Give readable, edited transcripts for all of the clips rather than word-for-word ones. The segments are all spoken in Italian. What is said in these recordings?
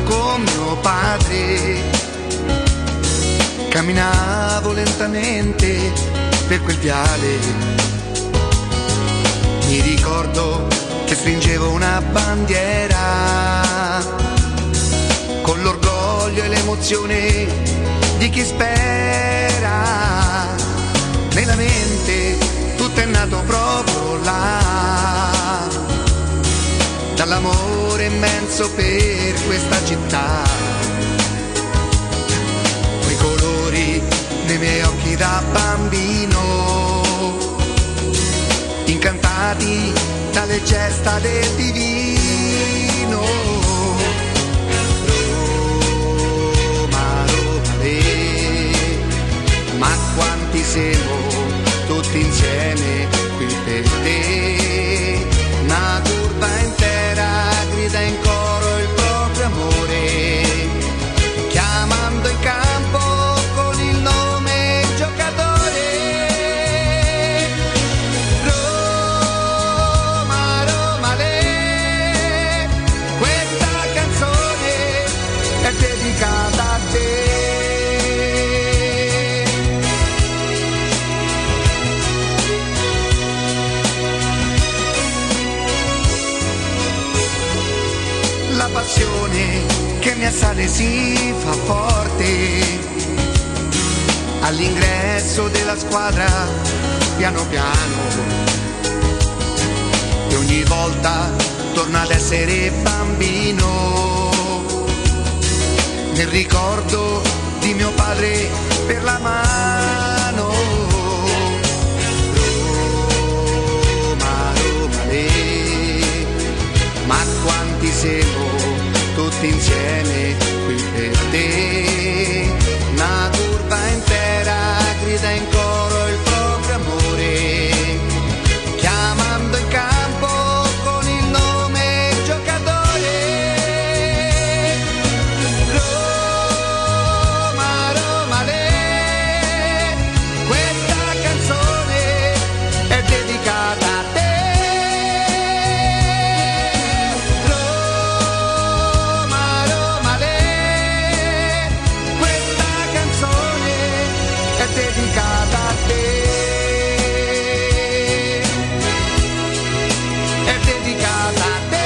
con mio padre. Camminavo lentamente per quel viale. Mi ricordo che stringevo una bandiera con l'orgoglio e l'emozione di chi spera. Nella mente tutto è nato proprio là, dall'amore immenso per questa città. Quei colori nei miei occhi da bambino, incantati dalle gesta del divino. Roma, Roma, ma quanti siamo tutti insieme qui per te. Una curva intera grida in coro il proprio amore, chiamando in campo con il nome giocatore. Roma, Roma, questa canzone è dedicata a te. La passione che mi assale si fa forte all'ingresso della squadra, piano piano, e ogni volta torna ad essere bambino nel ricordo di mio padre per la mano. Roma, Roma, ma quanti siamo tutti insieme qui per te. Una curva intera grida in coro il proprio amore, chiamando in campo con il nome giocatore. Roma, Roma, questa canzone è dedicata a te. Dedicata a te, è dedicata a te.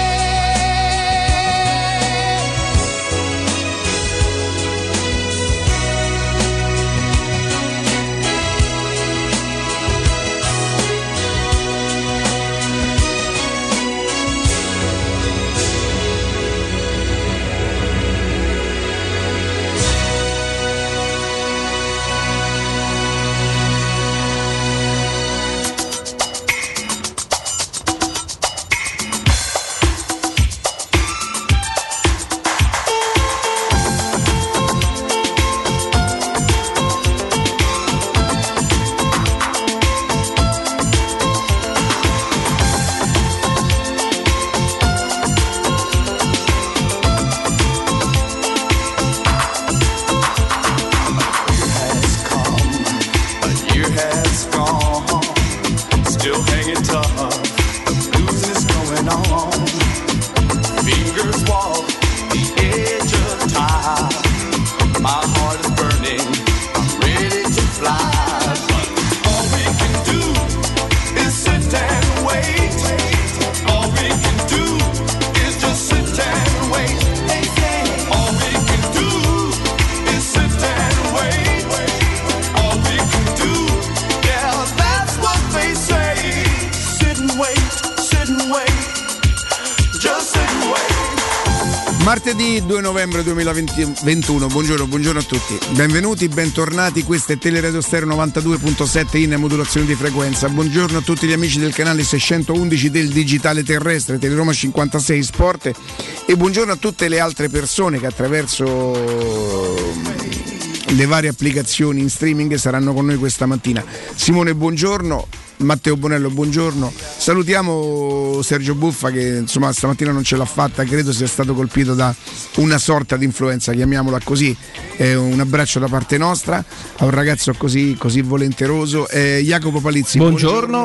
Martedì 2 novembre 2021, buongiorno a tutti, benvenuti, bentornati, questo è Teleradio Stereo 92.7 in modulazione di frequenza. Buongiorno a tutti gli amici del canale 611 del digitale terrestre, Teleroma 56 Sport, e buongiorno a tutte le altre persone che attraverso le varie applicazioni in streaming saranno con noi questa mattina. Simone, buongiorno. Matteo Bonello, buongiorno. Salutiamo Sergio Buffa che insomma stamattina non ce l'ha fatta, credo sia stato colpito da una sorta di influenza, chiamiamola così. Un abbraccio da parte nostra a un ragazzo così volenteroso. Jacopo Palizzi, buongiorno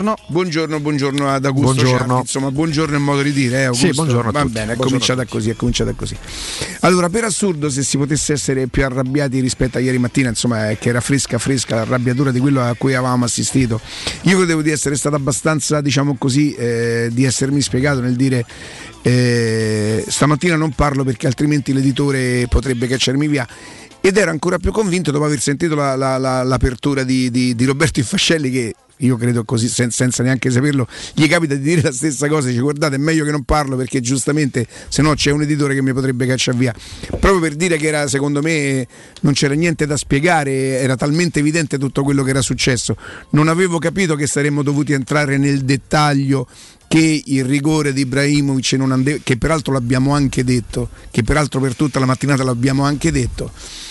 ad Augusto Ciardi, insomma buongiorno è un modo di dire, Augusto? Sì, buongiorno a va tutti. Bene, è cominciata così. Allora, per assurdo, se si potesse essere più arrabbiati rispetto a ieri mattina, insomma, che era fresca l'arrabbiatura di quello a cui avevamo assistito, io credevo di essere stato abbastanza, diciamo così, di essermi spiegato nel dire stamattina non parlo perché altrimenti l'editore potrebbe cacciarmi via, ed ero ancora più convinto dopo aver sentito l'apertura di Roberto Infascelli, che io credo così senza neanche saperlo gli capita di dire la stessa cosa, dice guardate è meglio che non parlo perché giustamente se no c'è un editore che mi potrebbe cacciare via, proprio per dire che era, secondo me non c'era niente da spiegare, era talmente evidente tutto quello che era successo, non avevo capito che saremmo dovuti entrare nel dettaglio che il rigore di Ibrahimovic che peraltro l'abbiamo anche detto, che peraltro per tutta la mattinata l'abbiamo anche detto,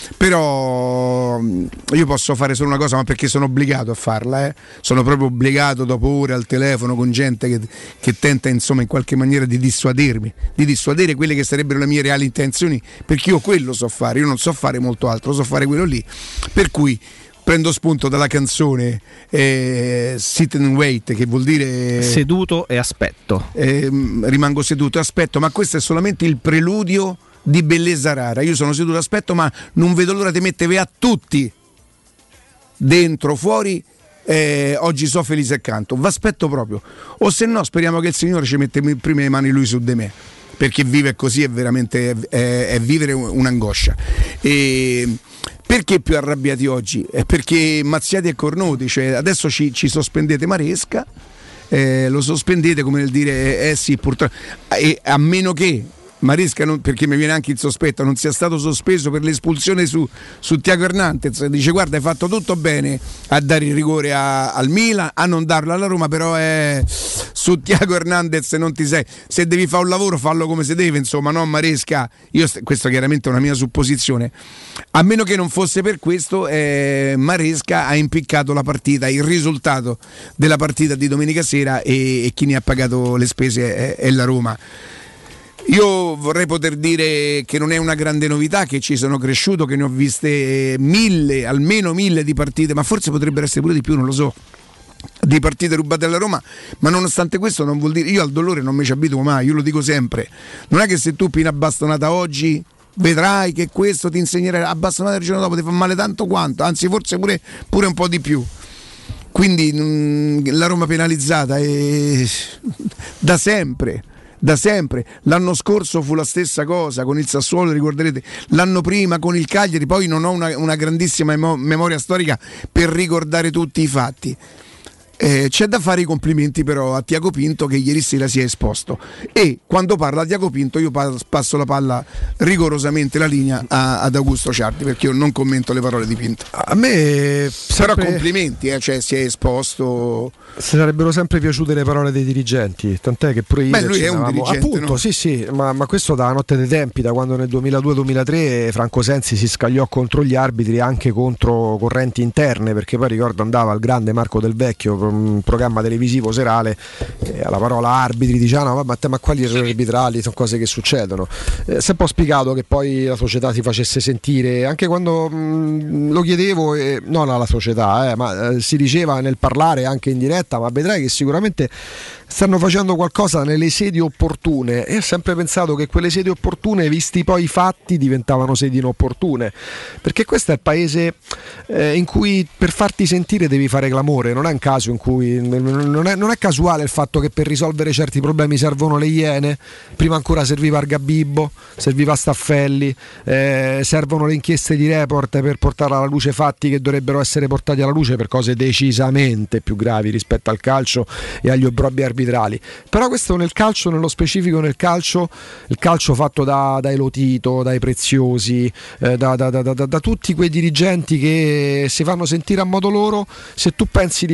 però io posso fare solo una cosa, ma perché sono obbligato a farla, sono proprio obbligato dopo ore al telefono con gente che tenta insomma in qualche maniera di dissuadere quelle che sarebbero le mie reali intenzioni, perché io quello so fare, io non so fare molto altro, so fare quello lì, per cui prendo spunto dalla canzone Sit and Wait, che vuol dire seduto e aspetto, rimango seduto e aspetto, ma questo è solamente il preludio di Bellezza Rara. Io sono seduto e aspetto, ma non vedo l'ora di mettervi a tutti dentro, fuori. Oggi so felice accanto, v'aspetto proprio, o se no speriamo che il Signore ci mette prima le mani lui su di me, perché vive così è veramente è vivere un'angoscia. Perché più arrabbiati oggi? È perché Mazziati e Cornuti, cioè adesso ci sospendete Maresca, lo sospendete come nel dire sì purtroppo, a meno che Maresca, perché mi viene anche il sospetto, non sia stato sospeso per l'espulsione su Thiago Hernandez, dice guarda hai fatto tutto bene a dare il rigore al Milan, a non darlo alla Roma, però su Thiago Hernandez non ti sei, se devi fare un lavoro fallo come si deve, insomma, no Maresca, questo chiaramente è una mia supposizione, a meno che non fosse per questo Maresca ha impiccato la partita, il risultato della partita di domenica sera, e chi ne ha pagato le spese è la Roma. Io vorrei poter dire che non è una grande novità, che ci sono cresciuto, che ne ho viste almeno 1000 di partite, ma forse potrebbero essere pure di più, non lo so, di partite rubate alla Roma, ma nonostante questo non vuol dire, io al dolore non mi ci abituo mai, io lo dico sempre, non è che se tu pini a bastonata oggi vedrai che questo ti insegnerà, a bastonata il giorno dopo ti fa male tanto quanto, anzi forse pure un po' di più. Quindi la Roma penalizzata da sempre. L'anno scorso fu la stessa cosa con il Sassuolo, ricorderete, l'anno prima con il Cagliari, poi non ho una grandissima memoria storica per ricordare tutti i fatti. C'è da fare i complimenti però a Tiago Pinto, che ieri sera si è esposto, e quando parla Tiago Pinto io passo la palla rigorosamente, la linea ad Augusto Ciardi, perché io non commento le parole di Pinto. A me però complimenti, cioè si è esposto. Sarebbero sempre piaciute le parole dei dirigenti, tant'è che pure io lui è un dirigente, appunto, no? sì, ma questo dalla notte dei tempi, da quando nel 2002-2003 Franco Sensi si scagliò contro gli arbitri, anche contro correnti interne, perché poi ricordo andava al grande Marco Del Vecchio, un programma televisivo serale, alla parola arbitri diceva no, ma quali errori arbitrali, sono cose che succedono. Si è un po' spiegato che poi la società si facesse sentire, anche quando lo chiedevo, non alla società, ma si diceva nel parlare anche in diretta, ma vedrai che sicuramente stanno facendo qualcosa nelle sedi opportune, e ho sempre pensato che quelle sedi opportune, visti poi i fatti, diventavano sedi inopportune, perché questo è il paese in cui per farti sentire devi fare clamore, non è un caso in cui non è casuale il fatto che per risolvere certi problemi servono le Iene, prima ancora serviva Argabibbo, serviva Staffelli, servono le inchieste di Report per portare alla luce fatti che dovrebbero essere portati alla luce per cose decisamente più gravi rispetto al calcio e agli obbrobbi arbitrali. Però questo nel calcio, nello specifico nel calcio, il calcio fatto dai Lotito, dai Preziosi, da tutti quei dirigenti che si fanno sentire a modo loro, se tu pensi di portare avanti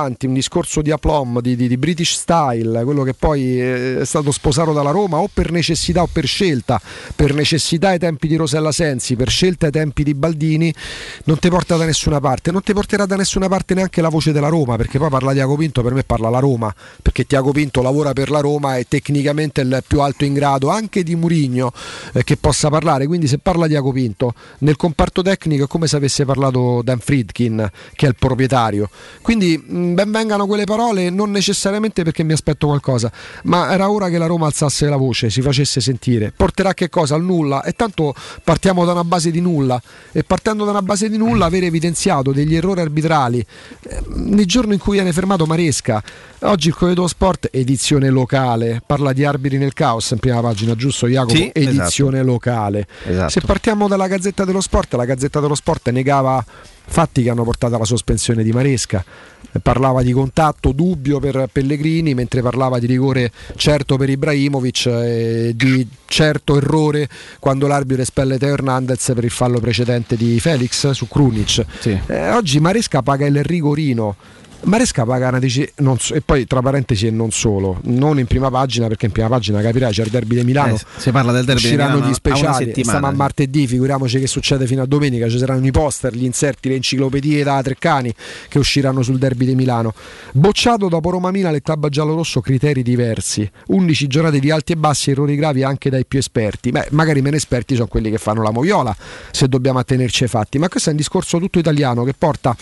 avanti un discorso di aplomb, di British style, quello che poi è stato sposato dalla Roma o per necessità o per scelta, per necessità ai tempi di Rosella Sensi, per scelta ai tempi di Baldini, non ti porta da nessuna parte, non ti porterà da nessuna parte neanche la voce della Roma, perché poi parla di Tiago Pinto, per me parla la Roma, perché Tiago Pinto lavora per la Roma e tecnicamente è il più alto in grado anche di Mourinho che possa parlare, quindi se parla Tiago Pinto nel comparto tecnico è come se avesse parlato Dan Friedkin, che è il proprietario, quindi ben vengano quelle parole, non necessariamente perché mi aspetto qualcosa, ma era ora che la Roma alzasse la voce, si facesse sentire. Porterà che cosa? Al nulla, e tanto partiamo da una base di nulla, e partendo da una base di nulla avere evidenziato degli errori arbitrali nel giorno in cui viene fermato Maresca. Oggi il Corriere dello Sport, edizione locale, parla di arbitri nel caos in prima pagina, giusto Jacopo? Sì, edizione locale. Esatto. Se partiamo dalla Gazzetta dello Sport, la Gazzetta dello Sport negava fatti che hanno portato alla sospensione di Maresca, parlava di contatto dubbio per Pellegrini, mentre parlava di rigore certo per Ibrahimovic e di certo errore quando l'arbitro espelle Teo Hernandez per il fallo precedente di Felix su Krunic. Sì. Oggi Maresca paga il rigorino. Maresca paga una e poi tra parentesi e non solo, non in prima pagina, perché in prima pagina capirai c'è il derby di Milano, si parla del derby usciranno di Milano gli speciali, stiamo a martedì, figuriamoci che succede fino a domenica, ci saranno i poster, gli inserti, le enciclopedie da Treccani che usciranno sul derby di Milano. Bocciato dopo Roma Milan il club giallorosso, criteri diversi, 11 giornate di alti e bassi, errori gravi anche dai più esperti. Magari meno esperti sono quelli che fanno la moviola, se dobbiamo attenerci ai fatti, ma questo è un discorso tutto italiano che porta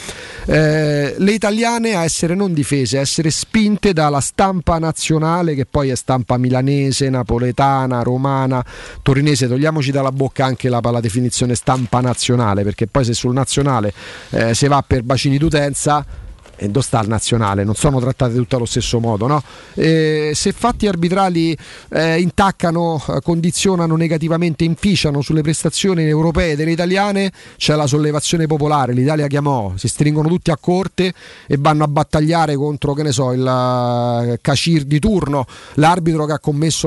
le italiane a essere non difese, a essere spinte dalla stampa nazionale, che poi è stampa milanese, napoletana, romana, torinese. Togliamoci dalla bocca anche la definizione stampa nazionale, perché poi se sul nazionale si va per bacini d'utenza, e dove sta il nazionale? Non sono trattate tutte allo stesso modo, no? Se fatti arbitrali intaccano, condizionano negativamente, inficiano sulle prestazioni europee delle italiane, c'è la sollevazione popolare, l'Italia chiamò, si stringono tutti a corte e vanno a battagliare contro, che ne so, il Cacir di turno, l'arbitro che ha commesso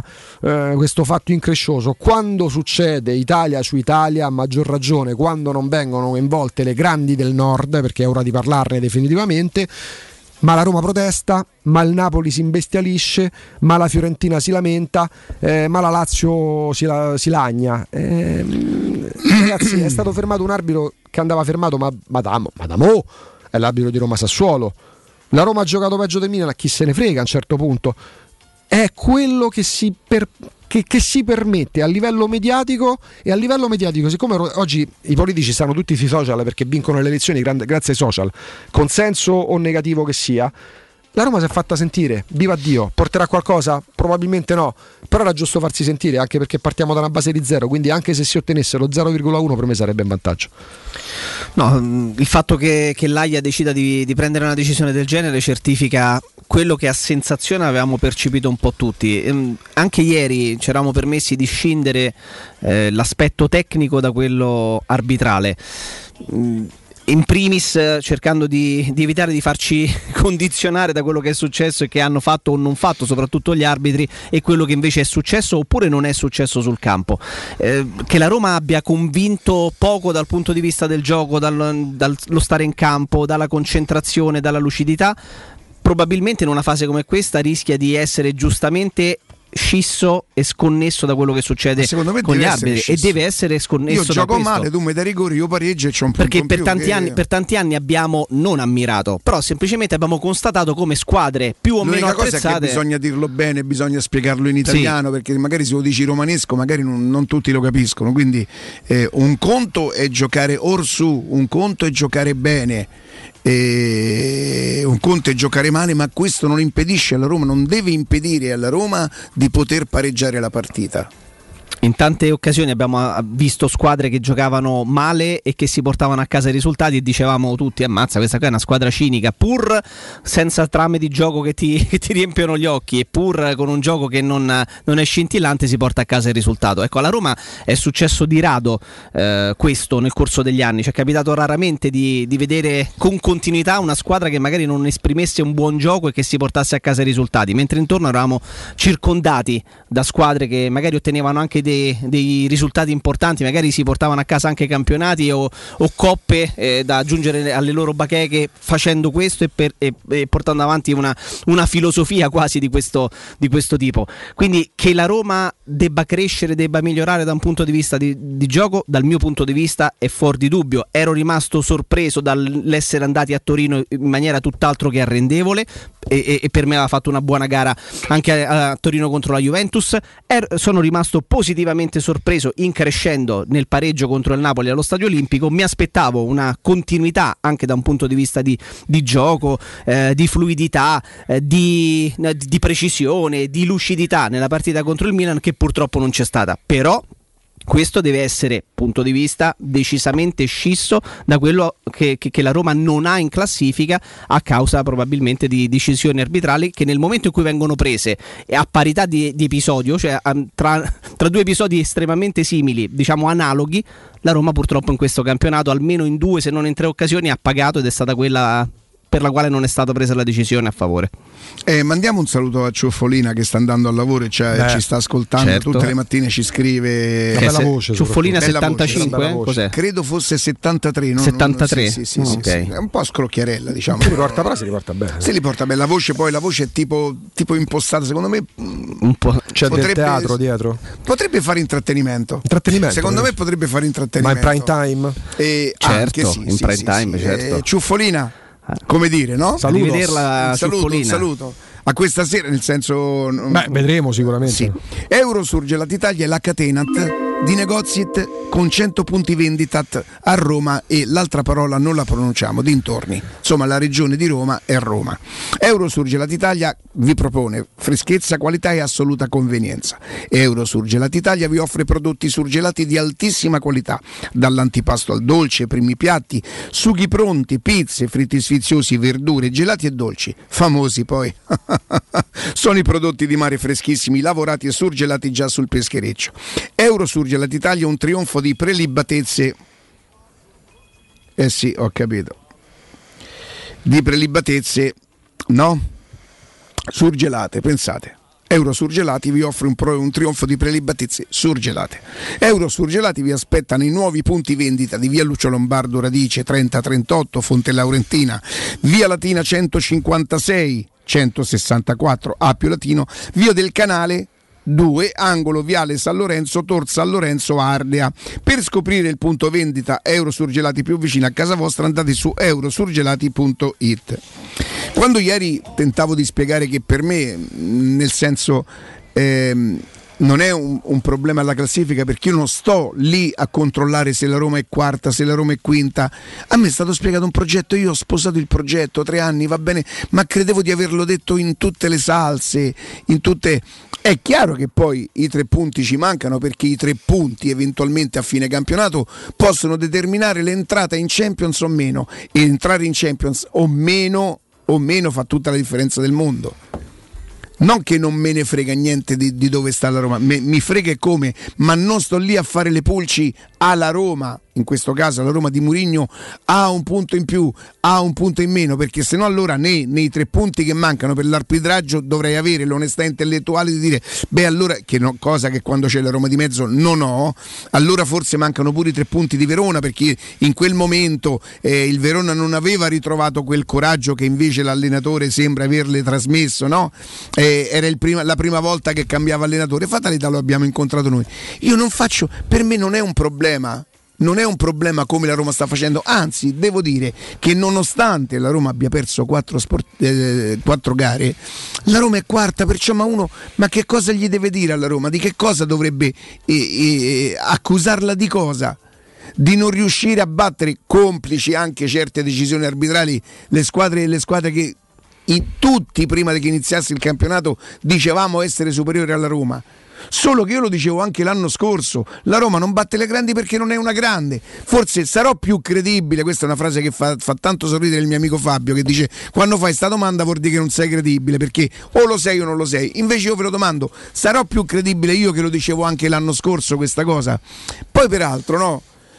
questo fatto increscioso. Quando succede Italia su Italia, a maggior ragione quando non vengono coinvolte le grandi del nord, perché è ora di parlarne definitivamente, ma la Roma protesta, ma il Napoli si imbestialisce, ma la Fiorentina si lamenta, ma la Lazio si lagna. Ragazzi, è stato fermato un arbitro che andava fermato, ma da mo' è l'arbitro di Roma Sassuolo. La Roma ha giocato peggio del Milan, a chi se ne frega a un certo punto. È quello che si permette a livello mediatico, e a livello mediatico, siccome oggi i politici stanno tutti sui social perché vincono le elezioni grazie ai social, consenso o negativo che sia, la Roma si è fatta sentire, viva Dio. Porterà qualcosa? Probabilmente no, però era giusto farsi sentire, anche perché partiamo da una base di 0, quindi anche se si ottenesse lo 0,1 per me sarebbe in vantaggio. No, il fatto che l'AIA decida di prendere una decisione del genere certifica quello che a sensazione avevamo percepito un po' tutti. Anche ieri ci eravamo permessi di scindere l'aspetto tecnico da quello arbitrale, in primis cercando di evitare di farci condizionare da quello che è successo e che hanno fatto o non fatto, soprattutto gli arbitri, e quello che invece è successo oppure non è successo sul campo. Che la Roma abbia convinto poco dal punto di vista del gioco, dallo stare in campo, dalla concentrazione, dalla lucidità, probabilmente in una fase come questa rischia di essere giustamente scisso e sconnesso da quello che succede con gli arbitri, e deve essere sconnesso. Io gioco male, tu mi dai rigori, io pareggio e c'ho un punto perché in per più per tanti anni abbiamo non ammirato, però semplicemente abbiamo constatato come squadre più o meno apprezzate. L'unica cosa è che bisogna dirlo bene, bisogna spiegarlo in italiano, sì, perché magari se lo dici romanesco magari non tutti lo capiscono, quindi un conto è giocare orsù, un conto è giocare bene, un conto è giocare male, ma questo non impedisce alla Roma, non deve impedire alla Roma di poter pareggiare la partita. In tante occasioni abbiamo visto squadre che giocavano male e che si portavano a casa i risultati e dicevamo tutti: ammazza, questa qua è una squadra cinica, pur senza trame di gioco che ti riempiono gli occhi, e pur con un gioco che non è scintillante si porta a casa il risultato. Ecco, alla Roma è successo di rado questo nel corso degli anni, ci è capitato raramente di vedere con continuità una squadra che magari non esprimesse un buon gioco e che si portasse a casa i risultati, mentre intorno eravamo circondati da squadre che magari ottenevano anche dei risultati importanti, magari si portavano a casa anche campionati o coppe da aggiungere alle loro bacheche facendo questo e portando avanti una filosofia quasi di questo tipo. Quindi che la Roma debba crescere, debba migliorare da un punto di vista di gioco, dal mio punto di vista è fuori di dubbio. Ero rimasto sorpreso dall'essere andati a Torino in maniera tutt'altro che arrendevole e per me aveva fatto una buona gara anche a Torino contro la Juventus. Sono rimasto positivamente sorpreso in crescendo nel pareggio contro il Napoli allo Stadio Olimpico. Mi aspettavo una continuità anche da un punto di vista di gioco, di fluidità, di precisione, di lucidità nella partita contro il Milan, che purtroppo non c'è stata. Però questo deve essere, punto di vista, decisamente scisso da quello che la Roma non ha in classifica, a causa probabilmente di decisioni arbitrali che nel momento in cui vengono prese a parità di episodio, cioè tra due episodi estremamente simili, diciamo analoghi, la Roma purtroppo in questo campionato almeno in 2 se non in 3 occasioni ha pagato, ed è stata quella per la quale non è stata presa la decisione a favore. Mandiamo un saluto a Ciuffolina che sta andando al lavoro e ci sta ascoltando, certo. Tutte le mattine ci scrive. Bella voce, Ciuffolina 75? Voce. Cos'è? Credo fosse 73. 73? Sì, okay. sì. È un po' scrocchiarella, diciamo. Si riporta bene. Si riporta bene. La voce è tipo impostata, secondo me. Un po'. C'è del teatro dietro. Potrebbe fare intrattenimento. Secondo me potrebbe fare intrattenimento. Ma in prime time? Certo, sì, in prime time, certo. Ciuffolina. Come dire, no? Saluto. Saluto a questa sera, nel senso. Vedremo sicuramente. Sì. Eurosurge Latitalia è la catenat di negozi con 100 punti vendita a Roma, e l'altra parola non la pronunciamo, dintorni. Insomma, la regione di Roma è Roma. Eurosurge Latitalia vi propone freschezza, qualità e assoluta convenienza. Eurosurge Latitalia vi offre prodotti surgelati di altissima qualità, dall'antipasto al dolce, primi piatti, sughi pronti, pizze, fritti sfiziosi, verdure, gelati e dolci. Famosi poi. Sono i prodotti di mare freschissimi, lavorati e surgelati già sul peschereccio. Eurosurge Latitalia, un trionfo di prelibatezze. Sì, ho capito. Di prelibatezze, no? Surgelate, pensate. Eurosurgelati vi offre un trionfo di prelibatezze surgelate. Eurosurgelati vi aspettano i nuovi punti vendita di via Lucio Lombardo Radice 3038, Fonte Laurentina, via Latina 156 164 Appio Latino, via del Canale 2, angolo viale San Lorenzo, Tor San Lorenzo, Ardea. Per scoprire il punto vendita Eurosurgelati più vicino a casa vostra andate su eurosurgelati.it. Quando ieri tentavo di spiegare che per me, nel senso, non è un problema alla classifica, perché io non sto lì a controllare se la Roma è quarta, se la Roma è quinta. A me è stato spiegato un progetto, io ho sposato il progetto, 3 anni, va bene, ma credevo di averlo detto in tutte le salse, in tutte. È chiaro che poi i 3 punti ci mancano, perché i 3 punti eventualmente a fine campionato possono determinare l'entrata in Champions o meno, e entrare in Champions o meno fa tutta la differenza del mondo. Non che non me ne frega niente di dove sta la Roma, mi frega e come, ma non sto lì a fare le pulci alla Roma. In questo caso la Roma di Mourinho ha un punto in più, ha un punto in meno, perché sennò allora nei 3 punti che mancano per l'arbitraggio dovrei avere l'onestà intellettuale di dire allora, cosa che quando c'è la Roma di mezzo non ho, allora forse mancano pure i 3 punti di Verona, perché in quel momento il Verona non aveva ritrovato quel coraggio che invece l'allenatore sembra averle trasmesso, no? Era la prima volta che cambiava allenatore. Fatalità, lo abbiamo incontrato noi. Per me non è un problema. Non è un problema come la Roma sta facendo, anzi devo dire che nonostante la Roma abbia perso 4 gare, la Roma è quarta, perciò ma che cosa gli deve dire alla Roma? Di che cosa dovrebbe accusarla, di cosa? Di non riuscire a battere, complici anche certe decisioni arbitrali, le squadre che tutti prima che iniziasse il campionato dicevamo essere superiori alla Roma. Solo che io lo dicevo anche l'anno scorso, la Roma non batte le grandi perché non è una grande. Forse sarò più credibile, questa è una frase che fa tanto sorridere il mio amico Fabio, che dice: quando fai sta domanda vuol dire che non sei credibile, perché o lo sei o non lo sei. Invece io ve lo domando, sarò più credibile io che lo dicevo anche l'anno scorso questa cosa? Poi peraltro no,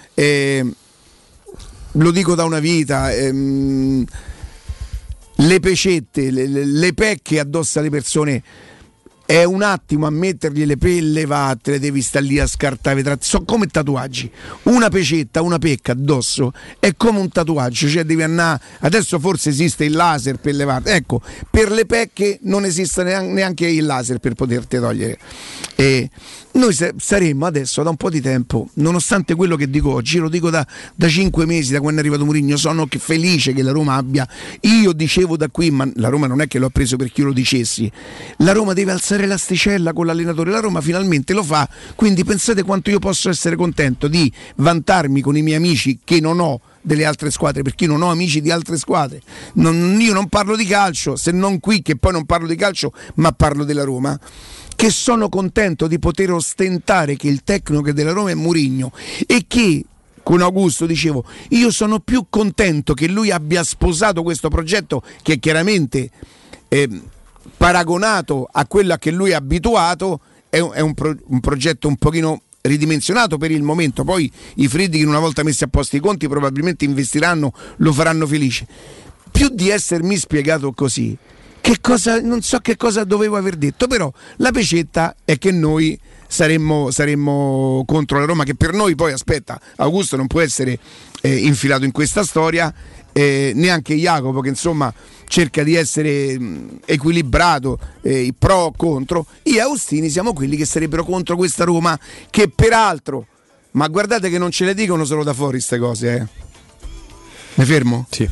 lo dico da una vita, le pecette, le pecche addosso alle persone è un attimo a mettergli le pelle vatte, devi stare lì a scartare vetratti, sono come tatuaggi, una pecetta, una pecca addosso è come un tatuaggio, cioè devi andare, adesso forse esiste il laser per levarti, ecco, per le pecche non esiste neanche il laser per poterti togliere. E noi saremmo adesso da un po' di tempo, nonostante quello che dico oggi, lo dico da 5 mesi, da quando è arrivato Mourinho, sono felice che la Roma abbia, io dicevo da qui, ma la Roma non è che l'ho preso perché io lo dicessi, la Roma deve alzare l'asticella con l'allenatore, la Roma finalmente lo fa, quindi pensate quanto io posso essere contento di vantarmi con i miei amici che non ho delle altre squadre, perché io non ho amici di altre squadre, io non parlo di calcio, se non qui che poi non parlo di calcio ma parlo della Roma, che sono contento di poter ostentare che il tecnico della Roma è Mourinho e che con Augusto dicevo io sono più contento che lui abbia sposato questo progetto che chiaramente paragonato a quello a che lui è abituato è un progetto un pochino ridimensionato per il momento, poi i Friedkin una volta messi a posto i conti probabilmente investiranno, lo faranno felice, più di essermi spiegato così. Che cosa, non so che cosa dovevo aver detto, però la pecetta è che noi saremmo contro la Roma, che per noi poi, aspetta, Augusto non può essere infilato in questa storia, neanche Jacopo che insomma cerca di essere equilibrato, pro contro, io e Austini siamo quelli che sarebbero contro questa Roma, che peraltro, ma guardate che non ce le dicono solo da fuori queste cose, Mi fermo? Sì.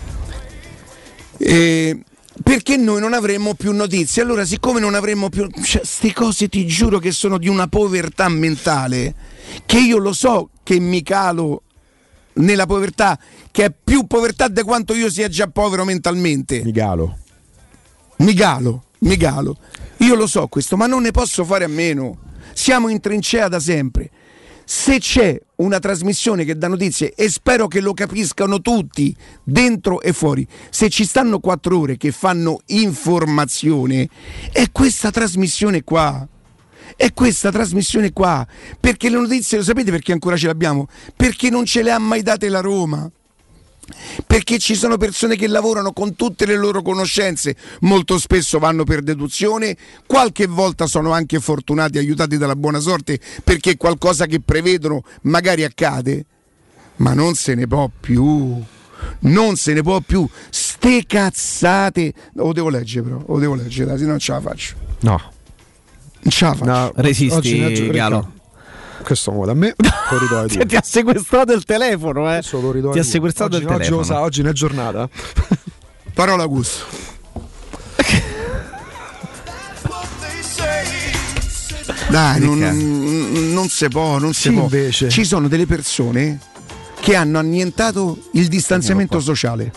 Perché noi non avremmo più notizie. Allora, siccome non avremmo più, queste cose ti giuro che sono di una povertà mentale, che io lo so che mi calo nella povertà, che è più povertà di quanto io sia già povero mentalmente. Mi calo. Io lo so questo, ma non ne posso fare a meno. Siamo in trincea da sempre. Se c'è una trasmissione che dà notizie, e spero che lo capiscano tutti, dentro e fuori, se ci stanno 4 ore che fanno informazione, è questa trasmissione qua. Perché le notizie, lo sapete perché ancora ce l'abbiamo? Perché non ce le ha mai date la Roma. Perché ci sono persone che lavorano con tutte le loro conoscenze, molto spesso vanno per deduzione, qualche volta sono anche fortunati, aiutati dalla buona sorte, perché qualcosa che prevedono magari accade, ma non se ne può più, ste cazzate. Lo devo leggere, se no non ce la faccio. No. Non ce la faccio. No, resisti, Galo. Questo muove a me. Ti ha sequestrato il telefono, Ti ha sequestrato il telefono. Oggi non è giornata. Parola a gusto. Dai, non si può. Invece. Ci sono delle persone che hanno annientato il distanziamento sociale.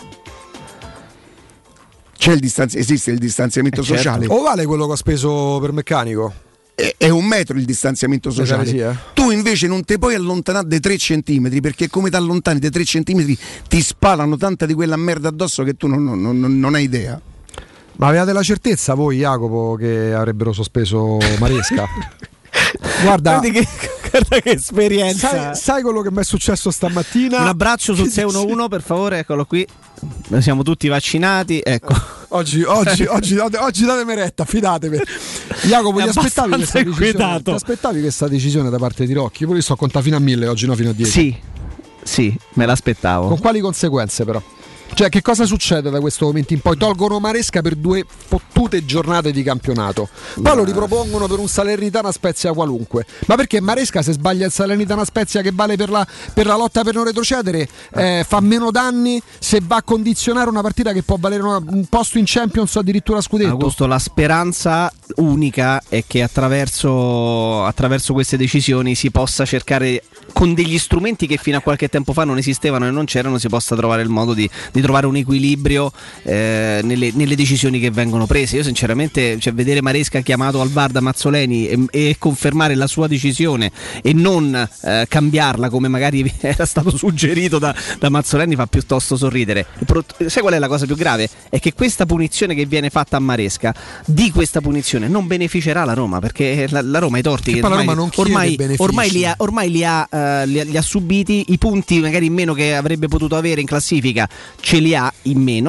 Esiste il distanziamento sociale. O vale quello che ho speso per meccanico? È 1 metro il distanziamento sociale. Sì, Tu invece non ti puoi allontanare dei 3 centimetri, perché come ti allontani dei 3 centimetri ti spalano tanta di quella merda addosso che tu non hai idea. Ma avevate la certezza voi, Jacopo, che avrebbero sospeso Maresca? Guarda che esperienza. Sai quello che mi è successo stamattina? Un abbraccio sul 611 per favore, eccolo qui. Noi siamo tutti vaccinati, ecco. Oggi datemi retta, fidatevi. Jacopo, ti aspettavi questa decisione da parte di Rocchi? Poi sto a contare fino a 1000 oggi, no fino a 10. Sì, me l'aspettavo. Con quali conseguenze però? Cioè, che cosa succede da questo momento in poi? Tolgono Maresca per 2 fottute giornate di campionato, poi lo ripropongono per un Salernitana Spezia qualunque. Ma perché Maresca, se sbaglia il Salernitana Spezia che vale per la lotta per non retrocedere, fa meno danni se va a condizionare una partita che può valere un posto in Champions o addirittura scudetto? Augusto, la speranza unica è che attraverso queste decisioni si possa cercare, con degli strumenti che fino a qualche tempo fa non esistevano e non c'erano, si possa trovare il modo di trovare un equilibrio nelle decisioni che vengono prese. Io sinceramente, vedere Maresca chiamato al VAR da Mazzoleni e confermare la sua decisione e non cambiarla come magari era stato suggerito da Mazzoleni fa piuttosto sorridere. Sai qual è la cosa più grave? È che questa punizione che viene fatta a Maresca, di questa punizione non beneficerà la Roma, perché la Roma i torti che ormai li ha subiti, i punti magari in meno che avrebbe potuto avere in classifica ce li ha in meno,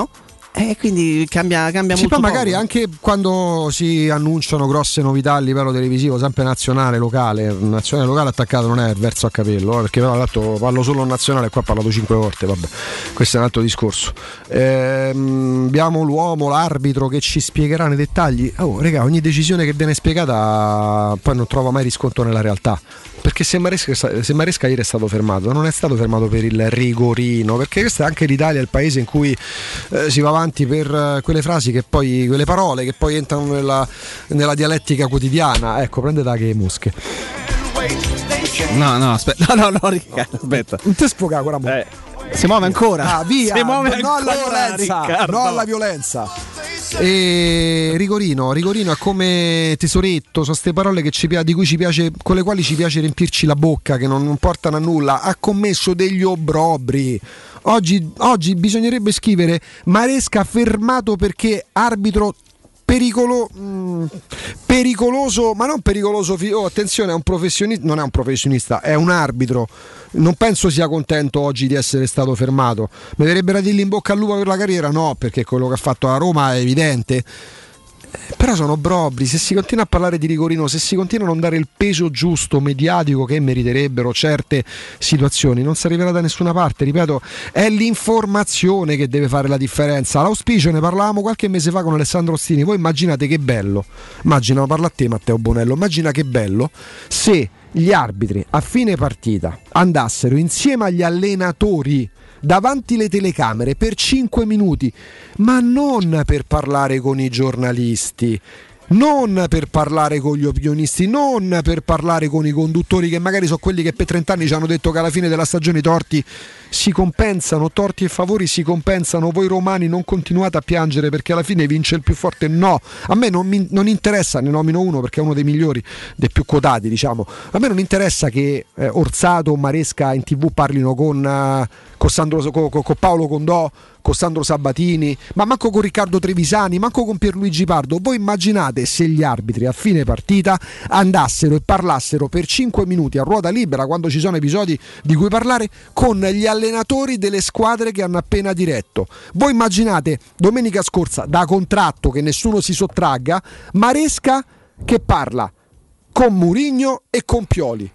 Quindi cambia molto. Poi magari poco. Anche quando si annunciano grosse novità a livello televisivo, sempre nazionale, locale attaccato non è il verso a capello, perché parlo solo nazionale, qua ho parlato 5 volte, vabbè, questo è un altro discorso. Abbiamo l'uomo, l'arbitro che ci spiegherà nei dettagli. Raga, ogni decisione che viene spiegata poi non trova mai riscontro nella realtà. Perché se Maresca ieri è stato fermato, non è stato fermato per il rigorino, perché questa è anche l'Italia, il paese in cui si va avanti per quelle frasi che poi, quelle parole che poi entrano nella dialettica quotidiana. Ecco, prende da che mosche. No, aspetta. No, Riccardo, aspetta. Non ti sfoga ancora. Si muove ancora. Via. Si muove no ancora, alla violenza. Riccardo. No alla violenza. E Rigorino è come tesoretto, sono queste parole di cui ci piace, con le quali ci piace riempirci la bocca, che non portano a nulla. Ha commesso degli obbrobri. Oggi bisognerebbe scrivere Maresca fermato perché arbitro pericoloso, ma non pericoloso. Attenzione, è un professionista, non è un professionista, è un arbitro. Non penso sia contento oggi di essere stato fermato. Mi verrebbe da dirgli in bocca al lupo per la carriera? No, perché quello che ha fatto a Roma è evidente. Però sono obbrobri. Se si continua a parlare di Rigorino, se si continua a non dare il peso giusto mediatico che meriterebbero certe situazioni, non si arriverà da nessuna parte. Ripeto, è l'informazione che deve fare la differenza. L'auspicio, ne parlavamo qualche mese fa con Alessandro Ostini. Voi immaginate che bello, parla a te Matteo Bonello, immagina che bello se gli arbitri a fine partita andassero insieme agli allenatori davanti alle telecamere per 5 minuti, ma non per parlare con i giornalisti, non per parlare con gli opinionisti, non per parlare con i conduttori che magari sono quelli che per 30 anni ci hanno detto che alla fine della stagione i torti si compensano, torti e favori si compensano. Voi romani non continuate a piangere perché alla fine vince il più forte. No, a me non interessa, ne nomino uno perché è uno dei migliori, dei più quotati, diciamo. A me non interessa che Orsato o Maresca in TV parlino con Paolo Condò, con Sandro Sabatini, ma manco con Riccardo Trevisani, manco con Pierluigi Pardo. Voi immaginate se gli arbitri a fine partita andassero e parlassero per 5 minuti a ruota libera, quando ci sono episodi di cui parlare, con gli allenatori delle squadre che hanno appena diretto. Voi immaginate domenica scorsa, da contratto, che nessuno si sottragga, Maresca che parla con Mourinho e con Pioli.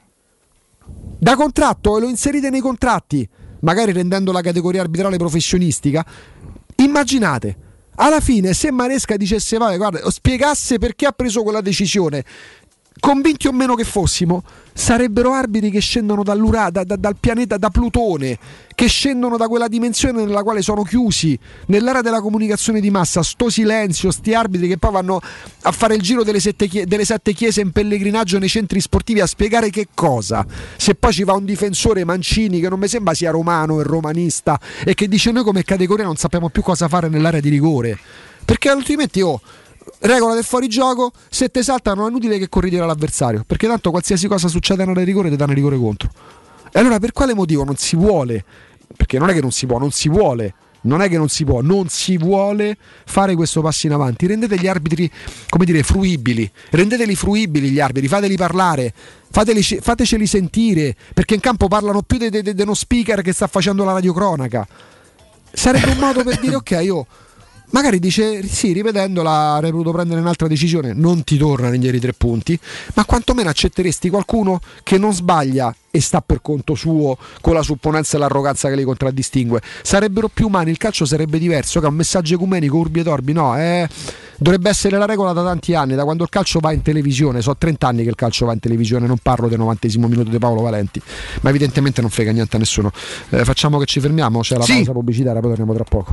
Da contratto, e lo inserite nei contratti, magari rendendo la categoria arbitrale professionistica. Immaginate, alla fine, se Maresca dicesse guarda, spiegasse perché ha preso quella decisione, convinti o meno che fossimo, sarebbero arbitri che scendono dal pianeta, da Plutone, che scendono da quella dimensione nella quale sono chiusi, nell'era della comunicazione di massa. Sto silenzio, sti arbitri che poi vanno a fare il giro delle 7 chiese in pellegrinaggio nei centri sportivi a spiegare che cosa. Se poi ci va un difensore, Mancini, che non mi sembra sia romano e romanista, e che dice noi come categoria non sappiamo più cosa fare nell'area di rigore, perché altrimenti regola del fuorigioco, se te saltano è inutile che corri dietro all'avversario, perché tanto qualsiasi cosa succede nel rigore ti danno il rigore contro. E allora per quale motivo non si vuole? Perché non è che non si può, non si vuole. Non è che non si può, non si vuole fare questo passo in avanti. Rendete gli arbitri, fruibili. Rendeteli fruibili gli arbitri, fateli parlare, fateceli sentire, perché in campo parlano più di uno speaker che sta facendo la radiocronaca. Sarebbe un modo per dire ok, magari dice sì, rivedendola avrei potuto prendere un'altra decisione, non ti tornano indietro i 3 punti, ma quantomeno accetteresti qualcuno che non sbaglia e sta per conto suo, con la supponenza e l'arroganza che li contraddistingue. Sarebbero più umani, il calcio sarebbe diverso, che è un messaggio ecumenico, urbi et orbi. No, dovrebbe essere la regola da tanti anni, da quando il calcio va in televisione. So 30 anni che il calcio va in televisione, non parlo del 90° minuto di Paolo Valenti, ma evidentemente non frega niente a nessuno. Facciamo che ci fermiamo, c'è la pausa pubblicitaria, poi torniamo tra poco.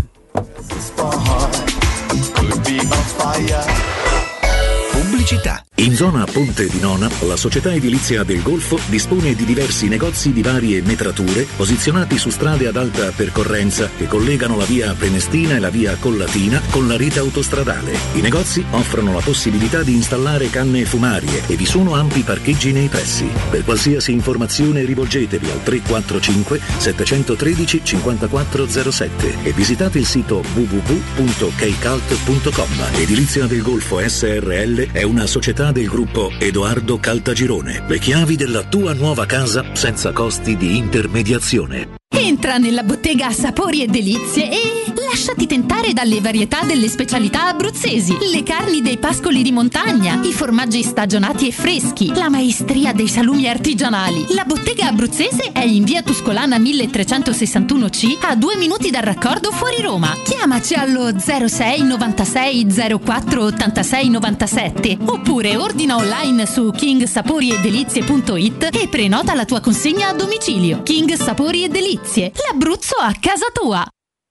Pubblicità. In zona Ponte di Nona, la società edilizia del Golfo dispone di diversi negozi di varie metrature posizionati su strade ad alta percorrenza che collegano la via Prenestina e la via Collatina con la rete autostradale. I negozi offrono la possibilità di installare canne fumarie e vi sono ampi parcheggi nei pressi. Per qualsiasi informazione rivolgetevi al 345 713 5407 e visitate il sito www.keicalt.com. Edilizia del Golfo SRL è una società del gruppo Edoardo Caltagirone. Le chiavi della tua nuova casa senza costi di intermediazione. Entra nella bottega Sapori e Delizie e lasciati tentare dalle varietà delle specialità abruzzesi, le carni dei pascoli di montagna, i formaggi stagionati e freschi, la maestria dei salumi artigianali. La bottega abruzzese è in via Tuscolana 1361C, a 2 minuti dal raccordo fuori Roma. Chiamaci allo 06 96 04 86 97 oppure ordina online su kingsaporiedelizie.it e prenota la tua consegna a domicilio. King Sapori e Delizie, l'Abruzzo a casa tua.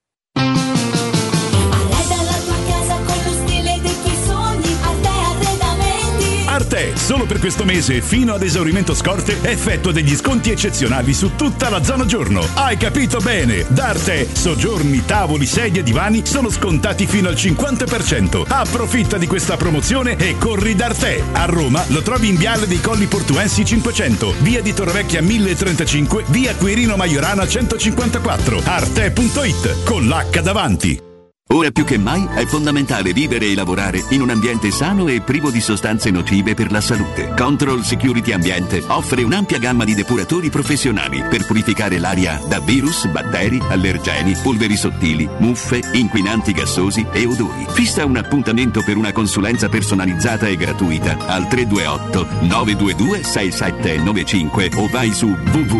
Arte, solo per questo mese fino ad esaurimento scorte effettua degli sconti eccezionali su tutta la zona giorno. Hai capito bene? Da Arte, soggiorni, tavoli, sedie e divani sono scontati fino al 50%. Approfitta di questa promozione e corri da Arte. A Roma lo trovi in Viale dei Colli Portuensi 500, via di Torrevecchia 1035, via Quirino Maiorana 154. Arte.it con l'H davanti. Ora più che mai è fondamentale vivere e lavorare in un ambiente sano e privo di sostanze nocive per la salute. Control Security Ambiente offre un'ampia gamma di depuratori professionali per purificare l'aria da virus, batteri, allergeni, polveri sottili, muffe, inquinanti gassosi e odori. Fissa un appuntamento per una consulenza personalizzata e gratuita al 328 922 6795 o vai su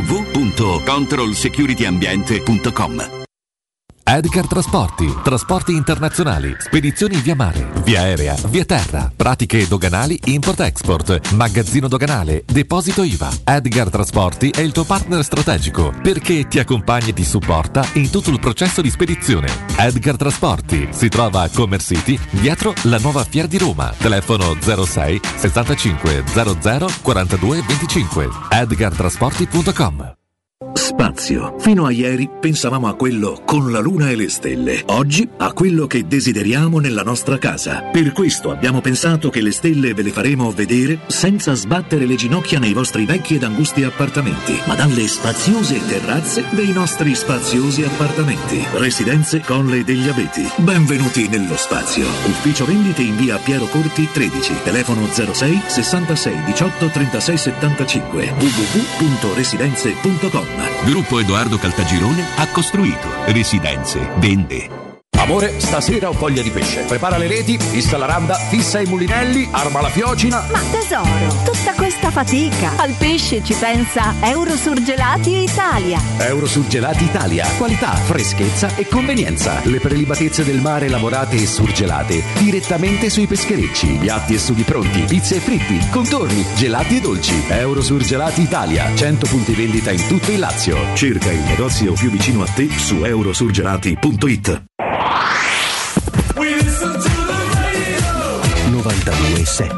www.controlsecurityambiente.com. Edgar Trasporti internazionali, spedizioni via mare, via aerea, via terra, pratiche doganali import-export, magazzino doganale, deposito IVA. Edgar Trasporti è il tuo partner strategico perché ti accompagna e ti supporta in tutto il processo di spedizione. Edgar Trasporti si trova a Commerce City, dietro la nuova Fiera di Roma. Telefono 06 65 00 42 25. edgartrasporti.com. Spazio. Fino a ieri pensavamo a quello con la luna e le stelle. Oggi a quello che desideriamo nella nostra casa. Per questo abbiamo pensato che le stelle ve le faremo vedere senza sbattere le ginocchia nei vostri vecchi ed angusti appartamenti, ma dalle spaziose terrazze dei nostri spaziosi appartamenti. Residenze Colle degli Abeti. Benvenuti nello spazio. Ufficio vendite in via Piero Corti 13. Telefono 06 66 18 36 75. www.residenze.com. Gruppo Edoardo Caltagirone ha costruito, residenze, vende. Amore, stasera ho voglia di pesce. Prepara le reti, fissa la randa, fissa i mulinelli, arma la fiocina. Ma tesoro, tutta questa fatica. Al pesce ci pensa Eurosurgelati Italia. Eurosurgelati Italia. Qualità, freschezza e convenienza. Le prelibatezze del mare lavorate e surgelate direttamente sui pescherecci. Piatti e sughi pronti, pizze e fritti, contorni, gelati e dolci. Eurosurgelati Italia. 100 punti vendita in tutto il Lazio. Cerca il negozio più vicino a te su eurosurgelati.it. 92.7.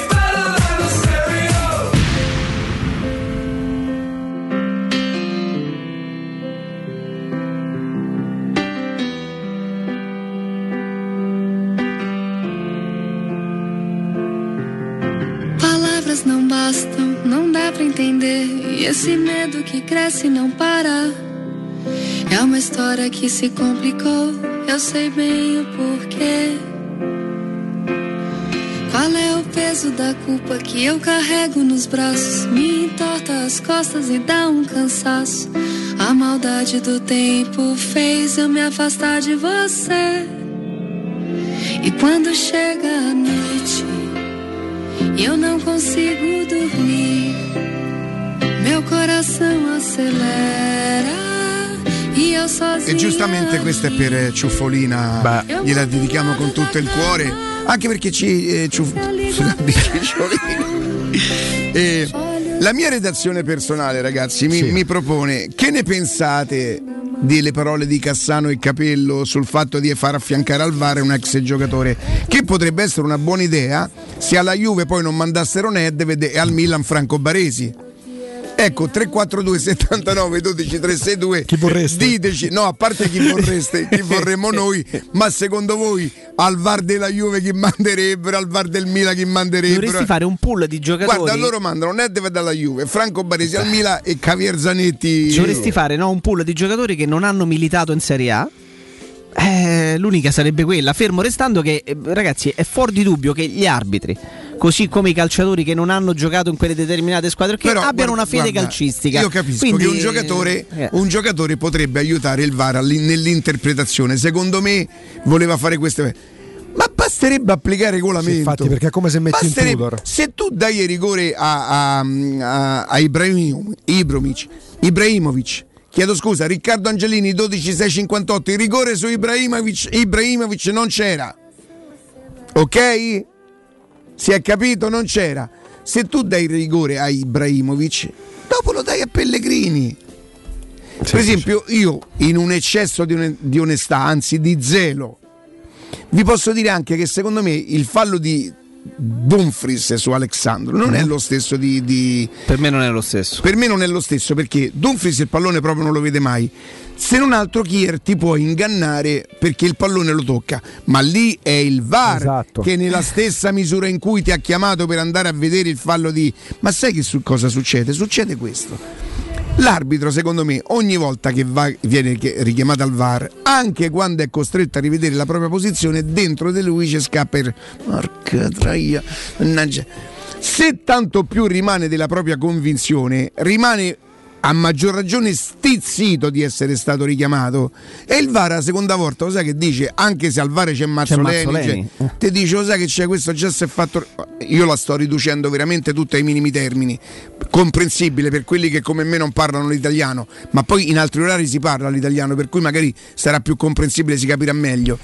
Palavras não bastam, não dá pra entender. E esse medo que cresce e não para. É uma história que se complicou, eu sei bem o porquê. Qual é o peso da culpa que eu carrego nos braços? Me entorta as costas e dá um cansaço. A maldade do tempo fez eu me afastar de você. E quando chega a noite e eu não consigo dormir, meu coração acelera. E giustamente questa è per Ciuffolina. Gliela dedichiamo con tutto il cuore, anche perché la mia redazione personale, ragazzi, mi propone: che ne pensate delle parole di Cassano e Capello sul fatto di far affiancare al VAR un ex giocatore, che potrebbe essere una buona idea se alla Juve poi non mandassero Nedved e al Milan Franco Baresi? Ecco, 342 79 12 362. Chi vorreste? Diteci, no, a parte chi vorreste, chi vorremmo noi, ma secondo voi al VAR della Juve chi manderebbero, al VAR del Milan chi manderebbero? Dovresti fare un pool di giocatori. Guarda, loro mandano Nedved dalla Juve, Franco Baresi al Milan e Javier Zanetti. Dovresti fare un pool di giocatori che non hanno militato in Serie A. L'unica sarebbe quella, fermo restando che, ragazzi, è fuori di dubbio che gli arbitri, così come i calciatori che non hanno giocato in quelle determinate squadre, che abbiano una fede calcistica. Io capisco che un giocatore potrebbe aiutare il VAR nell'interpretazione. Secondo me voleva fare queste, ma basterebbe applicare il regolamento. Sì, infatti, perché è come se metti un Tudor. Se tu dai il rigore a Ibrahimovic, chiedo scusa, Riccardo Angelini 12-6-58, il rigore su Ibrahimovic non c'era, ok? Si è capito? Non c'era. Se tu dai il rigore a Ibrahimovic, dopo lo dai a Pellegrini. Per esempio, io in un eccesso di onestà, anzi di zelo, vi posso dire anche che secondo me il fallo di Dumfries su Alexandro non è lo stesso per me non è lo stesso. Per me non è lo stesso, perché Dumfries il pallone proprio non lo vede mai. Se non altro Kier ti può ingannare perché il pallone lo tocca, ma lì è il VAR che nella stessa misura in cui ti ha chiamato per andare a vedere il fallo di... Ma sai che cosa succede? Succede questo. L'arbitro, secondo me, ogni volta che viene richiamato al VAR, anche quando è costretto a rivedere la propria posizione, dentro di lui ci scappa il... Porca traia, mannaggia. Se tanto più rimane della propria convinzione, rimane a maggior ragione stizzito di essere stato richiamato, e il VAR la seconda volta, lo sai che dice? Anche se al VAR c'è Mazzoleni, ti dice, lo sai che c'è, questo già si è fatto. Io la sto riducendo veramente tutta ai minimi termini, comprensibile per quelli che come me non parlano l'italiano, ma poi in altri orari si parla l'italiano, per cui magari sarà più comprensibile, si capirà meglio.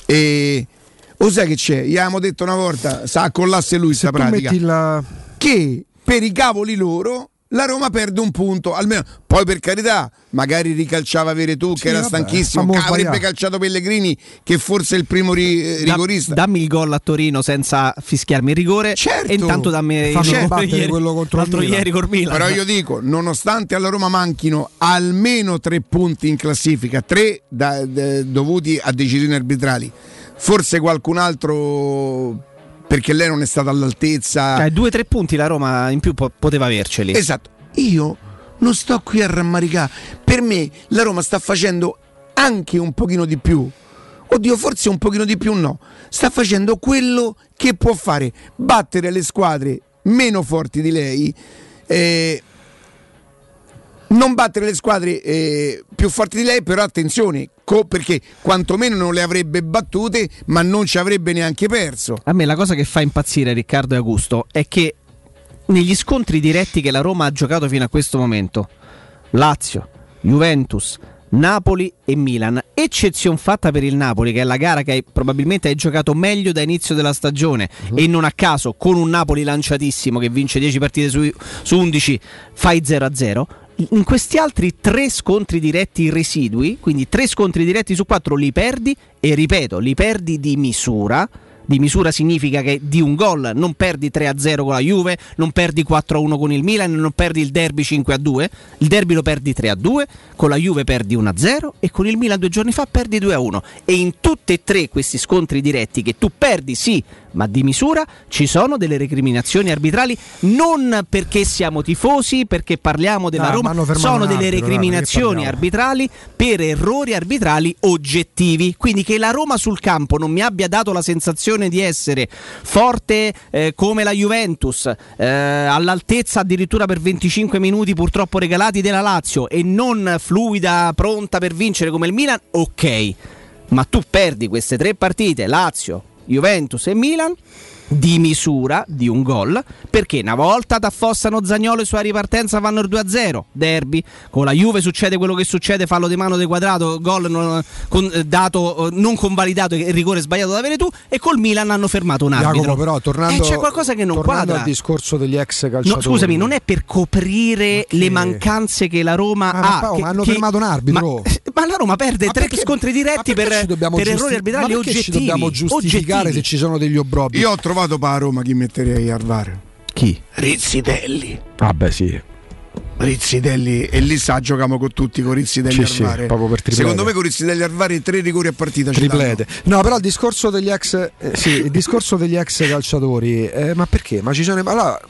E lo sai che c'è? Gli avevamo detto una volta, sa accollasse lui sta pratica, che per i cavoli loro la Roma perde un punto, almeno. Poi per carità, magari ricalciava Veretù, che era stanchissimo, avrebbe calciato Pellegrini, che forse è il primo rigorista. Dammi il gol a Torino senza fischiarmi il rigore, e intanto dammi quello contro l'altro ieri col Milan. Però io dico, nonostante alla Roma manchino almeno 3 punti in classifica, 3 dovuti a decisioni arbitrali, forse qualcun altro... perché lei non è stata all'altezza. 2-3 punti la Roma in più poteva averceli. Esatto. Io non sto qui a rammaricare. Per me la Roma sta facendo anche un pochino di più. Oddio, forse un pochino di più no. Sta facendo quello che può fare. Battere le squadre meno forti di lei. Non battere le squadre più forti di lei, però attenzione, perché quantomeno non le avrebbe battute, ma non ci avrebbe neanche perso. A me la cosa che fa impazzire Riccardo e Augusto è che negli scontri diretti che la Roma ha giocato fino a questo momento, Lazio, Juventus, Napoli e Milan, eccezion fatta per il Napoli, che è la gara che probabilmente hai giocato meglio da inizio della stagione, e non a caso con un Napoli lanciatissimo che vince 10 partite su 11 fai 0-0. In questi altri 3 scontri diretti residui, quindi 3 scontri diretti su 4 li perdi, e ripeto, li perdi di misura. Di misura significa che di un gol non perdi 3-0 con la Juve, non perdi 4-1 con il Milan, non perdi il derby 5-2, il derby lo perdi 3-2, con la Juve perdi 1-0 e con il Milan 2 giorni fa perdi 2-1. E in tutti e 3 questi scontri diretti che tu perdi, sì, ma di misura, ci sono delle recriminazioni arbitrali, non perché siamo tifosi, perché parliamo della Roma, sono delle recriminazioni arbitrali per errori arbitrali oggettivi. Quindi che la Roma sul campo non mi abbia dato la sensazione di essere forte come la Juventus, all'altezza addirittura per 25 minuti purtroppo regalati della Lazio, e non fluida, pronta per vincere come il Milan, ok, ma tu perdi queste 3 partite, Lazio, Juventus e Milan, di misura, di un gol, perché una volta t'affossano Zaniolo e sua ripartenza fanno il 2-0, derby, con la Juve succede quello che succede, fallo di mano di Quadrato, gol non convalidato, il rigore sbagliato da Veretù, e col Milan hanno fermato un arbitro. Jacopo, però tornando, c'è qualcosa che non quadra. Al discorso degli ex calciatori, no, scusami, non è per coprire le mancanze che la Roma ha, ma hanno fermato un arbitro, ma la Roma perde 3 scontri diretti per errori arbitrali oggettivi. Ci dobbiamo giustificare se ci sono degli obbrobbi. Io ho trovato per a Roma chi metterei al VAR. Chi? Rizzitelli. Vabbè, sì. Rizzitelli, e lì giocavamo con tutti, con Rizzitelli al VAR. Proprio per triplete. Secondo me con Rizzitelli al VAR 3 rigori a partita triplete. No, però il discorso degli ex il discorso degli ex calciatori, ma perché? Ma ci sono, allora,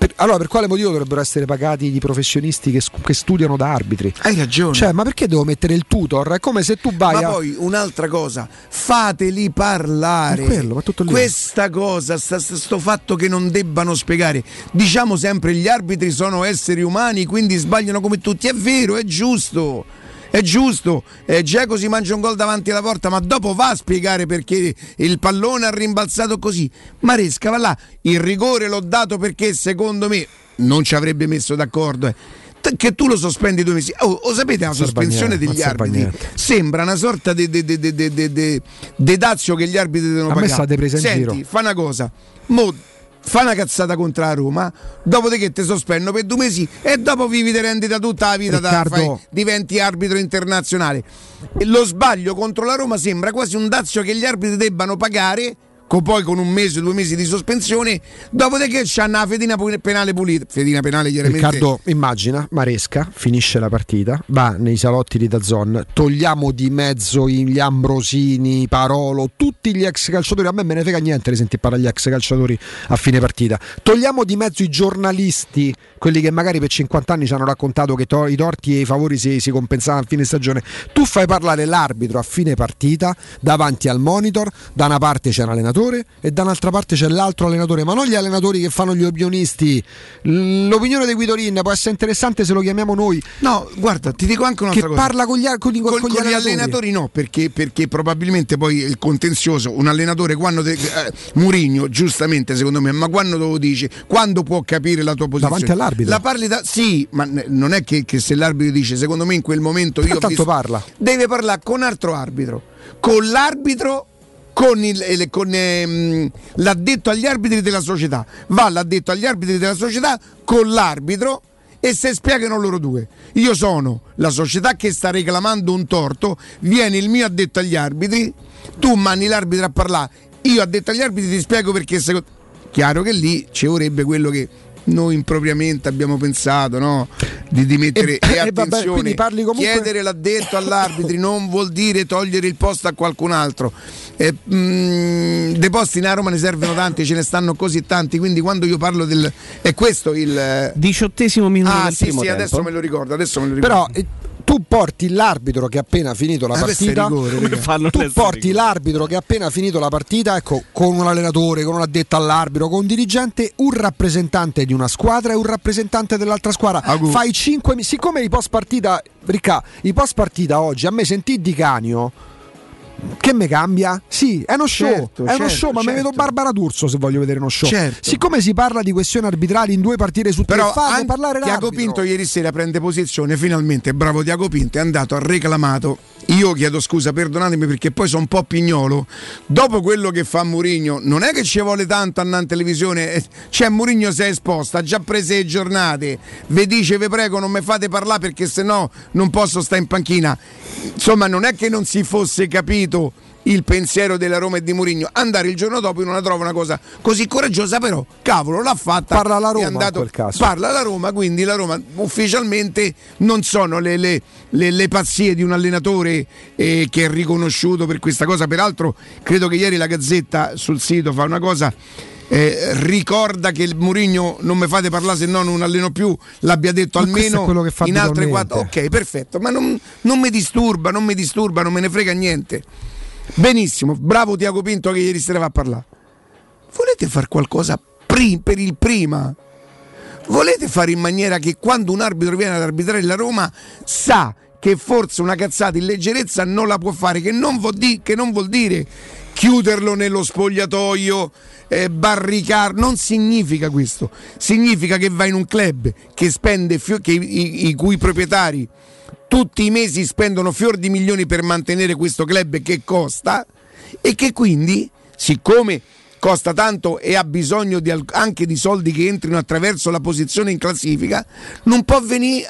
Allora, per quale motivo dovrebbero essere pagati gli professionisti che studiano da arbitri? Hai ragione. Cioè, ma perché devo mettere il tutor? È come se tu vai ma poi un'altra cosa, fateli parlare. Ma tutto lì. Questa cosa, sto fatto che non debbano spiegare. Diciamo sempre gli arbitri sono esseri umani, quindi sbagliano come tutti. È vero, è giusto. È giusto, Dzeko si mangia un gol davanti alla porta, ma dopo va a spiegare perché il pallone ha rimbalzato così. Maresca va là, il rigore l'ho dato perché secondo me non ci avrebbe messo d'accordo. Che tu lo sospendi 2 mesi. Sapete la sospensione degli arbitri? Sembra una sorta di dazio che gli arbitri devono pagare. A me state prese in giro. Senti, fa una cosa. Fa una cazzata contro la Roma, dopodiché ti sospendo per 2 mesi e dopo vivi te rendi da tutta la vita, diventi arbitro internazionale. E lo sbaglio contro la Roma sembra quasi un dazio che gli arbitri debbano pagare, poi con 1 mese, 2 mesi di sospensione, dopodiché c'hanno la fedina penale pulita. Fedina penale chiaramente. Riccardo, immagina, Maresca finisce la partita, va nei salotti di DAZN, togliamo di mezzo gli Ambrosini, Parolo, tutti gli ex calciatori, a me ne frega niente di sentire parlare gli ex calciatori a fine partita, togliamo di mezzo i giornalisti, quelli che magari per 50 anni ci hanno raccontato che i torti e i favori si compensavano a fine stagione. Tu fai parlare l'arbitro a fine partita davanti al monitor, da una parte c'è un allenatore e da un'altra parte c'è l'altro allenatore, ma non gli allenatori che fanno gli opinionisti. L'opinione di Guidorin può essere interessante se lo chiamiamo noi. No, guarda, ti dico anche un'altra cosa. Che parla con gli allenatori no, perché probabilmente poi il contenzioso, un allenatore quando Mourinho, giustamente secondo me, ma quando lo dice, quando può capire la tua posizione? Davanti all'arbitro. La parli sì, ma non è che se l'arbitro dice secondo me in quel momento io tanto parla. Deve parlare con altro arbitro, con l'arbitro, con l'addetto agli arbitri della società, va l'addetto agli arbitri della società con l'arbitro e se spiegano loro due. Io sono la società che sta reclamando un torto, viene il mio addetto agli arbitri, tu mandi l'arbitro a parlare, io addetto agli arbitri ti spiego perché chiaro che lì ci vorrebbe quello che noi impropriamente abbiamo pensato, no? Di mettere attenzione, chiedere l'addetto all'arbitri non vuol dire togliere il posto a qualcun altro. Dei posti in Roma ne servono tanti, ce ne stanno così tanti, quindi quando io parlo è questo il 18° minuto del primo tempo. Adesso me lo ricordo. Però tu porti l'arbitro che ha appena finito la partita, l'arbitro che ha appena finito la partita, ecco, con un allenatore, con un addetto all'arbitro, con un dirigente, un rappresentante di una squadra e un rappresentante dell'altra squadra. Fai 5, siccome i post partita, Ricca, i post partita oggi a me sentì Di Canio. Che me cambia? Sì, è uno show, ma mi vedo Barbara D'Urso se voglio vedere uno show. Siccome si parla di questioni arbitrali in 2 partite su 3, fanno parlare l'arbitro. Tiago Pinto ieri sera prende posizione, finalmente, bravo Tiago Pinto, è andato, ha reclamato. Io chiedo scusa, perdonatemi perché poi sono un po' pignolo. Dopo quello che fa Mourinho, non è che ci vuole tanto andare in televisione. Mourinho si è esposto, ha già preso le giornate. Vi dice, vi prego, non mi fate parlare perché sennò non posso stare in panchina. Insomma, non è che non si fosse capito il pensiero della Roma e di Mourinho. Andare il giorno dopo io non la trovo una cosa così coraggiosa, però cavolo, l'ha fatta. Parla la Roma, in quel caso. Parla la Roma, quindi la Roma ufficialmente non sono le pazzie di un allenatore che è riconosciuto per questa cosa. Peraltro credo che ieri la Gazzetta sul sito fa una cosa, ricorda che il Mourinho non mi fate parlare se no non alleno più, l'abbia detto almeno in altre 4. Ok, perfetto, ma non mi disturba, non me ne frega niente. Benissimo, bravo Tiago Pinto che ieri sera va a parlare. Volete fare qualcosa per il prima? Volete fare in maniera che quando un arbitro viene ad arbitrare la Roma sa che forse una cazzata in leggerezza non la può fare, che non vuol dire chiuderlo nello spogliatoio, barricar, non significa questo. Significa che va in un club che spende i cui proprietari tutti i mesi spendono fior di milioni per mantenere questo club che costa, e che quindi, siccome costa tanto e ha bisogno anche di soldi che entrino attraverso la posizione in classifica, non può venire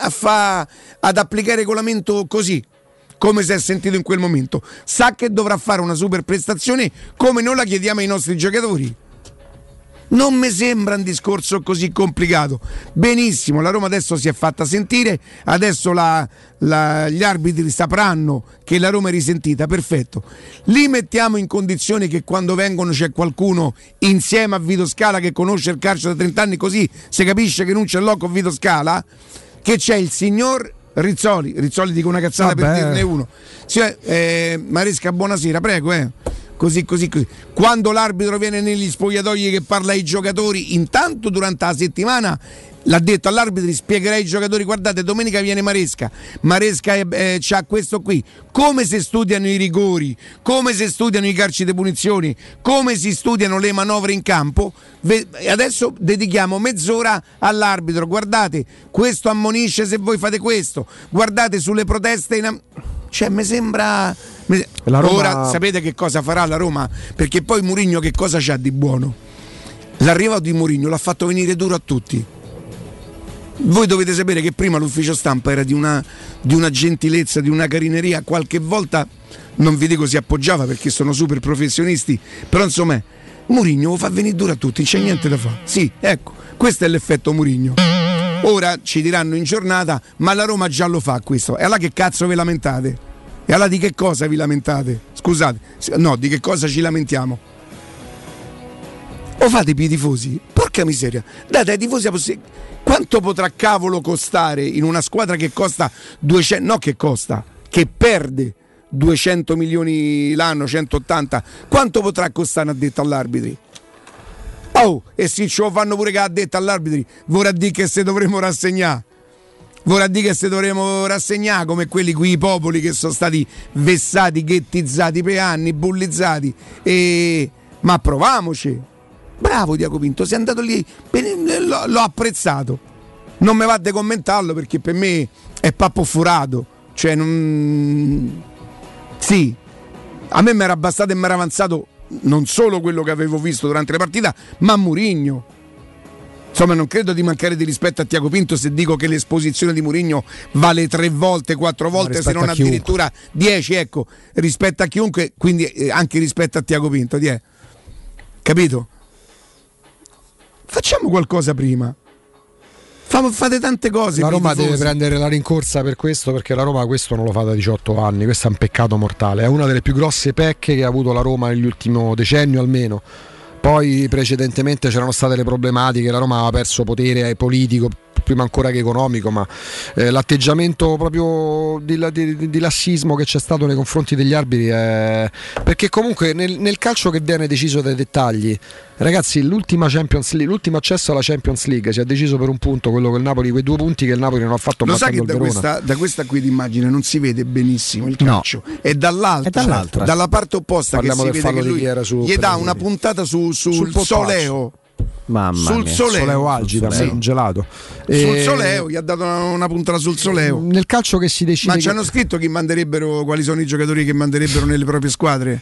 ad applicare regolamento così, come si è sentito in quel momento. Sa che dovrà fare una super prestazione come noi la chiediamo ai nostri giocatori. Non mi sembra un discorso così complicato. Benissimo, la Roma adesso si è fatta sentire, adesso gli arbitri sapranno che la Roma è risentita, perfetto. Li mettiamo in condizione che quando vengono c'è qualcuno insieme a Vito Scala che conosce il calcio da 30 anni, così si capisce che non c'è loco Vito Scala, che c'è il signor Rizzoli dico una cazzata per dirne uno. Maresca, buonasera, prego, Così. Quando l'arbitro viene negli spogliatoi che parla ai giocatori, intanto durante la settimana l'ha detto all'arbitro, spiegherei ai giocatori: guardate, domenica viene Maresca c'ha questo qui, come si studiano i rigori, come si studiano i calci di punizioni, come si studiano le manovre in campo. Adesso dedichiamo mezz'ora all'arbitro: guardate, questo ammonisce se voi fate questo, guardate sulle proteste mi sembra. Roma... Ora sapete che cosa farà la Roma? Perché poi Mourinho che cosa c'ha di buono? L'arrivo di Mourinho l'ha fatto venire duro a tutti. Voi dovete sapere che prima l'ufficio stampa era di una gentilezza, di una carineria, qualche volta non vi dico si appoggiava perché sono super professionisti, però insomma Mourinho lo fa venire duro a tutti, non c'è niente da fare. Sì, ecco, questo è l'effetto Mourinho. Ora ci diranno in giornata: ma la Roma già lo fa questo. E allora che cazzo vi lamentate? E allora di che cosa vi lamentate? Scusate, no, di che cosa ci lamentiamo? O fate i tifosi? Porca miseria, date ai tifosi quanto potrà cavolo costare in una squadra che costa 200, no che costa, che perde 200 milioni l'anno, 180, quanto potrà costare addetto all'arbitri? Oh, e se ce lo fanno pure che addetto all'arbitri, vorrà dire che se dovremo rassegnare. Vorrà dire che se dovremo rassegnare come quelli qui, i popoli che sono stati vessati, ghettizzati per anni, bullizzati. Ma proviamoci. Bravo Diaco Pinto, sei andato lì, l'ho apprezzato. Non mi va di commentarlo perché per me è pappo furato. Cioè, sì, a me mi era bastato e mi era avanzato non solo quello che avevo visto durante la partita, ma Mourinho. Insomma, non credo di mancare di rispetto a Tiago Pinto se dico che l'esposizione di Mourinho vale 3 volte, 4 volte, se non addirittura 10, ecco, rispetto a chiunque, quindi anche rispetto a Tiago Pinto, capito? Facciamo qualcosa prima. Fate tante cose. La Roma deve prendere la rincorsa per questo, perché la Roma questo non lo fa da 18 anni, questo è un peccato mortale, è una delle più grosse pecche che ha avuto la Roma nell'ultimo decennio almeno. Poi precedentemente c'erano state le problematiche, la Roma aveva perso potere politico prima ancora che economico, ma l'atteggiamento proprio di lassismo che c'è stato nei confronti degli arbitri perché comunque nel calcio che viene deciso dai dettagli, ragazzi, l'ultima Champions League, l'ultimo accesso alla Champions League si è deciso per un punto, quello che il Napoli, quei 2 punti che il Napoli non ha fatto. Lo sai che da questa qui d'immagine non si vede benissimo il calcio, no. È dall'altra, dalla parte opposta. Parliamo che si vede che lui gli dà una puntata sul Soleo. Sul Soleo Algida, sì. Gelato. Sul Soleo gli ha dato una puntata sul Soleo. Nel calcio che si decide. Ma ci hanno scritto quali sono i giocatori che manderebbero nelle proprie squadre?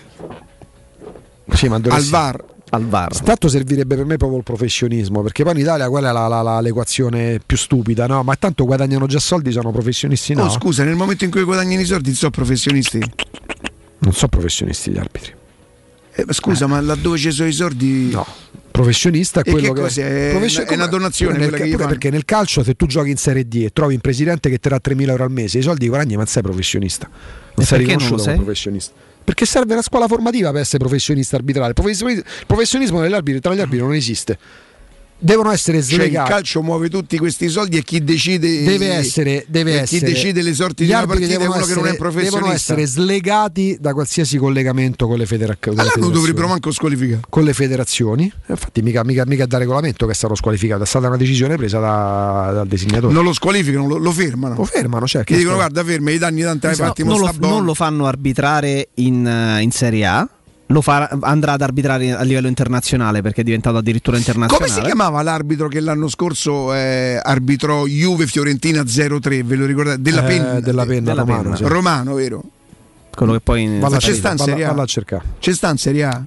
Sì, al VAR. Tanto servirebbe per me proprio il professionismo, perché poi in Italia qual è l'equazione più stupida, no? Ma tanto guadagnano già soldi, sono professionisti, no? Oh, scusa, nel momento in cui guadagnano i soldi sono professionisti? Non sono professionisti gli arbitri. Scusa, ma laddove ci sono i soldi? No. Professionista è quello che è una donazione perché nel calcio, se tu giochi in Serie D e trovi un presidente che ti dà 3.000 euro al mese, i soldi guadagni, ma sei professionista, non sei riconosciuto come professionista, perché serve una scuola formativa per essere professionista arbitrale. Il professionismo tra gli arbitri non esiste. Devono essere slegati. Cioè, il calcio muove tutti questi soldi e chi decide chi decide le sorti di una partita è uno che non è professionista. Devono essere slegati da qualsiasi collegamento con le federazioni. Allora non dovrebbero manco squalificare. Con le federazioni. Infatti mica da regolamento che è stato squalificato, è stata una decisione presa dal designatore. Non lo squalificano, lo fermano. Lo fermano, cioè. Che dicono guarda, ferma, i danni tanti hai fatti. Non lo fanno arbitrare in Serie A. Andrà ad arbitrare a livello internazionale perché è diventato addirittura internazionale. Come si chiamava l'arbitro che l'anno scorso arbitrò Juve-Fiorentina 0-3? Ve lo ricordate? Della Penna Romano, sì. Romano, vero? Quello che poi c'è sta in Serie A. C'è sta in Serie A.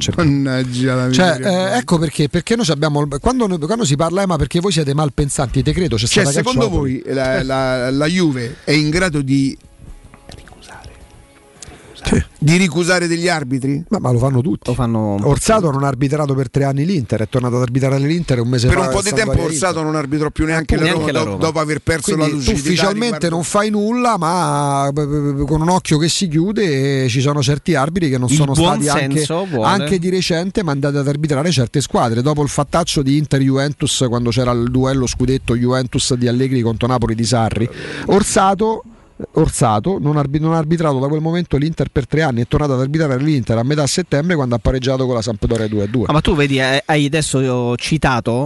Ecco perché noi abbiamo quando si parla ma perché voi siete malpensanti, te credo c'è secondo voi la Juve è in grado di Di ricusare degli arbitri? Ma lo fanno tutti. Orsato non ha arbitrato per 3 anni l'Inter, è tornato ad arbitrare l'Inter un mese fa. Per un po' di tempo Orsato non arbitrò più neanche la Roma. Dopo aver perso la lucidità. Ufficialmente non fai nulla, ma con un occhio che si chiude ci sono certi arbitri che non sono stati anche di recente mandati ad arbitrare certe squadre. Dopo il fattaccio di Inter-Juventus, quando c'era il duello scudetto Juventus di Allegri contro Napoli di Sarri, Orsato non ha arbitrato da quel momento l'Inter per 3 anni, è tornato ad arbitrare l'Inter a metà settembre quando ha pareggiato con la Sampdoria 2-2. Ma tu vedi, hai adesso citato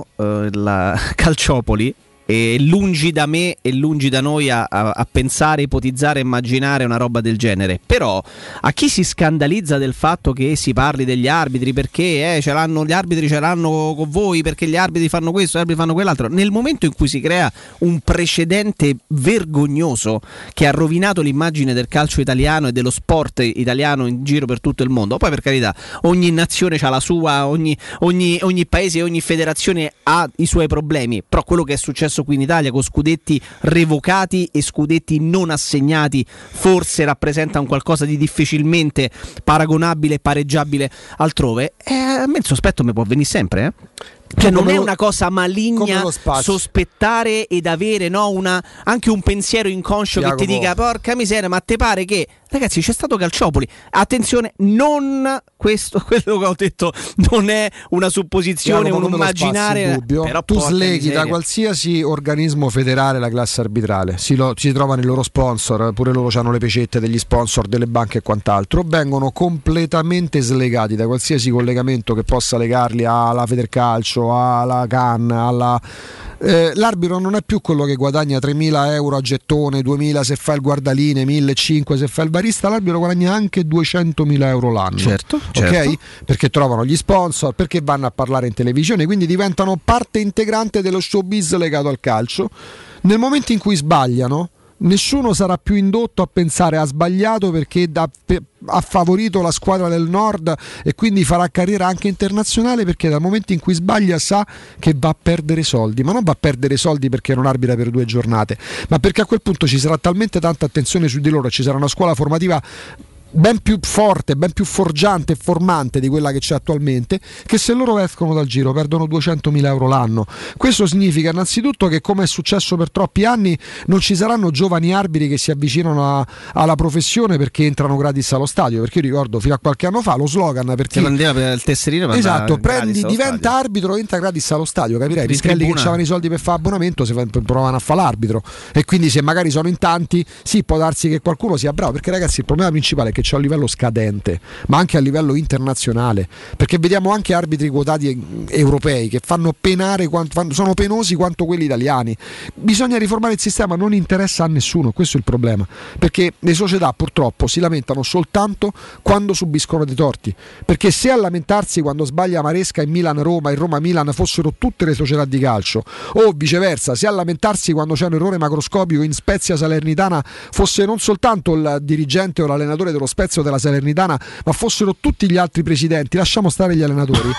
la Calciopoli, e lungi da me e lungi da noi a pensare, ipotizzare, immaginare una roba del genere. Però a chi si scandalizza del fatto che si parli degli arbitri perché gli arbitri ce l'hanno con voi, perché gli arbitri fanno questo, gli arbitri fanno quell'altro, nel momento in cui si crea un precedente vergognoso che ha rovinato l'immagine del calcio italiano e dello sport italiano in giro per tutto il mondo, poi per carità ogni nazione ha la sua, ogni paese, ogni federazione ha i suoi problemi, però quello che è successo qui in Italia con scudetti revocati e scudetti non assegnati forse rappresenta un qualcosa di difficilmente paragonabile e pareggiabile altrove. A me il sospetto mi può venire sempre, Cioè non è una cosa maligna sospettare ed avere anche un pensiero inconscio che ti dica porca miseria, ma te pare che ragazzi c'è stato Calciopoli, attenzione, non questo, quello che ho detto non è una supposizione, un immaginare, però tu sleghi da qualsiasi organismo federale la classe arbitrale, si trovano i loro sponsor, pure loro hanno le pecette degli sponsor delle banche e quant'altro, vengono completamente slegati da qualsiasi collegamento che possa legarli alla Federcalcio, alla CAN, l'arbitro non è più quello che guadagna 3.000 euro a gettone, 2.000 se fa il guardaline, 1.500 se fa il barista, l'arbitro guadagna anche 200.000 euro l'anno, certo. Perché trovano gli sponsor, perché vanno a parlare in televisione, quindi diventano parte integrante dello showbiz legato al calcio. Nel momento in cui sbagliano, nessuno sarà più indotto a pensare ha sbagliato perché ha favorito la squadra del nord e quindi farà carriera anche internazionale, perché dal momento in cui sbaglia sa che va a perdere soldi, ma non va a perdere soldi perché non arbitra per 2 giornate, ma perché a quel punto ci sarà talmente tanta attenzione su di loro, ci sarà una scuola formativa ben più forte, ben più forgiante e formante di quella che c'è attualmente, che se loro escono dal giro perdono 200.000 euro l'anno. Questo significa innanzitutto che, come è successo per troppi anni, non ci saranno giovani arbitri che si avvicinano alla professione perché entrano gratis allo stadio, perché io ricordo fino a qualche anno fa lo slogan, perché mandava il tesserino, esatto, diventa arbitro, entra gratis allo stadio, capirai? I Pischelli che avevano i soldi per fare abbonamento provano a fare l'arbitro, e quindi se magari sono in tanti sì, può darsi che qualcuno sia bravo, perché ragazzi il problema principale è che c'è a livello scadente, ma anche a livello internazionale, perché vediamo anche arbitri quotati europei che fanno penare, sono penosi quanto quelli italiani. Bisogna riformare il sistema, non interessa a nessuno, questo è il problema, perché le società purtroppo si lamentano soltanto quando subiscono dei torti, perché se a lamentarsi quando sbaglia Maresca in Milan-Roma e Roma-Milan fossero tutte le società di calcio, o viceversa, se a lamentarsi quando c'è un errore macroscopico in Spezia Salernitana fosse non soltanto il dirigente o l'allenatore dello Spezia o della Salernitana, ma fossero tutti gli altri presidenti, lasciamo stare gli allenatori,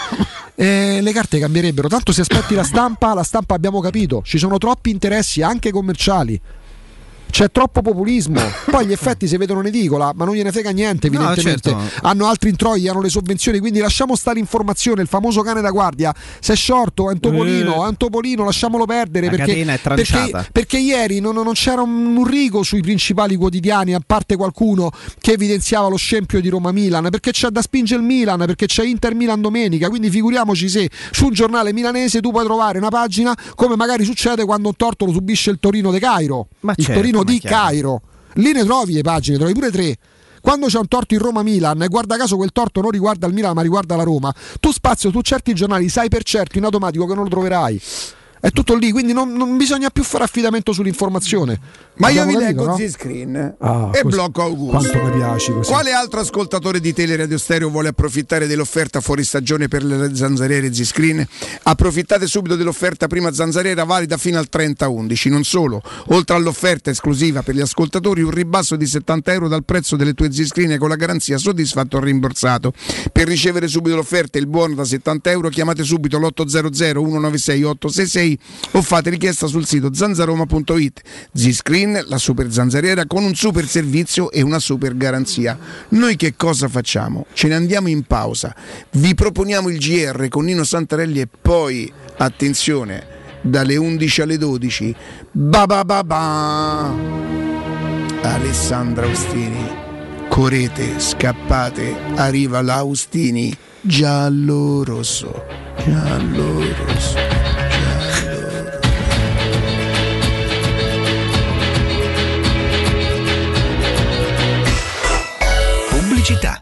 le carte cambierebbero. Tanto se aspetti la stampa abbiamo capito, ci sono troppi interessi anche commerciali, c'è troppo populismo, poi gli effetti si vedono in edicola, ma non gliene frega niente, evidentemente. No, certo. Hanno altri introiti, hanno le sovvenzioni, quindi lasciamo stare informazione, il famoso cane da guardia, se è sciorto è un topolino, lasciamolo perdere, la catena è tranciata. perché ieri non c'era un rigo sui principali quotidiani, a parte qualcuno che evidenziava lo scempio di Roma-Milan, perché c'è da spingere il Milan, perché c'è Inter-Milan domenica, quindi figuriamoci se su un giornale milanese tu puoi trovare una pagina come magari succede quando un torto lo subisce il Torino de Cairo, Torino di Cairo, lì ne trovi le pagine, trovi pure 3. Quando c'è un torto in Roma-Milan e guarda caso quel torto non riguarda il Milan ma riguarda la Roma, tu spazio su certi giornali sai per certo in automatico che non lo troverai. È tutto lì, quindi non bisogna più fare affidamento sull'informazione. Ma io vi leggo Z-Screen e blocco Augusto. Quanto mi piace così. Quale altro ascoltatore di Teleradio Stereo vuole approfittare dell'offerta fuori stagione per le zanzariere Z-Screen? Approfittate subito dell'offerta prima zanzariera valida fino al 30/11. Non solo, oltre all'offerta esclusiva per gli ascoltatori, un ribasso di 70 euro dal prezzo delle tue Z-Screen con la garanzia soddisfatto o rimborsato. Per ricevere subito l'offerta e il buono da 70 euro chiamate subito l'800 196 866 o fate richiesta sul sito zanzaroma.it. Z-Screen, Green, la super zanzariera con un super servizio e una super garanzia. Noi che cosa facciamo? Ce ne andiamo in pausa, vi proponiamo il GR con Nino Santarelli e poi, attenzione, dalle 11 alle 12 Alessandra Austini, correte, scappate, arriva l'Austini, giallo rosso. Pubblicità.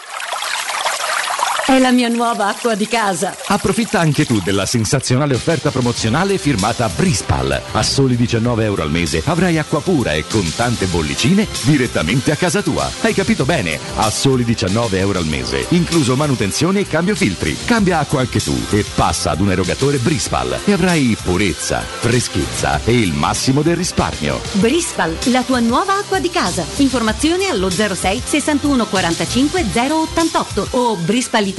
È la mia nuova acqua di casa. Approfitta anche tu della sensazionale offerta promozionale firmata Brispal. A soli €19 al mese avrai acqua pura e con tante bollicine direttamente a casa tua. Hai capito bene? A soli €19 al mese, incluso manutenzione e cambio filtri. Cambia acqua anche tu e passa ad un erogatore Brispal e avrai purezza, freschezza e il massimo del risparmio. Brispal, la tua nuova acqua di casa. Informazioni allo 06 61 45 088 o brispalitalia.it.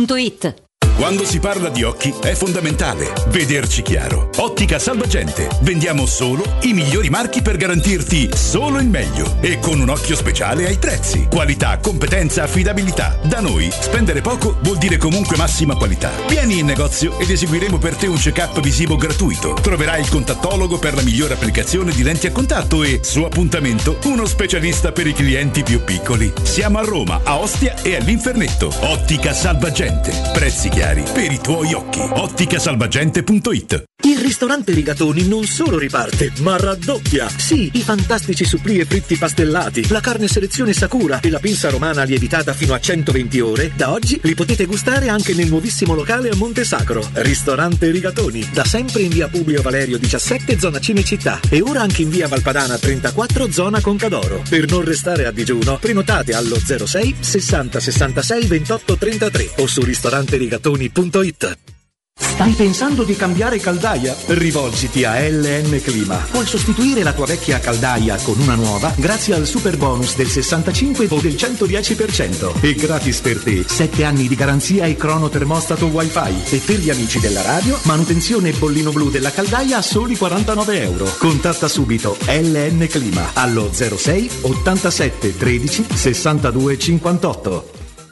Quando si parla di occhi è fondamentale vederci chiaro. Ottica Salvagente. Vendiamo solo i migliori marchi per garantirti solo il meglio e con un occhio speciale ai prezzi. Qualità, competenza, affidabilità. Da noi spendere poco vuol dire comunque massima qualità. Vieni in negozio ed eseguiremo per te un check-up visivo gratuito. Troverai il contattologo per la migliore applicazione di lenti a contatto e, su appuntamento, uno specialista per i clienti più piccoli. Siamo a Roma, a Ostia e all'Infernetto. Ottica Salvagente. Prezzi chiari per i tuoi occhi. Otticasalvagente.it. Il ristorante Rigatoni non solo riparte, ma raddoppia. Sì, i fantastici supplì e fritti pastellati, la carne selezione Sakura e la pinza romana lievitata fino a 120 ore, da oggi li potete gustare anche nel nuovissimo locale a Monte Sacro. Ristorante Rigatoni, da sempre in via Publio Valerio 17, zona Cinecittà, e ora anche in via Valpadana 34, zona Concadoro. Per non restare a digiuno, prenotate allo 06 60 66 28 33 o su ristoranterigatoni.it. Stai pensando di cambiare caldaia? Rivolgiti a LN Clima. Puoi sostituire la tua vecchia caldaia con una nuova grazie al super bonus del 65 o del 110% e gratis per te 7 anni di garanzia e cronotermostato wifi, e per gli amici della radio manutenzione e bollino blu della caldaia a soli €49. Contatta subito LN Clima allo 06 87 13 62 58.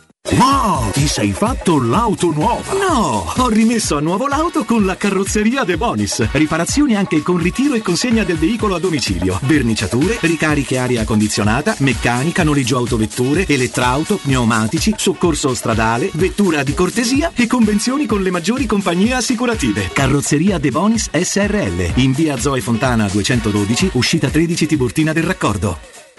Wow, ti sei fatto l'auto nuova? No, ho rimesso a nuovo l'auto con la carrozzeria De Bonis. Riparazioni anche con ritiro e consegna del veicolo a domicilio, verniciature, ricariche aria condizionata, meccanica, noleggio autovetture, elettrauto, pneumatici, soccorso stradale, vettura di cortesia e convenzioni con le maggiori compagnie assicurative. Carrozzeria De Bonis SRL, in via Zoe Fontana 212, uscita 13 Tiburtina del Raccordo.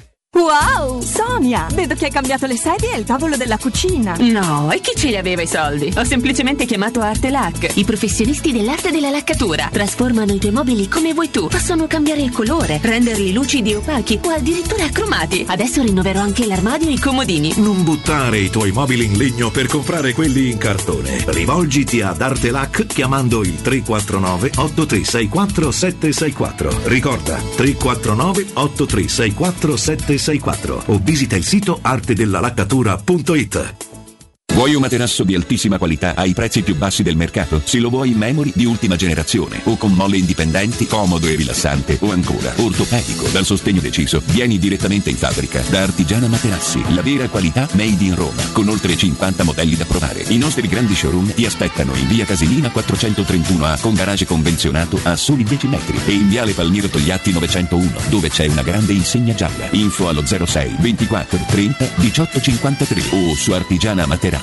Wow! Sonia, vedo che hai cambiato le sedie e il tavolo della cucina. No, e chi ce li aveva i soldi? Ho semplicemente chiamato Artelac, i professionisti dell'arte della laccatura. Trasformano i tuoi mobili come vuoi tu. Possono cambiare il colore, renderli lucidi e opachi o addirittura cromati. Adesso rinnoverò anche l'armadio e i comodini. Non buttare i tuoi mobili in legno per comprare quelli in cartone. Rivolgiti ad Artelac chiamando il 349 8364 764. Ricorda, 349 8364 764 o visita il sito artedellalaccatura.it. Vuoi un materasso di altissima qualità ai prezzi più bassi del mercato? Se lo vuoi in memory di ultima generazione o con molle indipendenti, comodo e rilassante, o ancora ortopedico dal sostegno deciso, vieni direttamente in fabbrica da Artigiana Materassi, la vera qualità made in Roma, con oltre 50 modelli da provare. I nostri grandi showroom ti aspettano in via Casilina 431A con garage convenzionato a soli 10 metri e in viale Palmiro Togliatti 901, dove c'è una grande insegna gialla. Info allo 06 24 30 18 53 o su artigianamaterassi.com.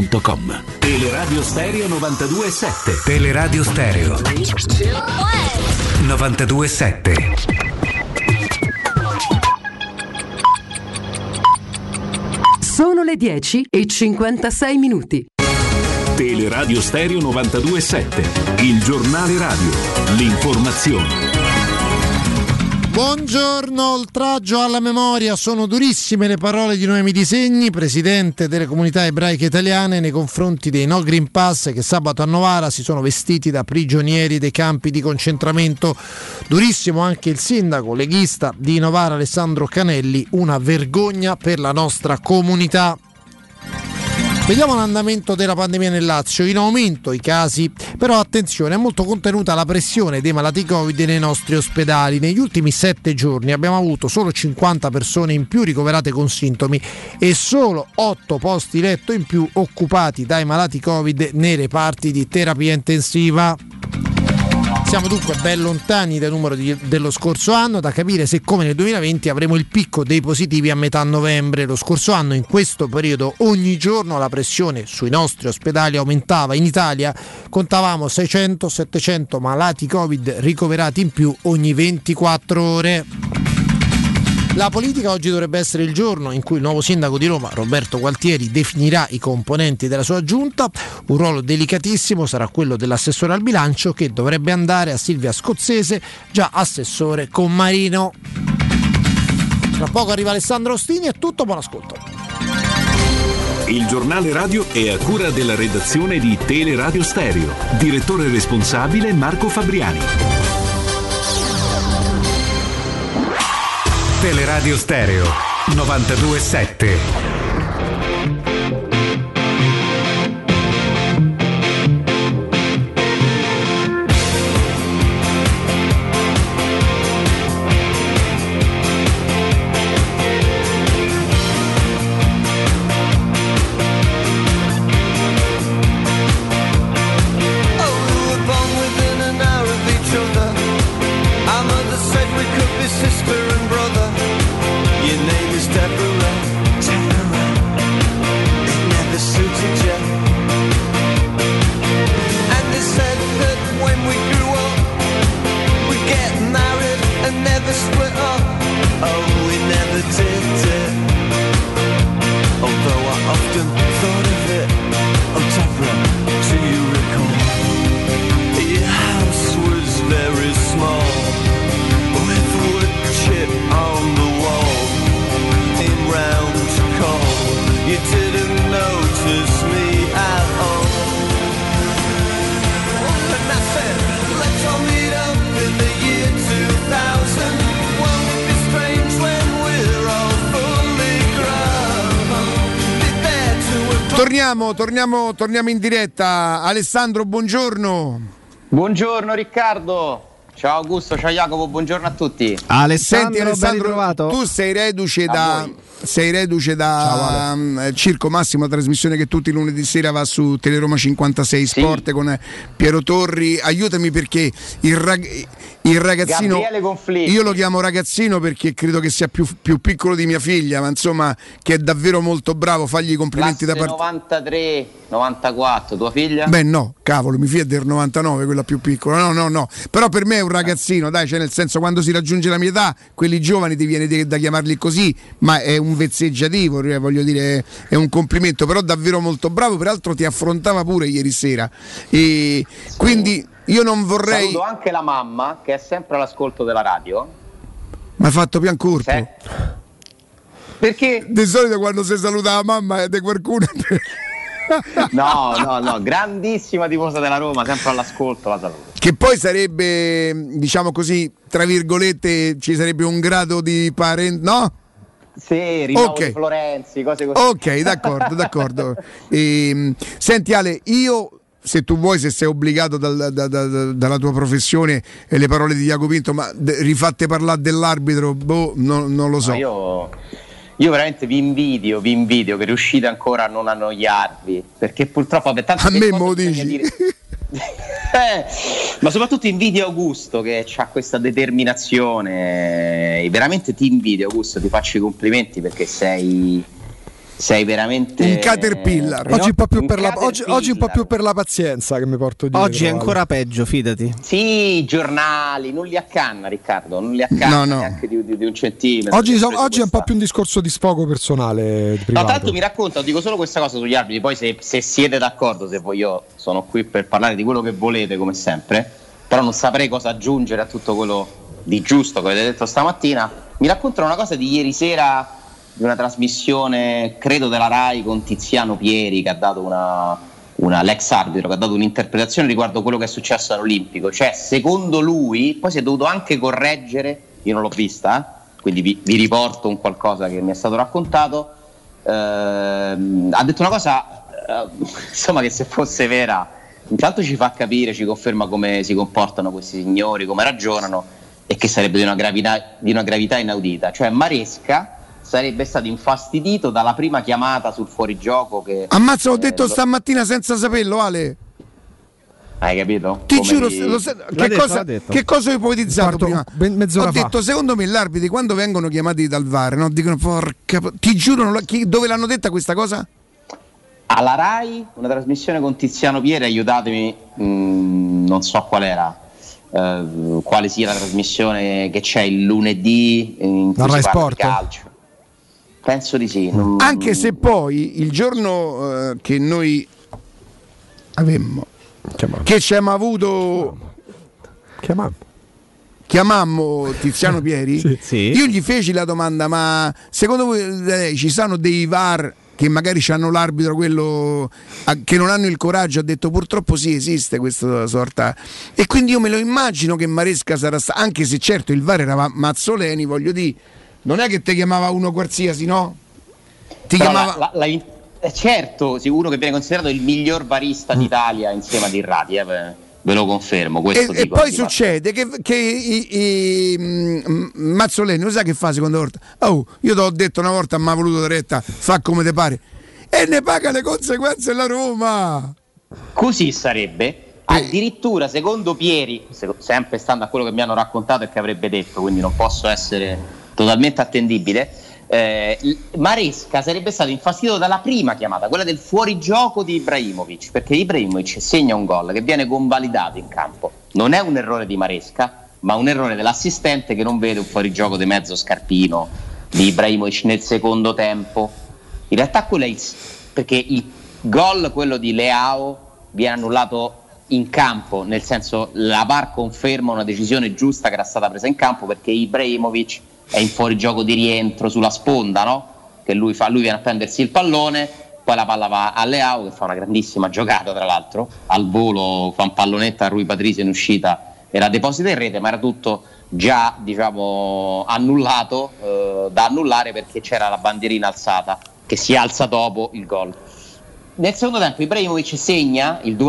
Teleradio Stereo 92.7. Teleradio Stereo 92.7. Sono le 10:56. Teleradio Stereo 92.7. Il giornale radio. L'informazione. Buongiorno, oltraggio alla memoria, sono durissime le parole di Noemi Di Segni, presidente delle comunità ebraiche italiane, nei confronti dei no Green Pass che sabato a Novara si sono vestiti da prigionieri dei campi di concentramento. Durissimo anche il sindaco leghista di Novara, Alessandro Canelli, una vergogna per la nostra comunità. Vediamo l'andamento della pandemia nel Lazio. In aumento i casi, però attenzione, è molto contenuta la pressione dei malati Covid nei nostri ospedali. Negli ultimi 7 giorni abbiamo avuto solo 50 persone in più ricoverate con sintomi e solo 8 posti letto in più occupati dai malati Covid nei reparti di terapia intensiva. Siamo dunque ben lontani dal numero dello scorso anno, da capire se come nel 2020 avremo il picco dei positivi a metà novembre. Lo scorso anno in questo periodo ogni giorno la pressione sui nostri ospedali aumentava. In Italia contavamo 600-700 malati Covid ricoverati in più ogni 24 ore. La politica oggi dovrebbe essere il giorno in cui il nuovo sindaco di Roma, Roberto Gualtieri, definirà i componenti della sua giunta. Un ruolo delicatissimo sarà quello dell'assessore al bilancio, che dovrebbe andare a Silvia Scozzese, già assessore con Marino. Tra poco arriva Alessandro Ostini, è tutto, buon ascolto. Il giornale radio è a cura della redazione di Teleradio Stereo. Direttore responsabile Marco Fabriani. Teleradio Stereo 92.7. Torniamo in diretta. Alessandro, buongiorno. Buongiorno Riccardo. Ciao Augusto, ciao Jacopo, buongiorno a tutti. Senti Alessandro, tu sei reduce da Circo Massimo, la trasmissione che tutti i lunedì sera va su Teleroma 56 Sport, sì, con Piero Torri. Aiutami, perché il ragazzino, Gabriele Conflitti, io lo chiamo ragazzino perché credo che sia più piccolo di mia figlia, ma insomma che è davvero molto bravo. Fagli i complimenti classe da parte 93, 94, tua figlia? Beh no, cavolo, mia figlia è del 99, quella più piccola. No, però per me è un ragazzino, dai, cioè nel senso, quando si raggiunge la mia età, quelli giovani ti viene da chiamarli così, ma è un vezzeggiativo, voglio dire, è un complimento, però davvero molto bravo. Peraltro ti affrontava pure ieri sera, e quindi io non vorrei. Saluto anche la mamma, che è sempre all'ascolto della radio. Mi ha fatto piancorpo. Sì. Perché di solito quando si saluta la mamma è di qualcuno. No, grandissima tifosa della Roma, sempre all'ascolto, la saluto. Che poi sarebbe, diciamo così, tra virgolette, ci sarebbe un grado di no? Sì, rinnovo di Florenzi, cose così. Ok, d'accordo. Senti Ale, io, se tu vuoi, se sei obbligato dalla tua professione e le parole di Jacopo Pinto, ma rifatte parlare dell'arbitro, non lo so. Io veramente vi invidio che riuscite ancora a non annoiarvi, perché purtroppo a me me lo dici. Ma soprattutto invidio Augusto, che ha questa determinazione. Veramente ti invidio, Augusto, ti faccio i complimenti, perché sei veramente un caterpillar. Oggi un po' più per la pazienza che mi porto dietro. Oggi è ancora peggio, fidati. Sì, i giornali non li accanna, Riccardo, non li accanna neanche di un centimetro. Oggi è un po' più un discorso di sfogo personale, privato. No, tanto mi racconta, dico solo questa cosa sugli arbitri, poi se siete d'accordo, se voi, io sono qui per parlare di quello che volete come sempre, però non saprei cosa aggiungere a tutto quello di giusto che avete detto stamattina. Mi raccontano una cosa di ieri sera, di una trasmissione, credo della Rai, con Tiziano Pieri, che ha dato l'ex arbitro, che ha dato un'interpretazione riguardo quello che è successo all'Olimpico. Cioè, secondo lui, poi si è dovuto anche correggere, io non l'ho vista, quindi vi riporto un qualcosa che mi è stato raccontato. Ha detto una cosa insomma, che se fosse vera, intanto ci fa capire, ci conferma come si comportano questi signori, come ragionano, e che sarebbe di una gravità inaudita. Cioè Maresca sarebbe stato infastidito dalla prima chiamata sul fuorigioco che... Ammazza, ho detto stamattina senza saperlo, Ale. Hai capito? Ti giuro, che cosa ho ipotizzato prima? Ho detto, secondo me l'arbitri quando vengono chiamati dal VAR, no, dicono porca... Ti giuro, dove l'hanno detta questa cosa? Alla Rai, una trasmissione con Tiziano Pieri, aiutatemi, non so qual era, quale sia la trasmissione che c'è il lunedì in cui si parla di calcio. Penso di sì. Anche se poi il giorno che noi avemmo, che ci abbiamo avuto, chiamammo Tiziano Pieri, sì. Io gli feci la domanda: ma secondo voi ci sono dei VAR che magari hanno l'arbitro quello che non hanno il coraggio? Ha detto purtroppo sì, esiste questa sorta, e quindi io me lo immagino che Maresca sarà anche se certo il VAR era Mazzoleni, voglio dire, non è che te chiamava uno qualsiasi, no? Ti però chiamava certo, uno che viene considerato il miglior varista d'Italia insieme ad Irrati, ve lo confermo. Questo e poi succede che Mazzoleni, lo sai che fa seconda volta? Oh, io ti ho detto una volta, mi ha voluto retta, fa come te pare, e ne paga le conseguenze la Roma. Così sarebbe. Addirittura secondo Pieri, sempre stando a quello che mi hanno raccontato e che avrebbe detto, quindi non posso essere totalmente attendibile, Maresca sarebbe stato infastidito dalla prima chiamata, quella del fuorigioco di Ibrahimovic, perché Ibrahimovic segna un gol che viene convalidato in campo. Non è un errore di Maresca, ma un errore dell'assistente che non vede un fuorigioco di mezzo scarpino di Ibrahimovic nel secondo tempo. In realtà quello è perché il gol, quello di Leao, viene annullato in campo, nel senso la VAR conferma una decisione giusta che era stata presa in campo, perché Ibrahimovic è in fuorigioco di rientro sulla sponda, no? Che lui viene a prendersi il pallone, poi la palla va a Leao che fa una grandissima giocata, tra l'altro al volo fa un pallonetta a Rui Patricio in uscita e la deposita in rete, ma era tutto già, diciamo, annullato, da annullare, perché c'era la bandierina alzata che si alza dopo il gol. Nel secondo tempo Ibrahimovic segna il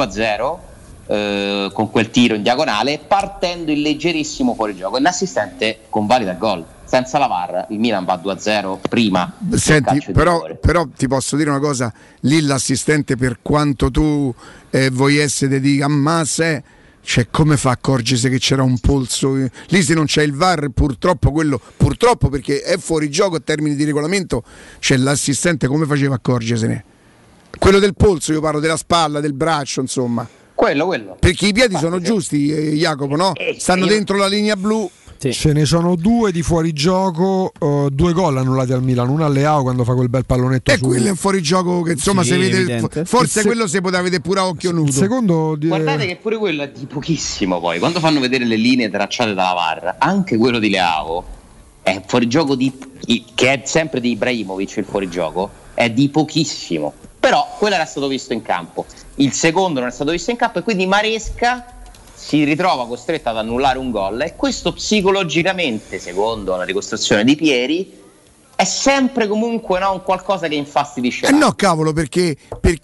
2-0 con quel tiro in diagonale, partendo in leggerissimo fuorigioco, e l'assistente convalida il gol. Senza la VAR il Milan va 2-0 prima. Senti, però ti posso dire una cosa, lì l'assistente, per quanto tu vuoi essere di ammazza, cioè come fa a accorgersi che c'era un polso? Lì se non c'è il VAR, purtroppo perché è fuori gioco a termini di regolamento, c'è l'assistente, come faceva a accorgersene? Quello del polso, io parlo della spalla, del braccio, insomma. Quello. Perché i piedi sono giusti, Jacopo, no? Stanno dentro la linea blu. Sì. Ce ne sono 2 di fuorigioco, 2 gol annullati al Milan, uno a Leao quando fa quel bel pallonetto. E quello è un fuorigioco che insomma si vede, forse quello si poteva vedere pure a occhio nudo. Secondo guardate che pure quello è di pochissimo, poi quando fanno vedere le linee tracciate dalla VAR, anche quello di Leao è un fuorigioco che è sempre di Ibrahimovic, il fuorigioco è di pochissimo, però quello era stato visto in campo, il secondo non è stato visto in campo, e quindi Maresca si ritrova costretta ad annullare un gol, e questo psicologicamente, secondo la ricostruzione di Pieri, è sempre comunque un qualcosa che infastidisce. No, cavolo, perché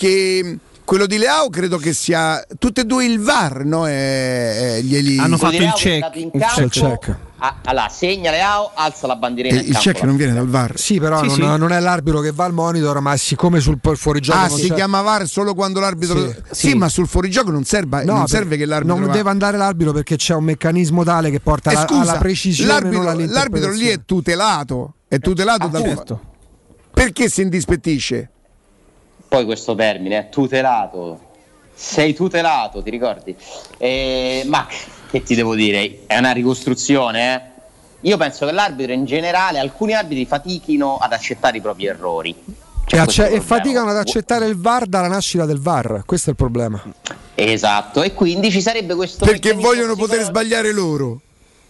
quello di Leao credo che sia tutte e due il VAR, no? Glieli hanno fatto il check. Allora segna Leao, alza la bandierina. Il check non viene dal VAR. Sì, però non è l'arbitro che va al monitor, ma siccome sul fuorigioco si chiama VAR solo quando l'arbitro. Sì, ma sul fuorigioco non serve, non serve che l'arbitro. Non deve andare l'arbitro, perché c'è un meccanismo tale che porta alla precisione. L'arbitro lì è tutelato. È tutelato dal certo. Perché si indispettisce? Poi questo termine, tutelato. Sei tutelato, ti ricordi? Ma che ti devo dire? È una ricostruzione, Io penso che l'arbitro in generale, alcuni arbitri fatichino ad accettare i propri errori. E faticano ad accettare il VAR dalla nascita del VAR, questo è il problema. Esatto, e quindi ci sarebbe questo. Perché vogliono poter sbagliare loro.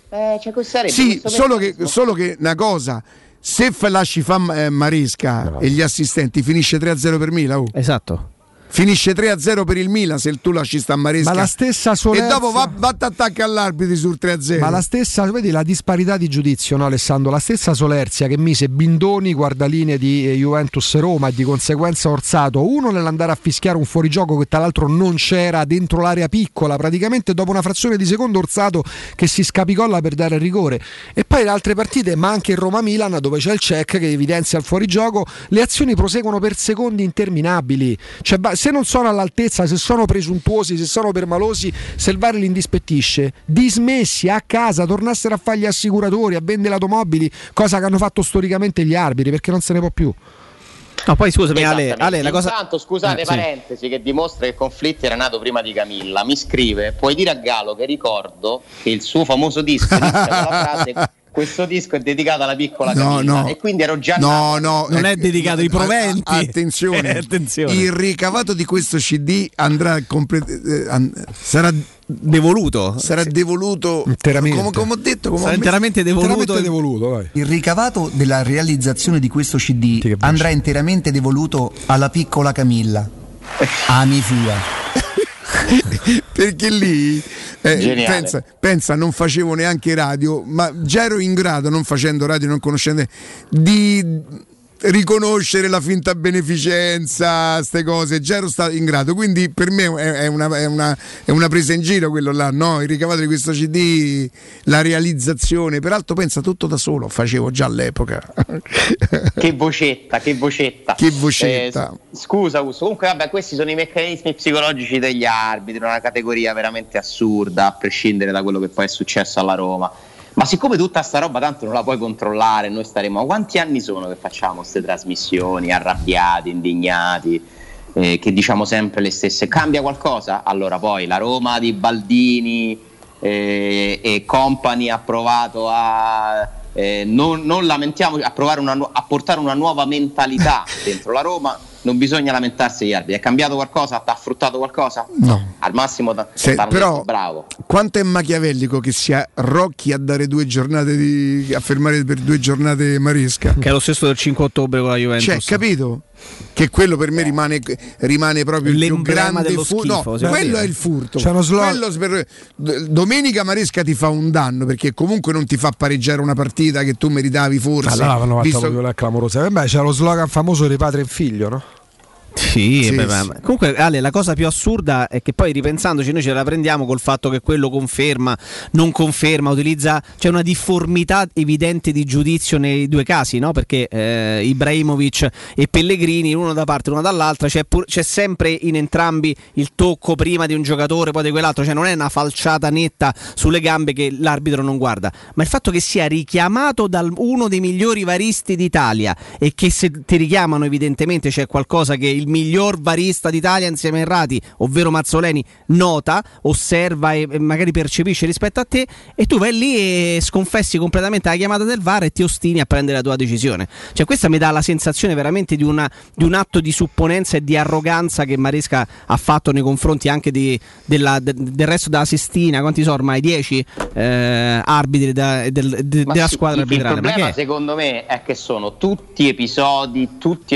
Sì, solo che una cosa. Se lasci Maresca e gli assistenti, finisce 3-0 per Milan. Esatto. Finisce 3-0 per il Milan se tu lasci sta Maresca. Ma la stessa Solerzia, e dopo va attacca all'arbitro sul 3-0. Ma la stessa, vedi la disparità di giudizio, no Alessandro? La stessa Solerzia che mise Bindoni guardalinee di Juventus Roma e di conseguenza Orsato, uno nell'andare a fischiare un fuorigioco che tra l'altro non c'era dentro l'area piccola, praticamente dopo una frazione di secondo Orsato che si scapicolla per dare il rigore, e poi in altre partite, ma anche in Roma-Milan dove c'è il check che evidenzia il fuorigioco, le azioni proseguono per secondi interminabili. Cioè, se non sono all'altezza, se sono presuntuosi, se sono permalosi, se il VAR li indispettisce, dismessi a casa, tornassero a fare gli assicuratori, a vendere automobili, cosa che hanno fatto storicamente gli arbitri, perché non se ne può più. No, poi scusami Ale, la cosa... Intanto scusate, parentesi, sì, che dimostra che il conflitto era nato prima di Camilla. Mi scrive: puoi dire a Galo che ricordo che il suo famoso disco inizia con la frase questo disco è dedicato alla piccola Camilla, e quindi ero già non è dedicato ai proventi. Attenzione. Il ricavato di questo CD andrà sarà devoluto interamente. Come ho detto, sarà interamente devoluto. Vai. Il ricavato della realizzazione di questo CD andrà interamente devoluto alla piccola Camilla, ami sua. Perché lì pensa, non facevo neanche radio, ma già ero in grado, non facendo radio, non conoscendo, di riconoscere la finta beneficenza, queste cose, già ero stato in grado, quindi per me è una presa in giro quello là, no? Il ricavato di questo CD, la realizzazione, peraltro pensa tutto da solo, facevo già all'epoca. Che vocetta. Scusa Augusto, comunque vabbè, questi sono i meccanismi psicologici degli arbitri, una categoria veramente assurda, a prescindere da quello che poi è successo alla Roma. Ma siccome tutta sta roba tanto non la puoi controllare, noi staremo... Quanti anni sono che facciamo queste trasmissioni, arrabbiati, indignati, che diciamo sempre le stesse? Cambia qualcosa? Allora poi la Roma di Baldini e company ha provato a... non lamentiamo, a portare una nuova mentalità dentro la Roma. Non bisogna lamentarsi degli arbitri. È cambiato qualcosa? T'ha fruttato qualcosa? No. Al massimo però bravo. Quanto è machiavellico che sia Rocchi a dare 2 giornate a fermare per 2 giornate Maresca, che è lo stesso del 5 ottobre con la Juventus. Cioè, capito? Che quello per me rimane proprio il più grande furto. No, quello è il furto. Domenica Maresca ti fa un danno perché comunque non ti fa pareggiare una partita che tu meritavi forse. Allora avevano fatto proprio la clamorosa. C'è lo slogan famoso di padre e figlio, no? Sì. Comunque Ale, la cosa più assurda è che poi ripensandoci noi ce la prendiamo col fatto che quello conferma, non conferma, utilizza, c'è una difformità evidente di giudizio nei due casi, no? Perché Ibrahimovic e Pellegrini, uno da parte e uno dall'altra, c'è sempre in entrambi il tocco prima di un giocatore poi di quell'altro, cioè non è una falciata netta sulle gambe che l'arbitro non guarda, ma il fatto che sia richiamato da uno dei migliori varisti d'Italia e che se ti richiamano evidentemente c'è qualcosa che il miglior varista d'Italia insieme a Errati, ovvero Mazzoleni, nota, osserva e magari percepisce rispetto a te, e tu vai lì e sconfessi completamente la chiamata del VAR e ti ostini a prendere la tua decisione. Cioè questa mi dà la sensazione veramente di un atto di supponenza e di arroganza che Maresca ha fatto nei confronti anche del resto della Sistina. Quanti sono ormai? 10 arbitri della squadra arbitrale. Il problema secondo me è che sono tutti episodi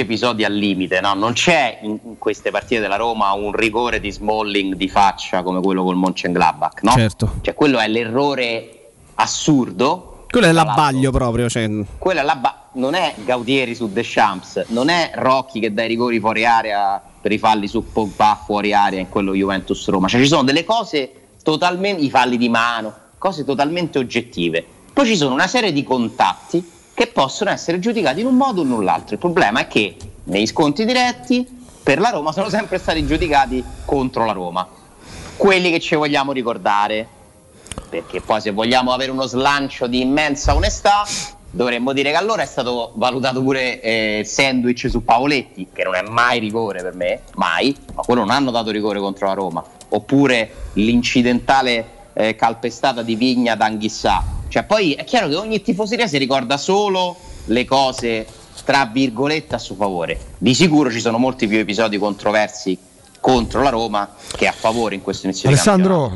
al limite, no? Non c'è in queste partite della Roma un rigore di Smalling di faccia come quello col Mönchengladbach, no? Certo. Cioè quello è l'errore assurdo, quello è l'abbaglio proprio, cioè. Quello è non è Gautieri su Deschamps, non è Rocchi che dà i rigori fuori area per i falli su Pogba fuori area in quello Juventus Roma, cioè ci sono delle cose totalmente, i falli di mano, cose totalmente oggettive. Poi ci sono una serie di contatti che possono essere giudicati in un modo o in un altro. Il problema è che negli scontri diretti per la Roma sono sempre stati giudicati contro la Roma, quelli che ci vogliamo ricordare, perché poi se vogliamo avere uno slancio di immensa onestà dovremmo dire che allora è stato valutato pure Sandwich su Pavoletti, che non è mai rigore per me, mai, ma quello non hanno dato rigore contro la Roma, oppure l'incidentale calpestata di Vigna da Anghissà. Cioè poi è chiaro che ogni tifoseria si ricorda solo le cose tra virgolette a suo favore. Di sicuro ci sono molti più episodi controversi contro la Roma che a favore in questo inizio Alessandro, di campionato.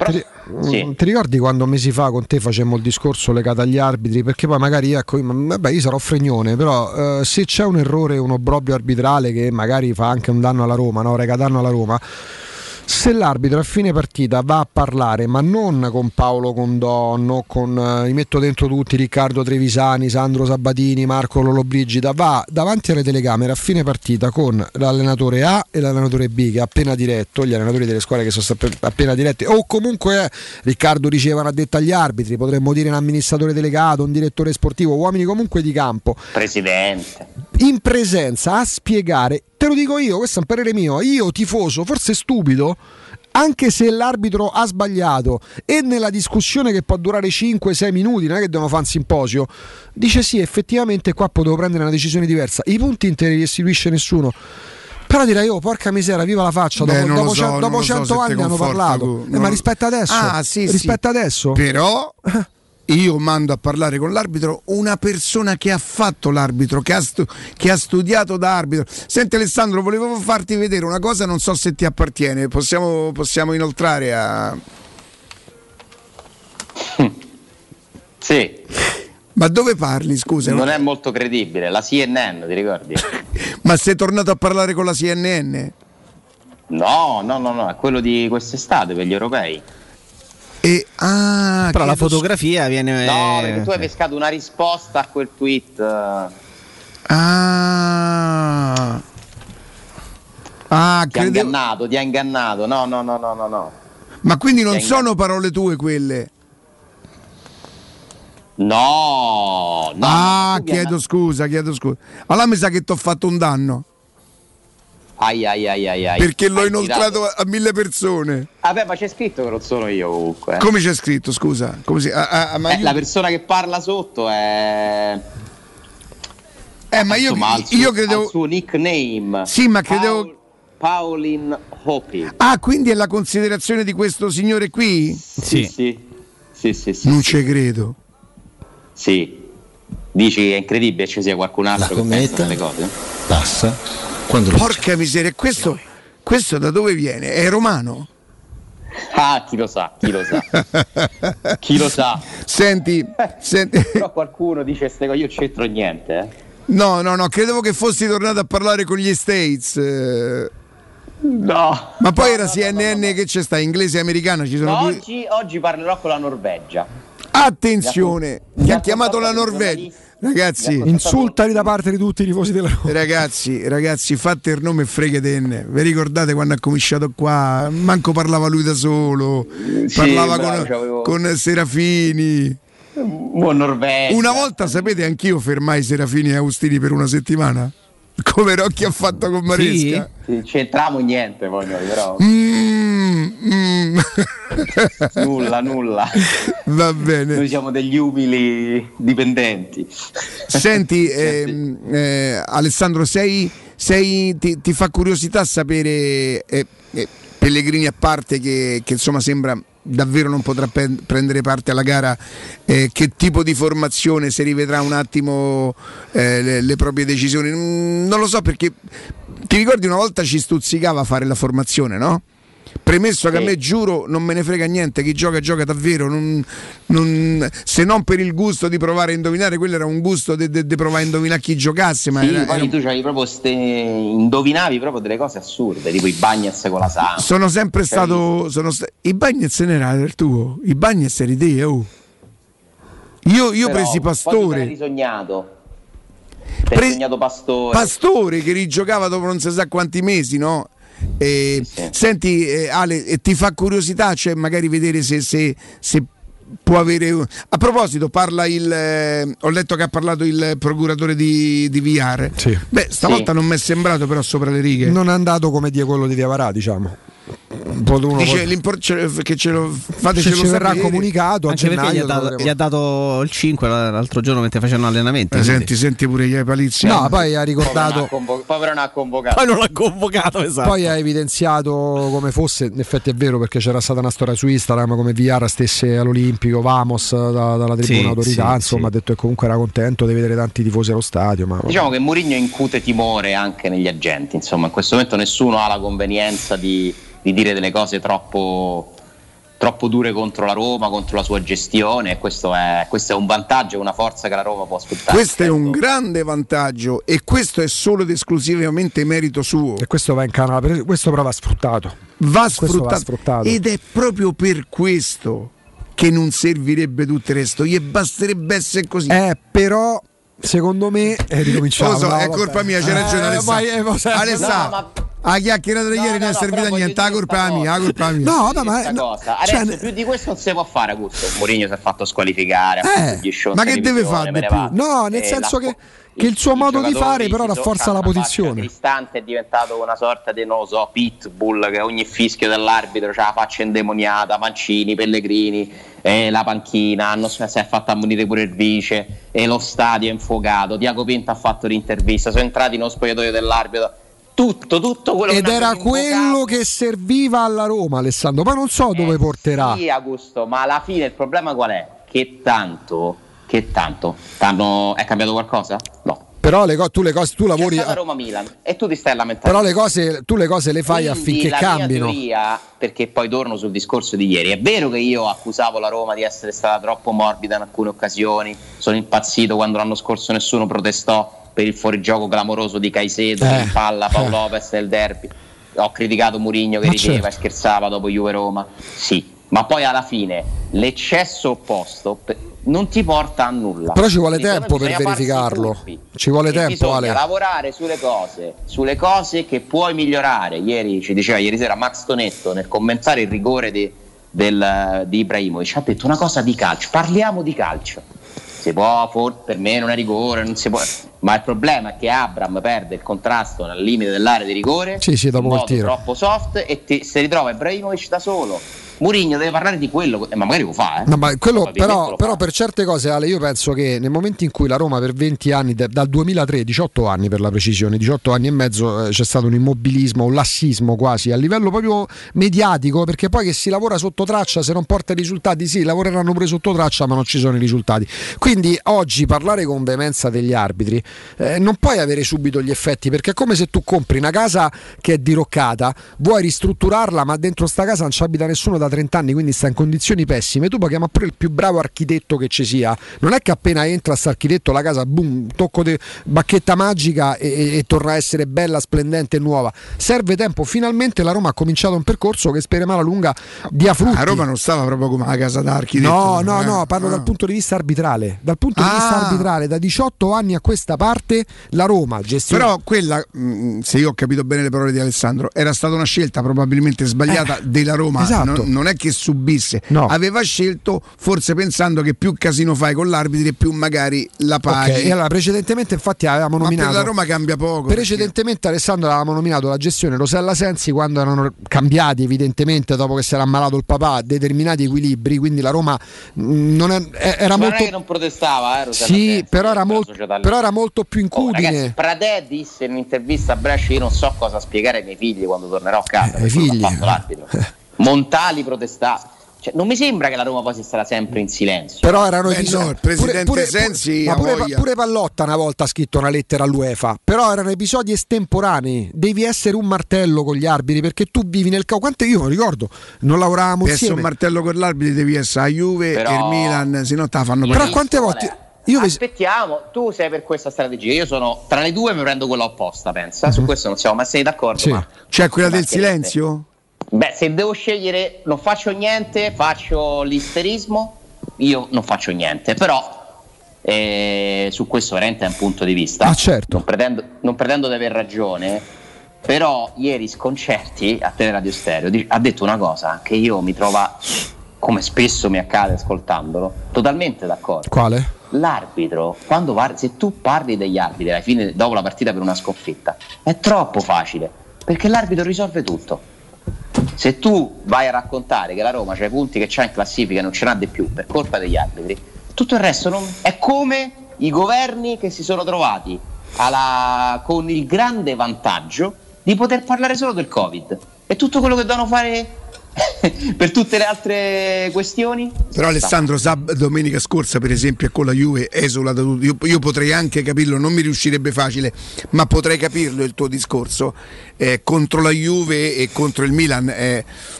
Sì. Ti ricordi quando mesi fa con te facemmo il discorso legato agli arbitri? Perché poi magari io sarò fregnone, però se c'è un errore, un obbrobrio arbitrale che magari fa anche un danno alla Roma, no? Rega danno alla Roma, se l'arbitro a fine partita va a parlare, ma non con Paolo Condon, con li metto dentro tutti, Riccardo Trevisani, Sandro Sabatini, Marco Lollobrigida, va davanti alle telecamere a fine partita con l'allenatore A e l'allenatore B che ha appena diretto, gli allenatori delle squadre che sono appena dirette, o comunque Riccardo riceve una detta agli arbitri, potremmo dire un amministratore delegato, un direttore sportivo, uomini comunque di campo, presidente, in presenza a spiegare. Te lo dico io, questo è un parere mio, io tifoso, forse stupido, anche se l'arbitro ha sbagliato e nella discussione che può durare 5-6 minuti, non è che devono fare un simposio, dice sì, effettivamente qua potevo prendere una decisione diversa, i punti interi restituisce nessuno. Però direi, porca misera, viva la faccia, dopo 100 anni hanno parlato, ma rispetta adesso, rispetta adesso. Però io mando a parlare con l'arbitro una persona che ha fatto l'arbitro, che ha studiato da arbitro. Senti Alessandro, volevo farti vedere una cosa, non so se ti appartiene, possiamo inoltrare a... Sì. Ma dove parli, scusa? Non è molto credibile, la CNN, ti ricordi? Ma sei tornato a parlare con la CNN? No, è quello di quest'estate per gli europei. Però la fotografia viene... No, perché tu hai pescato una risposta a quel tweet. Ti ha ingannato. No. Ma quindi non sono parole tue quelle? No. Chiedo scusa. Allora mi sa che ti ho fatto un danno. Ai. Perché l'ho inoltrato a 1000 persone. Vabbè, ma c'è scritto che non sono io comunque. Come c'è scritto, scusa? Come si... la persona che parla sotto è... ma io credevo... il suo nickname. Sì, ma credevo... Pauline Hopi. Quindi è la considerazione di questo signore qui? Sì. Non ci credo. Sì. Dici è incredibile ci sia qualcun altro che pensa delle cose? Passa. Porca miseria, questo da dove viene? È romano? Chi lo sa. Chi lo sa. Senti. Però qualcuno dice io non c'entro niente. No, credevo che fossi tornato a parlare con gli States. No. Ma poi era CNN che c'è sta, inglese e americana, ci sono due. Oggi parlerò con la Norvegia. Attenzione, che ha chiamato la Norvegia. Ragazzi, insultali da parte di tutti i tifosi della Roma. Ragazzi, fate il nome e freghetenne. Vi ricordate quando ha cominciato qua? Manco parlava lui da solo, parlava con Serafini. Buon Norvegia. Una volta, sapete, anch'io fermai Serafini e Austini per una settimana. Come Rocchi ha fatto con Maresca. Sì, c'entriamo niente poi noi, però. Nulla. Va bene. Noi siamo degli umili dipendenti. Senti, Alessandro, ti fa curiosità sapere, Pellegrini a parte che insomma sembra davvero non potrà prendere parte alla gara, che tipo di formazione, se rivedrà un attimo le proprie decisioni, non lo so, perché ti ricordi una volta ci stuzzicava fare la formazione, no? Premesso che a me, giuro, non me ne frega niente, chi gioca davvero, se non per il gusto di provare a indovinare, quello era un gusto di provare a indovinare chi giocasse, ma poi tu c'avevi proprio indovinavi proprio delle cose assurde, tipo i Bagnez con la Samp. Sono sempre stato i Bagnez non era il tuo, i Bagnez eri te, io presi Pastore. Hai risognato. Sognato Pastore che rigiocava dopo non si sa quanti mesi, no? Senti, Ale, ti fa curiosità, cioè magari vedere se può avere. A proposito, ho letto che ha parlato il procuratore di Villar. Sì. Stavolta non mi è sembrato però sopra le righe. Non è andato come dire quello di Via Varà, diciamo. Dice che fatecelo ci verrà sapere. Comunicato anche perché gli ha dato il 5 l'altro giorno mentre facevano allenamento. Senti pure gli Palizzi. No, poi ha ricordato. Poi non ha convocato. Poi non l'ha convocato, esatto. Poi ha evidenziato come fosse, in effetti è vero, perché c'era stata una storia su Instagram come Villar stesse all'Olimpico, Vamos dalla tribuna autorità, insomma ha detto che comunque era contento di vedere tanti tifosi allo stadio. Ma diciamo che Mourinho incute timore anche negli agenti, insomma in questo momento nessuno ha la convenienza di dire delle cose troppo troppo dure contro la Roma, contro la sua gestione, e questo è un vantaggio, una forza che la Roma può sfruttare. Questo è un grande vantaggio, e questo è solo ed esclusivamente merito suo. E questo va in canale, questo però va sfruttato. Va sfruttato. Ed è proprio per questo che non servirebbe tutto il resto, gli basterebbe essere così. Però secondo me ricominciamo. Lo so, è colpa mia, c'è ragione Alessandro. La chiacchierata di ieri non è servita a niente, la colpa mia. No, ma cosa. Adesso più di questo non si può fare, Augusto. Mourinho si è fatto squalificare, ma che deve fare di più? No, nel senso che il suo modo di fare però rafforza la posizione. Cristante è diventato una sorta di, non lo so, pitbull, che ogni fischio dell'arbitro c'ha la faccia indemoniata, Mancini, Pellegrini, la panchina, si è fatto ammonire pure il vice, e lo stadio è infuocato. Diaco Pinto ha fatto l'intervista, sono entrati nello spogliatoio dell'arbitro. Tutto quello ed che era quello che serviva alla Roma, Alessandro, ma non so dove porterà. Sì, Augusto, ma alla fine il problema qual è? Che tanto è cambiato qualcosa? No. Però tu lavori a Roma-Milan e tu ti stai lamentando. Però le cose le fai affinché cambino. Teoria, perché poi torno sul discorso di ieri. È vero che io accusavo la Roma di essere stata troppo morbida in alcune occasioni, sono impazzito quando l'anno scorso nessuno protestò per il fuorigioco clamoroso di Caicedo in palla, Paolo Lopez del derby. Ho criticato Mourinho che rideva e scherzava dopo Juve-Roma. Sì, ma poi alla fine l'eccesso opposto non ti porta a nulla. Però ci vuole tempo per verificarlo. Ci vuole tempo, bisogna Ale. lavorare sulle cose che puoi migliorare. Ieri ci diceva, ieri sera Max Tonetto, nel commentare il rigore di Ibrahimovic, ha detto una cosa di calcio. Parliamo di calcio. Si può, per me non è rigore, non si può. Ma il problema è che Abraham perde il contrasto al limite dell'area di rigore, dopo in modo troppo soft, e si ritrova Ibrahimovic da solo. Mourinho deve parlare di quello, ma magari lo fa. No, ma quello, però per certe cose, Ale, io penso che nel momento in cui la Roma per 20 anni, dal 2003, 18 anni per la precisione, 18 anni e mezzo, c'è stato un immobilismo, un lassismo quasi a livello proprio mediatico, perché poi che si lavora sotto traccia, se non porta i risultati, sì, lavoreranno pure sotto traccia, ma non ci sono i risultati. Quindi oggi parlare con veemenza degli arbitri non puoi avere subito gli effetti, perché è come se tu compri una casa che è diroccata, vuoi ristrutturarla, ma dentro sta casa non ci abita nessuno da 30 anni, quindi sta in condizioni pessime. Tu puoi chiamare pure il più bravo architetto che ci sia, non è che appena entra sto architetto la casa, boom, tocco di bacchetta magica e torna a essere bella, splendente e nuova. Serve tempo. Finalmente la Roma ha cominciato un percorso che speriamo alla lunga dia frutti. La Roma non stava proprio come la casa d'architetto. No, parlo dal punto di vista arbitrale. Dal punto di vista arbitrale, da 18 anni a questa parte la Roma gestiona. Però quella, se io ho capito bene le parole di Alessandro, era stata una scelta probabilmente sbagliata della Roma. Esatto. Non è che subisse, aveva scelto forse pensando che più casino fai con l'arbitro e più magari la paghi. Okay. E allora precedentemente infatti avevamo nominato, per la Roma cambia poco. Precedentemente Alessandro avevamo nominato la gestione Rosella Sensi quando erano cambiati evidentemente dopo che si era ammalato il papà determinati equilibri, quindi la Roma era molto, non è che non protestava, Rosella sì, Sensi, però era molto più incudine. Ragazzi, Pradè disse in un'intervista a Brescia: io non so cosa spiegare ai miei figli quando tornerò a casa, ai figli. Ha fatto l'arbitro. Montali protestava. Cioè, non mi sembra che la Roma poi sia stata sempre in silenzio. Però erano episodi. Il presidente Sensi pure Pallotta una volta ha scritto una lettera all'UEFA. Però erano episodi estemporanei. Devi essere un martello con gli arbitri, perché tu vivi nel quante io non ricordo, non lavoravamo insieme. Per essere un martello con l'arbitro devi essere a Juve e il Milan, se no te la fanno però quante volte aspettiamo, tu sei per questa strategia, io sono tra le due, mi prendo quella opposta, pensa. Su questo non siamo mai d'accordo. Sì. Ma cioè quella del silenzio? Beh, se devo scegliere, non faccio niente, faccio l'isterismo, io non faccio niente, però su questo veramente è un punto di vista. Certo. Non pretendo di aver ragione, però ieri Sconcerti a Teleradio Stereo ha detto una cosa che io mi trova, come spesso mi accade ascoltandolo, totalmente d'accordo. Quale? L'arbitro, se tu parli degli arbitri alla fine, dopo la partita per una sconfitta, è troppo facile, perché l'arbitro risolve tutto. Se tu vai a raccontare che la Roma c'ha i punti che c'ha in classifica e non ce n'ha di più per colpa degli arbitri, tutto il resto è come i governi che si sono trovati con il grande vantaggio di poter parlare solo del Covid e tutto quello che devono fare per tutte le altre questioni. Però Alessandro, domenica scorsa per esempio con la Juve esula da tutto. Io potrei anche capirlo, non mi riuscirebbe facile, ma potrei capirlo il tuo discorso contro la Juve e contro il Milan.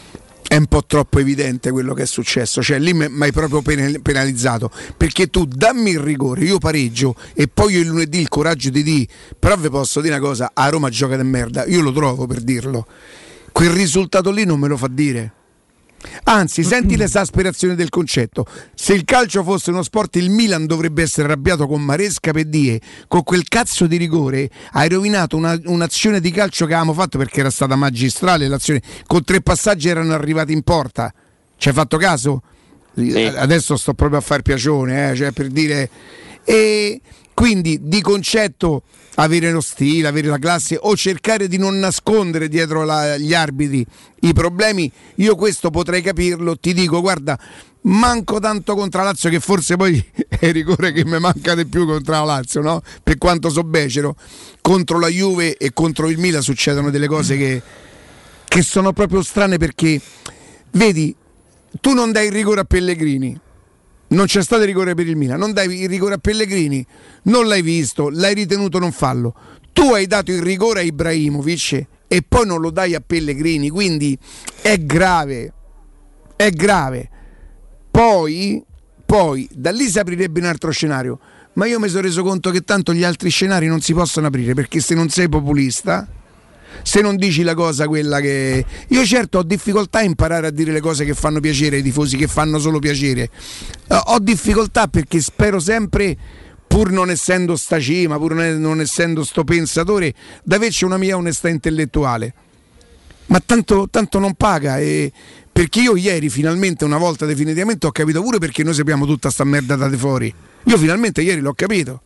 è un po' troppo evidente quello che è successo, cioè lì mi hai proprio penalizzato, perché tu dammi il rigore, io pareggio e poi io il lunedì il coraggio di dire, però vi posso dire una cosa, a Roma gioca di merda, io lo trovo per dirlo, quel risultato lì non me lo fa dire. Anzi, senti l'esasperazione del concetto. Se il calcio fosse uno sport, il Milan dovrebbe essere arrabbiato con Maresca per dire: con quel cazzo di rigore hai rovinato un'azione di calcio che avevamo fatto, perché era stata magistrale l'azione, con 3 passaggi erano arrivati in porta. Ci hai fatto caso? Sì. Adesso sto proprio a far piacione, cioè per dire. E quindi di concetto avere lo stile, avere la classe o cercare di non nascondere dietro gli arbitri i problemi, io questo potrei capirlo. Ti dico, guarda, manco tanto contro la Lazio, che forse poi è il rigore che mi manca di più contro la Lazio, no? Per quanto so becero, contro la Juve e contro il Milan succedono delle cose che sono proprio strane, perché vedi, tu non dai il rigore a Pellegrini, non c'è stato il rigore per il Milan, non dai il rigore a Pellegrini, non l'hai visto, l'hai ritenuto non fallo. Tu hai dato il rigore a Ibrahimovic e poi non lo dai a Pellegrini, quindi è grave, è grave. Poi da lì si aprirebbe un altro scenario, ma io mi sono reso conto che tanto gli altri scenari non si possono aprire, perché se non sei populista, se non dici la cosa quella che... Io certo ho difficoltà a imparare a dire le cose che fanno piacere ai tifosi, che fanno solo piacere. Ho difficoltà perché spero sempre, pur non essendo sta cima, pur non essendo sto pensatore, di averci una mia onestà intellettuale. Ma tanto non paga, perché io ieri finalmente, una volta definitivamente, ho capito pure perché noi sappiamo tutta sta merda date fuori. Io finalmente ieri l'ho capito.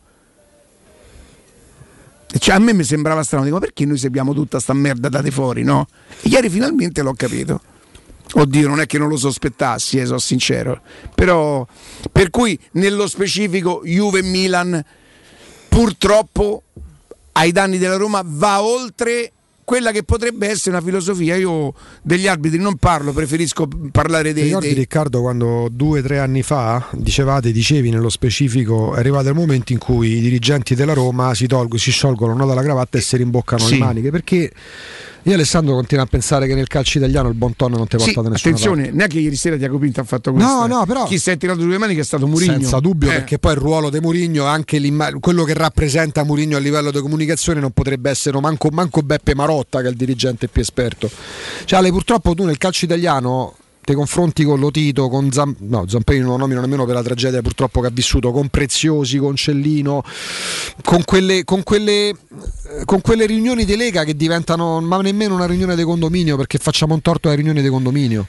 Cioè, a me mi sembrava strano, dico, ma perché noi sappiamo tutta sta merda date fuori, no? E ieri finalmente l'ho capito. Oddio, non è che non lo sospettassi, sono sincero. Però, per cui, nello specifico, Juve e Milan, purtroppo, ai danni della Roma, va oltre quella che potrebbe essere una filosofia. Io degli arbitri non parlo, preferisco parlare dei... Ricordi Riccardo quando 2 o 3 anni fa dicevi nello specifico, è arrivato il momento in cui i dirigenti della Roma si sciolgono il nodo alla cravatta e si rimboccano le maniche, perché io, Alessandro, continuo a pensare che nel calcio italiano il bon ton non ti porta da nessuna attenzione, parte. Neanche ieri sera Tiago Pinto ha fatto questo. No, però chi si è tirato 2 mani che è stato Mourinho. Senza dubbio, perché poi il ruolo di Mourinho, anche quello che rappresenta Mourinho a livello di comunicazione, non potrebbe essere manco Beppe Marotta, che è il dirigente più esperto. Cioè, Ale, purtroppo tu nel calcio italiano ti confronti con Lotito, con Zampini non lo nomino nemmeno per la tragedia purtroppo che ha vissuto, con Preziosi, con Cellino, con quelle riunioni di Lega che diventano ma nemmeno una riunione di condominio, perché facciamo un torto alle riunioni di condominio.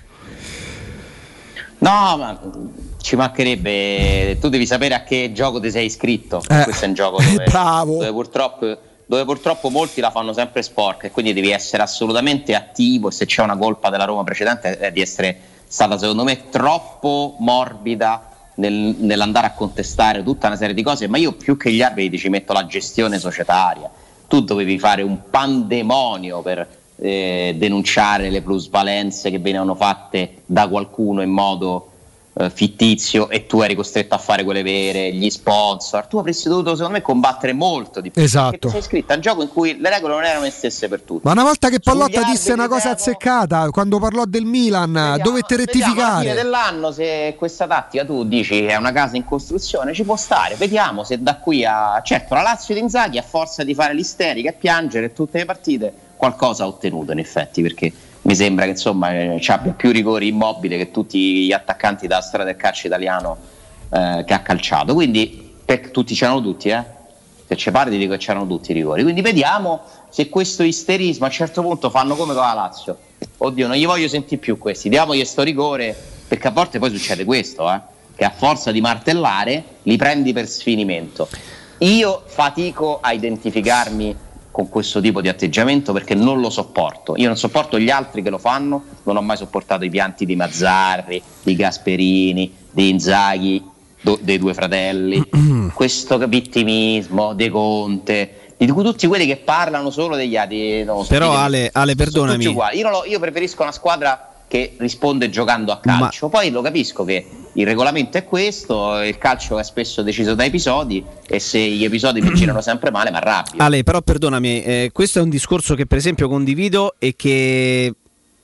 No, ma ci mancherebbe, tu devi sapere a che gioco ti sei iscritto. Questo è un gioco dove purtroppo molti la fanno sempre sporca, e quindi devi essere assolutamente attivo, e se c'è una colpa della Roma precedente è di essere stata, secondo me, troppo morbida nell'andare a contestare tutta una serie di cose. Ma io, più che gli arbitri, ci metto la gestione societaria. Tu dovevi fare un pandemonio per denunciare le plusvalenze che venivano fatte da qualcuno in modo fittizio, e tu eri costretto a fare quelle vere, gli sponsor. Tu avresti dovuto, secondo me, combattere molto di più. Esatto. Perché ti sei iscritto a un gioco in cui le regole non erano le stesse per tutti. Ma una volta che Pallotta disse una cosa azzeccata quando parlò del Milan, dovette rettificare. Alla fine dell'anno, se questa tattica tu dici è una casa in costruzione, ci può stare. Vediamo se da qui a... Certo, la Lazio di Inzaghi, a forza di fare l'isterica e piangere tutte le partite, qualcosa ha ottenuto in effetti, perché mi sembra che insomma ci abbia più rigori Immobile che tutti gli attaccanti dalla storia del calcio italiano che ha calciato. Quindi tutti c'erano tutti, se ci pare ti dico che c'erano tutti i rigori. Quindi vediamo se questo isterismo a un certo punto fanno come con la Lazio. Oddio, non gli voglio sentire più questi, diamogli sto rigore, perché a volte poi succede questo, che a forza di martellare li prendi per sfinimento. Io fatico a identificarmi con questo tipo di atteggiamento, perché non lo sopporto. Io non sopporto gli altri che lo fanno, non ho mai sopportato i pianti di Mazzarri, di Gasperini, di Inzaghi, dei 2 fratelli, questo vittimismo, De Conte, di tutti quelli che parlano solo degli altri. Però Ale, perdonami, io preferisco una squadra che risponde giocando a calcio. Poi lo capisco che il regolamento è questo, il calcio è spesso deciso da episodi, e se gli episodi mi girano sempre male mi arrabbio. Ale, però perdonami, questo è un discorso che per esempio condivido e che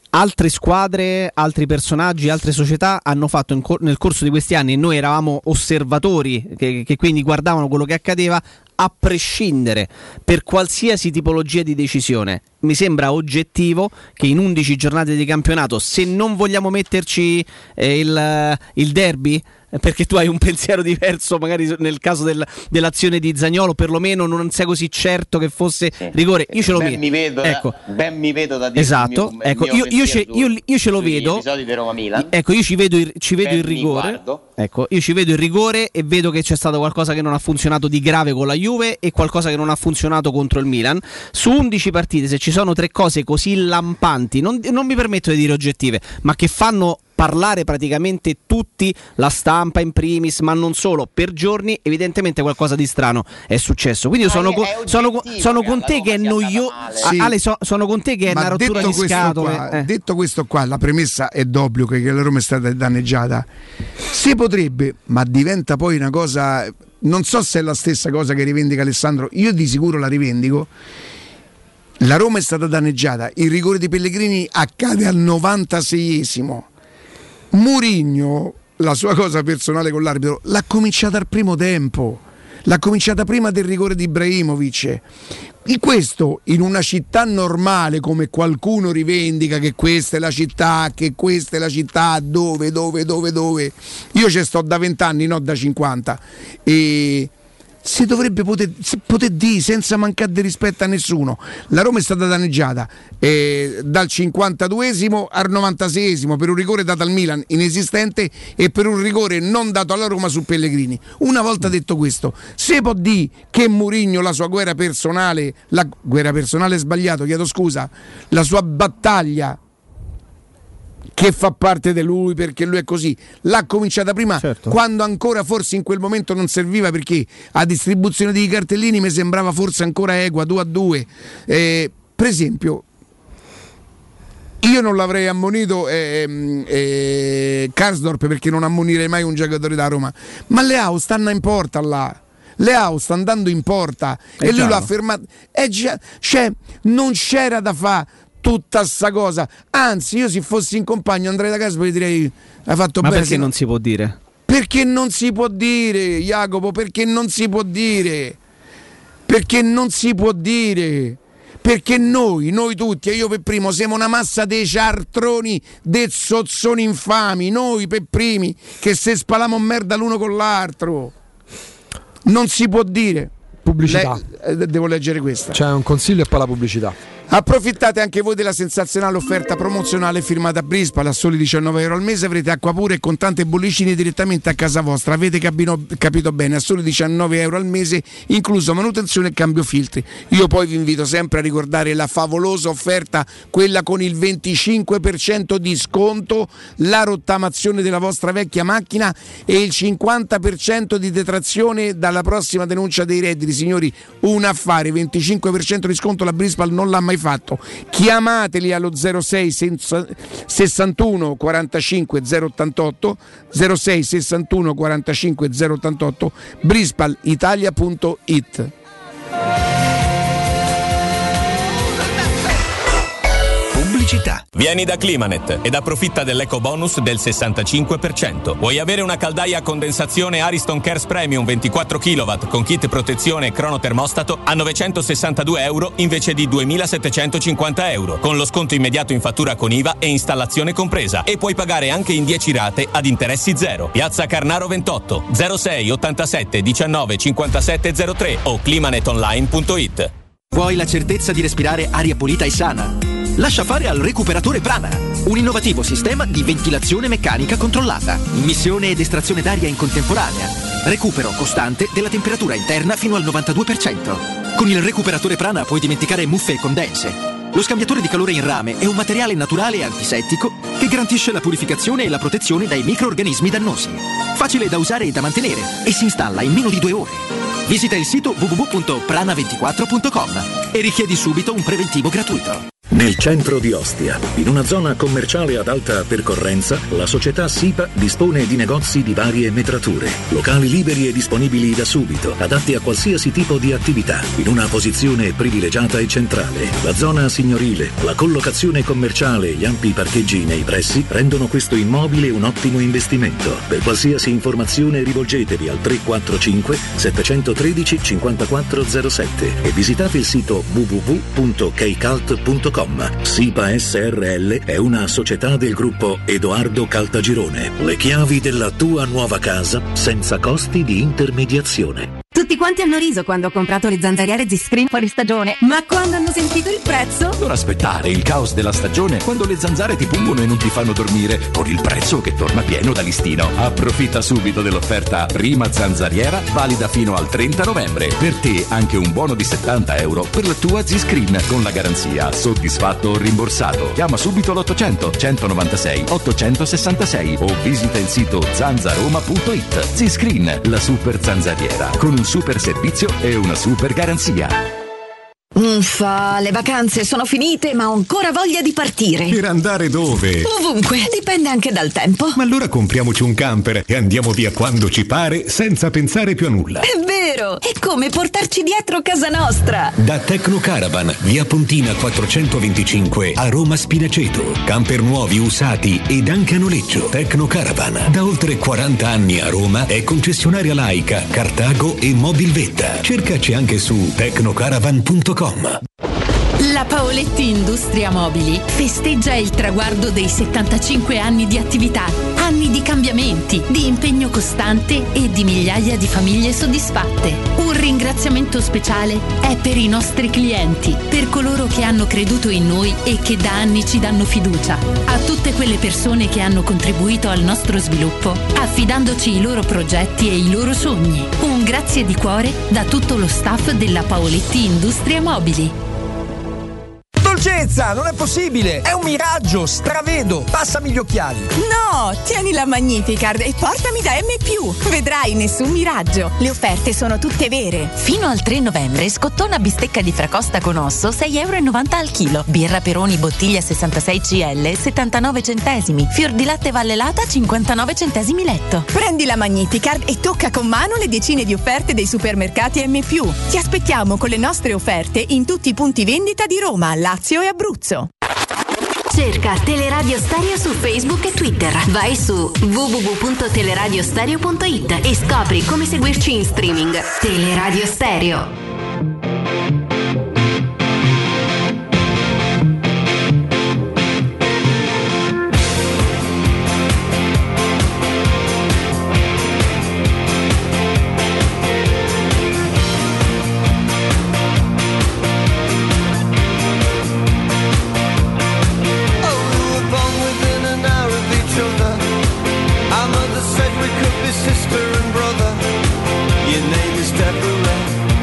altre squadre, altri personaggi, altre società hanno fatto nel corso di questi anni, e noi eravamo osservatori che quindi guardavano quello che accadeva, a prescindere per qualsiasi tipologia di decisione. Mi sembra oggettivo che in 11 giornate di campionato, se non vogliamo metterci il derby, perché tu hai un pensiero diverso magari nel caso dell'azione di Zaniolo, perlomeno non sei così certo che fosse rigore. Io ce lo vedo. Mi vedo da dire. Esatto, io ce lo vedo. Episodi di Roma-Milan. Ecco, io ci vedo il rigore. Ecco, io ci vedo il rigore e vedo che c'è stato qualcosa che non ha funzionato di grave con la Juve e qualcosa che non ha funzionato contro il Milan. Su 11 partite, se ci sono 3 cose così lampanti, non mi permetto di dire oggettive, ma che fanno parlare praticamente tutti, la stampa in primis, ma non solo, per giorni, evidentemente qualcosa di strano è successo. Quindi io sono con te che è noioso. Sì. Ale, sono con te che è una rottura di scatole. Detto questo qua, la premessa è d'obbligo che la Roma è stata danneggiata. Si potrebbe, ma diventa poi una cosa, non so se è la stessa cosa che rivendica Alessandro, io di sicuro la rivendico. La Roma è stata danneggiata, il rigore di Pellegrini accade al 96esimo. Mourinho, la sua cosa personale con l'arbitro, l'ha cominciata al primo tempo, l'ha cominciata prima del rigore di Ibrahimovic. In questo, in una città normale, come qualcuno rivendica che questa è la città, dove io ci sto da 20 anni, no da 50, e si dovrebbe poter dire senza mancare di rispetto a nessuno. La Roma è stata danneggiata dal 52esimo al 96esimo per un rigore dato al Milan inesistente e per un rigore non dato alla Roma su Pellegrini. Una volta detto questo, si può dire che Mourinho, la sua guerra personale è sbagliato, chiedo scusa, la sua battaglia che fa parte di lui perché lui è così, l'ha cominciata prima, certo, quando ancora forse in quel momento non serviva, perché a distribuzione di cartellini mi sembrava forse ancora equa, 2-2. Per esempio, io non l'avrei ammonito Karsdorp, perché non ammonirei mai un giocatore da Roma, ma Leao stanno in porta là. Leao sta andando in porta e lui l'ha fermato. Cioè, non c'era da fare tutta sta cosa. Anzi, io se fossi in compagno andrei da casa e gli direi: hai fatto bene. Ma perché non si può dire? Perché non si può dire, Jacopo, perché non si può dire? Perché non si può dire? Perché noi tutti, e io per primo, siamo una massa dei ciartroni, dei zozzoni infami, noi per primi, che se spalamo merda l'uno con l'altro. Non si può dire. Pubblicità. Devo leggere questa. C'è un consiglio e poi la pubblicità. Approfittate anche voi della sensazionale offerta promozionale firmata Brispal. A soli 19 euro al mese avrete acqua pura e con tante bollicine direttamente a casa vostra. Avete capito bene, a soli 19 euro al mese, incluso manutenzione e cambio filtri. Io poi vi invito sempre a ricordare la favolosa offerta, quella con il 25% di sconto, la rottamazione della vostra vecchia macchina e il 50% di detrazione dalla prossima denuncia dei redditi. Signori, un affare, 25% di sconto, la Brispal non l'ha mai fatto. Chiamateli allo 06 61 45 088 06 61 45 088 brispalitalia.it. Pubblicità. Vieni da Climanet ed approfitta dell'eco bonus del 65%. Vuoi avere una caldaia a condensazione Ariston Cares Premium 24 kW con kit protezione e cronotermostato a 962 euro invece di 2.750 euro, con lo sconto immediato in fattura con IVA e installazione compresa, e puoi pagare anche in 10 rate ad interessi zero. Piazza Carnaro 28 06 87 19 57 03 o climanetonline.it. Vuoi la certezza di respirare aria pulita e sana? Lascia fare al Recuperatore Prana, un innovativo sistema di ventilazione meccanica controllata, immissione ed estrazione d'aria in contemporanea, recupero costante della temperatura interna fino al 92%. Con il Recuperatore Prana puoi dimenticare muffe e condense. Lo scambiatore di calore in rame è un materiale naturale e antisettico che garantisce la purificazione e la protezione dai microrganismi dannosi. Facile da usare e da mantenere e si installa in meno di 2 ore. Visita il sito www.prana24.com e richiedi subito un preventivo gratuito. Nel centro di Ostia, in una zona commerciale ad alta percorrenza, la società SIPA dispone di negozi di varie metrature, locali liberi e disponibili da subito, adatti a qualsiasi tipo di attività, in una posizione privilegiata e centrale. La zona signorile, la collocazione commerciale e gli ampi parcheggi nei pressi rendono questo immobile un ottimo investimento. Per qualsiasi informazione rivolgetevi al 345 713 5407 e visitate il sito www.keicalt.com. SIPA SRL è una società del gruppo Edoardo Caltagirone. Le chiavi della tua nuova casa senza costi di intermediazione. Tutti quanti hanno riso quando ho comprato le zanzariere Z-Screen fuori stagione, ma quando hanno sentito il prezzo? Non aspettare il caos della stagione quando le zanzare ti pungono e non ti fanno dormire, con il prezzo che torna pieno da listino. Approfitta subito dell'offerta prima zanzariera, valida fino al 30 novembre. Per te anche un buono di €70 per la tua Z-Screen con la garanzia soddisfatto o rimborsato. Chiama subito l'800 196 866 o visita il sito zanzaroma.it. Z-Screen, la super zanzariera con un super servizio e una super garanzia. Uffa, le vacanze sono finite, ma ho ancora voglia di partire. Per andare dove? Ovunque, dipende anche dal tempo. Ma allora compriamoci un camper e andiamo via quando ci pare, senza pensare più a nulla. È vero! È come portarci dietro casa nostra. Da Tecnocaravan, via Pontina 425 a Roma Spinaceto. Camper nuovi, usati ed anche a noleggio. Tecnocaravan, da oltre 40 anni a Roma, è concessionaria Laica, Cartago e Mobilvetta. Cercaci anche su tecnocaravan.com. La Paoletti Industria Mobili festeggia il traguardo dei 75 anni di attività, anni di cambiamenti, di impegno costante e di migliaia di famiglie soddisfatte. Un ringraziamento speciale è per i nostri clienti, per coloro che hanno creduto in noi e che da anni ci danno fiducia, a tutte quelle persone che hanno contribuito al nostro sviluppo, affidandoci i loro progetti e i loro sogni. Un grazie di cuore da tutto lo staff della Paoletti Industria Mobili. Dolcezza, non è possibile! È un miraggio, stravedo! Passami gli occhiali! No, tieni la Magnificard e portami da M+. Vedrai, nessun miraggio. Le offerte sono tutte vere. Fino al 3 novembre, scottona bistecca di fracosta con osso, €6,90 al chilo. Birra Peroni bottiglia 66 CL, 79 centesimi. Fior di latte Vallelata, 59 centesimi letto. Prendi la Magnificard e tocca con mano le decine di offerte dei supermercati M+. Ti aspettiamo con le nostre offerte in tutti i punti vendita di Roma, Lazio e Abruzzo. Cerca Teleradio Stereo su Facebook e Twitter. Vai su www.teleradiostereo.it e scopri come seguirci in streaming. Teleradio Stereo. Sister and brother, your name is Deborah.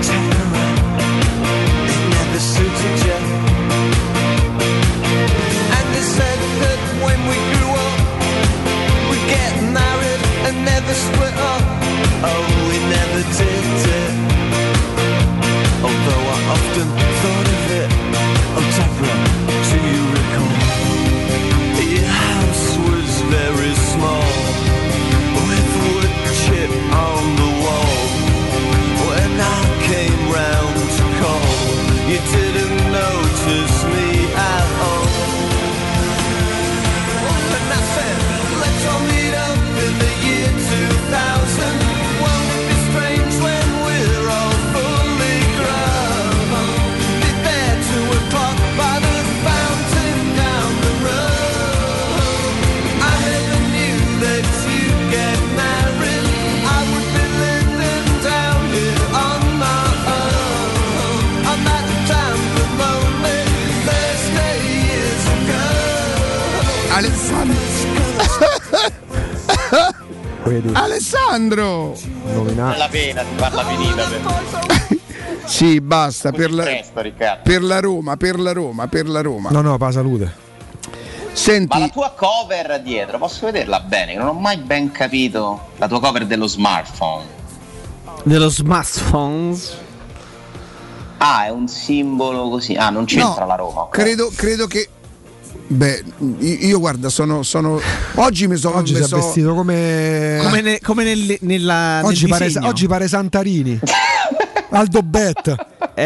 Alessandro! Non è la pena di farla finita. Sì, basta, per la Roma. No, per la salute. Senti, ma la tua cover dietro, posso vederla bene? Non ho mai ben capito la tua cover dello smartphone. Dello smartphone? è un simbolo così. Non c'entra la Roma. Okay. Credo che io guarda, sono oggi mi sono vestito come nella oggi nel pare Santarini. Aldo Bet.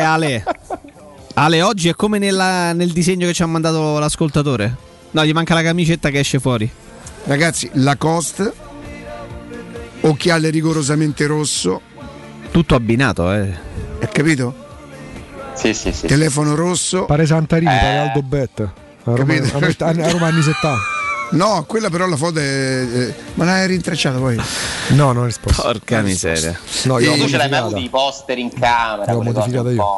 Ale oggi è come nel disegno che ci ha mandato l'ascoltatore. No, gli manca la camicetta che esce fuori. Ragazzi, Lacoste, occhiale rigorosamente rosso, tutto abbinato, Hai capito? Sì. Telefono rosso. Pare Santarini, pare Aldo Bet. A Roma anni 70. No, quella però la foto ma l'hai rintracciata poi? No, non ho risposto. Porca miseria. No, io tu ce l'hai mai avuto i poster in camera? L'ho modificata io.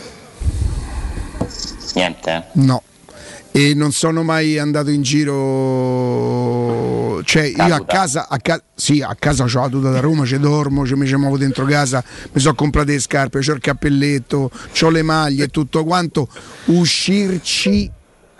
Niente. No. E non sono mai andato in giro, cioè io a casa c'ho la tuta da Roma, ci dormo, mi ci muovo dentro casa, mi sono comprate le scarpe, c'ho il cappelletto, c'ho le maglie e tutto quanto. Uscirci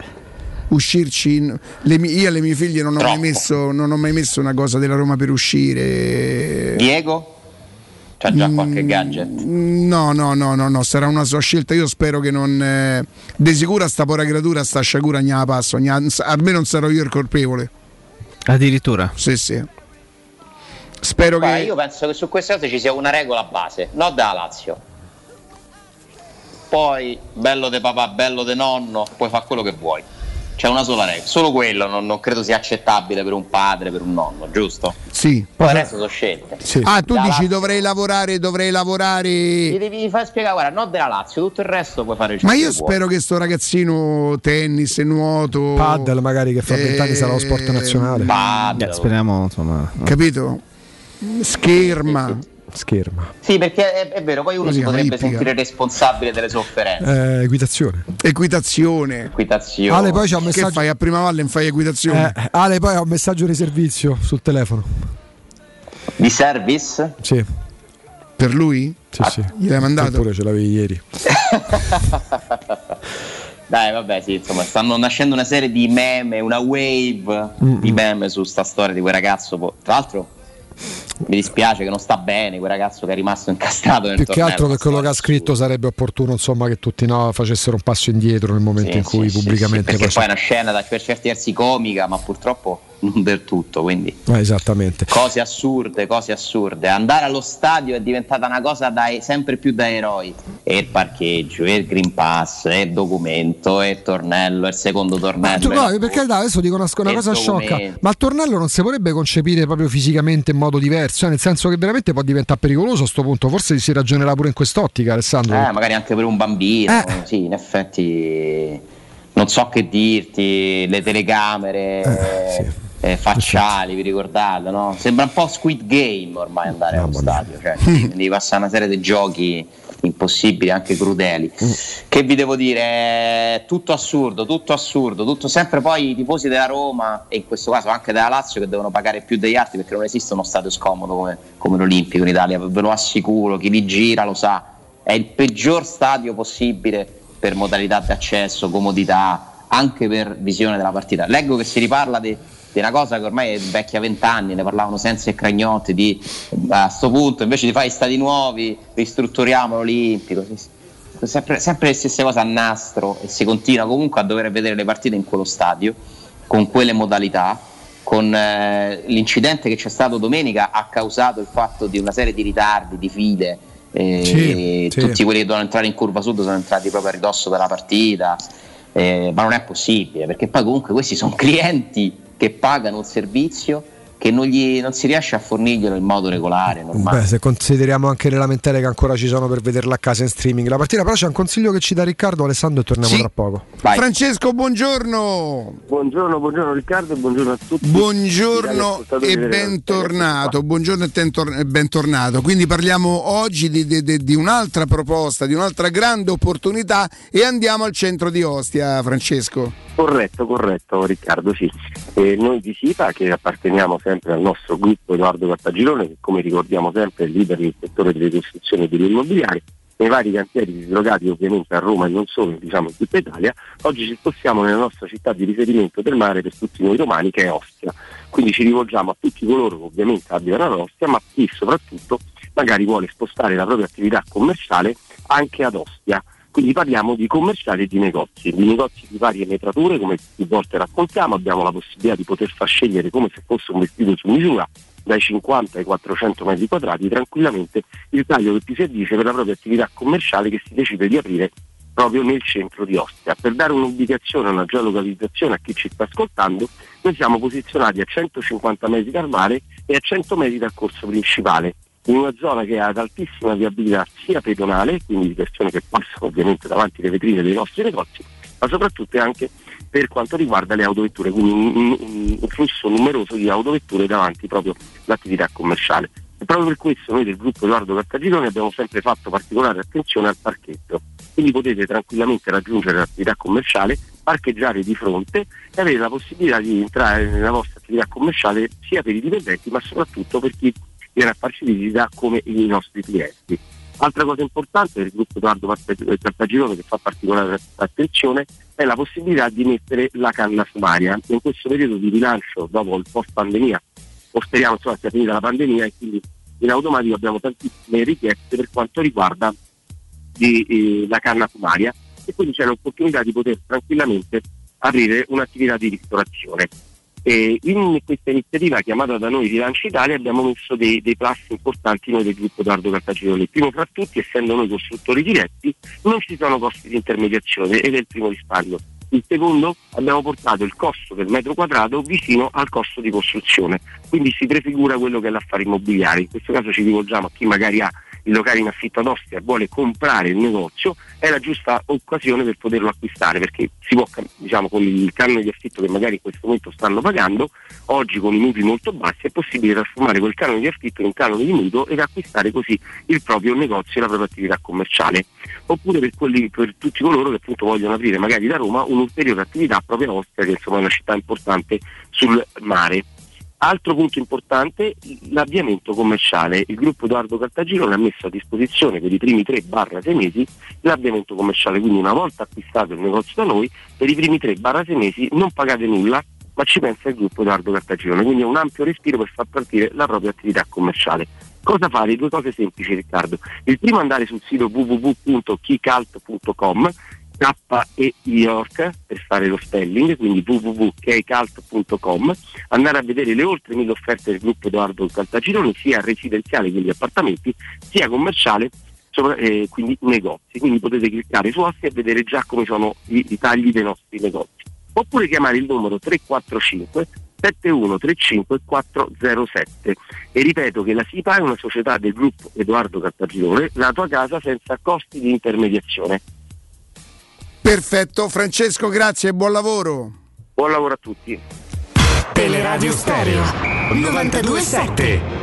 io alle mie figlie non ho mai messo una cosa della Roma per uscire. Diego? C'ha già qualche gadget? No, sarà una sua scelta. Io spero che non. De sicuro sta pora creatura, sta sciagura non la passo. Almeno non sarò io il colpevole. Addirittura? Sì. Spero che. Io penso che su queste cose ci sia una regola base, no da Lazio. Poi, bello de papà, bello de nonno, puoi fare quello che vuoi. C'è una sola regola, solo quello non credo sia accettabile per un padre, per un nonno, giusto? Sì. Poi il resto sono scelte. Sì. Tu dici dovrei lavorare. Gli devi far spiegare, guarda, no della Lazio, tutto il resto puoi fare il Ma io spero che sto ragazzino tennis, nuoto, paddle magari, che fra 20 anni sarà lo sport nazionale. Speriamo, insomma. Capito? Scherma. Sì, perché è vero, poi uno si potrebbe sentire responsabile delle sofferenze. Equitazione. Ale, poi c'è un messaggio. Che fai a Prima Valle? Non fai equitazione? Ale, poi ha un messaggio di servizio sul telefono. Di service? Sì. Per lui? Sì. Gliel'hai mandato? Pure ce l'avevi ieri. Dai, vabbè, sì, insomma, stanno nascendo una serie di meme, una wave di meme su sta storia di quel ragazzo. Tra l'altro mi dispiace che non sta bene quel ragazzo che è rimasto incastrato nel più torneo. che altro per quello che ha scritto sarebbe opportuno, insomma, che tutti facessero un passo indietro nel momento in cui pubblicamente perché poi è una scena per certi versi comica, ma purtroppo non del tutto, quindi esattamente. Cose assurde. Andare allo stadio è diventata una cosa sempre più da eroi. E il parcheggio, e il Green Pass, e il documento, e il tornello, e il secondo tornello. Perché adesso dico una cosa sciocca, ma il tornello non si potrebbe concepire proprio fisicamente in modo diverso, nel senso che veramente può diventare pericoloso a sto punto. Forse si ragionerà pure in quest'ottica, Alessandro. Magari anche per un bambino. Sì, in effetti non so che dirti, le telecamere. Facciali, vi ricordate, no? Sembra un po' Squid Game ormai andare allo stadio, cioè devi passare una serie di giochi impossibili, anche crudeli. Che vi devo dire? Tutto assurdo, tutto sempre poi i tifosi della Roma, e in questo caso anche della Lazio, che devono pagare più degli altri, perché non esiste uno stadio scomodo come l'Olimpico in Italia, ve lo assicuro, chi li gira lo sa, è il peggior stadio possibile per modalità di accesso, comodità, anche per visione della partita. Leggo che si riparla di una cosa che ormai è vecchia 20 anni, ne parlavano Sensi e Cragnotti, a sto punto invece di fare i stadi nuovi ristrutturiamo l'Olimpico, sempre le stesse cose a nastro, e si continua comunque a dover vedere le partite in quello stadio con quelle modalità, con l'incidente che c'è stato domenica ha causato il fatto di una serie di ritardi, di file, tutti quelli che dovevano entrare in curva sud sono entrati proprio a ridosso della partita, ma non è possibile, perché poi comunque questi sono clienti che pagano un servizio che non si riesce a fornirglielo in modo regolare, normale. Se consideriamo anche le lamentele che ancora ci sono per vederla a casa in streaming la partita, però c'è un consiglio che ci dà Riccardo, Alessandro, e torniamo tra poco. Vai. Francesco, buongiorno. Buongiorno Riccardo, e buongiorno a tutti. Buongiorno e bentornato. Buongiorno e bentornato. Quindi parliamo oggi di un'altra proposta, di un'altra grande opportunità, e andiamo al centro di Ostia, Francesco. Corretto Riccardo, sì. Noi di SIPA, che apparteniamo sempre al nostro gruppo Edoardo Cartagirone, che come ricordiamo sempre è leader nel settore delle costruzioni e dell'immobiliare, nei vari cantieri dislocati ovviamente a Roma e non solo, diciamo in tutta Italia, oggi ci spostiamo nella nostra città di riferimento del mare per tutti noi romani, che è Ostia. Quindi ci rivolgiamo a tutti coloro che ovviamente abitano ad Ostia, ma chi soprattutto magari vuole spostare la propria attività commerciale anche ad Ostia. Quindi parliamo di commerciali e di negozi di varie metrature, come più volte raccontiamo. Abbiamo la possibilità di poter far scegliere, come se fosse un vestito su misura, dai 50 ai 400 metri quadrati, tranquillamente il taglio che ti servisce per la propria attività commerciale che si decide di aprire proprio nel centro di Ostia. Per dare un'ubicazione, una geolocalizzazione a chi ci sta ascoltando, noi siamo posizionati a 150 metri dal mare e a 100 metri dal corso principale, in una zona che ha ad altissima viabilità sia pedonale, quindi di persone che passano ovviamente davanti alle vetrine dei nostri negozi, ma soprattutto anche per quanto riguarda le autovetture, quindi un flusso numeroso di autovetture davanti proprio l'attività commerciale. E proprio per questo noi del gruppo Edoardo Caltagirone abbiamo sempre fatto particolare attenzione al parcheggio, quindi potete tranquillamente raggiungere l'attività commerciale, parcheggiare di fronte e avere la possibilità di entrare nella vostra attività commerciale sia per i dipendenti ma soprattutto per chi viene a farci visita come i nostri clienti. Altra cosa importante per il gruppo Edoardo Caltagirone che fa particolare attenzione è la possibilità di mettere la canna fumaria in questo periodo di rilancio dopo il post pandemia, o speriamo sia finita la pandemia, e quindi in automatico abbiamo tantissime richieste per quanto riguarda la canna fumaria, e quindi c'è l'opportunità di poter tranquillamente aprire un'attività di ristorazione. E in questa iniziativa chiamata da noi Rilancio Italia abbiamo messo dei plus importanti noi del gruppo Edoardo Caltagirone. Il primo fra tutti, essendo noi costruttori diretti, non ci sono costi di intermediazione ed è il primo risparmio. Il secondo, abbiamo portato il costo del metro quadrato vicino al costo di costruzione, quindi si prefigura quello che è l'affare immobiliare. In questo caso ci rivolgiamo a chi magari ha il locale in affitto ad Ostia e vuole comprare il negozio, è la giusta occasione per poterlo acquistare, perché si può, diciamo, con il canone di affitto che magari in questo momento stanno pagando, oggi con i mutui molto bassi è possibile trasformare quel canone di affitto in un canone di mutuo ed acquistare così il proprio negozio e la propria attività commerciale. Oppure per tutti coloro che appunto vogliono aprire magari da Roma un'ulteriore attività proprio a Ostia, che insomma è una città importante sul mare. Altro punto importante, l'avviamento commerciale. Il gruppo Edoardo Caltagirone ha messo a disposizione per i primi 3-6 mesi l'avviamento commerciale, quindi una volta acquistato il negozio da noi, per i primi 3-6 mesi non pagate nulla, ma ci pensa il gruppo Edoardo Caltagirone, quindi è un ampio respiro per far partire la propria attività commerciale. Cosa fare? Due cose semplici, Riccardo. Il primo, andare sul sito www.keycult.com, K e York per fare lo spelling, quindi www.keycult.com, andare a vedere le oltre 1000 offerte del gruppo Edoardo Caltagirone, sia residenziale, quindi appartamenti, sia commerciale, quindi negozi. Quindi potete cliccare su Ostia e vedere già come sono i tagli dei nostri negozi. Oppure chiamare il numero 345 7135 407 e ripeto che la SIPA è una società del gruppo Edoardo Caltagirone, la tua casa senza costi di intermediazione. Perfetto, Francesco, grazie e buon lavoro. Buon lavoro a tutti. Teleradio Stereo 92.7.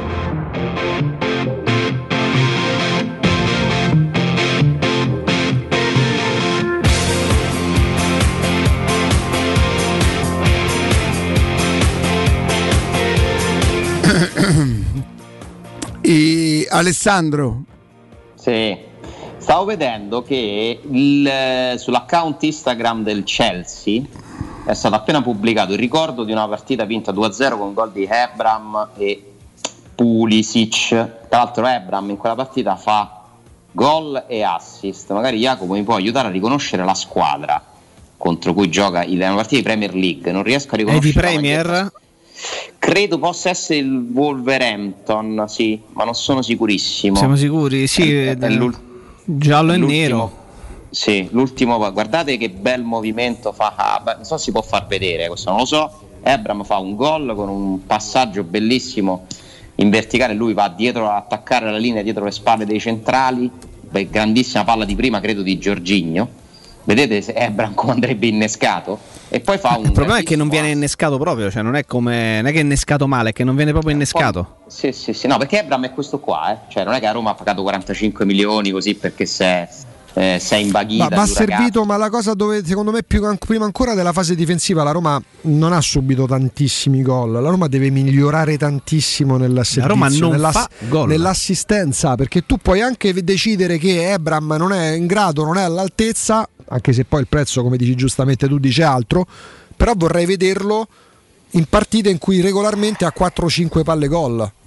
Alessandro. Sì, stavo vedendo che sull'account Instagram del Chelsea è stato appena pubblicato il ricordo di una partita vinta 2-0 con gol di Ebram e Pulisic. Tra l'altro Ebram in quella partita fa gol e assist. Magari Jacopo mi può aiutare a riconoscere la squadra contro cui gioca in una partita di Premier League. Non riesco a riconoscere. È di Premier? Credo possa essere il Wolverhampton, sì, ma non sono sicurissimo. Siamo sicuri? Sì, è giallo e nero. Sì, l'ultimo, guardate che bel movimento fa. Non so se si può far vedere, questo non lo so. Ebram fa un gol con un passaggio bellissimo in verticale, lui va dietro a attaccare la linea dietro le spalle dei centrali. Grandissima palla di prima, credo di Jorginho. Vedete se Ebram come andrebbe innescato e poi fa un. Il problema è che non viene innescato proprio, cioè non è che è innescato male, è che non viene proprio innescato. Sì, no, perché Ebram è questo qua, cioè non è che a Roma ha pagato 45 milioni così perché sei imbaghita. Ma ha servito, ma la cosa dove secondo me prima ancora della fase difensiva la Roma non ha subito tantissimi gol. La Roma deve migliorare tantissimo nel servizio, la Roma non fa gol, nell'assistenza, perché tu puoi anche decidere che Ebram non è in grado, non è all'altezza, anche se poi il prezzo, come dici giustamente tu, dice altro, però vorrei vederlo in partite in cui regolarmente ha 4-5 palle gol.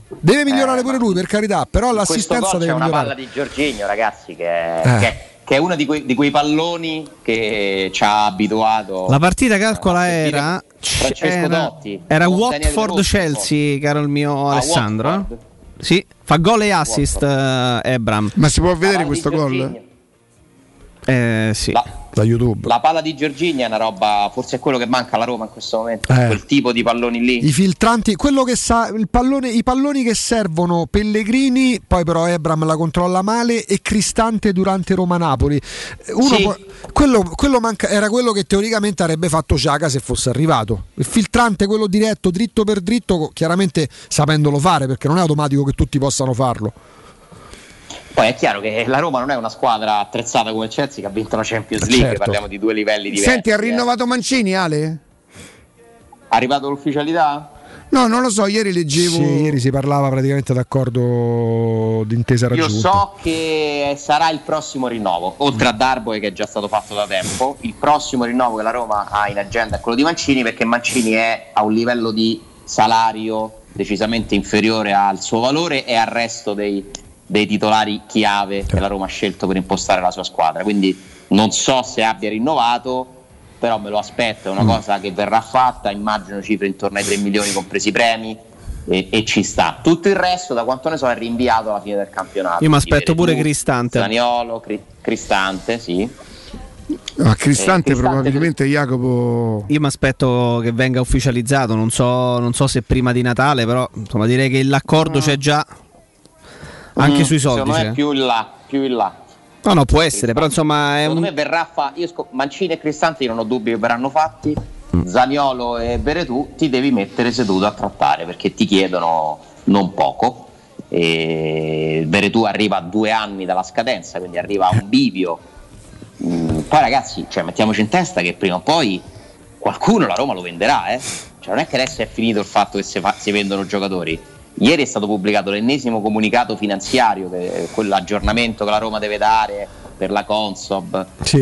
Deve migliorare pure lui, per carità, però l'assistenza deve migliorare. C'è una palla di Jorginho, ragazzi, che è uno di quei palloni che ci ha abituato. La partita, calcola, era Francesco Totti. Era Watford-Chelsea, caro il mio Alessandro. Sì, fa gol e assist Ebram. Ma si può vedere questo gol? Sì. Da YouTube. La palla di Jorginho è una roba, forse è quello che manca alla Roma in questo momento, quel tipo di palloni lì. I filtranti, quello che sa, i palloni che servono Pellegrini, poi però Ebram la controlla male, e Cristante durante Roma-Napoli. Quello manca, era quello che teoricamente avrebbe fatto Xhaka se fosse arrivato. Il filtrante, quello diretto, dritto per dritto, chiaramente sapendolo fare, perché non è automatico che tutti possano farlo. Poi è chiaro che la Roma non è una squadra attrezzata come il Chelsea che ha vinto la Champions League, certo. Parliamo di due livelli diversi. Senti, ha rinnovato Mancini, Ale? Arrivato l'ufficialità? No, non lo so, ieri leggevo. Sì, ieri si parlava praticamente d'accordo d'intesa raggiunta. Io so che sarà il prossimo rinnovo, oltre a Darboe che è già stato fatto da tempo. Il prossimo rinnovo che la Roma ha in agenda è quello di Mancini, perché Mancini è a un livello di salario decisamente inferiore al suo valore e al resto dei titolari chiave che la Roma ha scelto per impostare la sua squadra, quindi non so se abbia rinnovato, però me lo aspetto, è una cosa che verrà fatta, immagino cifre intorno ai 3 milioni compresi i premi, e ci sta. Tutto il resto, da quanto ne so, è rinviato alla fine del campionato. Io mi aspetto pure Cristante. Zaniolo, Cristante, sì. Ma Cristante probabilmente, Jacopo. Io mi aspetto che venga ufficializzato, non so se prima di Natale, però insomma direi che l'accordo c'è già. Anche sui soldi, secondo me più in là. No, può essere, però insomma secondo me verrà Mancini e Cristante, io non ho dubbi che verranno fatti. Zaniolo e Veretù ti devi mettere seduto a trattare, perché ti chiedono non poco. E Veretù arriva a 2 anni dalla scadenza, quindi arriva a un bivio. Poi ragazzi, mettiamoci in testa che prima o poi qualcuno la Roma lo venderà, non è che adesso è finito il fatto che si vendono giocatori. Ieri è stato pubblicato l'ennesimo comunicato finanziario, quell'aggiornamento che la Roma deve dare per la Consob,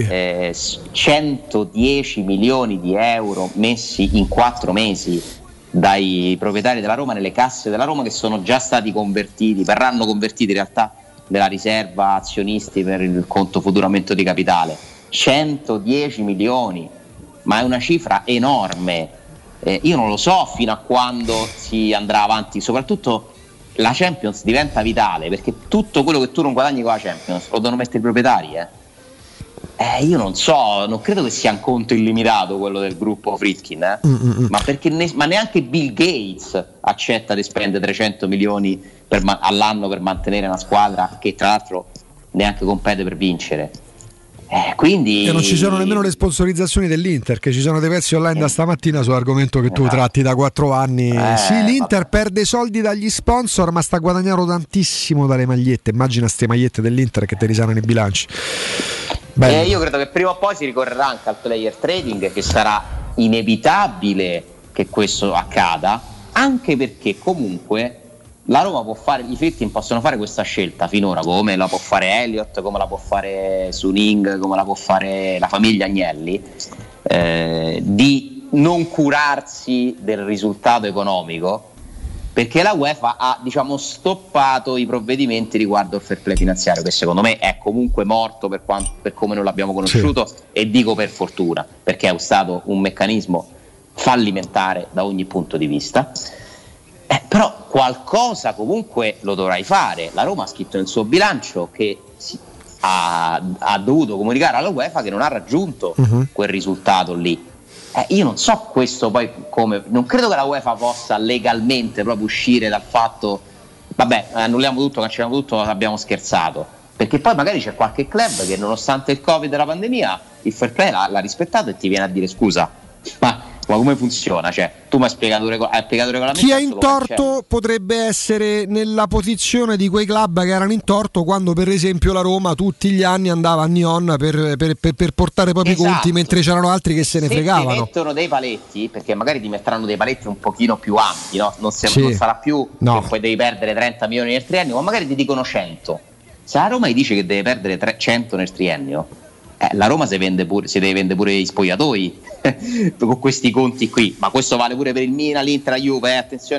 110 milioni di euro messi in 4 mesi dai proprietari della Roma nelle casse della Roma, che sono già stati convertiti, verranno convertiti in realtà nella riserva azionisti per il conto futuro aumento di capitale. 110 milioni, ma è una cifra enorme. Io non lo so fino a quando si andrà avanti, soprattutto la Champions diventa vitale, perché tutto quello che tu non guadagni con la Champions lo devono mettere i proprietari. Io non so, non credo che sia un conto illimitato quello del gruppo Friedkin, ma perché ma neanche Bill Gates accetta di spendere 300 milioni all'anno per mantenere una squadra che tra l'altro neanche compete per vincere. Quindi... E non ci sono nemmeno le sponsorizzazioni dell'Inter, che ci sono dei pezzi online da stamattina sull'argomento che tu tratti da 4 anni. Sì, l'Inter perde soldi dagli sponsor, ma sta guadagnando tantissimo dalle magliette. Immagina ste magliette dell'Inter che ti risanano i bilanci. Io credo che prima o poi si ricorrerà anche al player trading, che sarà inevitabile che questo accada, anche perché comunque la Roma può fare, i Friedkin possono fare questa scelta finora, come la può fare Elliott, come la può fare Suning, come la può fare la famiglia Agnelli, di non curarsi del risultato economico, perché la UEFA ha stoppato i provvedimenti riguardo il fair play finanziario, che secondo me è comunque morto per come non l'abbiamo conosciuto, e dico per fortuna, perché è stato un meccanismo fallimentare da ogni punto di vista. Però qualcosa comunque lo dovrai fare. La Roma ha scritto nel suo bilancio che ha dovuto comunicare alla UEFA che non ha raggiunto quel risultato lì. Io non so questo poi come, non credo che la UEFA possa legalmente proprio uscire dal fatto vabbè, annulliamo tutto, cancelliamo tutto, abbiamo scherzato, perché poi magari c'è qualche club che nonostante il Covid e la pandemia il fair play l'ha rispettato e ti viene a dire scusa, ma come funziona? Cioè, tu mi hai spiegato il regolamento. Chi è in torto potrebbe essere nella posizione di quei club che erano in torto quando per esempio la Roma tutti gli anni andava a Nyon per portare i propri conti, mentre c'erano altri che se ne fregavano. Ti mettono dei paletti, perché magari ti metteranno dei paletti un pochino più ampi, no? Non sarà più che poi devi perdere 30 milioni nel triennio, ma magari ti dicono 100. Se la Roma gli dice che deve perdere 100 nel triennio, la Roma si deve vendere pure gli spogliatoi con questi conti qui, ma questo vale pure per il Milan, l'Inter, la Juve, attenzione,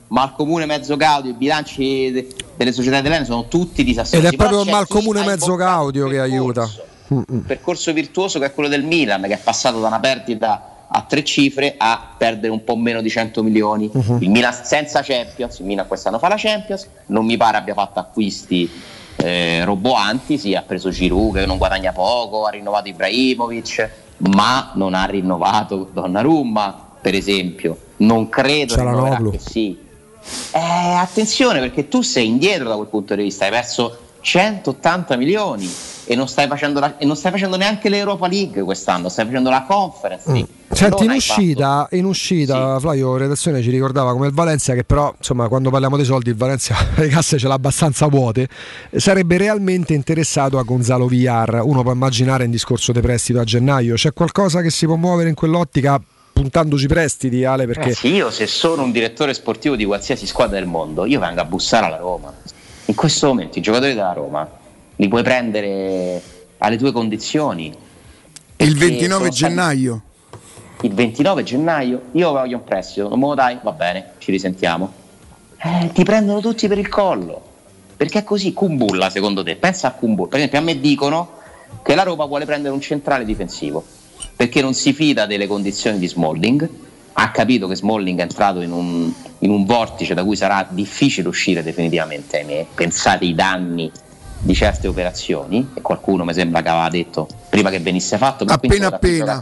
malcomune mezzo caudio, i bilanci delle società italiane sono tutti disastrosi. Ed è proprio il malcomune mezzo caudio che aiuta. Un percorso virtuoso che è quello del Milan, che è passato da una perdita a 3 cifre a perdere un po' meno di 100 milioni. Il Milan senza Champions, il Milan quest'anno fa la Champions, non mi pare abbia fatto acquisti roboanti, sì, ha preso Giroud che non guadagna poco, ha rinnovato Ibrahimovic, ma non ha rinnovato Donnarumma, per esempio. Non credo che sì. Attenzione, perché tu sei indietro da quel punto di vista, hai perso 180 milioni e non stai facendo neanche l'Europa League quest'anno, stai facendo la Conference League. Senti, in uscita sì. Flavio, redazione ci ricordava come il Valencia, che però insomma quando parliamo dei soldi il Valencia le casse ce l'ha abbastanza vuote, sarebbe realmente interessato a Gonzalo Villar. Uno può immaginare un discorso di prestito a gennaio, c'è qualcosa che si può muovere in quell'ottica puntando sui prestiti, Ale? Perché io se sono un direttore sportivo di qualsiasi squadra del mondo, io vengo a bussare alla Roma. In questo momento i giocatori della Roma li puoi prendere alle tue condizioni. Il 29 gennaio. Il 29 gennaio io voglio un prestito, non me lo dai? Va bene, ci risentiamo. Ti prendono tutti per il collo. Perché è così. Kumbulla, secondo te? Pensa a Kumbulla. Per esempio, a me dicono che la Roma vuole prendere un centrale difensivo perché non si fida delle condizioni di Smalling. Ha capito che Smalling è entrato in un vortice da cui sarà difficile uscire definitivamente, ahimè. Pensate ai danni di certe operazioni, e qualcuno mi sembra che aveva detto prima che venisse fatto, ma appena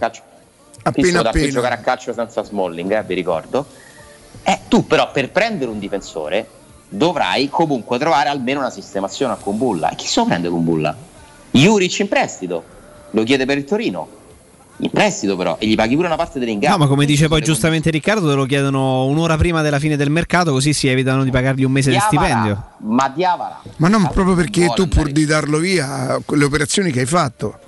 giocare a calcio senza Smalling, vi ricordo. Tu però per prendere un difensore dovrai comunque trovare almeno una sistemazione a Kumbulla. E chi se lo prende Kumbulla? Juric in prestito, lo chiede per il Torino in prestito, però, e gli paghi pure una parte dell'ingaggio. No, ma come dice poi giustamente Riccardo, te lo chiedono un'ora prima della fine del mercato, così si evitano di pagargli un mese di stipendio. Ma Diavara. Ma non proprio perché tu pur di darlo via, le operazioni che hai fatto.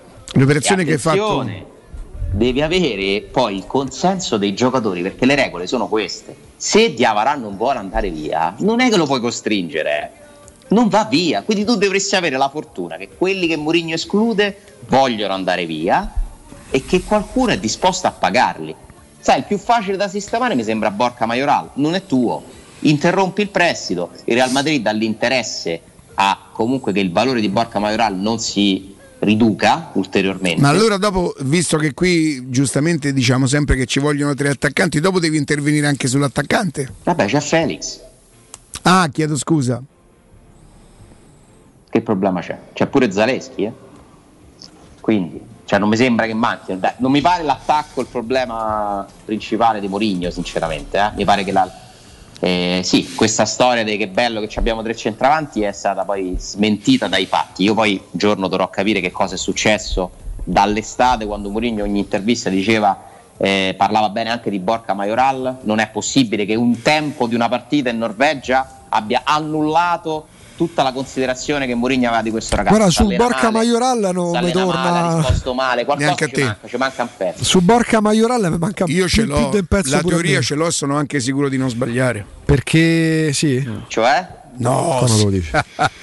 Devi avere poi il consenso dei giocatori, perché le regole sono queste. Se Diavara non vuole andare via, non è che lo puoi costringere, non va via. Quindi tu dovresti avere la fortuna che quelli che Mourinho esclude vogliono andare via e che qualcuno è disposto a pagarli. Sai, il più facile da sistemare mi sembra Borca Majoral, non è tuo, interrompi il prestito. Il Real Madrid ha l'interesse a comunque che il valore di Borca Majoral non si riduca ulteriormente. Ma allora dopo, visto che qui giustamente diciamo sempre che ci vogliono 3 attaccanti, dopo devi intervenire anche sull'attaccante. Vabbè, c'è Felix. Ah, chiedo scusa. Che problema c'è? C'è pure Zaleschi, Quindi non mi sembra che manchi. Non mi pare l'attacco il problema principale di Mourinho, sinceramente. Mi pare che sì, questa storia di che bello che abbiamo 3 centravanti è stata poi smentita dai fatti. Io poi un giorno dovrò capire che cosa è successo dall'estate, quando Mourinho ogni intervista diceva parlava bene anche di Borca Majoral. Non è possibile che un tempo di una partita in Norvegia abbia annullato tutta la considerazione che Mourinho aveva di questo ragazzo. Guarda, su Borca Majoral non mi torna. Ha risposto male, qualcosa ci manca un pezzo. Su Borca Majoral mi manca io ce l'ho, la teoria ce l'ho, sono anche sicuro di non sbagliare. Perché sì. Cioè? No, come lo dici?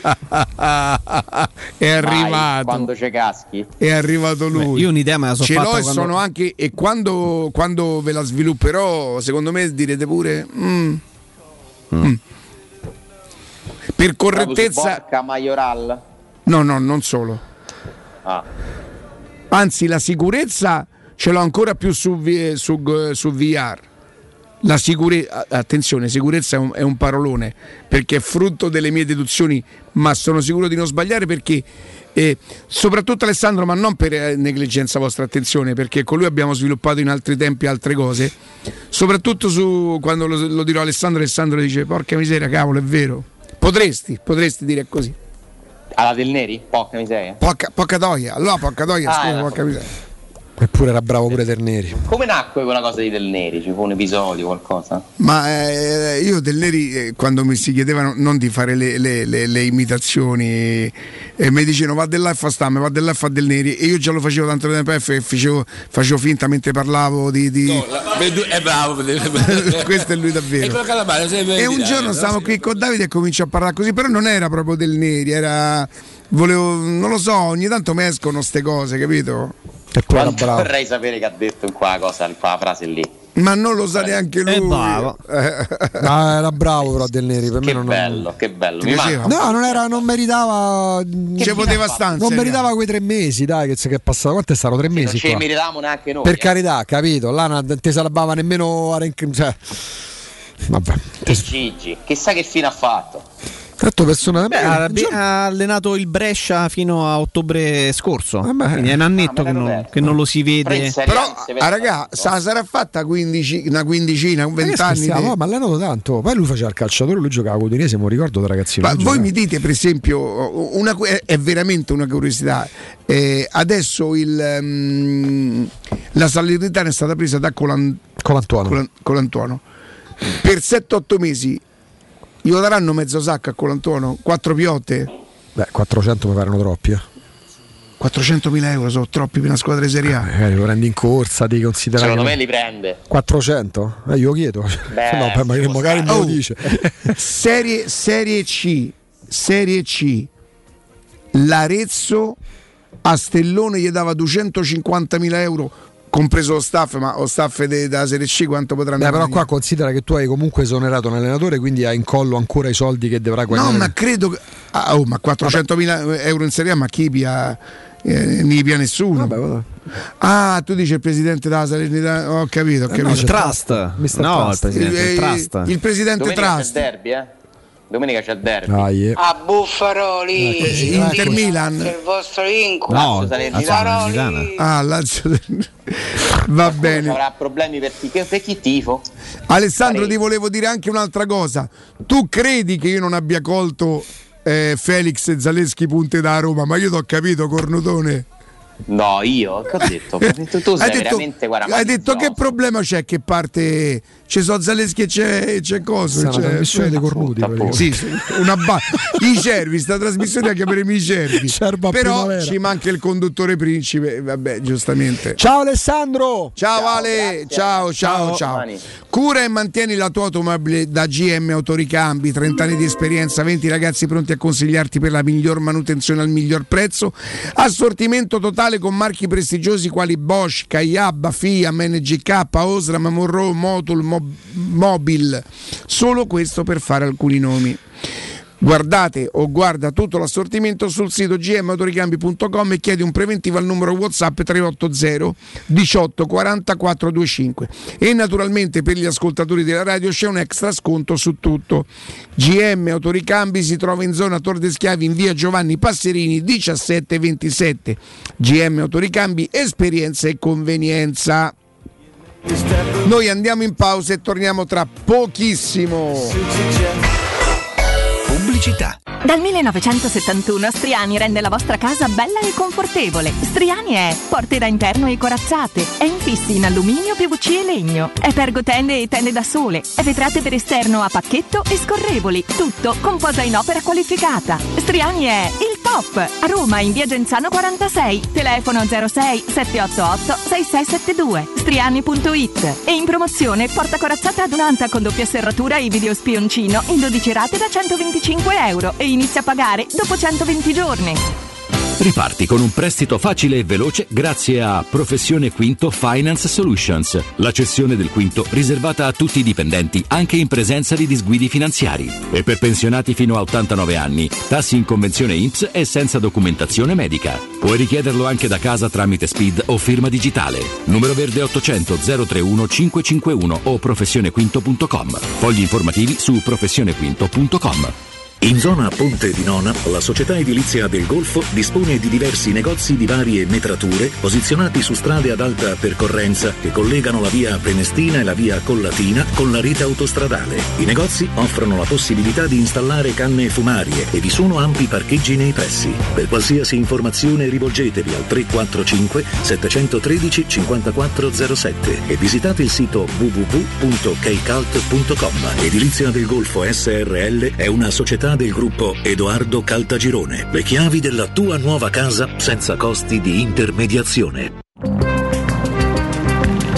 È arrivato. Quando c'è Caschi? È arrivato lui. Io un'idea me la so ce fatta l'ho e quando... sono anche. E quando ve la svilupperò, secondo me direte pure. Per correttezza. Borca Majoral? No, non solo. Anzi, la sicurezza ce l'ho ancora più su VR. La attenzione, sicurezza è un parolone, perché è frutto delle mie deduzioni, ma sono sicuro di non sbagliare, perché soprattutto Alessandro, ma non per negligenza vostra, attenzione, perché con lui abbiamo sviluppato in altri tempi altre cose, soprattutto quando lo dirò a Alessandro dice porca miseria, cavolo, è vero. Potresti dire così. Alla Del Neri? Porca miseria. Porca toia, allora porca toia, scusa, porca miseria. Eppure era bravo pure Del Neri. Come nacque quella cosa di Del Neri? Ci fu un episodio, qualcosa? Ma io Del Neri, quando mi si chiedevano non di fare le imitazioni, mi dicevano va dell'A e fa stamme, va dell'A e fa Del Neri, e io già lo facevo tanto tempo e facevo finta mentre parlavo di... No, è bravo. Questo è lui davvero. E un giorno stavamo qui con Davide e cominciò a parlare così, però non era proprio Del Neri, non lo so, ogni tanto mi escono ste cose, capito? Vorrei sapere che ha detto in quella frase lì. Ma non lo sa neanche lui. No, era bravo però Del Neri. Per Che me bello, che bello. Non meritava. Ci poteva stare. Non meritava quei 3 mesi, dai, che è passato. Quanto è stato? 3 mesi? Non ci meritavamo neanche noi. Per carità, capito? Là non ti salvava nemmeno. Cioè, vabbè. E Gigi, chissà che fine ha fatto. Ha allenato il Brescia fino a ottobre scorso. Quindi è un annetto che non lo si vede. Però, raga, sarà fatta una quindicina, 20 anni. Ma ha allenato tanto. Poi lui faceva il calciatore, lui giocava con Udinese, me lo ricordo da ragazzino. Ma voi mi dite, per esempio, è veramente una curiosità. Adesso la Salernitana è stata presa da Colantuono. Per 7-8 mesi gli daranno mezzo sacco a Colantuono? 4 piotte? Beh, 400 mi paiono troppi. 400.000 euro sono troppi per una squadra di Serie A. Lo prendi in corsa, devi considerare. Secondo me li prende. 400? Io lo chiedo. No, magari me lo dice. Serie C. L'Arezzo a Stellone gli dava 250.000 euro. Compreso lo staff, ma lo staff della Serie C quanto potranno però qua considera che tu hai comunque esonerato un allenatore, quindi hai in collo ancora i soldi che dovrà guadagnare. No, ma credo che ma 400.000 euro in Serie A, ma chi pia? Non li pia nessuno. Vabbè. Tu dici il presidente della Salernitana, ho capito. No, il Trust. Il presidente Trust. Il presidente Domenica Trust. C'è il derby, Domenica c'è il derby. A Buffaroli, Inter Milan. Il vostro incubo. No, Lazio. Va bene. Avrà problemi per chi tifo. Alessandro, ti volevo dire anche un'altra cosa. Tu credi che io non abbia colto Felix e Zaleschi punte da Roma? Ma io t'ho capito, cornutone. No, io che ho detto? Tu sei veramente hai detto che problema c'è che parte ci sono Zaleschi e c'è cosa? C'è una trasmissione dei cornuti. Sì, i cervi, sta trasmissione a chiamare i cervi. Però ci manca il conduttore principe, vabbè, giustamente. Ciao Alessandro. Ciao Ale. Ciao. Cura e mantieni la tua automobile da GM Autoricambi, 30 anni di esperienza, 20 ragazzi pronti a consigliarti per la miglior manutenzione al miglior prezzo. Assortimento totale con marchi prestigiosi quali Bosch, Kayabba, FIA, NGK, Osram, Monroe, Motul, Mobil. Solo questo per fare alcuni nomi. Guardate o guarda tutto l'assortimento sul sito gmautoricambi.com e chiedi un preventivo al numero WhatsApp 380 18 40 425. E naturalmente per gli ascoltatori della radio c'è un extra sconto su tutto. GM Autoricambi si trova in zona Tor de Schiavi in via Giovanni Passerini 1727. GM Autoricambi, esperienza e convenienza. Noi andiamo in pausa e torniamo tra pochissimo. Pubblicità. Dal 1971 Striani rende la vostra casa bella e confortevole. Striani è porte da interno e corazzate, è infissi in alluminio, PVC e legno, è pergotende e tende da sole, è vetrate per esterno a pacchetto e scorrevoli, tutto con posa in opera qualificata. Striani è il top! A Roma in via Genzano 46, telefono 06 788 6672, striani.it. E in promozione porta corazzata adunata con doppia serratura e video spioncino in 12 rate da 125 euro e inizia a pagare dopo 120 giorni. Riparti con un prestito facile e veloce grazie a Professione Quinto Finance Solutions, la cessione del quinto riservata a tutti i dipendenti anche in presenza di disguidi finanziari. E per pensionati fino a 89 anni, tassi in convenzione INPS e senza documentazione medica. Puoi richiederlo anche da casa tramite SPID o firma digitale. Numero verde 800 031 551 o professionequinto.com. Fogli informativi su professionequinto.com. In zona Ponte di Nona, la società edilizia del Golfo dispone di diversi negozi di varie metrature posizionati su strade ad alta percorrenza che collegano la via Prenestina e la via Collatina con la rete autostradale. I negozi offrono la possibilità di installare canne fumarie e vi sono ampi parcheggi nei pressi. Per qualsiasi informazione rivolgetevi al 345 713 5407 e visitate il sito www.keicalt.com. Edilizia del Golfo SRL è una società del gruppo Edoardo Caltagirone. Le chiavi della tua nuova casa senza costi di intermediazione.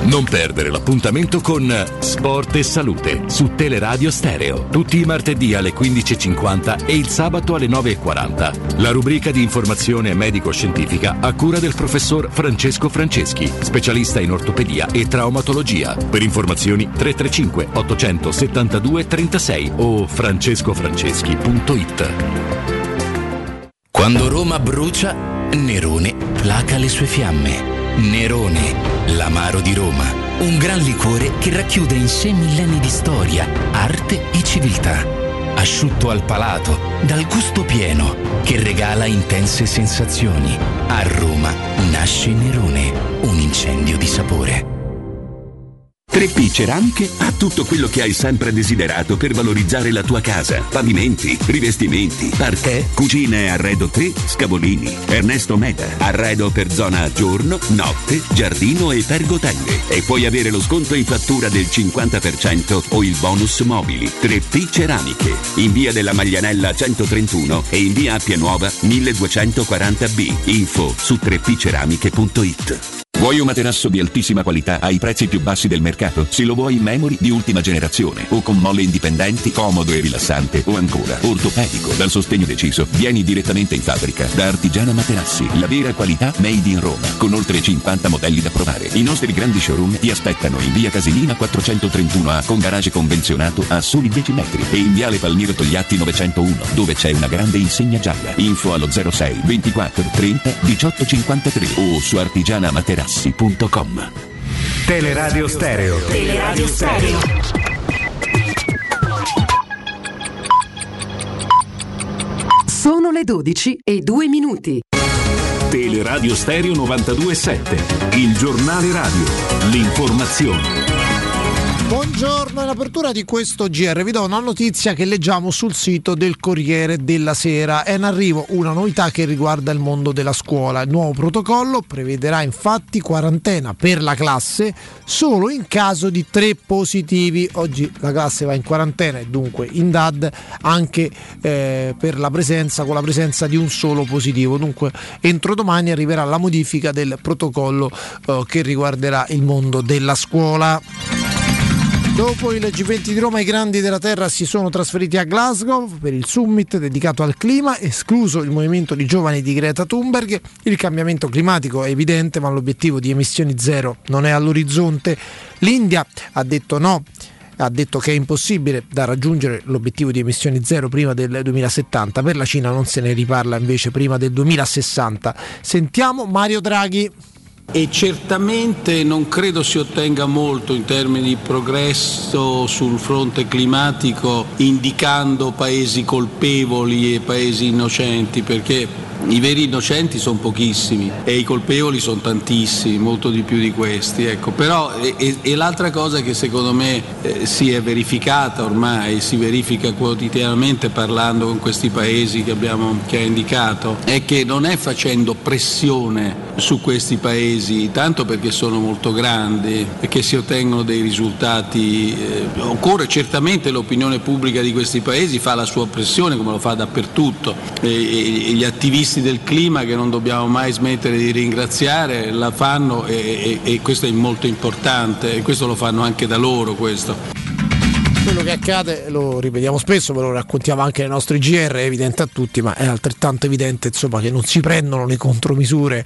Non perdere l'appuntamento con Sport e Salute su Teleradio Stereo. Tutti i martedì alle 15.50 e il sabato alle 9.40. La rubrica di informazione medico-scientifica a cura del professor Francesco Franceschi, specialista in ortopedia e traumatologia. Per informazioni 335 872 36 o francescofranceschi.it. Quando Roma brucia, Nerone placa le sue fiamme. Nerone, l'amaro di Roma, un gran liquore che racchiude in sé millenni di storia, arte e civiltà. Asciutto al palato, dal gusto pieno, che regala intense sensazioni. A Roma nasce Nerone, un incendio di sapore. 3P Ceramiche ha tutto quello che hai sempre desiderato per valorizzare la tua casa. Pavimenti, rivestimenti, parquet, cucine e arredo 3, Scavolini. Ernesto Meda, arredo per zona giorno, notte, giardino e pergotende. E puoi avere lo sconto in fattura del 50% o il bonus mobili. 3P Ceramiche, in via della Maglianella 131 e in via Appia Nuova 1240B. Info su 3pceramiche.it. Vuoi un materasso di altissima qualità ai prezzi più bassi del mercato? Se lo vuoi in memory di ultima generazione o con molle indipendenti, comodo e rilassante o ancora ortopedico dal sostegno deciso, vieni direttamente in fabbrica da Artigiana Materassi, la vera qualità made in Roma, con oltre 50 modelli da provare. I nostri grandi showroom ti aspettano in via Casilina 431A con garage convenzionato a soli 10 metri e in viale Palmiro Togliatti 901 dove c'è una grande insegna gialla. Info allo 06 24 30 18 53 o su artigianamaterassi.com. Teleradio Stereo. Teleradio Stereo. Sono le 12:02. Teleradio Stereo 92.7, il giornale radio, l'informazione. Buongiorno, in apertura di questo GR vi do una notizia che leggiamo sul sito del Corriere della Sera. È in arrivo una novità che riguarda il mondo della scuola. Il nuovo protocollo prevederà infatti quarantena per la classe solo in caso di 3 positivi. Oggi la classe va in quarantena e dunque in DAD anche per la presenza, con la presenza di un solo positivo. Dunque entro domani arriverà la modifica del protocollo che riguarderà il mondo della scuola. Dopo il G20 di Roma i grandi della terra si sono trasferiti a Glasgow per il summit dedicato al clima, escluso il movimento di giovani di Greta Thunberg. Il cambiamento climatico è evidente, ma l'obiettivo di emissioni zero non è all'orizzonte. L'India ha detto no, ha detto che è impossibile da raggiungere l'obiettivo di emissioni zero prima del 2070. Per la Cina non se ne riparla invece prima del 2060. Sentiamo Mario Draghi. E certamente non credo si ottenga molto in termini di progresso sul fronte climatico indicando paesi colpevoli e paesi innocenti, perché i veri innocenti sono pochissimi e i colpevoli sono tantissimi, molto di più di questi, ecco. Però e l'altra cosa che secondo me si è verificata ormai, si verifica quotidianamente parlando con questi paesi che ha indicato, è che non è facendo pressione su questi paesi, tanto perché sono molto grandi e che si ottengono dei risultati. Occorre certamente l'opinione pubblica di questi paesi fa la sua pressione come lo fa dappertutto e gli attivisti del clima, che non dobbiamo mai smettere di ringraziare, la fanno e questo è molto importante e questo lo fanno anche da loro questo. Quello che accade lo ripetiamo spesso, ve lo raccontiamo anche nei nostri GR, è evidente a tutti, ma è altrettanto evidente insomma che non si prendono le contromisure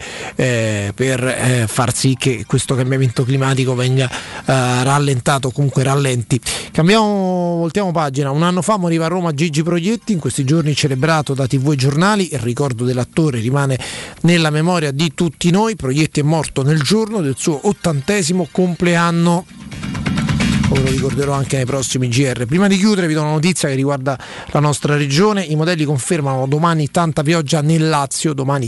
per far sì che questo cambiamento climatico venga rallentato, comunque rallenti. Voltiamo pagina. Un anno fa moriva a Roma Gigi Proietti, in questi giorni celebrato da TV e giornali. Il ricordo dell'attore rimane nella memoria di tutti noi. Proietti è morto nel giorno del suo 80° compleanno. Ve lo ricorderò anche nei prossimi GR. Prima di chiudere vi do una notizia che riguarda la nostra regione. I modelli confermano domani tanta pioggia nel Lazio.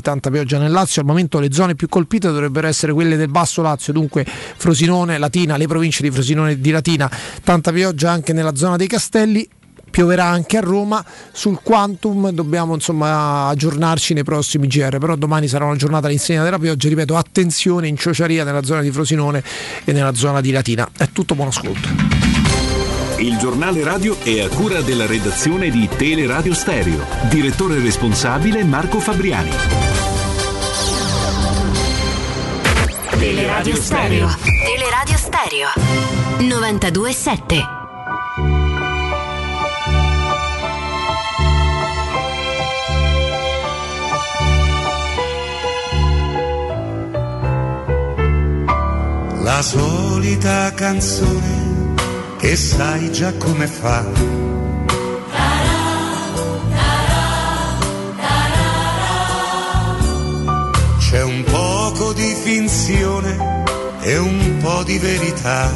Al momento le zone più colpite dovrebbero essere quelle del Basso Lazio, dunque Frosinone, Latina, le province di Frosinone e di Latina. Tanta pioggia anche nella zona dei Castelli. Pioverà anche a Roma. Sul quantum dobbiamo insomma aggiornarci nei prossimi GR, però domani sarà una giornata all'insegna della pioggia. Ripeto, attenzione in Ciociaria, nella zona di Frosinone e nella zona di Latina. È tutto, buon ascolto. Il giornale radio è a cura della redazione di Teleradio Stereo. Direttore responsabile Marco Fabriani. Teleradio Stereo. Teleradio Stereo 92.7. La solita canzone che sai già come fa. C'è un poco di finzione e un po' di verità.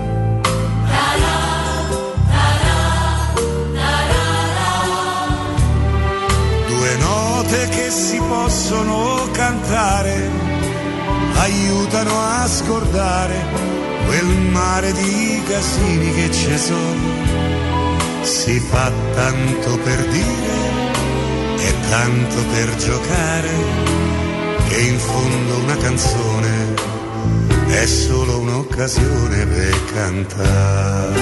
Due note che si possono cantare, aiutano a scordare quel mare di casini che c'è sono. Si fa tanto per dire e tanto per giocare, che in fondo una canzone è solo un'occasione per cantare.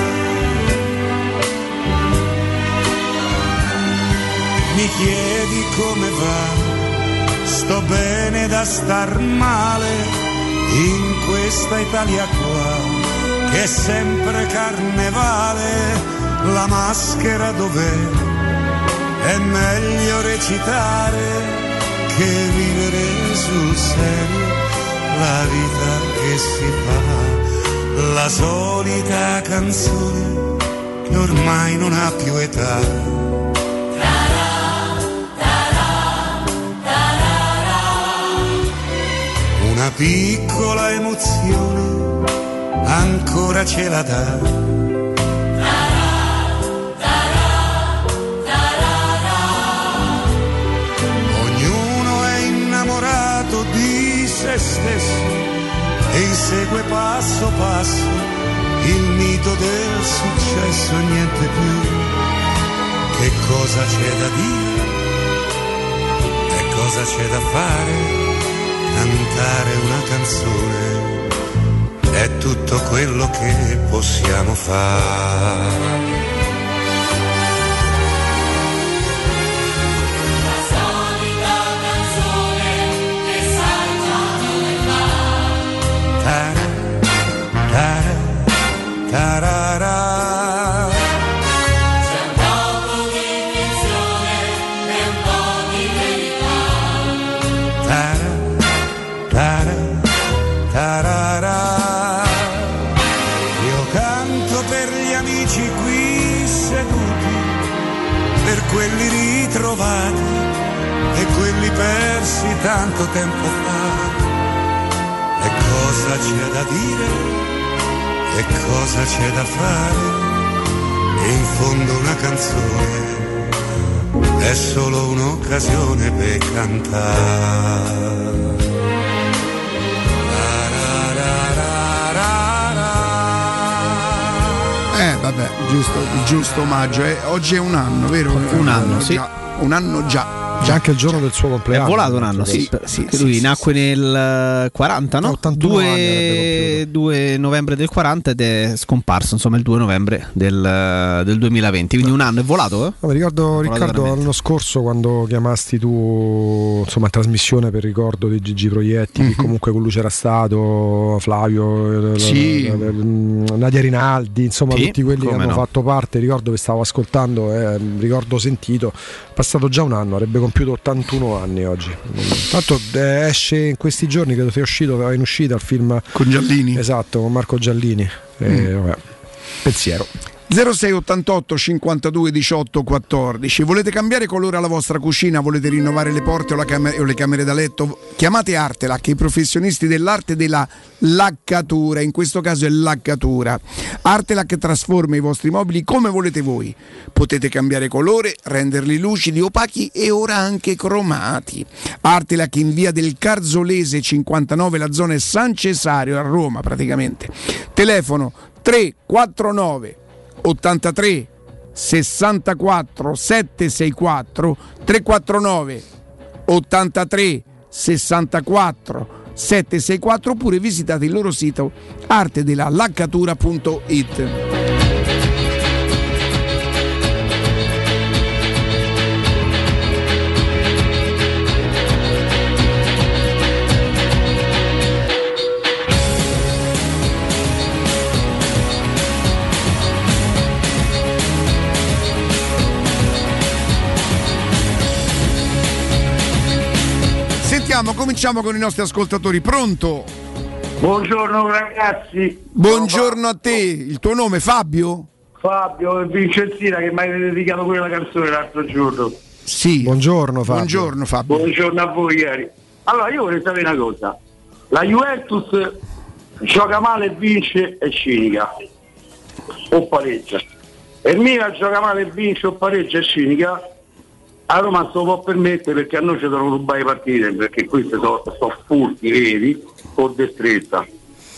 Mi chiedi come va? Sto bene da star male in questa Italia qua, che è sempre carnevale. La maschera dov'è? È meglio recitare che vivere sul serio la vita che si fa. La solita canzone che ormai non ha più età. Una piccola emozione ancora ce la dà. Ognuno è innamorato di se stesso e insegue passo passo il mito del successo e niente più. Che cosa c'è da dire e cosa c'è da fare? Cantare una canzone è tutto quello che possiamo fare. La solita canzone che sai già come fa. Tara, tara, tarara. C'è un poco di finzione e un po' di verità. Tara, tarara. Io canto per gli amici qui seduti, per quelli ritrovati e quelli persi tanto tempo fa. E cosa c'è da dire e cosa c'è da fare? E in fondo una canzone è solo un'occasione per cantare. Vabbè, giusto omaggio. Oggi è un anno, vero? Un anno, sì. Un anno già. C'è anche il giorno del suo compleanno. È volato un anno, sì. Lui nacque nel 40, no? 2 novembre del 40 ed è scomparso, insomma, il 2 novembre del 2020. Quindi un anno è volato, eh? No, mi ricordo, Riccardo, l'anno scorso quando chiamasti tu, insomma, a trasmissione per ricordo di Gigi Proietti, che comunque con lui c'era stato Flavio, Nadia Rinaldi, insomma, tutti quelli che hanno fatto parte. Ricordo che stavo ascoltando, ricordo sentito. È passato già un anno, avrebbe compiuto 81 anni oggi. Tanto esce in questi giorni, credo sia uscito, in uscita il film con Giallini. Esatto, con Marco Giallini. Vabbè. Pensiero. 0688 52 18 14. Volete cambiare colore alla vostra cucina? Volete rinnovare le porte o le camere da letto? Chiamate Artelac, i professionisti dell'arte della laccatura. In questo caso è laccatura. Artelac trasforma i vostri mobili come volete voi. Potete cambiare colore, renderli lucidi, opachi e ora anche cromati. Artelac in via del Carzolese 59, la zona è San Cesario a Roma praticamente. Telefono 349 83 64 764 349 83 64 764 oppure visitate il loro sito artedelalaccatura.it. cominciamo con i nostri ascoltatori. Pronto? Buongiorno ragazzi. Buongiorno a te. Il tuo nome Fabio? Fabio Vincenzina, che mi hai dedicato pure la canzone l'altro giorno. Sì. Buongiorno Fabio. Buongiorno Fabio. Buongiorno a voi ieri. Allora io vorrei sapere una cosa. La Juventus gioca male, vince e cinica o pareggia. E il Milan gioca male, vince o pareggia e cinica. A Roma se lo può permettere, perché a noi ci devono rubare le partite, perché questi sono furti veri o destrezza.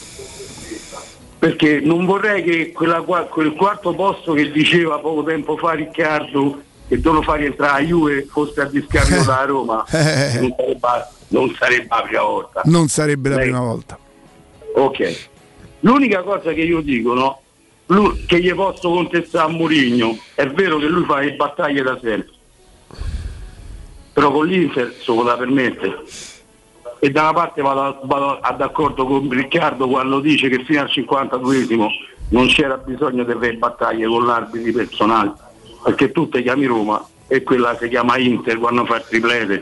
Perché non vorrei che quel quarto posto che diceva poco tempo fa Riccardo, che devono far rientrare la Juve, fosse a discapito da Roma. Non sarebbe la prima volta. Non sarebbe la prima volta. Ok. L'unica cosa che io dico, no? Che gli posso contestare a Mourinho, è vero che lui fa le battaglie da sempre, però con l'Inter se lo la permette. E da una parte vado d'accordo con Riccardo quando dice che fino al 52esimo non c'era bisogno di avere battaglie con l'arbitri personali, perché tu ti chiami Roma e quella si chiama Inter quando fa il triplete.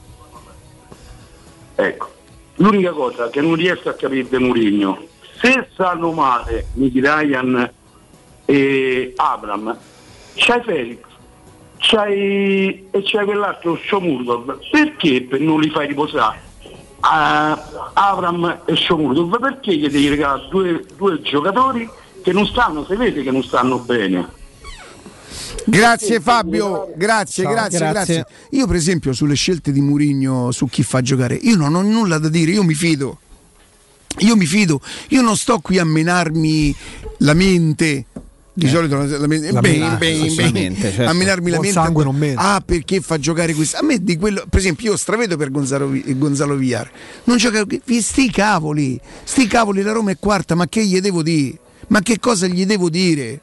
Ecco, l'unica cosa che non riesco a capire di Mourinho, se stanno male Mkhitaryan e Abram, c'hai Felix, c'hai quell'altro Shomurdov, perché non li fai riposare Abram e Shomurdov? Perché gli devi regalare due giocatori che non stanno, si vede che non stanno bene. Grazie Fabio, grazie. Io per esempio sulle scelte di Mourinho, su chi fa giocare, io non ho nulla da dire, io mi fido, io non sto qui a menarmi la mente. Di solito a menarmi la mente. Perché fa giocare questo? A me di quello, per esempio, io stravedo per Gonzalo Villar. Non gioca, sti cavoli, la Roma è quarta, ma che gli devo dire? Ma che cosa gli devo dire?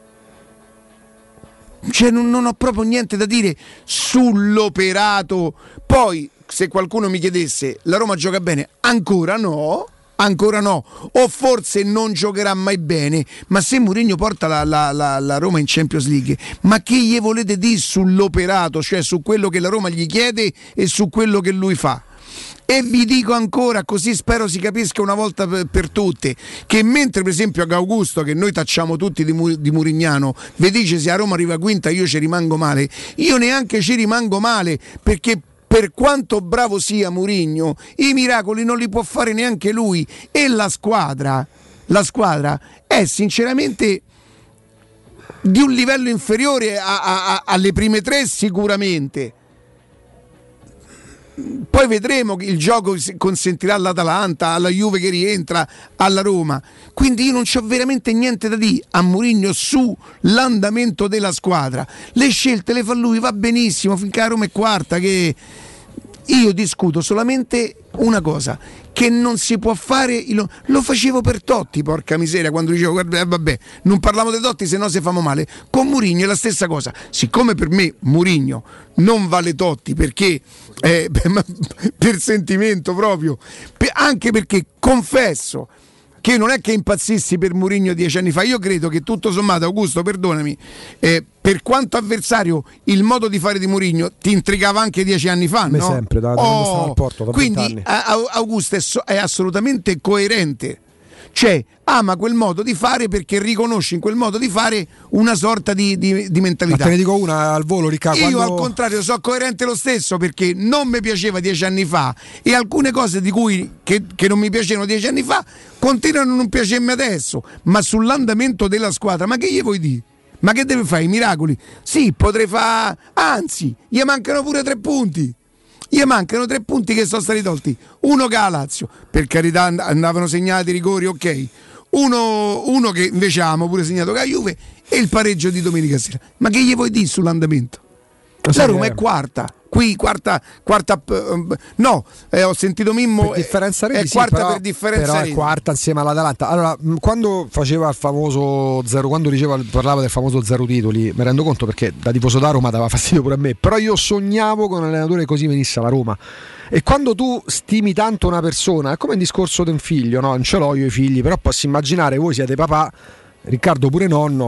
Cioè non ho proprio niente da dire sull'operato. Poi se qualcuno mi chiedesse la Roma gioca bene, ancora no, o forse non giocherà mai bene, ma se Mourinho porta la Roma in Champions League, ma che gli volete dire sull'operato, cioè su quello che la Roma gli chiede e su quello che lui fa? E vi dico ancora, così spero si capisca una volta per tutte, che mentre per esempio a Augusto, che noi tacciamo tutti di Murignano, vi dice se a Roma arriva quinta io ci rimango male, io neanche ci rimango male, perché per quanto bravo sia Mourinho, i miracoli non li può fare neanche lui, e la squadra è sinceramente di un livello inferiore alle prime tre sicuramente. Poi vedremo che il gioco consentirà all'Atalanta, alla Juve che rientra, alla Roma. Quindi io non c'ho veramente niente da dire a Mourinho sull'andamento della squadra. Le scelte le fa lui, va benissimo, finché la Roma è quarta, che io discuto solamente una cosa, che non si può fare, lo facevo per Totti, porca miseria, quando dicevo guarda, vabbè, non parliamo dei Totti se no se famo male. Con Mourinho è la stessa cosa, siccome per me Mourinho non vale Totti, perché per sentimento proprio, anche perché confesso che non è che impazzissi per Mourinho 10 anni fa, io credo che tutto sommato, Augusto perdonami, per quanto avversario il modo di fare di Mourinho ti intrigava anche 10 anni fa, no? Sempre, da rapporto, da quindi Augusto è assolutamente coerente, cioè ama quel modo di fare perché riconosce in quel modo di fare una sorta di mentalità. Ma te ne dico una al volo, Riccardo. Io al contrario sono coerente lo stesso, perché non mi piaceva 10 anni fa e alcune cose di cui che non mi piacevano 10 anni fa continuano a non piacermi adesso, ma sull'andamento della squadra, ma che gli vuoi dire? Ma che deve fare? I miracoli? Sì, potrei fare, anzi, gli mancano pure 3 punti. Gli mancano 3 punti che sono stati tolti. Uno che ha Lazio, per carità andavano segnati rigori, ok. Uno che invece avevamo pure segnato che la Juve, e il pareggio di domenica sera. Ma che gli vuoi dire sull'andamento? La Roma è quarta. Qui quarta no, ho sentito Mimmo, per differenza reti, è quarta, però, per differenza però reti. È quarta insieme all'Atalanta. Allora, quando faceva il famoso zero, quando parlava del famoso 0 titoli, mi rendo conto, perché da tifoso da Roma dava fastidio pure a me, però io sognavo con un allenatore così venisse alla Roma. E quando tu stimi tanto una persona, è come il discorso di un figlio, no? Non ce l'ho io i figli, però posso immaginare, voi siete papà, Riccardo pure nonno,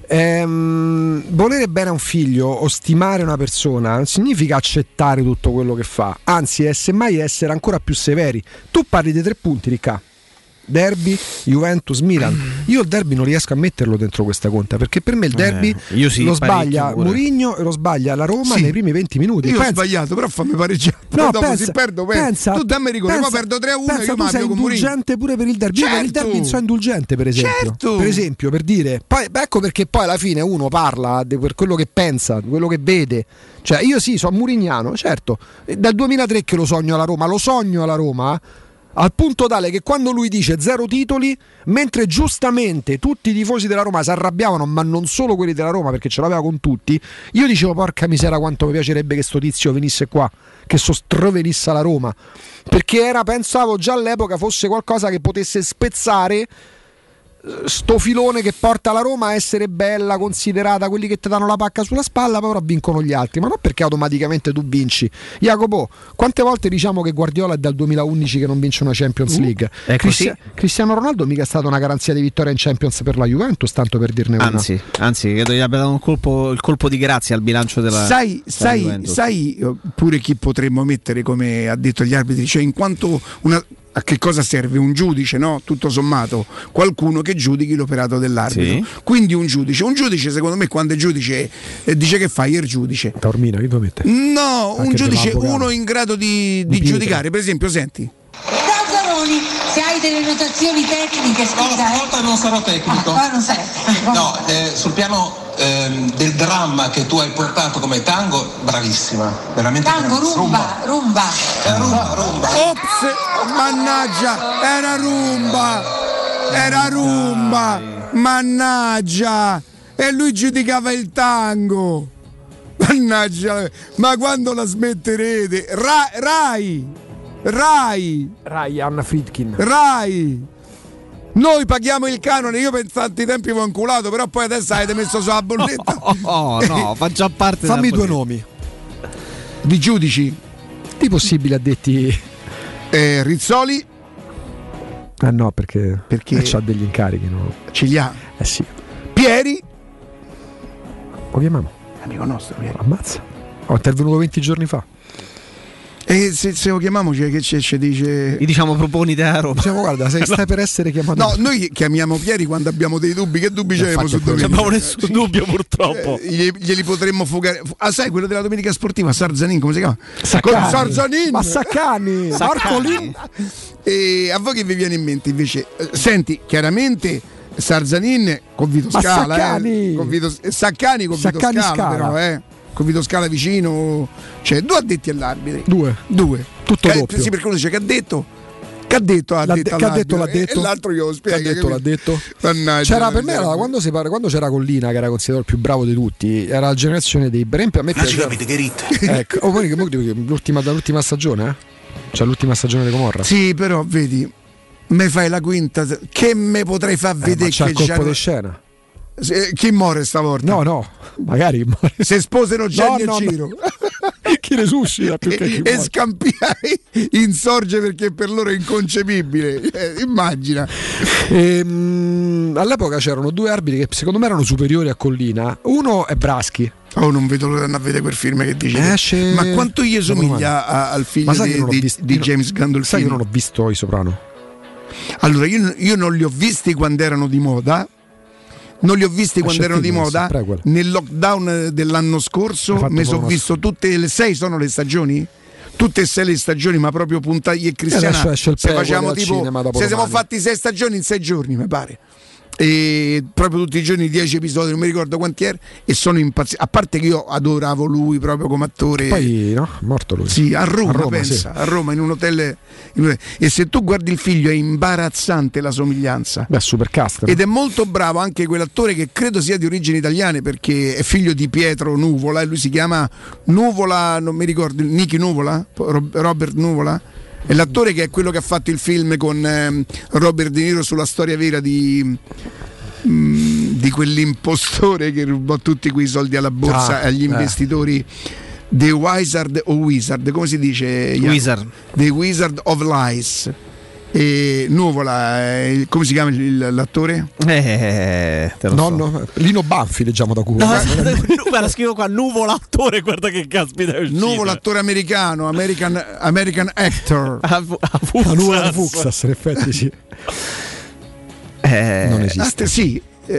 volere bene a un figlio o stimare una persona non significa accettare tutto quello che fa, anzi è semmai essere ancora più severi. Tu parli dei 3 punti, Ricca. Derby, Juventus, Milan. Io il derby non riesco a metterlo dentro questa conta, perché per me il derby lo sbaglia Mourinho e lo sbaglia la Roma nei primi 20 minuti. Io ho sbagliato, però fammi pareggiare. No, dopo se perdo, tu dammi rigore, poi perdo 3-1 e io tu sei indulgente pure per il derby. Io per il derby sono indulgente, per esempio. Per esempio, per dire, poi ecco perché poi alla fine uno parla per quello che pensa, quello che vede. Cioè io sì, sono murignano, certo. Dal 2003 che lo sogno alla Roma. Al punto tale che quando lui dice 0 titoli, mentre giustamente tutti i tifosi della Roma si arrabbiavano, ma non solo quelli della Roma perché ce l'aveva con tutti, io dicevo porca misera quanto mi piacerebbe che sto tizio venisse qua, che venisse alla Roma, perché pensavo già all'epoca fosse qualcosa che potesse spezzare sto filone che porta la Roma a essere bella, considerata quelli che ti danno la pacca sulla spalla, però vincono gli altri, ma non perché automaticamente tu vinci. Jacopo, quante volte diciamo che Guardiola è dal 2011 che non vince una Champions League? Cristiano Ronaldo mica è stata una garanzia di vittoria in Champions per la Juventus, tanto per dirne una. Anzi, credo gli abbia dato il colpo di grazia al bilancio della sai pure chi potremmo mettere come ha detto gli arbitri, cioè in quanto a che cosa serve un giudice, no? Tutto sommato qualcuno che giudichi l'operato dell'arbitro, quindi un giudice secondo me quando è giudice dice che fai il giudice Taormina, che dove mette? No, anche un giudice, uno in grado di giudicare, per esempio, senti Zanzaroni, se hai delle notazioni tecniche, scusa. No, stavolta non sarò tecnico. Non sei. No, sul piano del dramma che tu hai portato come tango, bravissima, veramente tango, bravissima. rumba. Ops, mannaggia, era rumba, mannaggia, e lui giudicava il tango, mannaggia, ma quando la smetterete? Rai Anna Friedkin. Noi paghiamo il canone, io per tanti tempi avevo inculato, però poi adesso avete messo sulla bolletta. No, fa già parte. Fammi 2 nomi di giudici, di possibili addetti. Rizzoli. No, perché c'ha degli incarichi, no? Ce li ha. Sì. Pieri. Lo chiamiamo? Amico nostro, Pieri. Ammazza. Ho intervenuto 20 giorni fa. E se lo chiamiamo, cioè, che ci dice? Gli diciamo proponite a Roma. Diciamo guarda, stai per essere chiamato. No, noi chiamiamo Pieri quando abbiamo dei dubbi. Che dubbi c'erano su domenica? Non abbiamo nessun dubbio, purtroppo. Glieli potremmo fugare. Sai quello della domenica sportiva? Sarzanin, come si chiama? Sarzanin. Ma Saccani. Marcolin. E a voi che vi viene in mente invece? Senti, chiaramente Sarzanin con Vito Scala. Saccani con Vito Scala, però con Vito Scala vicino, cioè 2 addetti all'arbitri. 2 tutto doppio. Sì, perché uno dice che ha detto e l'altro io lo spiego. L'ha detto. Mannaggia, c'era per me quando c'era Collina, che era considerato il più bravo di tutti, era la generazione dei Brempi. A me piaceva. Ecco, dall'ultima stagione, Cioè l'ultima stagione di Comorra. Sì, però vedi, me fai la quinta, che me potrei far vedere c'ha il colpo di scena. Chi muore stavolta? No, magari muore. Se sposano Jenny e Ciro. Chi resuscita più che chi muore. E Scampiai insorge perché per loro è inconcepibile. Immagina. All'epoca c'erano 2 arbitri che secondo me erano superiori a Collina. Uno è Braschi. Non vedo l'ora di andare a vedere quel film che dice. Ma quanto gli somiglia al figlio di James Gandolfini? Sai che non ho visto I Soprano. Allora io non li ho visti quando erano di moda. Nel lockdown dell'anno scorso mi sono visto tutte le 6 sono le stagioni? Tutte e 6 le stagioni, ma proprio puntai e Cristiana. Se facciamo tipo se siamo fatti 6 stagioni in 6 giorni, mi pare. E proprio tutti i giorni 10 episodi, non mi ricordo quanti erano, e sono impazzito. A parte che io adoravo lui proprio come attore. Poi morto lui. Sì, a Roma pensa, sì. A Roma in un hotel. E se tu guardi il figlio è imbarazzante la somiglianza. Super cast. Ed è molto bravo anche quell'attore che credo sia di origini italiane, perché è figlio di Pietro Nuvola e lui si chiama Nuvola, non mi ricordo, Nicky Nuvola, Robert Nuvola. È l'attore che è quello che ha fatto il film con Robert De Niro sulla storia vera di quell'impostore che rubò tutti quei soldi alla borsa agli investitori. The Wizard o Wizard, come si dice? Wizard. The Wizard of Lies. E Nuvola, come si chiama l'attore? Te lo Nonno, Lino Banfi, leggiamo da culo. Guarda, scrivo qua Nuvola attore, guarda che caspita è uscito. Nuvola attore americano, American actor. Nuvola Fuxas, in effetti sì. Non esiste. Sì.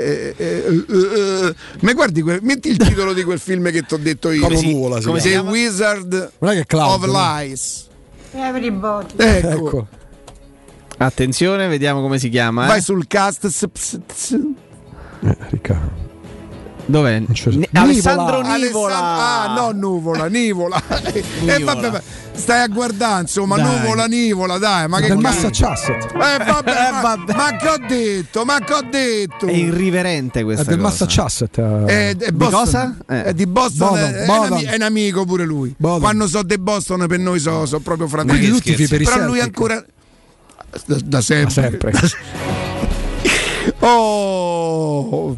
Ma guardi, metti il titolo di quel film che ti ho detto io. Come The Wizard of Lies. Everybody. Ecco. Attenzione, vediamo come si chiama. Vai sul cast. Riccardo. Dov'è? Alessandro Nivola. No, Nuvola, Nivola. Vabbè, stai a guardare, insomma, dai. Nuvola, dai. Ma che del Massachusetts. Vabbè. Ma che ho detto? È irriverente questa cosa. È del Massachusetts. È di cosa? È di Boston. È un amico pure lui. Quando so di Boston per noi so proprio fratelli. Tutti per i però lui ancora da sempre. Oh.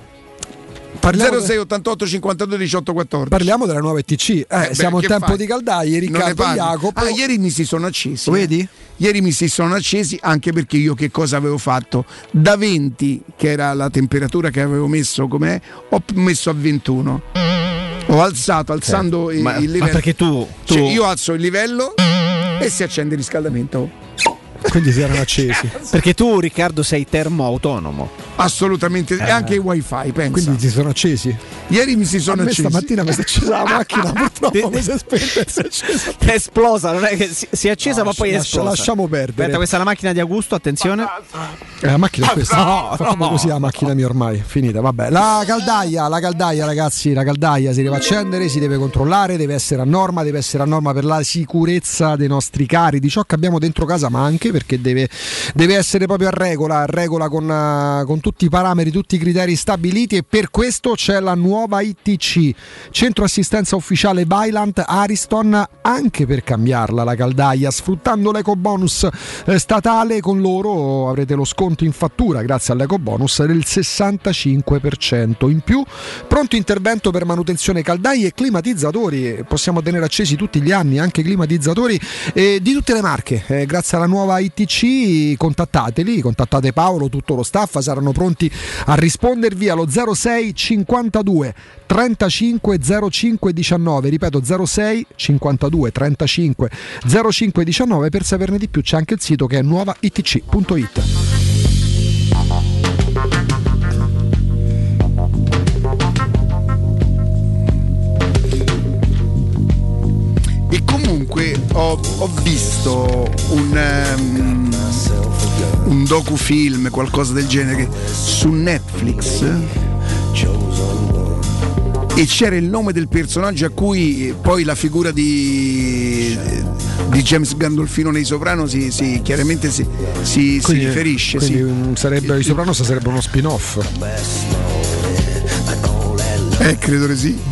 06 88 52 18 14. Parliamo della nuova ETC. Siamo in tempo di caldaie. Riccardo e Jacopo. Ieri mi si sono accesi. Vedi? Ieri mi si sono accesi anche perché io che cosa avevo fatto? Da 20, che era la temperatura che avevo messo, com'è, ho messo a 21. Ho alzando il livello. Ma perché tu... Cioè, io alzo il livello e si accende il riscaldamento. Quindi si erano accesi. Perché tu, Riccardo, sei termoautonomo. Assolutamente, e anche i wifi, pensa. Quindi ti sono accesi? Ieri mi si sono accesi. Stamattina mi si è accesa la macchina, purtroppo mi si è spenta. È esplosa, non è che si è accesa, ma poi è esplosa. Lasciamo perdere. Aspetta, questa è la macchina di Augusto, attenzione. La macchina è questa. Fa così la macchina mia ormai, finita, vabbè. La caldaia, ragazzi, la caldaia si deve accendere, si deve controllare, deve essere a norma per la sicurezza dei nostri cari, di ciò che abbiamo dentro casa, ma anche perché deve essere proprio a regola con tutti i parametri, tutti i criteri stabiliti, e per questo c'è la nuova ITC, centro assistenza ufficiale Vaillant Ariston, anche per cambiarla la caldaia, sfruttando l'ecobonus statale. Con loro avrete lo sconto in fattura grazie all'ecobonus del 65% in più. Pronto intervento per manutenzione caldaie e climatizzatori, possiamo tenere accesi tutti gli anni anche climatizzatori di tutte le marche, grazie alla nuova ITC. Contattate Paolo, tutto lo staff, saranno pronti a rispondervi allo 06 52 35 05 19, ripeto 06 52 35 05 19. Per saperne di più c'è anche il sito che è nuovaitc.it. E comunque ho visto un docufilm, qualcosa del genere, su Netflix, e c'era il nome del personaggio a cui poi la figura di James Gandolfino nei Soprano chiaramente si riferisce. Quindi sarebbe, i Sopranos sarebbe uno spin-off. Credo che sì.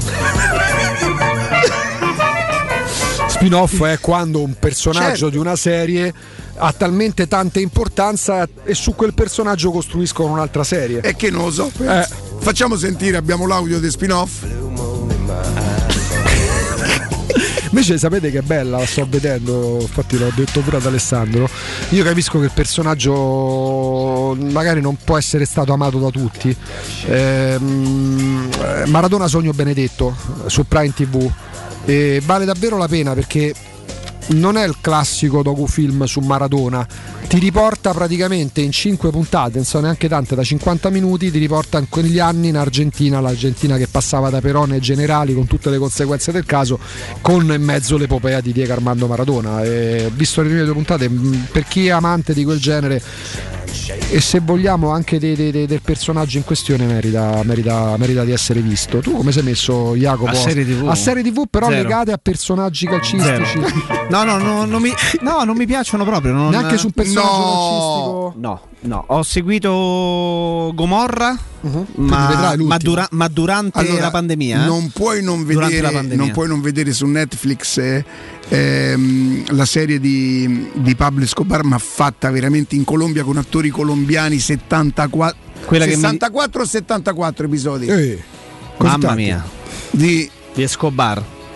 Spin-off è quando un personaggio di una serie ha talmente tanta importanza e su quel personaggio costruiscono un'altra serie. E che non lo so. Facciamo sentire, abbiamo l'audio di spin-off. Invece sapete che bella, la sto vedendo, infatti l'ho detto pure ad Alessandro. Io capisco che il personaggio magari non può essere stato amato da tutti. Maradona Sogno Benedetto su Prime TV, e vale davvero la pena perché non è il classico docufilm su Maradona, ti riporta praticamente in 5 puntate, non so neanche tante, da 50 minuti, ti riporta in quegli anni in Argentina, l'Argentina che passava da Perón ai generali con tutte le conseguenze del caso, con in mezzo l'epopea di Diego Armando Maradona. E visto le prime 2 puntate, per chi è amante di quel genere e se vogliamo anche del personaggio in questione merita di essere visto. Tu come sei messo, Jacopo? A serie TV però Zero. Legate a personaggi calcistici. No, non mi piacciono proprio. Neanche su un personaggio calcistico. No, ho seguito Gomorra, ma durante la pandemia. Non puoi non vedere su Netflix la serie di Pablo Escobar, ma fatta veramente in Colombia con attori colombiani, 64 o 74 episodi. Mamma mia. Di Escobar.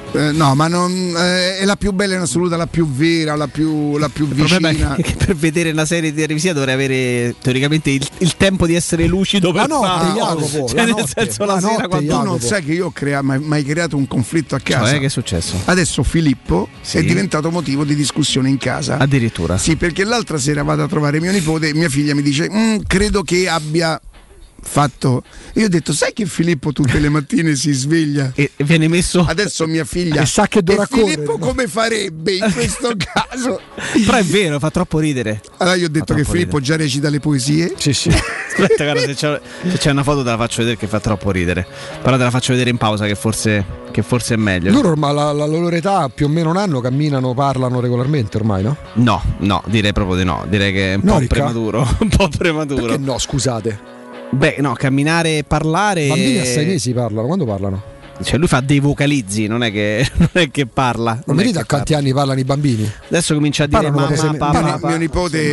No, ma non è la più bella in assoluto, la più vera, la più vicina. Il problema è che per vedere una serie televisiva dovrei avere teoricamente il tempo di essere lucido per Jacopo, cioè, nel senso la sera quando tu non sai che io ho mai creato un conflitto a casa. Cioè, che è successo? Adesso Filippo è diventato motivo di discussione in casa. Addirittura? Sì, perché l'altra sera vado a trovare mio nipote e mia figlia mi dice credo che abbia fatto. Io ho detto, sai che Filippo tutte le mattine si sveglia e viene messo. Adesso mia figlia e sa che dovrà correre. Filippo come farebbe in questo caso? Però è vero, fa troppo ridere. Allora io ho detto che Filippo già recita le poesie. Sì. Aspetta, guarda, se c'è una foto te la faccio vedere che fa troppo ridere. Però te la faccio vedere in pausa che forse è meglio. Loro ormai la loro età più o meno un anno camminano, parlano regolarmente ormai, no? No, direi proprio di no. Direi che è un po' prematuro. Un po' prematuro. Perché no, scusate? Beh, no, camminare e parlare. I bambini a 6 mesi parlano, quando parlano? Cioè lui fa dei vocalizzi, non è che parla. Non mi dite a quanti anni parlano i bambini? Adesso comincia a dire mamma, mio nipote.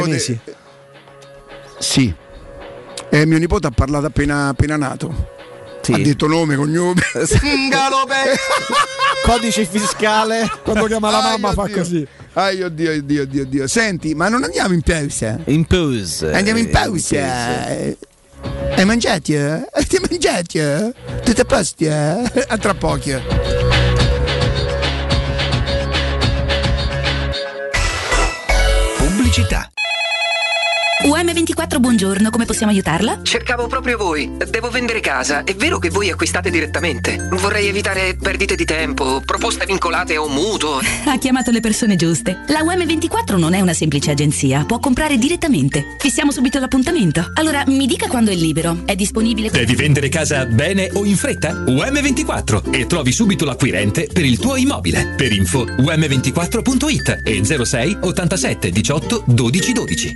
Sì. Mio nipote ha parlato appena nato. Sì. Ha detto nome, cognome. Codice fiscale. Quando chiama la mamma fa così. Oddio. Senti, ma non andiamo in pausa? In pausa. Andiamo in pausa. Hai mangiato? Ti hai mangiato? Tutto a posto? A tra pochi. Pubblicità. UM24, buongiorno, come possiamo aiutarla? Cercavo proprio voi. Devo vendere casa. È vero che voi acquistate direttamente? Vorrei evitare perdite di tempo, proposte vincolate a un mutuo. Ha chiamato le persone giuste. La UM24 non è una semplice agenzia, può comprare direttamente. Fissiamo subito l'appuntamento. Allora, mi dica quando è libero. È disponibile? Devi vendere casa bene o in fretta? UM24 e trovi subito l'acquirente per il tuo immobile. Per info um24.it e 06 87 18 12 12.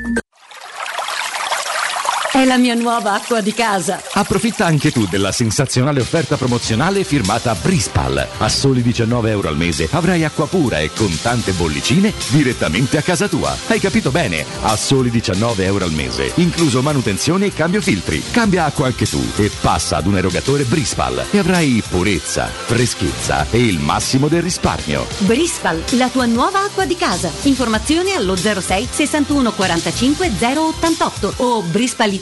È la mia nuova acqua di casa. Approfitta anche tu della sensazionale offerta promozionale firmata Brispal. A soli €19 al mese avrai acqua pura e con tante bollicine direttamente a casa tua. Hai capito bene? A soli €19 al mese, incluso manutenzione e cambio filtri. Cambia acqua anche tu e passa ad un erogatore Brispal e avrai purezza, freschezza e il massimo del risparmio. Brispal, la tua nuova acqua di casa. Informazioni allo 06 61 45 088 o brispalitalia.it.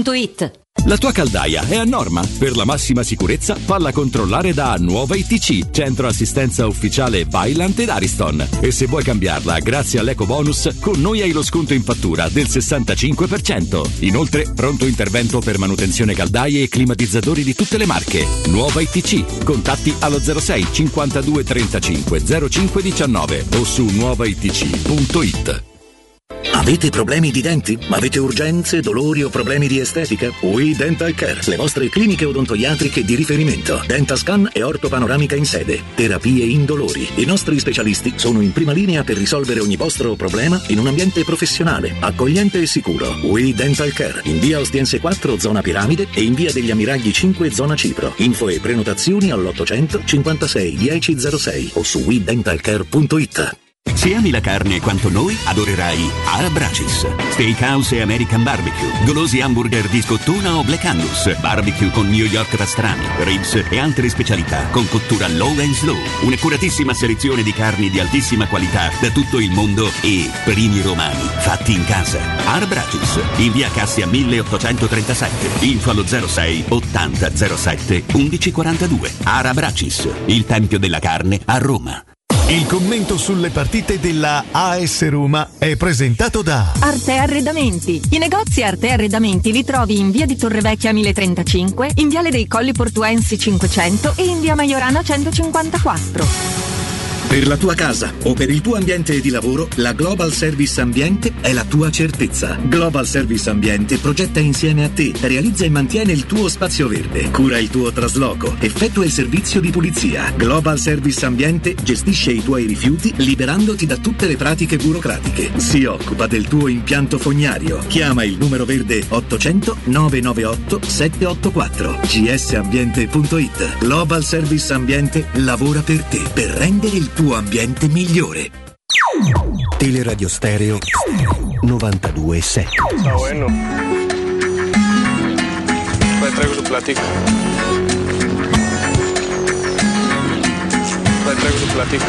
La tua caldaia è a norma? Per la massima sicurezza falla controllare da Nuova ITC, centro assistenza ufficiale Vaillant ed Ariston. E se vuoi cambiarla grazie all'eco bonus, con noi hai lo sconto in fattura del 65%. Inoltre pronto intervento per manutenzione caldaie e climatizzatori di tutte le marche. Nuova ITC, contatti allo 06 52 35 05 19 o su nuovaitc.it. Avete problemi di denti? Avete urgenze, dolori o problemi di estetica? We Dental Care, le vostre cliniche odontoiatriche di riferimento. Dentascan e ortopanoramica in sede. Terapie indolori. I nostri specialisti sono in prima linea per risolvere ogni vostro problema in un ambiente professionale, accogliente e sicuro. We Dental Care, in via Ostiense 4, zona Piramide e in via degli Ammiragli 5, zona Cipro. Info e prenotazioni all'800 56 1006 o su wedentalcare.it. Se ami la carne quanto noi, adorerai Arabracis. Steakhouse e American Barbecue, golosi hamburger di scottuna o Black Angus, barbecue con New York pastrami, ribs e altre specialità con cottura low and slow. Un'accuratissima selezione di carni di altissima qualità da tutto il mondo e primi romani fatti in casa. Arabracis, in via Cassia 1837, info allo 06 80 07 1142. Arabracis, il tempio della carne a Roma. Il commento sulle partite della AS Roma è presentato da Arte Arredamenti. I negozi Arte Arredamenti li trovi in via di Torrevecchia 1035, in viale dei Colli Portuensi 500 e in via Maiorana 154. Per la tua casa o per il tuo ambiente di lavoro, la Global Service Ambiente è la tua certezza. Global Service Ambiente progetta insieme a te, realizza e mantiene il tuo spazio verde, cura il tuo trasloco, effettua il servizio di pulizia. Global Service Ambiente gestisce i tuoi rifiuti liberandoti da tutte le pratiche burocratiche. Si occupa del tuo impianto fognario. Chiama il numero verde 800 998 784. gsambiente.it. Global Service Ambiente lavora per te, per rendere il tuo ambiente migliore. Teleradio Stereo 92.7. Está bueno. Pues traigo su platica. Dai, prego, Plati.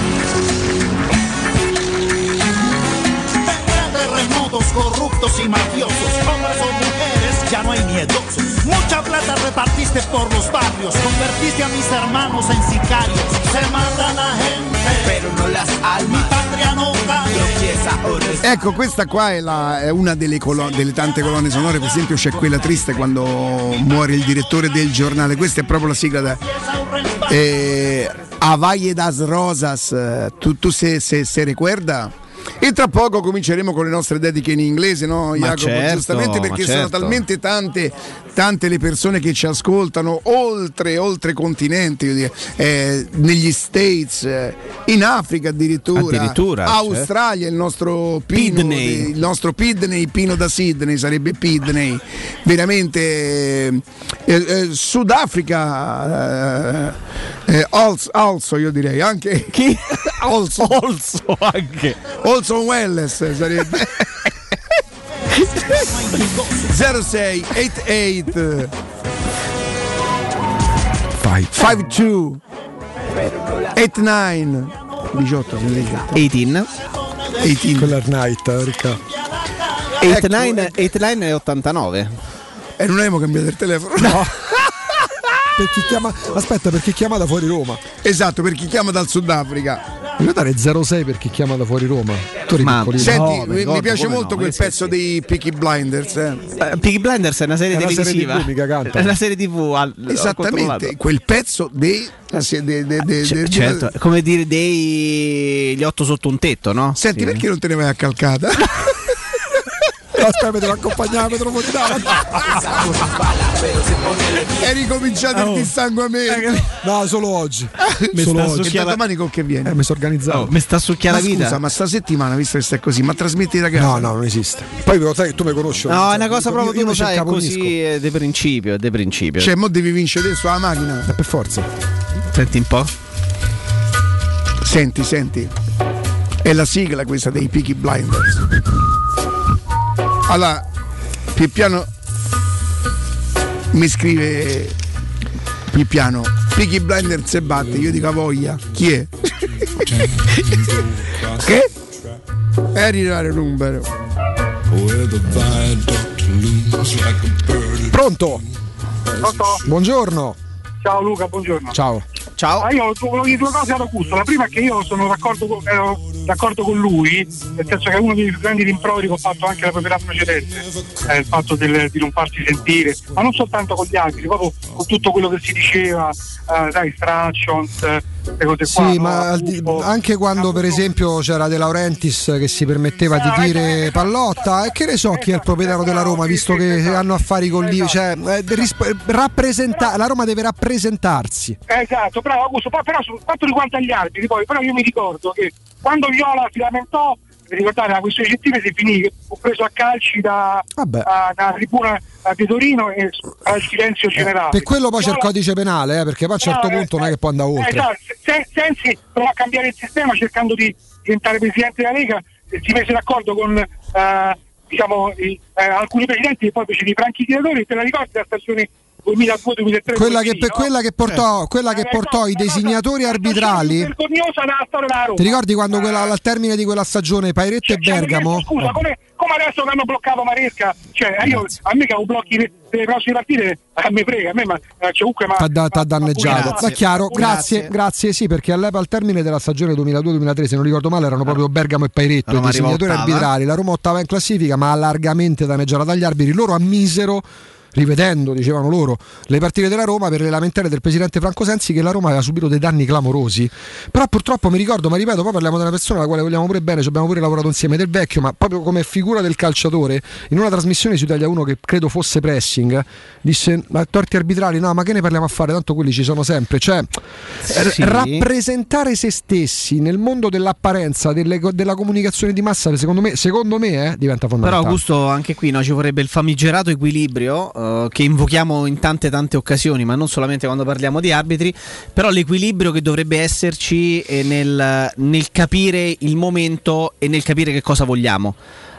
Terremotos corruptos y mafiosos, hombres o mujeres, ya no hay miedosos. Mucha plata repartiste por los barrios, convertiste a mis hermanos en sicarios. Se mata la gente, pero no las almas. Mi patria no cambia. Ecco, questa qua è una delle tante colonne sonore. Per esempio c'è quella triste quando muore il direttore del giornale. Questa è proprio la sigla da A Valle das Rosas. Tu se recuerda? E tra poco cominceremo con le nostre dediche in inglese, no Jacopo? Certo, giustamente, perché sono talmente tante le persone che ci ascoltano oltre continenti, negli States, in Africa addirittura Australia, certo. Il nostro Pidney, Pino da Sydney sarebbe Pidney, veramente Sudafrica, also io direi anche chi? also anche Olson Welles sarebbe 06 88 52 89 18 18 quella è Night, Ricca. 89 e 89 e non abbiamo cambiato il telefono, no. Per chi chiama, aspetta, per chi chiama da fuori Roma. Esatto, per chi chiama dal Sudafrica. Devo dare 06 per chi chiama da fuori Roma. Senti, mi piace molto quel pezzo dei Peaky Blinders. Peaky Blinders è una serie televisiva. È una serie TV. Esattamente, quel pezzo certo, come dire gli 8 sotto un tetto, no? Senti, sì. Perché non te ne vai a Calcata? Aspetta, me lo accompagnava, me lo portava. È ricominciato il dissanguamento. No, solo oggi. Solo oggi. E da domani con che viene? Mi sono organizzato. Mi sta succhiando la vita. Scusa, ma sta settimana, visto che stai così, ma trasmetti da casa? No, non esiste. Poi sai che tu mi conosci. No, è una cosa proprio tu lo sai, è così, è di principio. Cioè, mo devi vincere adesso la macchina. Per forza. Senti un po'. Senti. È la sigla questa dei Peaky Blinders. Allora, Pippiano mi scrive Pippiano, Peaky Blinders se batte, io dico a voglia, chi è? Che? È arrivare il numero. Pronto? Buongiorno. Ciao Luca, buongiorno. Ciao. Io volevo dire due cose ad Augusto. La prima è che io sono d'accordo con lui, nel senso che è uno dei grandi rimproveri che ho fatto anche la proprietà precedente, il fatto di non farsi sentire, ma non soltanto con gli altri, proprio con tutto quello che si diceva, Straccions, le cose qua. Sì, ma anche quando per esempio c'era De Laurentiis che si permetteva di dire pallotta, e che ne so chi è il proprietario della Roma, visto che hanno affari con lì, cioè la Roma deve rappresentarsi. Esatto, bravo Augusto. Poi però su quanto riguarda gli arbitri, poi però io mi ricordo che quando Viola si lamentò, vi ricordate, la questione oggettiva si finì che fu preso a calci da tribuna di Torino e al silenzio generale. Per quello poi c'è il codice penale, perché poi a un certo punto non è che può andare oltre. Sensi provò a cambiare il sistema cercando di diventare presidente della Lega, si mise d'accordo con alcuni presidenti che poi fece dei franchi tiratori. Te la ricordi la stagione 2002-2003? Quella che portò i designatori arbitrali. Ti ricordi quando al termine di quella stagione Pairetto e Bergamo? Scusa, come adesso che hanno bloccato Maresca, cioè a me che ho blocchi delle prossime partite, a me frega, a me comunque t'ha danneggiato. È chiaro, grazie, sì, perché al termine della stagione 2002-2003, se non ricordo male, erano proprio Bergamo e Pairetto i designatori arbitrali. La Roma ottava in classifica, ma largamente danneggiata dagli arbitri. Loro ammisero, rivedendo, dicevano loro, le partite della Roma per le lamentele del presidente Franco Sensi che la Roma aveva subito dei danni clamorosi. Però purtroppo mi ricordo, ma ripeto, poi parliamo di una persona alla quale vogliamo pure bene, ci abbiamo pure lavorato insieme, Del Vecchio, ma proprio come figura del calciatore, in una trasmissione su Italia 1 che credo fosse Pressing, disse: ma torti arbitrali, no, ma che ne parliamo a fare, tanto quelli ci sono sempre. Cioè rappresentare se stessi nel mondo dell'apparenza, della comunicazione di massa, secondo me diventa fondamentale. Però Augusto, anche qui ci vorrebbe il famigerato equilibrio che invochiamo in tante occasioni, ma non solamente quando parliamo di arbitri, però l'equilibrio che dovrebbe esserci nel capire il momento e nel capire che cosa vogliamo.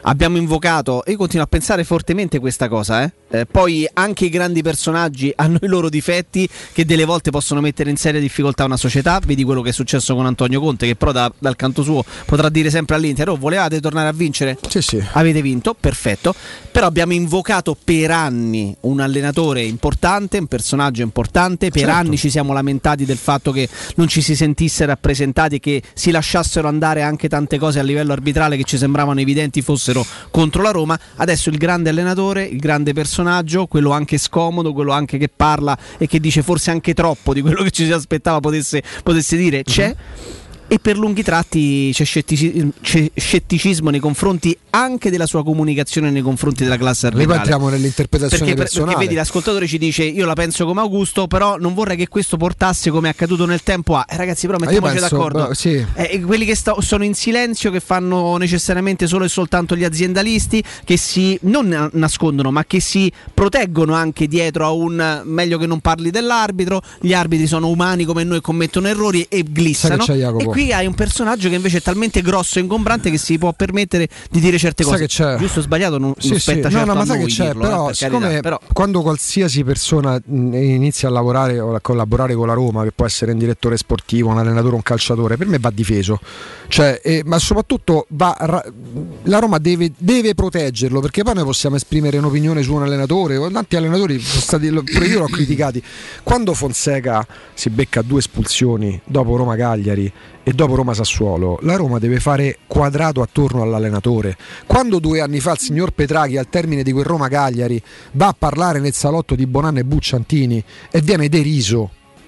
abbiamo invocato, io continuo a pensare fortemente questa cosa, poi anche i grandi personaggi hanno i loro difetti che delle volte possono mettere in seria difficoltà una società. Vedi quello che è successo con Antonio Conte, che però dal canto suo potrà dire sempre all'Inter: oh, volevate tornare a vincere? Sì. Avete vinto, perfetto. Però abbiamo invocato per anni un allenatore importante, un personaggio importante, per anni ci siamo lamentati del fatto che non ci si sentisse rappresentati, che si lasciassero andare anche tante cose a livello arbitrale che ci sembravano evidenti fossero contro la Roma. Adesso il grande allenatore, il grande personaggio, quello anche scomodo, quello anche che parla e che dice forse anche troppo di quello che ci si aspettava potesse dire, c'è. E per lunghi tratti c'è scetticismo nei confronti anche della sua comunicazione nei confronti della classe arbitrale. Ripartiamo nell'interpretazione personale. Perché vedi, l'ascoltatore ci dice: io la penso come Augusto, però non vorrei che questo portasse, come è accaduto nel tempo, a ragazzi, però mettiamoci d'accordo. Quelli che sono in silenzio, che fanno necessariamente solo e soltanto gli aziendalisti, che si non nascondono ma che si proteggono anche dietro a un meglio che non parli dell'arbitro. Gli arbitri sono umani come noi, commettono errori e glissano. E qui hai un personaggio che invece è talmente grosso e ingombrante che si può permettere di dire certe cose. Giusto o sbagliato non spetta certo a noi dirlo, però, siccome quando qualsiasi persona inizia a lavorare o a collaborare con la Roma, che può essere un direttore sportivo, un allenatore, un calciatore, per me va difeso, ma soprattutto la Roma deve proteggerlo, perché poi noi possiamo esprimere un'opinione su un allenatore, o tanti allenatori sono stati, pure io l'ho criticati. Quando Fonseca si becca 2 espulsioni dopo Roma-Cagliari e dopo Roma-Sassuolo, la Roma deve fare quadrato attorno all'allenatore. Quando 2 anni fa il signor Petraghi, al termine di quel Roma-Cagliari, va a parlare nel salotto di Bonanno e Bucciantini e viene deriso,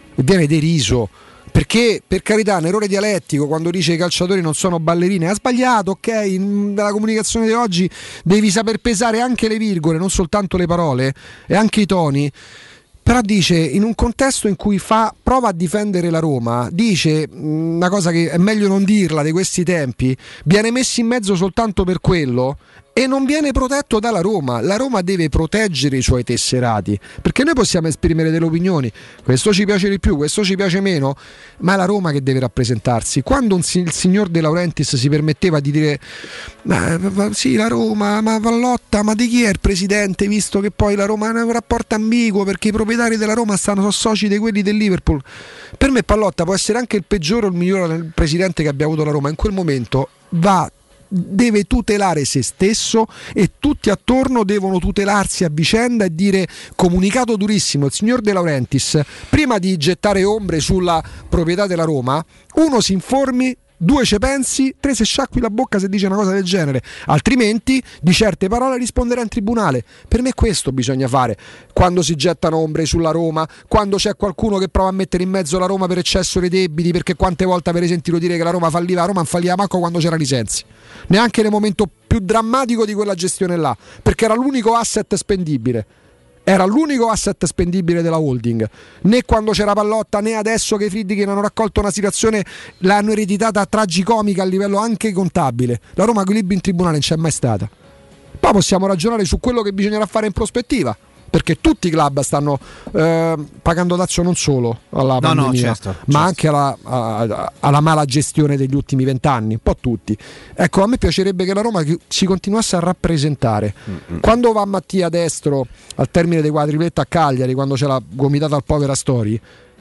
perché, per carità, un errore dialettico quando dice che i calciatori non sono ballerine, ha sbagliato, ok, nella comunicazione di oggi devi saper pesare anche le virgole, non soltanto le parole e anche i toni. Però dice, in un contesto in cui prova a difendere la Roma, dice una cosa che è meglio non dirla di questi tempi, viene messo in mezzo soltanto per quello e non viene protetto dalla Roma. La Roma deve proteggere i suoi tesserati, perché noi possiamo esprimere delle opinioni, questo ci piace di più, questo ci piace meno, ma è la Roma che deve rappresentarsi. Quando il signor De Laurentiis si permetteva di dire sì, la Roma, ma Pallotta, ma di chi è il presidente, visto che poi la Roma ha un rapporto ambiguo perché i proprietari della Roma sono soci di quelli del Liverpool, per me Pallotta può essere anche il peggiore o il migliore presidente che abbia avuto la Roma, in quel momento deve tutelare se stesso e tutti attorno devono tutelarsi a vicenda e dire: comunicato durissimo, il signor De Laurentiis, prima di gettare ombre sulla proprietà della Roma, 1 si informi, 2 ci pensi, 3 se sciacqui la bocca se dice una cosa del genere, altrimenti di certe parole risponderà in tribunale. Per me questo bisogna fare quando si gettano ombre sulla Roma, quando c'è qualcuno che prova a mettere in mezzo la Roma per eccesso dei debiti, perché quante volte avete sentito dire che la Roma falliva? La Roma non falliva manco quando c'era Lisensi, neanche nel momento più drammatico di quella gestione là, perché era l'unico asset spendibile. Era l'unico asset spendibile della holding, né quando c'era Pallotta né adesso che i Friedkin hanno raccolto una situazione, l'hanno ereditata tragicomica a livello anche contabile. La Roma equilibrio in tribunale non c'è mai stata. Poi possiamo ragionare su quello che bisognerà fare in prospettiva, perché tutti i club stanno pagando dazio non solo alla pandemia, certo. Anche alla mala gestione degli ultimi 20 anni, un po' tutti. Ecco, a me piacerebbe che la Roma si continuasse a rappresentare. Quando va Mattia Destro al termine dei quadripletta a Cagliari, quando c'è la gomitata al povero Astori,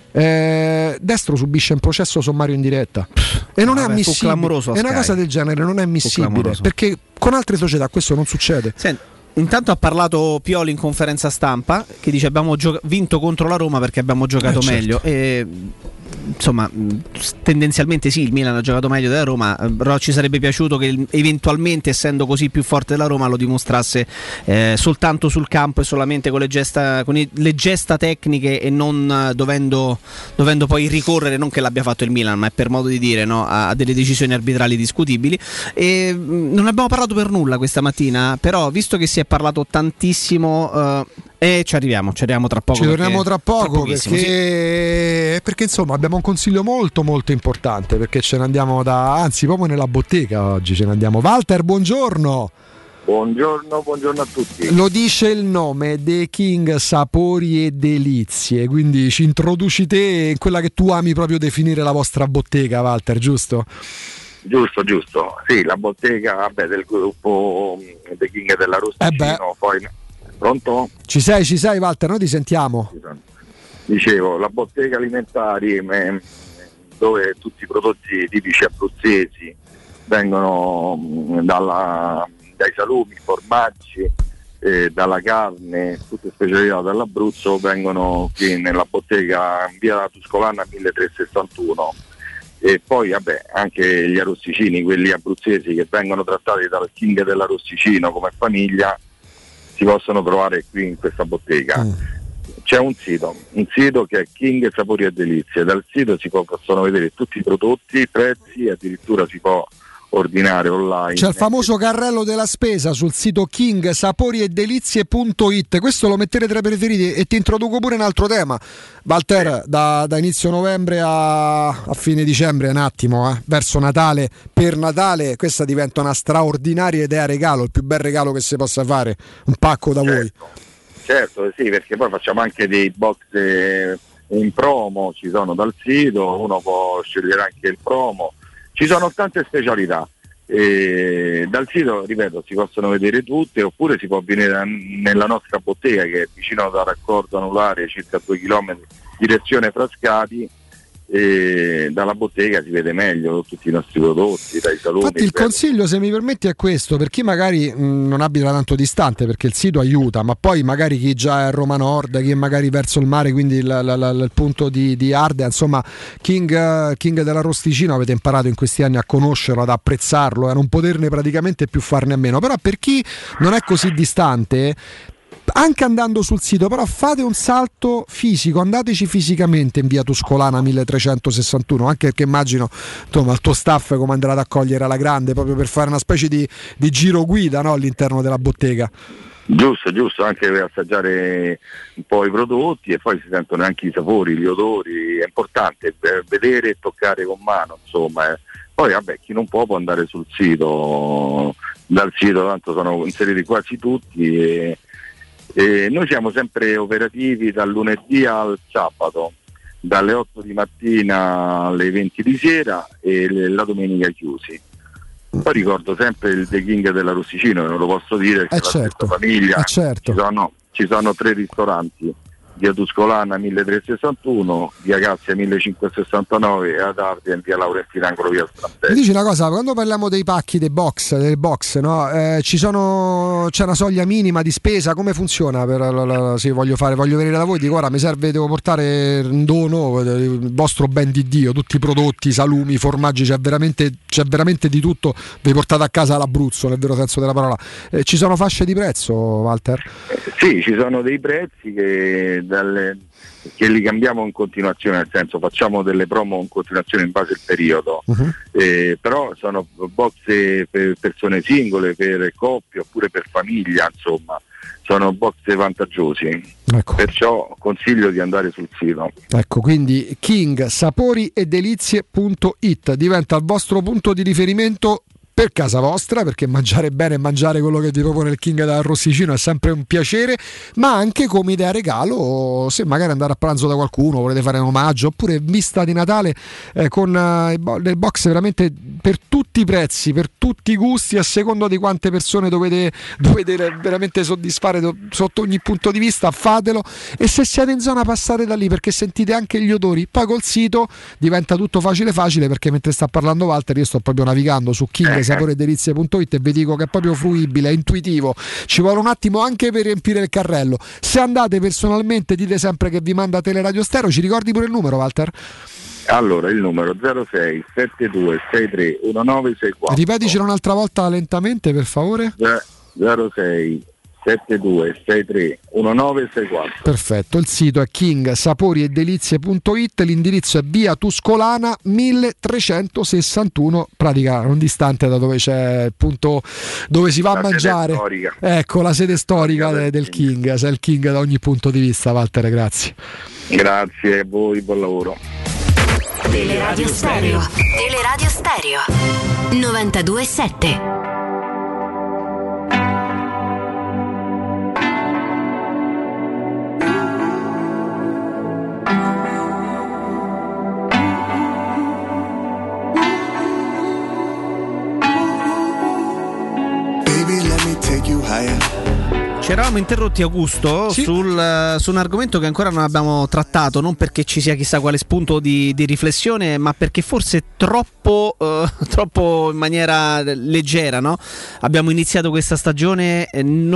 Destro subisce un processo sommario in diretta e non è ammissibile. È una cosa del genere, non è ammissibile, perché con altre società questo non succede. Intanto ha parlato Pioli in conferenza stampa, che dice: abbiamo vinto contro la Roma perché abbiamo giocato meglio. E insomma, tendenzialmente sì, il Milan ha giocato meglio della Roma, però ci sarebbe piaciuto che eventualmente, essendo così più forte della Roma, lo dimostrasse soltanto sul campo e solamente con le gesta tecniche e non dovendo poi ricorrere, non che l'abbia fatto il Milan, ma è per modo di dire, no, a delle decisioni arbitrali discutibili. E non abbiamo parlato per nulla questa mattina, però visto che si è parlato tantissimo ci arriviamo tra poco. Ci torniamo tra poco perché insomma abbiamo un consiglio molto molto importante, perché ce ne andiamo anzi proprio nella bottega oggi ce ne andiamo. Walter, buongiorno. Buongiorno a tutti. Lo dice il nome, The King Sapori e Delizie, quindi ci introduci te in quella che tu ami proprio definire la vostra bottega, Walter, giusto? Giusto. Sì, la bottega del gruppo The King dell'Arrosticino, poi pronto? Ci sei Walter, noi ti sentiamo. Dicevo, la bottega alimentari dove tutti i prodotti tipici abruzzesi vengono dai salumi, formaggi, dalla carne, tutte specialità dall'Abruzzo vengono qui nella bottega in via Tuscolana 1361. E poi anche gli arrosticini, quelli abruzzesi che vengono trattati dal King dell'Arrosticino come famiglia, si possono trovare qui in questa bottega. C'è un sito che è King Sapori e Delizie. Dal sito si possono vedere tutti i prodotti, i prezzi, addirittura si può ordinare online. C'è il famoso carrello della spesa sul sito kingsaporiedelizie.it. questo lo mettete tra i preferiti. E ti introduco pure un altro tema, Walter. Da inizio novembre a fine dicembre, un attimo, verso Natale, per Natale questa diventa una straordinaria idea regalo, il più bel regalo che si possa fare, un pacco da voi. Certo, sì, perché poi facciamo anche dei box in promo, ci sono dal sito, uno può scegliere anche il promo, ci sono tante specialità. Dal sito, ripeto, si possono vedere tutte, oppure si può venire nella nostra bottega che è vicino da Raccordo Anulare, circa 2 km, direzione Frascati. Dalla bottega si vede meglio tutti i nostri prodotti, dai salumi. Infatti il consiglio, se mi permetti, è questo: per chi magari non abita tanto distante, perché il sito aiuta, ma poi magari chi già è a Roma Nord, chi è magari verso il mare, quindi il punto di Ardea, insomma, King dell'Arrosticino avete imparato in questi anni a conoscerlo, ad apprezzarlo e a non poterne praticamente più farne a meno. Però per chi non è così distante, anche andando sul sito, però fate un salto fisico, andateci fisicamente in via Tuscolana 1361, anche perché immagino il tuo staff come andrà ad accogliere alla grande, proprio per fare una specie di giro guida, no, all'interno della bottega. Giusto, anche per assaggiare un po' i prodotti, e poi si sentono anche i sapori, gli odori. È importante vedere e toccare con mano, insomma. Poi chi non può andare sul sito, dal sito tanto sono inseriti quasi tutti, e noi siamo sempre operativi dal lunedì al sabato, dalle 8 di mattina alle 20 di sera, e la domenica chiusi. Poi ricordo sempre il The King dell'Arrosticino, non lo posso dire, che è la stessa famiglia. Ci sono 3 ristoranti: via Tuscolana 1361, via Cassia 1569 e ad Ardea in via Laurentina angolo via Strantelli. Mi dici una cosa, quando parliamo dei pacchi, del box, no? C'è una soglia minima di spesa, come funziona? Se voglio venire da voi, dico ora mi serve, devo portare un dono, il vostro ben di Dio, tutti i prodotti, salumi, formaggi, c'è veramente di tutto, vi portate a casa l'Abruzzo nel vero senso della parola. Ci sono fasce di prezzo, Walter? Sì, ci sono dei prezzi che li cambiamo in continuazione, nel senso facciamo delle promo in continuazione in base al periodo, però sono box per persone singole, per coppie oppure per famiglia, insomma sono box vantaggiosi, perciò consiglio di andare sul sito. Ecco, quindi kingsaporiedelizie.it diventa il vostro punto di riferimento per casa vostra, perché mangiare bene e mangiare quello che vi propone il King dell'Arrosticino è sempre un piacere, ma anche come idea regalo, se magari andare a pranzo da qualcuno, volete fare un omaggio, oppure vista di Natale, con del box veramente per tutti i prezzi, per tutti i gusti, a seconda di quante persone dovete veramente soddisfare sotto ogni punto di vista, fatelo. E se siete in zona, passate da lì, perché sentite anche gli odori. Poi col sito diventa tutto facile, perché mentre sta parlando Walter io sto proprio navigando su kingsaporiedelizie.it e vi dico che è proprio fruibile, è intuitivo, ci vuole un attimo anche per riempire il carrello. Se andate personalmente dite sempre che vi manda Teleradio Stereo. Ci ricordi pure il numero, Walter? Allora, il numero 06 72 63 1964. Ripeticelo un'altra volta lentamente, per favore. 06 72 63 1964. Perfetto, il sito è kingsaporiedelizie.it, l'indirizzo è via Tuscolana 1361, pratica non distante da dove c'è il punto dove si va a mangiare. Ecco, la sede storica del King. Sei il King da ogni punto di vista, Walter, grazie. Grazie a voi, buon lavoro. Teleradio Stereo 92.7. Ci eravamo interrotti, Augusto, su un argomento che ancora non abbiamo trattato, non perché ci sia chissà quale spunto di riflessione, ma perché forse troppo in maniera leggera, no? Abbiamo iniziato questa stagione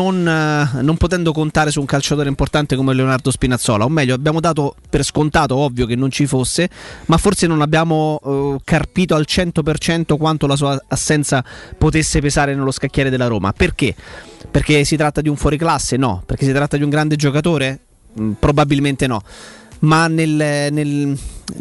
non potendo contare su un calciatore importante come Leonardo Spinazzola, o meglio abbiamo dato per scontato, ovvio, che non ci fosse, ma forse non abbiamo carpito al 100% quanto la sua assenza potesse pesare nello scacchiere della Roma. Perché? Perché si tratta di un fuoriclasse? No. Perché si tratta di un grande giocatore? Probabilmente no. Ma negli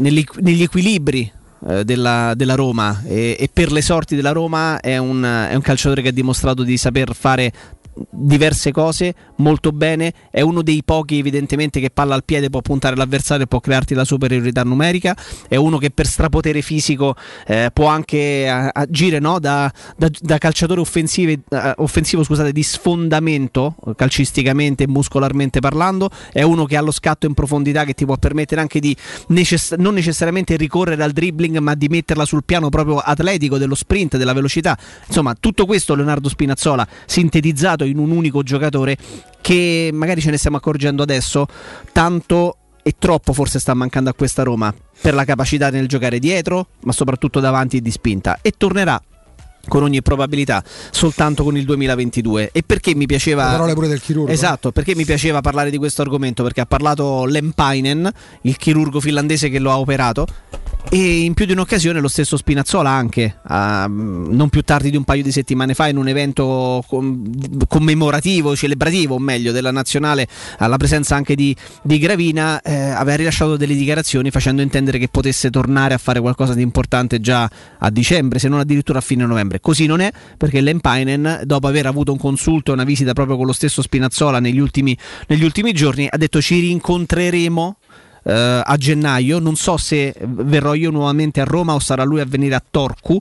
equilibri della Roma e per le sorti della Roma è un calciatore che ha dimostrato di saper fare diverse cose molto bene. È uno dei pochi evidentemente che palla al piede può puntare l'avversario e può crearti la superiorità numerica. È uno che per strapotere fisico può anche agire, no? da calciatore offensivo di sfondamento calcisticamente e muscolarmente parlando. È uno che ha lo scatto in profondità che ti può permettere anche di non necessariamente ricorrere al dribbling, ma di metterla sul piano proprio atletico dello sprint, della velocità. Insomma, tutto questo Leonardo Spinazzola sintetizzato in un unico giocatore, che magari ce ne stiamo accorgendo adesso, tanto e troppo forse sta mancando a questa Roma per la capacità nel giocare dietro, ma soprattutto davanti e di spinta, e tornerà con ogni probabilità soltanto con il 2022. E perché mi piaceva, le parole pure del chirurgo, esatto, perché mi piaceva parlare di questo argomento? Perché ha parlato Lempainen, il chirurgo finlandese che lo ha operato, e in più di un'occasione lo stesso Spinazzola anche non più tardi di un paio di settimane fa, in un evento commemorativo, celebrativo o meglio della nazionale, alla presenza anche di Gravina, aveva rilasciato delle dichiarazioni facendo intendere che potesse tornare a fare qualcosa di importante già a dicembre, se non addirittura a fine novembre. Così non è, perché Lempainen, dopo aver avuto un consulto e una visita proprio con lo stesso Spinazzola negli ultimi giorni, ha detto: ci rincontreremo a gennaio, non so se verrò io nuovamente a Roma o sarà lui a venire a Turku,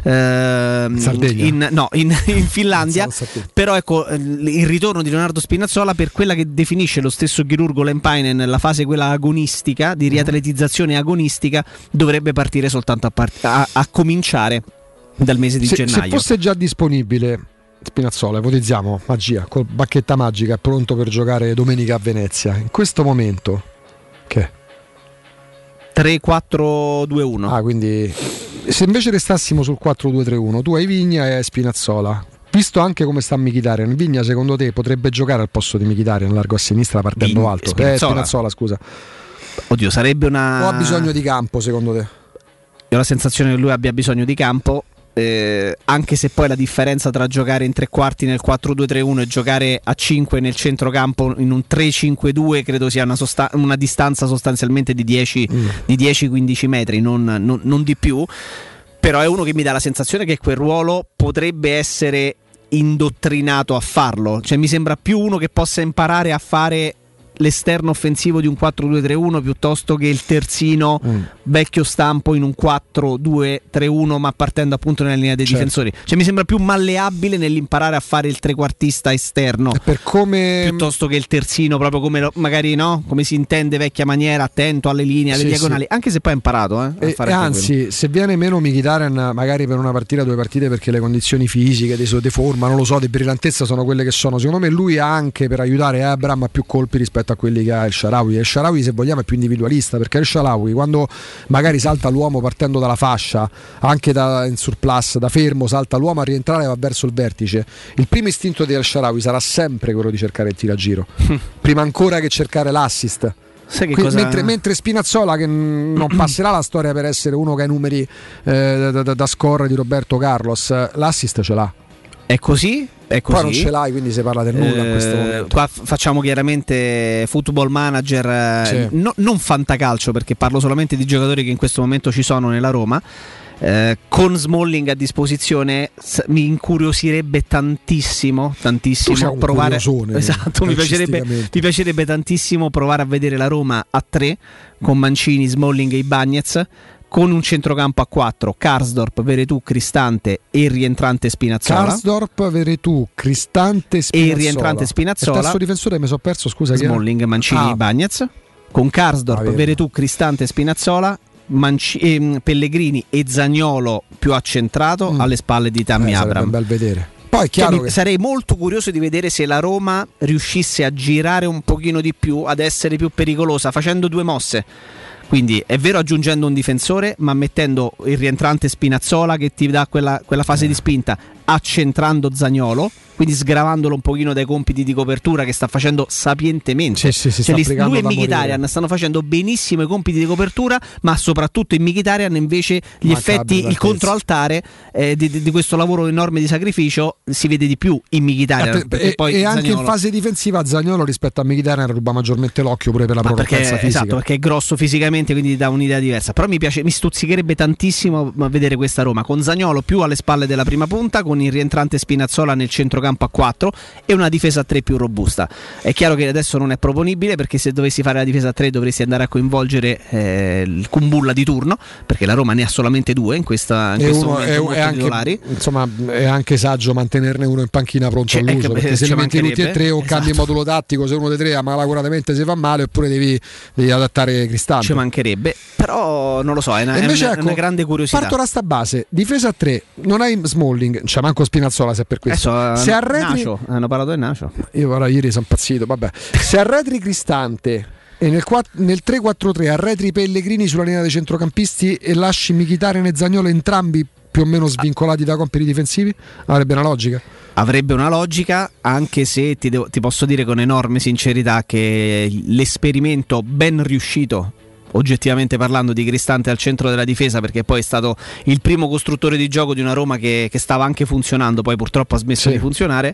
in Finlandia. Però ecco, il ritorno di Leonardo Spinazzola, per quella che definisce lo stesso chirurgo Lempainen la fase quella agonistica, di riatletizzazione agonistica, dovrebbe partire soltanto a cominciare dal mese di gennaio. Se fosse già disponibile Spinazzola, ipotizziamo, magia, col bacchetta magica, pronto per giocare domenica a Venezia, in questo momento che 3-4-2-1. Quindi se invece restassimo sul 4-2-3-1, tu hai Vigna e hai Spinazzola, visto anche come sta Mkhitaryan, Vigna secondo te potrebbe giocare al posto di Mkhitaryan largo a sinistra partendo alto? Spinazzola, scusa. Oddio, sarebbe una... O ha bisogno di campo secondo te? Io ho la sensazione che lui abbia bisogno di campo, anche se poi la differenza tra giocare in tre quarti nel 4-2-3-1 e giocare a 5 nel centrocampo in un 3-5-2 credo sia una distanza sostanzialmente di 10-15 metri, non di più. Però è uno che mi dà la sensazione che quel ruolo potrebbe essere indottrinato a farlo, cioè mi sembra più uno che possa imparare a fare l'esterno offensivo di un 4-2-3-1 piuttosto che il terzino vecchio stampo in un 4-2-3-1, ma partendo appunto nella linea dei difensori. Cioè mi sembra più malleabile nell'imparare a fare il trequartista esterno piuttosto che il terzino, proprio come magari, no? Come si intende vecchia maniera, attento alle linee, alle diagonali, anche se poi ha imparato a fare anzi, se viene meno Mkhitaryan magari per una partita, due partite, perché le condizioni fisiche di forma, non lo so, di brillantezza sono quelle che sono, secondo me lui ha anche, per aiutare Abraham, a più colpi rispetto a quelli che ha El Shaarawy. El Shaarawy, se vogliamo, è più individualista, perché El Shaarawy, quando magari salta l'uomo partendo dalla fascia, anche in surplus, da fermo, salta l'uomo a rientrare, va verso il vertice, il primo istinto di El Shaarawy sarà sempre quello di cercare il tiro a giro prima ancora che cercare l'assist. Mentre Spinazzola, che non passerà la storia per essere uno che ha i numeri da score di Roberto Carlos, l'assist ce l'ha. È così. Poi non ce l'hai, quindi si parla del nulla in questo momento. Qua facciamo chiaramente Football Manager, non fantacalcio, perché parlo solamente di giocatori che in questo momento ci sono nella Roma. Con Smalling a disposizione mi incuriosirebbe tantissimo provare. Esatto, mi piacerebbe tantissimo provare a vedere la Roma a 3 con Mancini, Smalling e Ibañez, con un centrocampo a 4, Karsdorp, Veretout, Cristante e il rientrante Spinazzola. Veretout, Cristante, e il rientrante Spinazzola. Il terzo difensore mi sono perso, scusa. Smalling, Mancini, Ibañez, con Karsdorp, Veretout, Cristante, Spinazzola, Pellegrini e Zaniolo più accentrato alle spalle di Tammy Abraham. Bel vedere. Poi è chiaro che... sarei molto curioso di vedere se la Roma riuscisse a girare un pochino di più, ad essere più pericolosa, facendo due mosse. Quindi è vero, aggiungendo un difensore, ma mettendo il rientrante Spinazzola che ti dà quella fase di spinta, accentrando Zaniolo, quindi sgravandolo un pochino dai compiti di copertura che sta facendo sapientemente. Lui e Mkhitaryan stanno facendo benissimo i compiti di copertura, ma soprattutto in Mkhitaryan invece gli effetti, il controaltare di questo lavoro enorme di sacrificio si vede di più in Mkhitaryan. E anche in fase difensiva Zaniolo rispetto a Mkhitaryan ruba maggiormente l'occhio pure per la prorogenza fisica. Esatto, perché è grosso fisicamente, quindi dà un'idea diversa. Però mi stuzzicherebbe tantissimo vedere questa Roma con Zaniolo più alle spalle della prima punta, con il rientrante Spinazzola nel centrocampo a 4 e una difesa a 3 più robusta. È chiaro che adesso non è proponibile, perché se dovessi fare la difesa a 3 dovresti andare a coinvolgere il Kumbulla di turno, perché la Roma ne ha solamente 2 in questo momento titolari. Insomma, è anche saggio mantenerne uno in panchina pronto all'uso, perché se ne metti tutti e tre o cambi modulo tattico, se uno dei tre malacuratamente si fa male, oppure devi adattare Cristante. Ci mancherebbe, però non lo so, è una grande curiosità. Parto da sta base, difesa a 3, non hai Smalling, c'è manco Spinazzola, se per questo. Se arretri... hanno parlato del Nacio. Io ieri sono impazzito, vabbè. Se arretri Cristante e nel 3-4-3 arretri Pellegrini sulla linea dei centrocampisti e lasci Mkhitaryan e Zaniolo entrambi più o meno svincolati da compiti difensivi, avrebbe una logica? Avrebbe una logica, anche se ti posso dire con enorme sincerità che l'esperimento ben riuscito, oggettivamente parlando, di Cristante al centro della difesa, perché poi è stato il primo costruttore di gioco di una Roma che stava anche funzionando, poi purtroppo ha smesso di funzionare,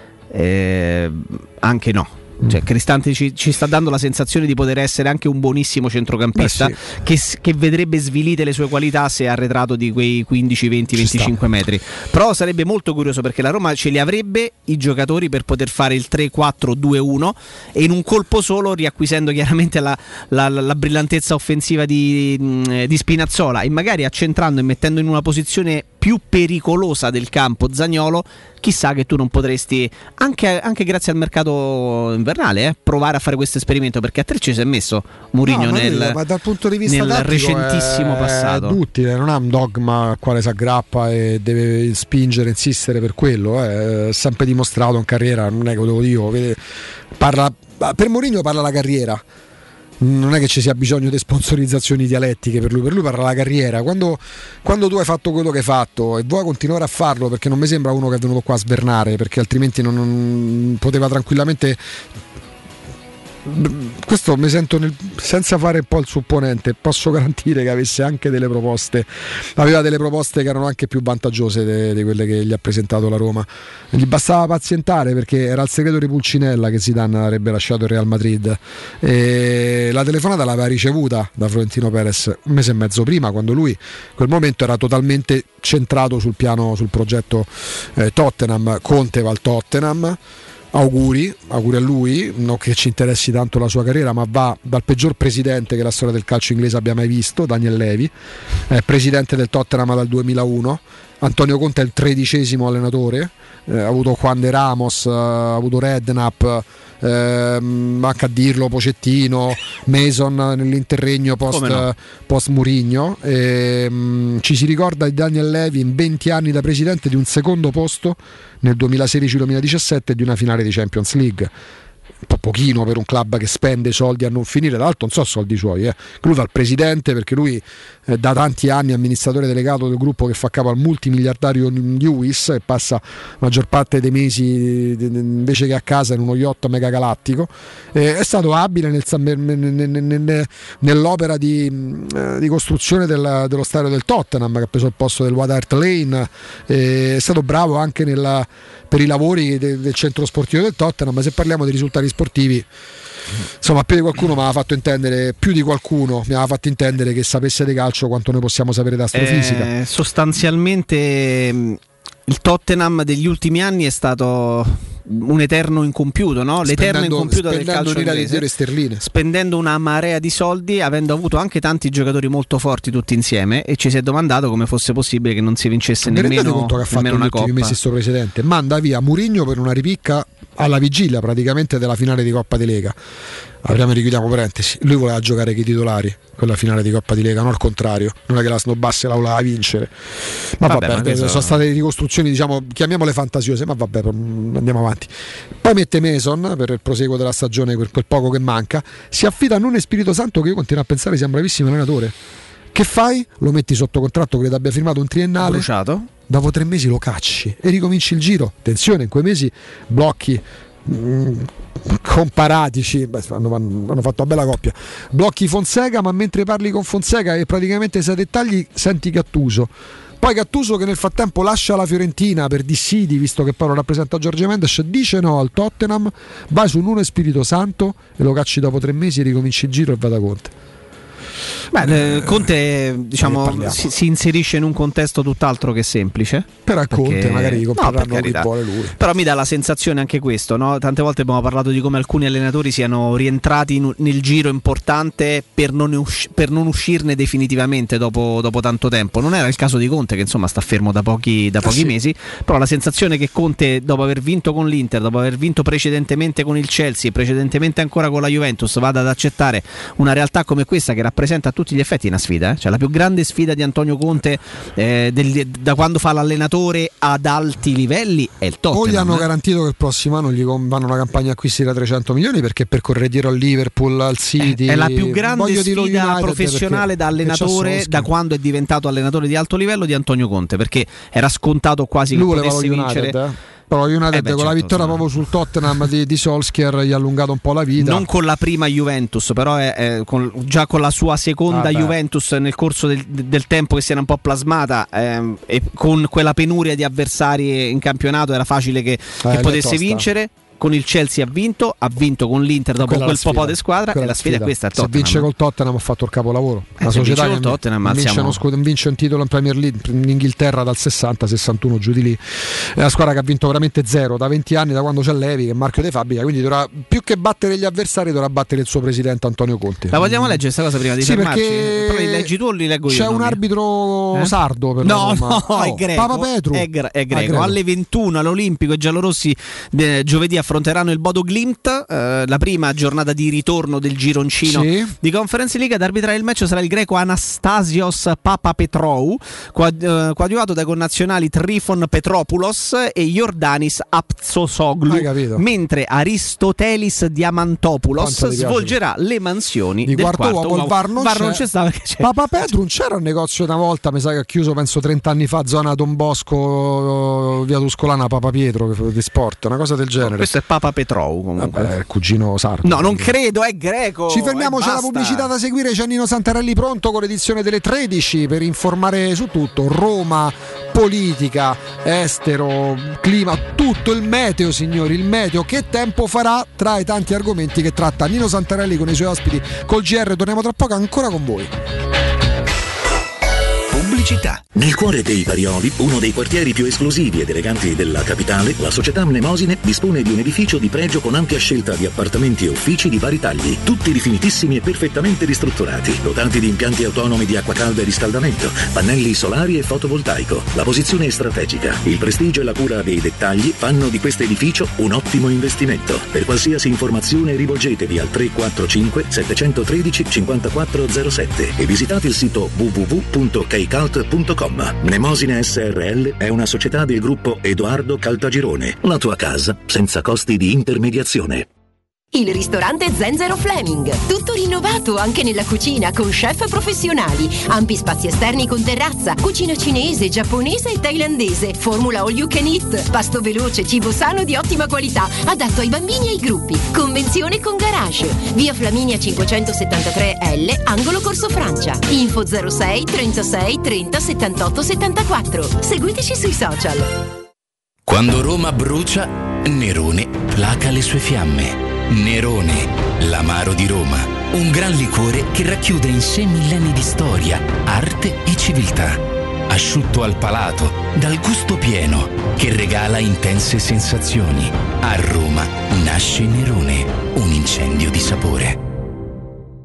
anche no. Cioè, Cristante ci sta dando la sensazione di poter essere anche un buonissimo centrocampista, che vedrebbe svilite le sue qualità se arretrato di quei 15, 20, 25 metri. Però sarebbe molto curioso, perché la Roma ce li avrebbe i giocatori per poter fare il 3-4-2-1 e in un colpo solo, riacquisendo chiaramente la brillantezza offensiva di Spinazzola, e magari accentrando e mettendo in una posizione più pericolosa del campo Zaniolo. Chissà che tu non potresti, anche grazie al mercato invernale, provare a fare questo esperimento, perché a 3 ci si è messo Mourinho ma dal punto di vista nel recentissimo passato. È duttile, non ha un dogma al quale si aggrappa e deve spingere, insistere per quello. È sempre dimostrato in carriera, non è che lo devo dire. Per Mourinho parla la carriera. Non è che ci sia bisogno di sponsorizzazioni dialettiche per lui parla la carriera. Quando tu hai fatto quello che hai fatto e vuoi continuare a farlo, perché non mi sembra uno che è venuto qua a svernare, perché altrimenti non poteva tranquillamente. Questo mi sento senza fare un po' il supponente, posso garantire che avesse anche aveva delle proposte che erano anche più vantaggiose di quelle che gli ha presentato la Roma. Gli bastava pazientare, perché era il segreto di Pulcinella che Zidane avrebbe lasciato il Real Madrid, e la telefonata l'aveva ricevuta da Florentino Perez un mese e mezzo prima, quando lui in quel momento era totalmente centrato sul progetto Tottenham. Conte va al Tottenham. Auguri a lui, non che ci interessi tanto la sua carriera, ma va dal peggior presidente che la storia del calcio inglese abbia mai visto, Daniel Levy, presidente del Tottenham dal 2001. Antonio Conte è il 13° allenatore, ha avuto Juan de Ramos, ha avuto Redknapp, manca a dirlo, Pochettino, Mason nell'interregno post Mourinho. Ci si ricorda di Daniel Levy in 20 anni da presidente di un secondo posto nel 2016-2017 e di una finale di Champions League. Un po' pochino per un club che spende soldi a non finire, tra l'altro non so soldi suoi, lui fa il presidente perché lui da tanti anni è amministratore delegato del gruppo che fa capo al multimiliardario Lewis e passa la maggior parte dei mesi invece che a casa in uno yacht megagalattico. È stato abile nell'opera di costruzione dello stadio del Tottenham, che ha preso il posto del White Hart Lane, è stato bravo anche per i lavori del centro sportivo del Tottenham. Ma se parliamo di risultati sportivi, insomma, più di qualcuno mi aveva fatto intendere che sapesse di calcio quanto noi possiamo sapere d'astrofisica. Sostanzialmente il Tottenham degli ultimi anni è stato un eterno incompiuto, no? L'eterno incompiuto del calcio inglese, spendendo una marea di soldi, avendo avuto anche tanti giocatori molto forti tutti insieme, e ci si è domandato come fosse possibile che non si vincesse nemmeno conto che ha fatto una gli ultimi coppa. Mesi sto presidente manda via Mourinho per una ripicca alla vigilia praticamente della finale di Coppa di Lega. Apriamo e richiudiamo parentesi, lui voleva giocare con i titolari quella finale di Coppa di Lega, non al contrario, non è che la snobbasse, la voleva vincere, ma vabbè, sono state ricostruzioni, diciamo, chiamiamole fantasiose, ma vabbè, andiamo avanti. Poi mette Mason per il proseguo della stagione, per quel poco che manca, si affida a Nuno Spirito Santo, che io continuo a pensare sia un bravissimo allenatore. Che fai? Lo metti sotto contratto, credo abbia firmato un triennale, bruciato. Dopo 3 mesi lo cacci e ricominci il giro. Attenzione, in quei mesi blocchi comparatici, hanno fatto una bella coppia, blocchi Fonseca, ma mentre parli con Fonseca e praticamente sei dettagli senti Gattuso. Poi Gattuso, che nel frattempo lascia la Fiorentina per dissidi, visto che poi lo rappresenta Jorge Mendes, dice no al Tottenham, vai su Nuno Spirito Santo e lo cacci dopo 3 mesi, ricominci il giro e va da Conte. Beh, Conte, diciamo, si inserisce in un contesto tutt'altro che semplice. Per Conte magari compreranno chi vuole lui. Però mi dà la sensazione anche questo, no? Tante volte abbiamo parlato di come alcuni allenatori siano rientrati nel giro importante per non uscirne definitivamente dopo tanto tempo. Non era il caso di Conte, che insomma sta fermo da pochi mesi. Però la sensazione che Conte, dopo aver vinto con l'Inter, dopo aver vinto precedentemente con il Chelsea e precedentemente ancora con la Juventus, vada ad accettare una realtà come questa, che rappresenta a tutti gli effetti una sfida, cioè la più grande sfida di Antonio Conte da quando fa l'allenatore ad alti livelli è il Tottenham. Poi gli hanno garantito che il prossimo anno gli vanno una campagna acquisti da 300 milioni, perché per correre dietro al Liverpool, al City, è la più grande sfida professionale da allenatore da quando è diventato allenatore di alto livello di Antonio Conte, perché era scontato quasi lui che potesse vincere. Però United con la vittoria proprio sul Tottenham di Solskjaer gli ha allungato un po' la vita. Non con la prima Juventus, però già con la sua seconda Juventus nel corso del tempo, che si era un po' plasmata, e con quella penuria di avversari in campionato era facile che potesse vincere. Con il Chelsea ha vinto con l'Inter dopo quel po' di squadra, e la sfida è questa. Se vince col Tottenham ha fatto il capolavoro. Una società che vince un titolo in Premier League in Inghilterra dal 60-61 giù di lì, è una squadra che ha vinto veramente zero da 20 anni, da quando c'è Levi, che è marchio di fabbrica, quindi dovrà, più che battere gli avversari, dovrà battere il suo presidente Antonio Conte. La vogliamo leggere questa cosa prima di fermarci? Però li leggi tu o li leggo io? C'è un arbitro sardo per è greco. Papa Petru è greco. Alle 21 all'Olimpico i giallorossi giovedì affronteranno il Bodo Glimt, la prima giornata di ritorno del gironcino di Conference League. Ad arbitrare il match sarà il greco Anastasios Papapetrou, coadiuvato dai connazionali Trifon Petropoulos e Yordanis Aptsosoglu, mentre Aristotelis Diamantopoulos svolgerà le mansioni di del quarto uomo. Il VAR non c'è stato, perché c'è. Papapetru non c'era un negozio una volta, mi sa che ha chiuso, penso 30 anni fa, zona Don Bosco, via Tuscolana, Papa Pietro, di sport, una cosa del genere. Questo è Papa Petrou, comunque. Vabbè, è il cugino sardo. No, non credo, è greco. Ci fermiamo, c'è la pubblicità da seguire. C'è Nino Santarelli pronto con l'edizione delle 13 per informare su tutto: Roma, politica, estero, clima, tutto il meteo, signori, il meteo. Che tempo farà tra i tanti argomenti che tratta Nino Santarelli con i suoi ospiti col GR. Torniamo tra poco ancora con voi. Pubblicità. Nel cuore dei Parioli, uno dei quartieri più esclusivi ed eleganti della capitale, la società Mnemosine dispone di un edificio di pregio con ampia scelta di appartamenti e uffici di vari tagli, tutti rifinitissimi e perfettamente ristrutturati, dotati di impianti autonomi di acqua calda e riscaldamento, pannelli solari e fotovoltaico. La posizione è strategica, il prestigio e la cura dei dettagli fanno di questo edificio un ottimo investimento. Per qualsiasi informazione rivolgetevi al 345 713 5407 e visitate il sito www.keicalt.com. Mnemosine SRL è una società del gruppo Edoardo Caltagirone. La tua casa senza costi di intermediazione. Il ristorante Zenzero Fleming, tutto rinnovato anche nella cucina con chef professionali, ampi spazi esterni con terrazza, cucina cinese, giapponese e thailandese, formula all you can eat, pasto veloce, cibo sano di ottima qualità, adatto ai bambini e ai gruppi, convenzione con garage, via Flaminia 573L, angolo Corso Francia, info 06 36 30 78 74, seguiteci sui social. Quando Roma brucia, Nerone placa le sue fiamme. Nerone, l'amaro di Roma, un gran liquore che racchiude in sé millenni di storia, arte e civiltà. Asciutto al palato, dal gusto pieno, che regala intense sensazioni. A Roma nasce Nerone, un incendio di sapore.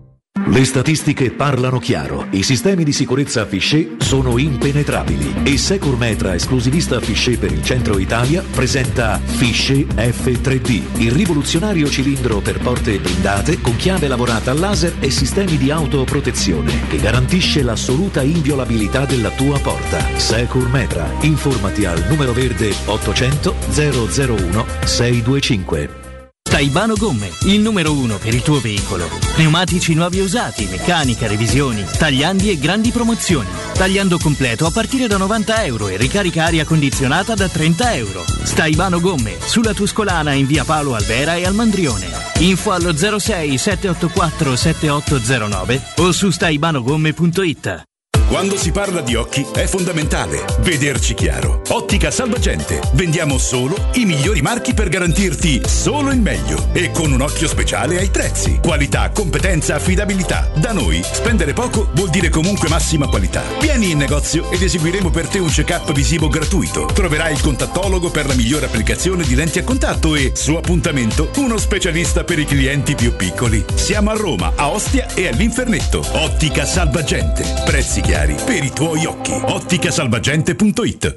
Le statistiche parlano chiaro. I sistemi di sicurezza Fichet sono impenetrabili e Securmetra, esclusivista Fichet per il centro Italia, presenta Fichet F3D, il rivoluzionario cilindro per porte blindate con chiave lavorata a laser e sistemi di autoprotezione che garantisce l'assoluta inviolabilità della tua porta. Securmetra. Informati al numero verde 800 001 625. Staibano Gomme, il numero 1 per il tuo veicolo. Pneumatici nuovi e usati, meccanica, revisioni, tagliandi e grandi promozioni. Tagliando completo a partire da €90 e ricarica aria condizionata da €30. Staibano Gomme, sulla Tuscolana in via Paolo Albera e al Mandrione. Info allo 06 784 7809 o su staibanogomme.it. Quando si parla di occhi è fondamentale vederci chiaro. Ottica Salvagente. Vendiamo solo i migliori marchi per garantirti solo il meglio e con un occhio speciale ai prezzi. Qualità, competenza, affidabilità. Da noi spendere poco vuol dire comunque massima qualità. Vieni in negozio ed eseguiremo per te un check-up visivo gratuito. Troverai il contattologo per la migliore applicazione di lenti a contatto e, su appuntamento, uno specialista per i clienti più piccoli. Siamo a Roma, a Ostia e all'Infernetto. Ottica Salvagente. Prezzi chiari per i tuoi occhi. Otticasalvagente.it.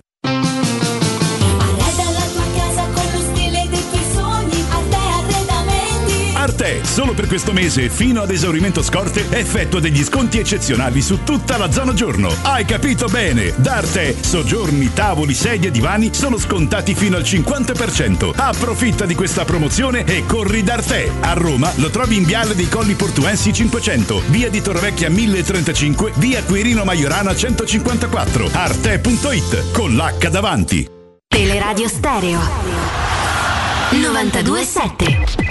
Arte, solo per questo mese fino ad esaurimento scorte effettua degli sconti eccezionali su tutta la zona giorno. Hai capito bene? Da Arte, soggiorni, tavoli, sedie e divani sono scontati fino al 50%. Approfitta di questa promozione e corri da Arte. A Roma lo trovi in Viale dei Colli Portuensi 500, via di Torrevecchia 1035, via Quirino Maiorana 154. Arte.it con l'H davanti. Teleradio Stereo 92.7.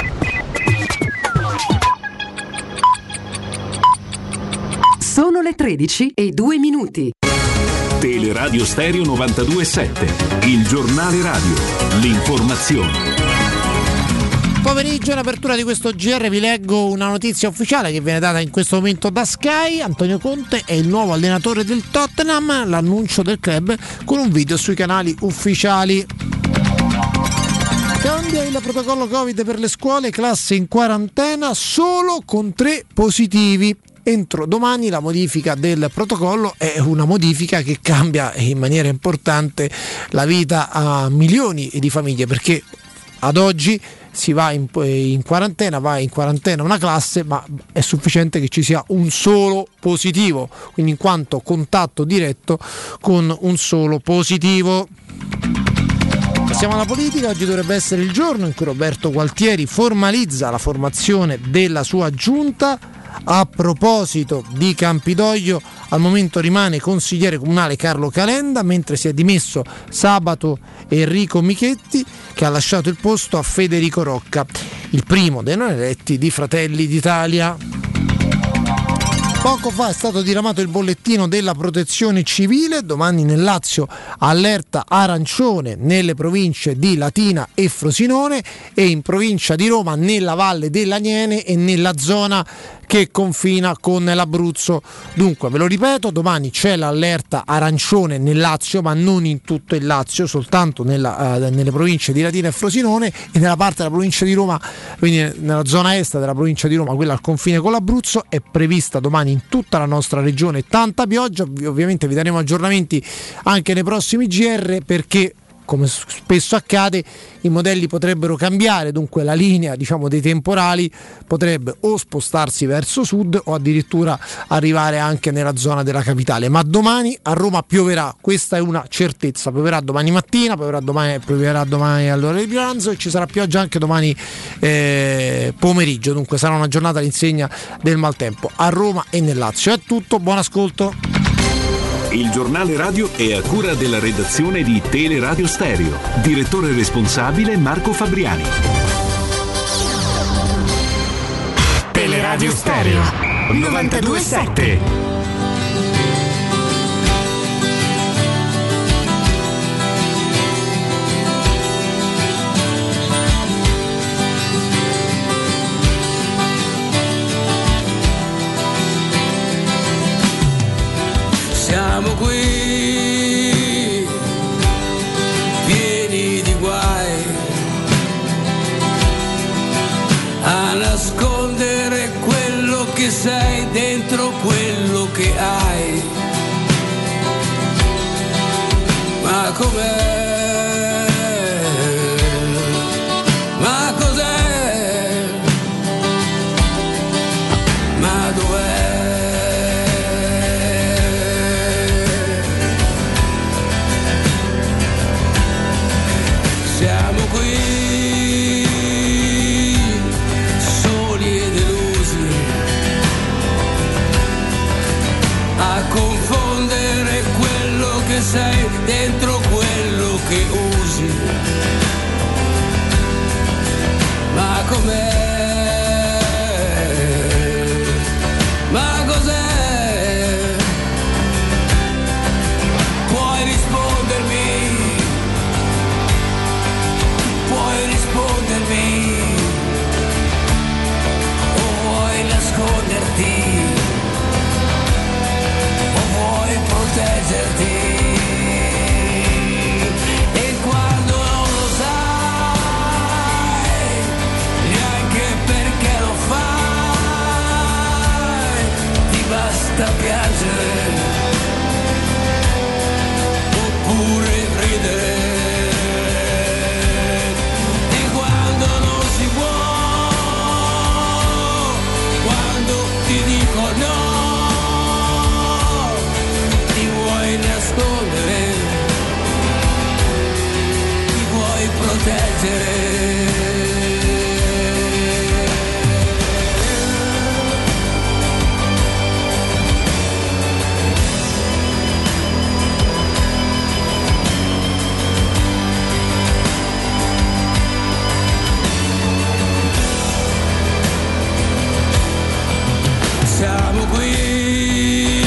Sono le 13:02. Teleradio Stereo 92.7, il giornale radio, l'informazione. Pomeriggio, in apertura di questo GR vi leggo una notizia ufficiale che viene data in questo momento da Sky. Antonio Conte è il nuovo allenatore del Tottenham, l'annuncio del club con un video sui canali ufficiali. Cambia il protocollo Covid per le scuole, classe in quarantena solo con 3 positivi. Entro domani la modifica del protocollo è una modifica che cambia in maniera importante la vita a milioni di famiglie, perché ad oggi si va in quarantena, va in quarantena una classe, ma è sufficiente che ci sia un solo positivo, quindi in quanto contatto diretto con un solo positivo. Passiamo alla politica. Oggi dovrebbe essere il giorno in cui Roberto Gualtieri formalizza la formazione della sua giunta. A proposito di Campidoglio, al momento rimane consigliere comunale Carlo Calenda, mentre si è dimesso sabato Enrico Michetti, che ha lasciato il posto a Federico Rocca, il primo dei non eletti di Fratelli d'Italia. Poco fa è stato diramato il bollettino della Protezione Civile. Domani nel Lazio allerta arancione nelle province di Latina e Frosinone, e in provincia di Roma nella Valle dell'Aniene e nella zona che confina con l'Abruzzo. Dunque, ve lo ripeto, domani c'è l'allerta arancione nel Lazio, ma non in tutto il Lazio, soltanto nelle province di Latina e Frosinone, e nella parte della provincia di Roma, quindi nella zona est della provincia di Roma, quella al confine con l'Abruzzo, è prevista domani in tutta la nostra regione tanta pioggia. Ovviamente vi daremo aggiornamenti anche nei prossimi GR, perché come spesso accade i modelli potrebbero cambiare, dunque la linea, diciamo, dei temporali potrebbe o spostarsi verso sud o addirittura arrivare anche nella zona della capitale. Ma domani a Roma pioverà, questa è una certezza. Pioverà domani mattina, pioverà domani all'ora di pranzo, e ci sarà pioggia anche domani pomeriggio, dunque sarà una giornata all'insegna del maltempo a Roma e nel Lazio. È tutto, buon ascolto. Il giornale radio è a cura della redazione di Teleradio Stereo. Direttore responsabile Marco Fabriani. Teleradio Stereo 92.7. Siamo qui, pieni di guai, a nascondere quello che sei. sei dentro quello che hai. Ma com'è? Ma cos'è? Ma dov'è? Siamo qui, soli e delusi, a confondere quello che sei dentro quello che usi. Ma com'è? Ma cos'è? Puoi rispondermi? Puoi rispondermi? O vuoi nasconderti? O vuoi proteggerti? E quando non lo sai, neanche perché lo fai, ti basta piangere oppure ridere. E quando non si può, quando ti dico no, ti vuoi nascondere, ti vuoi proteggere. Siamo qui,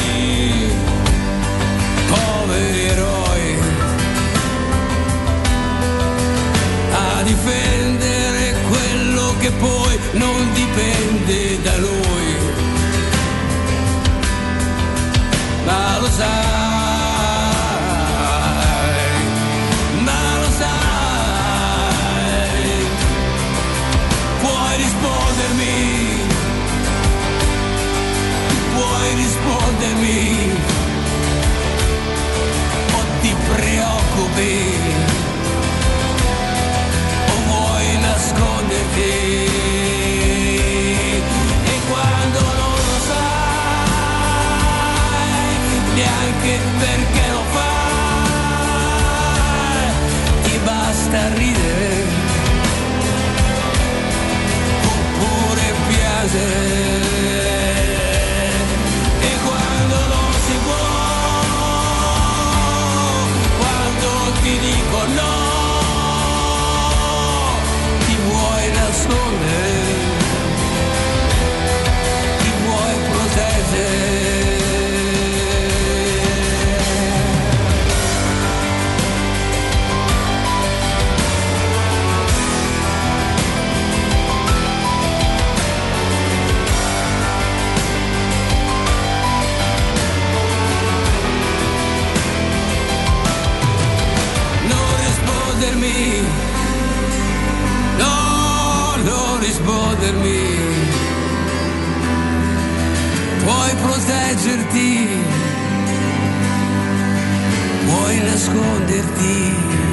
poveri eroi, a difendere quello che poi non dipende da noi. Ma lo sai, ma lo sai, puoi rispondermi? Puoi rispondermi? O ti preoccupi? O vuoi nasconderti? E quando non lo sai, neanche perché lo fai, ti basta ridere oppure piangere. Ti dico no, ti vuoi nascondere, ti vuoi proteggere. No, non rispondermi, puoi proteggerti, puoi nasconderti.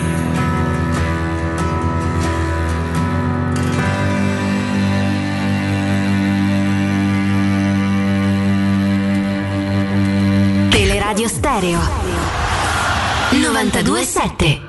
Teleradio Stereo 92.7.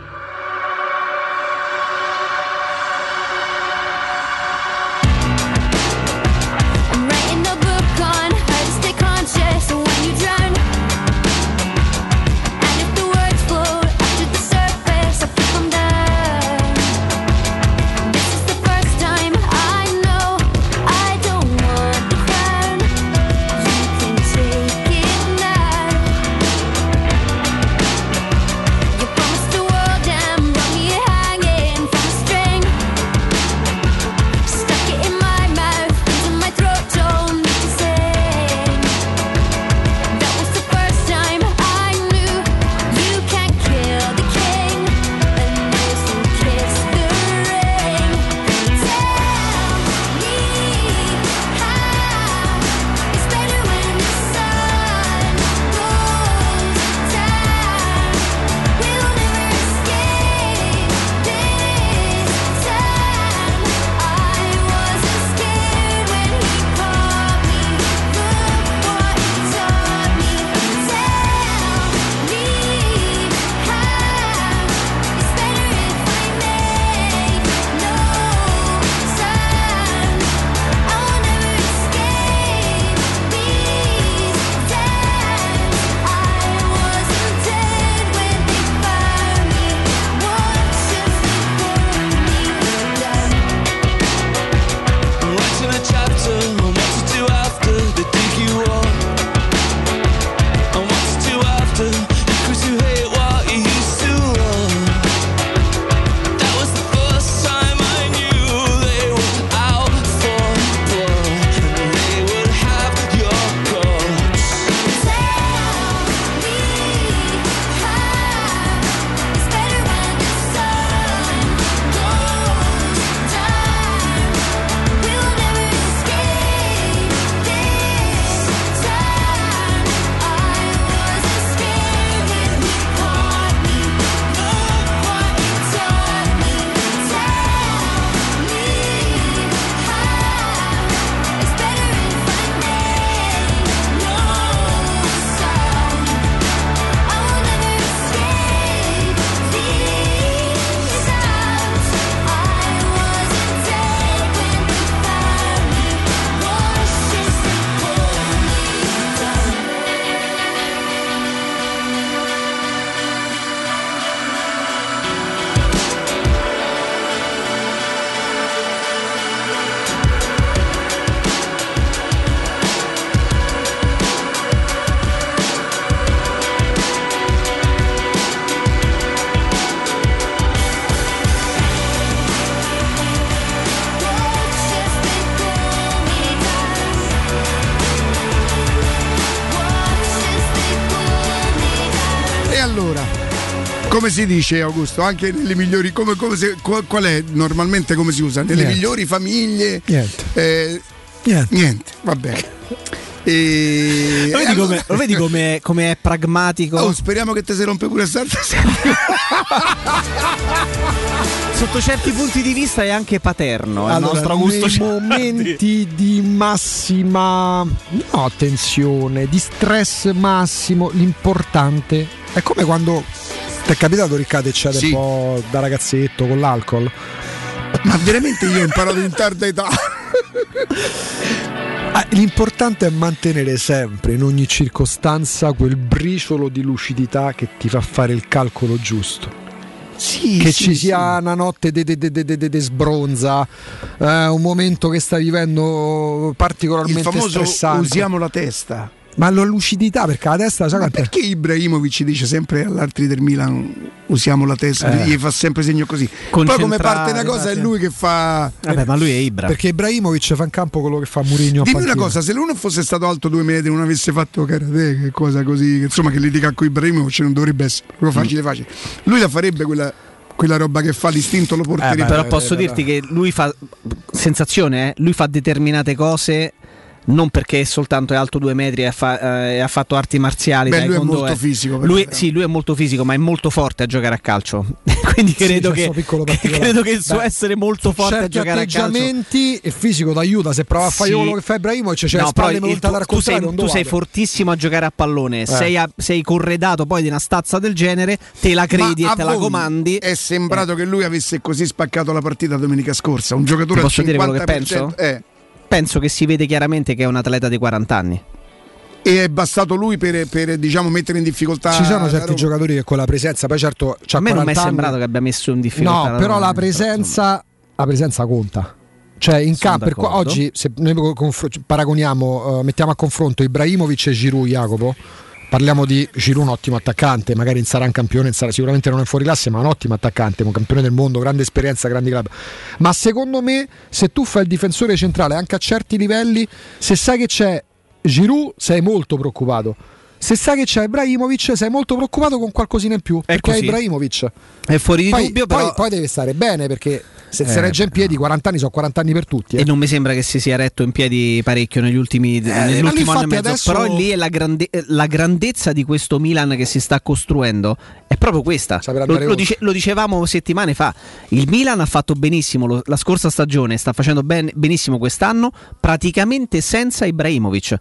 World Allora, come si dice, Augusto? Anche nelle migliori, qual è normalmente come si usa? Nelle migliori famiglie? Niente, va bene. Lo vedi come è pragmatico? Oh, speriamo che te si rompe pure Santa. Sotto certi punti di vista è anche paterno. Allora, il nostro Augusto nei momenti di massima tensione, di stress massimo, l'importante è come quando ti è capitato, Riccardo, eccede un po' da ragazzetto con l'alcol. Ma veramente io ho imparato in tarda età. L'importante è mantenere sempre, in ogni circostanza, quel briciolo di lucidità che ti fa fare il calcolo giusto. Che ci sia una notte de sbronza, un momento che stai vivendo particolarmente il famoso stressante. Usiamo la testa. Ma la lucidità, perché la testa sa perché Ibrahimovic dice sempre all'altri del Milan usiamo la testa, gli fa sempre segno così. Poi come parte una cosa è lui che fa. Vabbè, ma lui è Ibra. Perché Ibrahimovic fa in campo quello che fa Mourinho. Dimmi una cosa, se lui non fosse stato alto 2 metri, non avesse fatto karate, che cosa così, che insomma che litiga con Ibrahimovic non dovrebbe essere facile. Lui la farebbe quella roba che fa, l'istinto lo porterebbe. Però posso dirti che lui fa sensazione, lui fa determinate cose non perché soltanto è alto 2 metri e ha fatto arti marziali. Lui è molto fisico. Lui è molto fisico, ma è molto forte a giocare a calcio. Quindi credo che il suo essere molto forte a giocare a calcio. Atteggiamenti e fisico ti aiuta. Se prova a fare quello che fa Ibrahimovic, c'è spalle voltate al contrario. Tu sei fortissimo a giocare a pallone. Sei corredato poi di una stazza del genere, te la credi e te la comandi. È sembrato che lui avesse così spaccato la partita domenica scorsa. Un giocatore al 50%. Posso dire quello che penso? Penso che si vede chiaramente che è un atleta di 40 anni. E è bastato lui per diciamo mettere in difficoltà. Ci sono certi giocatori che con la presenza, poi certo a me non mi è sembrato che abbia messo in difficoltà. No, però la presenza conta. Cioè in campo oggi, se noi paragoniamo, mettiamo a confronto Ibrahimovic e Giroud, Jacopo, parliamo di Giroud, un ottimo attaccante, magari non sarà un campione, sicuramente non è fuori classe, ma un ottimo attaccante, un campione del mondo, grande esperienza, grandi club. Ma secondo me, se tu fai il difensore centrale anche a certi livelli, se sai che c'è Giroud, sei molto preoccupato. Se sai che c'è Ibrahimovic, sei molto preoccupato con qualcosina in più, perché è Ibrahimovic. È fuori di dubbio, però poi deve stare bene, perché se si regge in piedi, 40 anni sono 40 anni per tutti. E non mi sembra che si sia retto in piedi parecchio nell'ultimo anno e mezzo. Adesso... Però lì è la grandezza di questo Milan che si sta costruendo. È proprio questa. Lo dicevamo settimane fa. Il Milan ha fatto benissimo la scorsa stagione, sta facendo benissimo quest'anno, praticamente senza Ibrahimovic.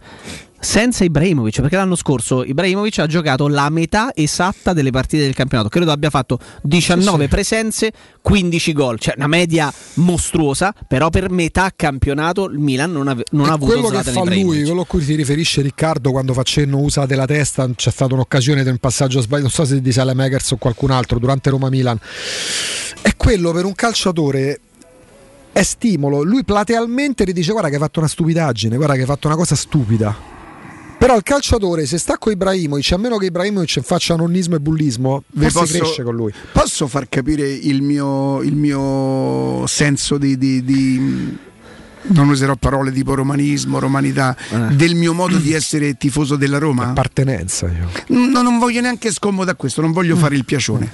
Perché l'anno scorso Ibrahimovic ha giocato la metà esatta delle partite del campionato, credo abbia fatto 19 presenze, 15 gol, cioè una media mostruosa, però per metà campionato il Milan non ha avuto quello che fa lui, quello a cui si riferisce Riccardo quando fa cenno usate la testa. C'è stata un'occasione del passaggio sbagliato, non so se di Saelemaekers o qualcun altro durante Roma-Milan, è quello per un calciatore è stimolo. Lui platealmente ti dice guarda che hai fatto una stupidaggine, guarda che hai fatto una cosa stupida. Però il calciatore, se sta con Ibrahimovic, a meno che Ibrahimovic faccia nonnismo e bullismo, forse cresce con lui. Posso far capire il mio senso di non userò parole tipo romanismo, romanità, del mio modo di essere tifoso della Roma? Appartenenza. Non voglio neanche scomodare a questo, non voglio fare il piacione.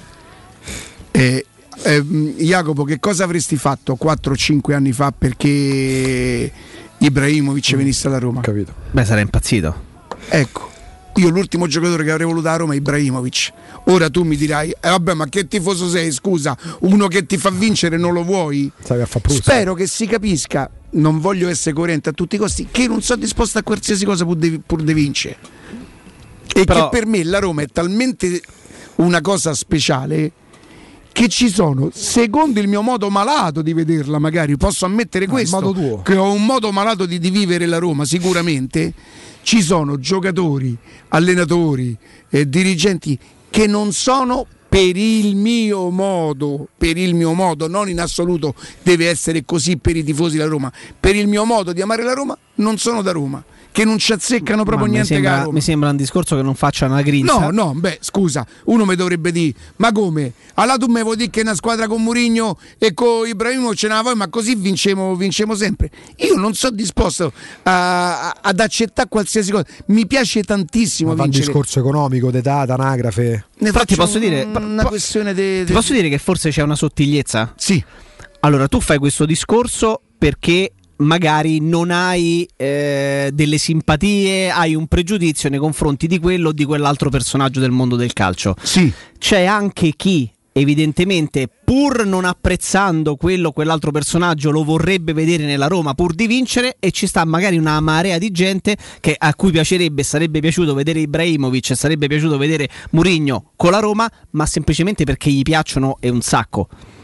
Jacopo, che cosa avresti fatto 4-5 anni fa perché Ibrahimovic venisse alla Roma? Capito. Beh, sarei impazzito. Ecco, io l'ultimo giocatore che avrei voluto a Roma è Ibrahimovic. Ora tu mi dirai, vabbè, ma che tifoso sei, scusa? Uno che ti fa vincere non lo vuoi? Spero che si capisca, non voglio essere coerente a tutti i costi, che non sono disposto a qualsiasi cosa pur di vincere. E però... che per me la Roma è talmente una cosa speciale che ci sono, secondo il mio modo malato di vederla, magari posso ammettere questo, che ho un modo malato di vivere la Roma, sicuramente ci sono giocatori, allenatori, dirigenti che non sono per il mio modo, non in assoluto deve essere così per i tifosi della Roma, per il mio modo di amare la Roma non sono da Roma, perché non ci azzeccano proprio niente, caro. Mi sembra un discorso che non faccia una grinza. No, scusa, uno mi dovrebbe dire, ma come? Allora tu mi vuoi dire che una squadra con Mourinho e con Ibrahimovic ce la vuoi, ma così vincemo sempre? Io non sono disposto ad accettare qualsiasi cosa. Mi piace tantissimo vincere. Ma fa un discorso economico, d'età, d'anagrafe. Però ti posso dire una questione ti posso dire che forse c'è una sottigliezza? Sì. Allora, tu fai questo discorso perché magari non hai delle simpatie, hai un pregiudizio nei confronti di quello o di quell'altro personaggio del mondo del calcio. Sì. C'è anche chi evidentemente, pur non apprezzando quello o quell'altro personaggio, lo vorrebbe vedere nella Roma pur di vincere, e ci sta magari una marea di gente a cui sarebbe piaciuto vedere Ibrahimovic, sarebbe piaciuto vedere Mourinho con la Roma, ma semplicemente perché gli piacciono e un sacco.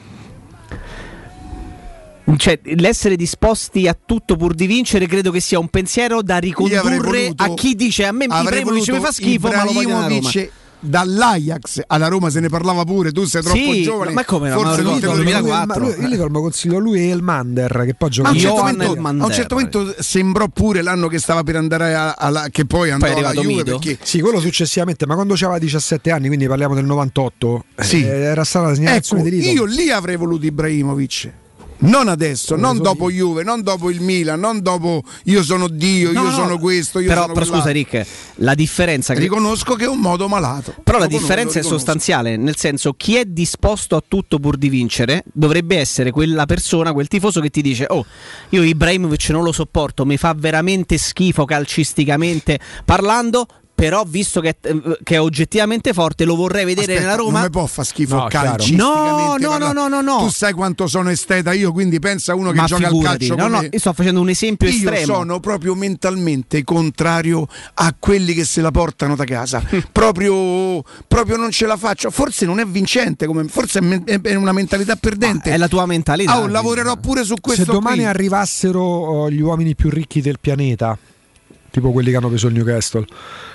Cioè, l'essere disposti a tutto pur di vincere credo che sia un pensiero da ricondurre a chi dice a me Ibrahimovic mi fa schifo, ma lo voglio nella Roma. Dall'Ajax alla Roma se ne parlava pure, tu sei troppo giovane. Ma come no? Forse non te lo 2004. Io ricordo consiglio lui e Elmander, che poi giocava. A un certo momento sembrò pure l'anno che stava per andare che poi andò alla Juve, perché... Sì, quello successivamente, ma quando c'aveva 17 anni, quindi parliamo del 98, era stata la segnalazione di rito. Io lì avrei voluto Ibrahimovic. Non adesso, non dopo Juve, non dopo il Milan, non dopo io sono Dio, io sono questo, io sono però scusa Rick, la differenza riconosco che è un modo malato. Però la differenza è sostanziale, nel senso, chi è disposto a tutto pur di vincere dovrebbe essere quella persona, quel tifoso che ti dice: oh, io Ibrahimovic non lo sopporto, mi fa veramente schifo calcisticamente parlando, però visto che è oggettivamente forte lo vorrei vedere nella Roma. Non mi può far schifo calcisticamente. No. Tu sai quanto sono esteta io, quindi pensa uno che gioca al calcio come... No, io sto facendo un esempio estremo. Io sono proprio mentalmente contrario a quelli che se la portano da casa. proprio non ce la faccio. Forse non è vincente, forse è una mentalità perdente. È la tua mentalità. Lavorerò pure su questo. Se domani arrivassero gli uomini più ricchi del pianeta, tipo quelli che hanno preso il Newcastle,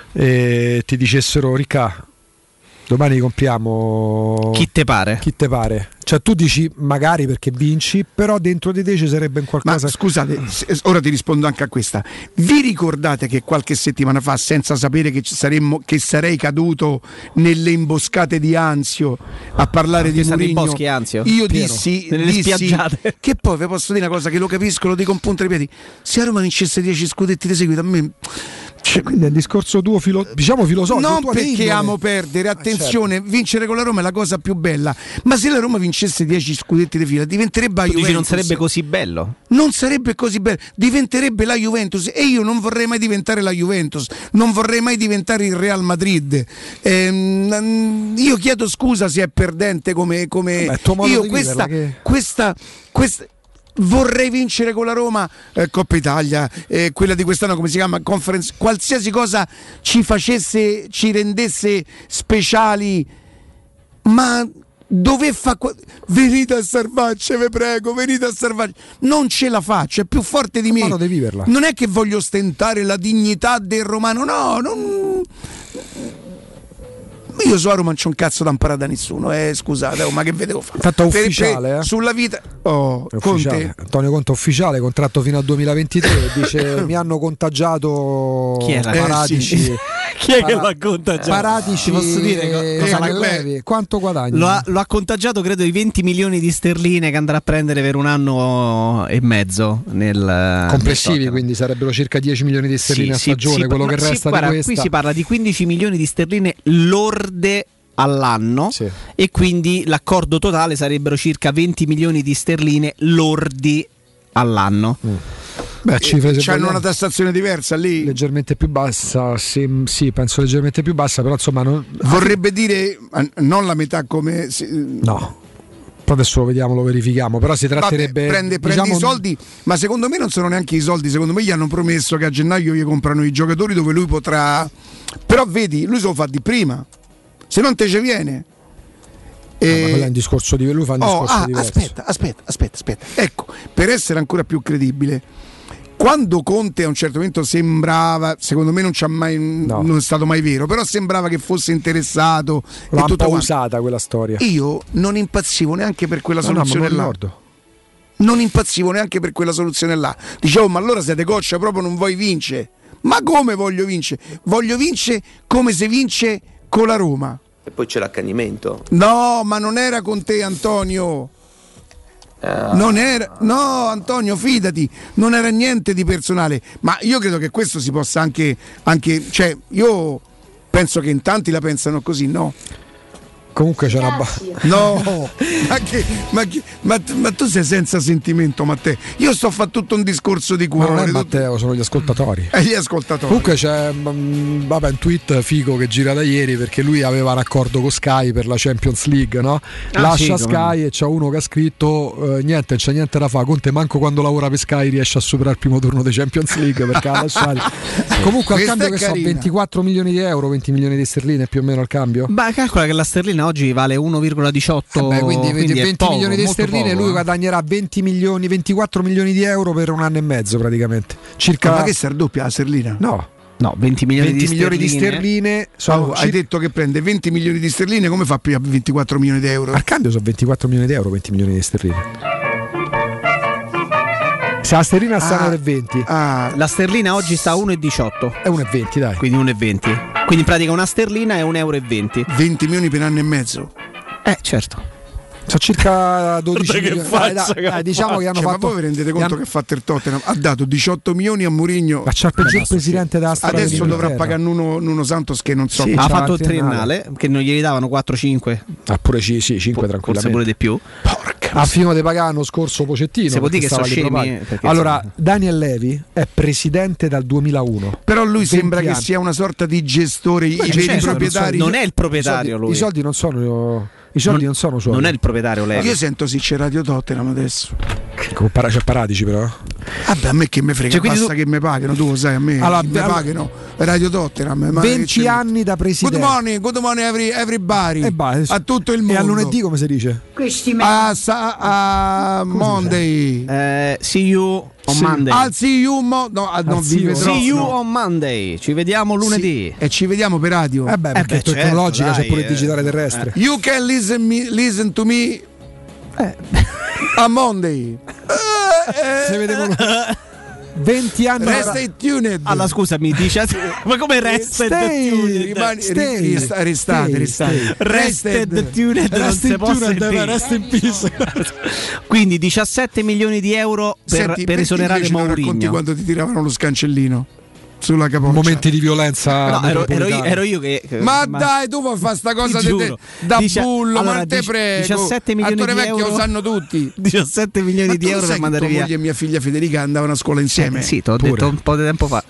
e ti dicessero: Ricca, domani compriamo chi te pare. Cioè tu dici magari perché vinci, però dentro di te ci sarebbe un qualcosa. Ma scusate, ora ti rispondo anche a questa. Vi ricordate che qualche settimana fa, senza sapere che sarei caduto nelle imboscate di Anzio a parlare di Mourinho, boschi, Anzio, io pieno, dissi che poi vi posso dire una cosa che lo capisco, lo dico in punta di piedi: se a Roma vincesse 10 scudetti di seguito, a me... Quindi è un discorso tuo filosofico. Non perché amo perdere, attenzione, certo. Vincere con la Roma è la cosa più bella, ma se la Roma vincesse 10 scudetti di fila diventerebbe la Juventus. Non sarebbe così bello? Non sarebbe così bello, diventerebbe la Juventus, e io non vorrei mai diventare la Juventus, non vorrei mai diventare il Real Madrid. Io chiedo scusa se è perdente come io questa vorrei vincere con la Roma, Coppa Italia, quella di quest'anno come si chiama, Conference, qualsiasi cosa ci rendesse speciali, ma venite a salvarci, vi prego, venite a salvarci. Non ce la faccio, è più forte di me. Non è che voglio ostentare la dignità del romano, io su Roma non c'ho un cazzo da imparare da nessuno, scusate, ma che vedevo fare? Fatto ufficiale, sulla vita. Conte. Antonio Conte ufficiale, contratto fino al 2023, dice mi hanno contagiato. Chi è Paratici? Sì. Chi è che l'ha contagiato? Paratici, posso dire cosa la levi? Quanto guadagni? Lo ha contagiato credo di 20 milioni di sterline che andrà a prendere per un anno e mezzo complessivi, quindi sarebbero circa 10 milioni di sterline a stagione, quello che resta di questa. Qui si parla di 15 milioni di sterline lorde all'anno, e quindi l'accordo totale sarebbero circa 20 milioni di sterline lordi all'anno. C'hanno una tassazione diversa lì? Leggermente più bassa, sì, penso leggermente più bassa, però insomma vorrebbe dire non la metà come no. Adesso lo verifichiamo, però si tratterebbe. Prende i soldi, ma secondo me non sono neanche i soldi, secondo me gli hanno promesso che a gennaio gli comprano i giocatori dove lui potrà. Però vedi, lui se lo fa di prima, se non te ce viene. Ma quello è un discorso di lui, fa un discorso diverso. Aspetta. Ecco, per essere ancora più credibile, quando Conte a un certo momento sembrava, secondo me non è stato mai vero, però sembrava che fosse interessato. L'ha un po' usata quella storia. Io non impazzivo neanche per quella soluzione là. Non impazzivo neanche per quella soluzione là. Dicevo, ma allora siete coccia, proprio non vuoi vincere. Ma come voglio vincere? Voglio vincere come se vince con la Roma. E poi c'è l'accanimento. No, ma non era con te, Antonio. Non era, no, Antonio, fidati, non era niente di personale. Ma io credo che questo si possa anche cioè, io penso che in tanti la pensano così, no? Comunque c'è una no, ma tu sei senza sentimento, Matteo. Io sto a fare tutto un discorso di cuore. Ma non è Matteo, sono gli ascoltatori. Gli ascoltatori. Comunque c'è un tweet figo che gira da ieri, perché lui aveva un accordo con Sky per la Champions League, no? Lascia sì, Sky e c'è uno che ha scritto niente, c'è niente da fare. Conte manco quando lavora per Sky riesce a superare il primo turno di Champions League perché ha lasciato. Comunque al cambio che so, 24 milioni di euro, 20 milioni di sterline più o meno al cambio. Beh, calcola che la sterlina oggi vale 1,18, quindi 20 poco, milioni di sterline, poco, lui guadagnerà 24 milioni di euro per un anno e mezzo praticamente. Circa. Ma che si raddoppia la sterlina? No, 20 milioni di sterline. Hai detto che prende 20 milioni di sterline, come fa più a 24 milioni di euro? Al cambio sono 24 milioni di euro, 20 milioni di sterline. Se la sterlina sta a 1,20. La sterlina oggi sta a 1,18. È 1,20, dai. Quindi 1,20. Quindi in pratica una sterlina è 1,20 euro. 20 milioni per anno e mezzo. Certo. Sono circa 12 milioni. Diciamo che hanno fatto. Ma voi vi rendete conto che ha fatto il Tottenham? Ha dato 18 milioni a Mourinho. Ma c'ha il peggior presidente della storia. Adesso dovrà pagare Nuno Santos, che non so. Ha fatto il triennale, che non gli davano 4-5. Pure 5 tranquillamente. Forse pure di più. A fine di pagare l'anno scorso Pochettino. Se può dire che sono scemi. Allora, Daniel Levy è presidente dal 2001. Però lui sembra che sia una sorta di gestore. I veri proprietari. Non è il proprietario lui. I soldi non sono. I soldi non sono suoi. Non è il proprietario Levy. Io sento sì, c'è Radio Tottenham adesso. C'è Paratici però. Vabbè, a me che me frega, basta che mi pagano, tu lo sai, a me allora, mi pagano Radio Tottenham. 20 anni da presidente. Good morning everybody. A tutto il mondo. E a lunedì come si dice? A Monday. See you on Monday. I'll see you see you on Monday. Ci vediamo lunedì. E ci vediamo per radio. Perché è tecnologica, c'è pure il digitale terrestre. You can listen to me a Monday. Se vedevamo 20 anni. Stay tuned. Allora scusami, ma come rested tuned? Rested tuned. Rest in peace. Quindi 17 milioni di euro per esonerare Mourinho. Racconti quando ti tiravano lo scancellino sulla capoccia. Momenti di violenza. No, ero io che. Ma dai, tu vuoi fare sta cosa da bullo, allora, ma te prego. 17 milioni di euro. Lo sanno tutti. 17 milioni di euro per mandare via. Moglie e mia figlia Federica andavano a scuola insieme. Sì, t'ho detto un po' di tempo fa.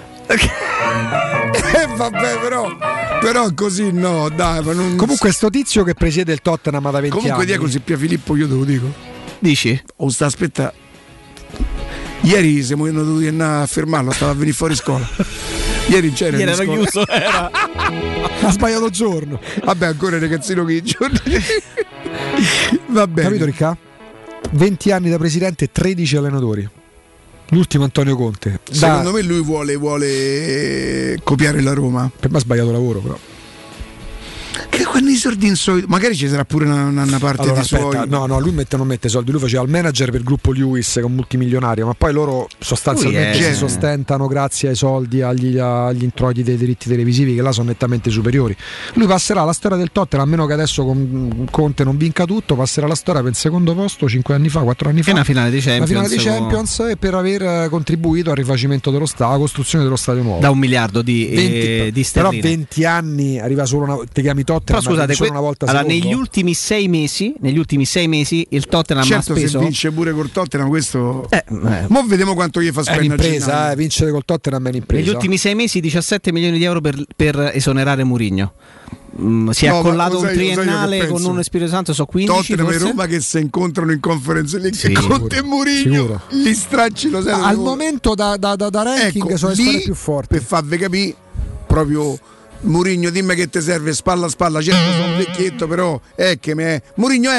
Vabbè, però così no, dai. Ma non... Comunque sto tizio che presiede il Tottenham da 20 anni. Comunque Diego Pia Filippo, io te lo dico. Dici? O sta aspetta. Ieri siamo dovuti andare a fermarlo, stava a venire fuori scuola. Ieri c'era. Ieri era chiuso, era. Ha sbagliato giorno. Vabbè, ancora il ragazzino che i giorni. Va bene. Capito, Ricca? 20 anni da presidente, 13 allenatori. L'ultimo Antonio Conte. Secondo me lui vuole copiare la Roma. Per me ha sbagliato lavoro, però. Che quando i soldi in solito, magari ci sarà pure una parte allora, di suoi. No, lui non mette soldi, lui faceva il manager per il gruppo Lewis che è un multimilionario, ma poi loro sostanzialmente si sostentano grazie ai soldi, agli introiti dei diritti televisivi che là sono nettamente superiori. Lui passerà la storia del Tottenham, a meno che adesso con Conte non vinca tutto, passerà la storia per il secondo posto 5 anni fa, 4 anni fa. Una finale di Champions, e per aver contribuito al rifacimento alla costruzione dello stadio nuovo. Da 1 miliardo di sterline. Però 20 anni arriva solo ti chiami Tottenham. Però scusate, una volta allora, negli ultimi 6 mesi il Tottenham ha speso. Se vince pure col Tottenham questo mo vediamo quanto gli fa spendere. È un'impresa, vincere col Tottenham è un'impresa. Negli ultimi 6 mesi 17 milioni di euro per esonerare Mourinho. Si è accollato un triennale con uno Spirito Santo, 15 Tottenham forse? e Roma che si incontrano in Conference League, Conte e Mourinho gli stracci lo sai. Al momento da ranking sono le squadre più forti. Per farvi capire proprio Mourinho, dimmi che ti serve spalla a spalla, certo sono un vecchietto, però Mourinho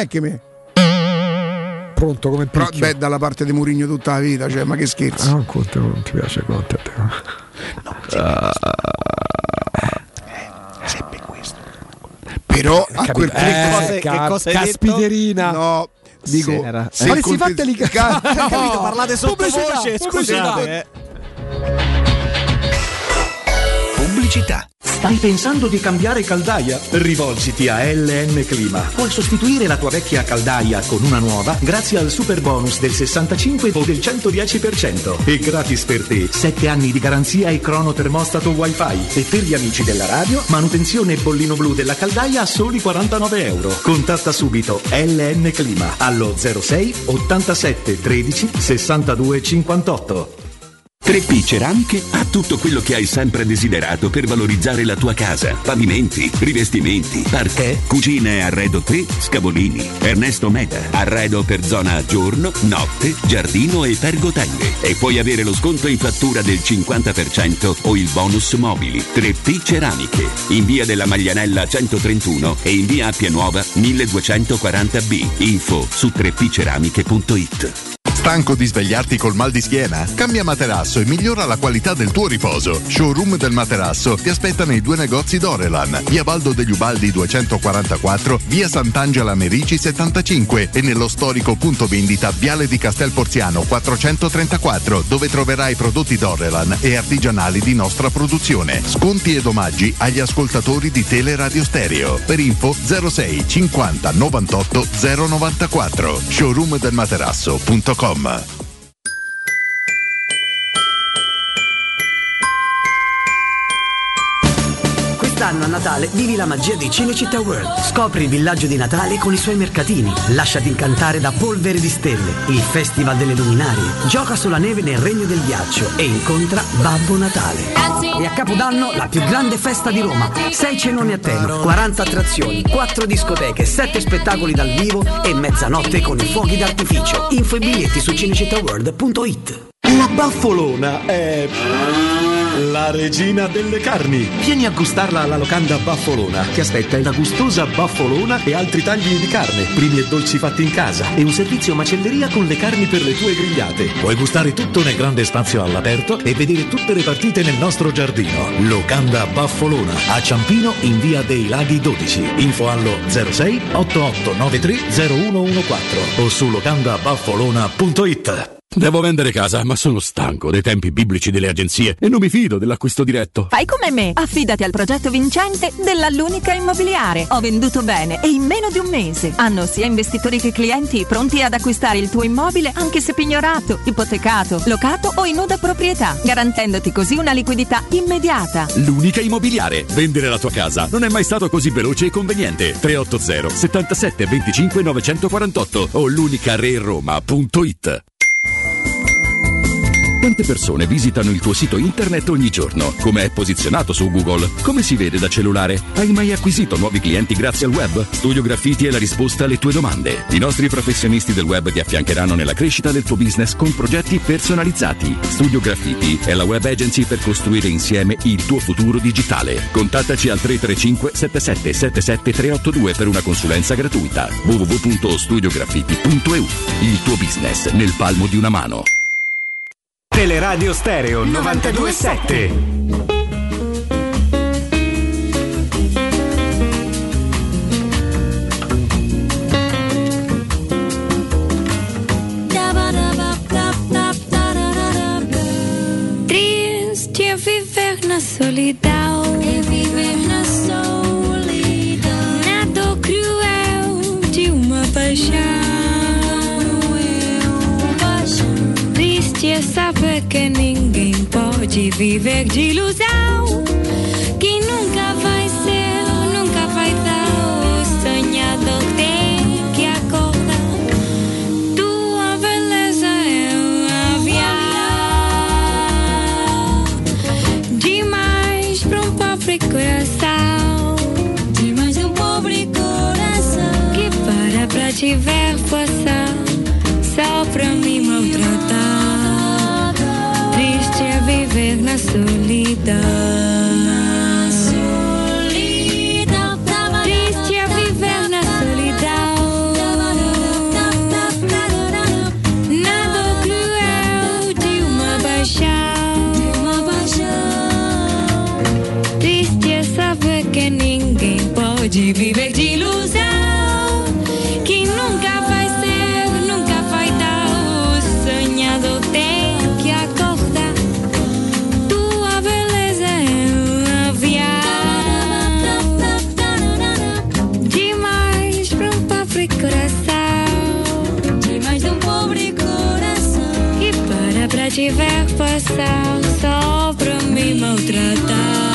pronto come il picchio. Però dalla parte di Mourinho tutta la vita, cioè, ma che scherzo. Conte non ti piace Conte a te. Sempre questo. Però a quel punto caspiterina. No, dico se si fatte lì capito, parlate sottovoce, scusate. pubblicità. Stai pensando di cambiare caldaia? Rivolgiti a LN Clima. Puoi sostituire la tua vecchia caldaia con una nuova grazie al super bonus del 65 o del 110%. E gratis per te 7 anni di garanzia e cronotermostato wifi. E per gli amici della radio, manutenzione e bollino blu della caldaia a soli €49. Contatta subito LN Clima allo 06 87 13 62 58. 3P Ceramiche ha tutto quello che hai sempre desiderato per valorizzare la tua casa. Pavimenti, rivestimenti, parquet, cucina e arredo 3, Scavolini. Ernesto Meda. Arredo per zona giorno, notte, giardino e pergotende. E puoi avere lo sconto in fattura del 50% o il bonus mobili. 3P Ceramiche. In via della Maglianella 131 e in via Appia Nuova 1240B. Info su 3pceramiche.it. Stanco di svegliarti col mal di schiena? Cambia materasso e migliora la qualità del tuo riposo. Showroom del materasso ti aspetta nei 2 negozi Dorelan, via Baldo degli Ubaldi 244, via Sant'Angela Merici 75 e nello storico punto vendita Viale di Castel Porziano 434, dove troverai prodotti Dorelan e artigianali di nostra produzione. Sconti ed omaggi agli ascoltatori di Teleradio Stereo. Per info 06 50 98 094. showroomdelmaterasso.com. Quest'anno a Natale vivi la magia di Cinecittà World. Scopri il villaggio di Natale con i suoi mercatini. Lasciati incantare da Polvere di Stelle, il Festival delle Luminarie. Gioca sulla neve nel Regno del Ghiaccio e incontra Babbo Natale. E a Capodanno la più grande festa di Roma. 6 cenoni a tema, 40 attrazioni, 4 discoteche, 7 spettacoli dal vivo e mezzanotte con i fuochi d'artificio. Info e biglietti su cinecittàworld.it. La Baffolona è la regina delle carni. Vieni a gustarla alla locanda Baffolona. Ti aspetta una gustosa baffolona e altri tagli di carne, primi e dolci fatti in casa e un servizio macelleria con le carni per le tue grigliate. Puoi gustare tutto nel grande spazio all'aperto e vedere tutte le partite nel nostro giardino. Locanda Baffolona a Ciampino in via dei Laghi 12. Info allo 06 8893 0114 o su locandabaffolona.it. Devo vendere casa, ma sono stanco dei tempi biblici delle agenzie e non mi fido dell'acquisto diretto. Fai come me, affidati al progetto vincente della L'Unica Immobiliare. Ho venduto bene e in meno di un mese. Hanno sia investitori che clienti pronti ad acquistare il tuo immobile anche se pignorato, ipotecato, locato o in nuda proprietà, garantendoti così una liquidità immediata. L'Unica Immobiliare. Vendere la tua casa non è mai stato così veloce e conveniente. 380 77 25 948 o l'unicareroma.it. Quante persone visitano il tuo sito internet ogni giorno? Come è posizionato su Google? Come si vede da cellulare? Hai mai acquisito nuovi clienti grazie al web? Studio Graffiti è la risposta alle tue domande. I nostri professionisti del web ti affiancheranno nella crescita del tuo business con progetti personalizzati. Studio Graffiti è la web agency per costruire insieme il tuo futuro digitale. Contattaci al 335 77 77 382 per una consulenza gratuita. www.studiograffiti.eu. Il tuo business nel palmo di una mano. Teleradio Stereo 92.7. Triste é viver na solidão. Na dor cruel de uma paixão. Triste é saber que ninguém pode viver de ilusão, que nunca vai ser, nunca vai dar. O sonhador tem que acordar. Tua beleza é um avião demais para um pobre coração, demais um pobre coração que para te ver passar só pra me maltratar. Triste é viver na solidão. Triste é viver na solidão. Na dor cruel de uma paixão. Triste é saber que ninguém pode viver de ilusão, que nunca vai ser, nunca vai dar. O sonhador tem que acordar. Tua beleza é um avião passar só pra me maltratar.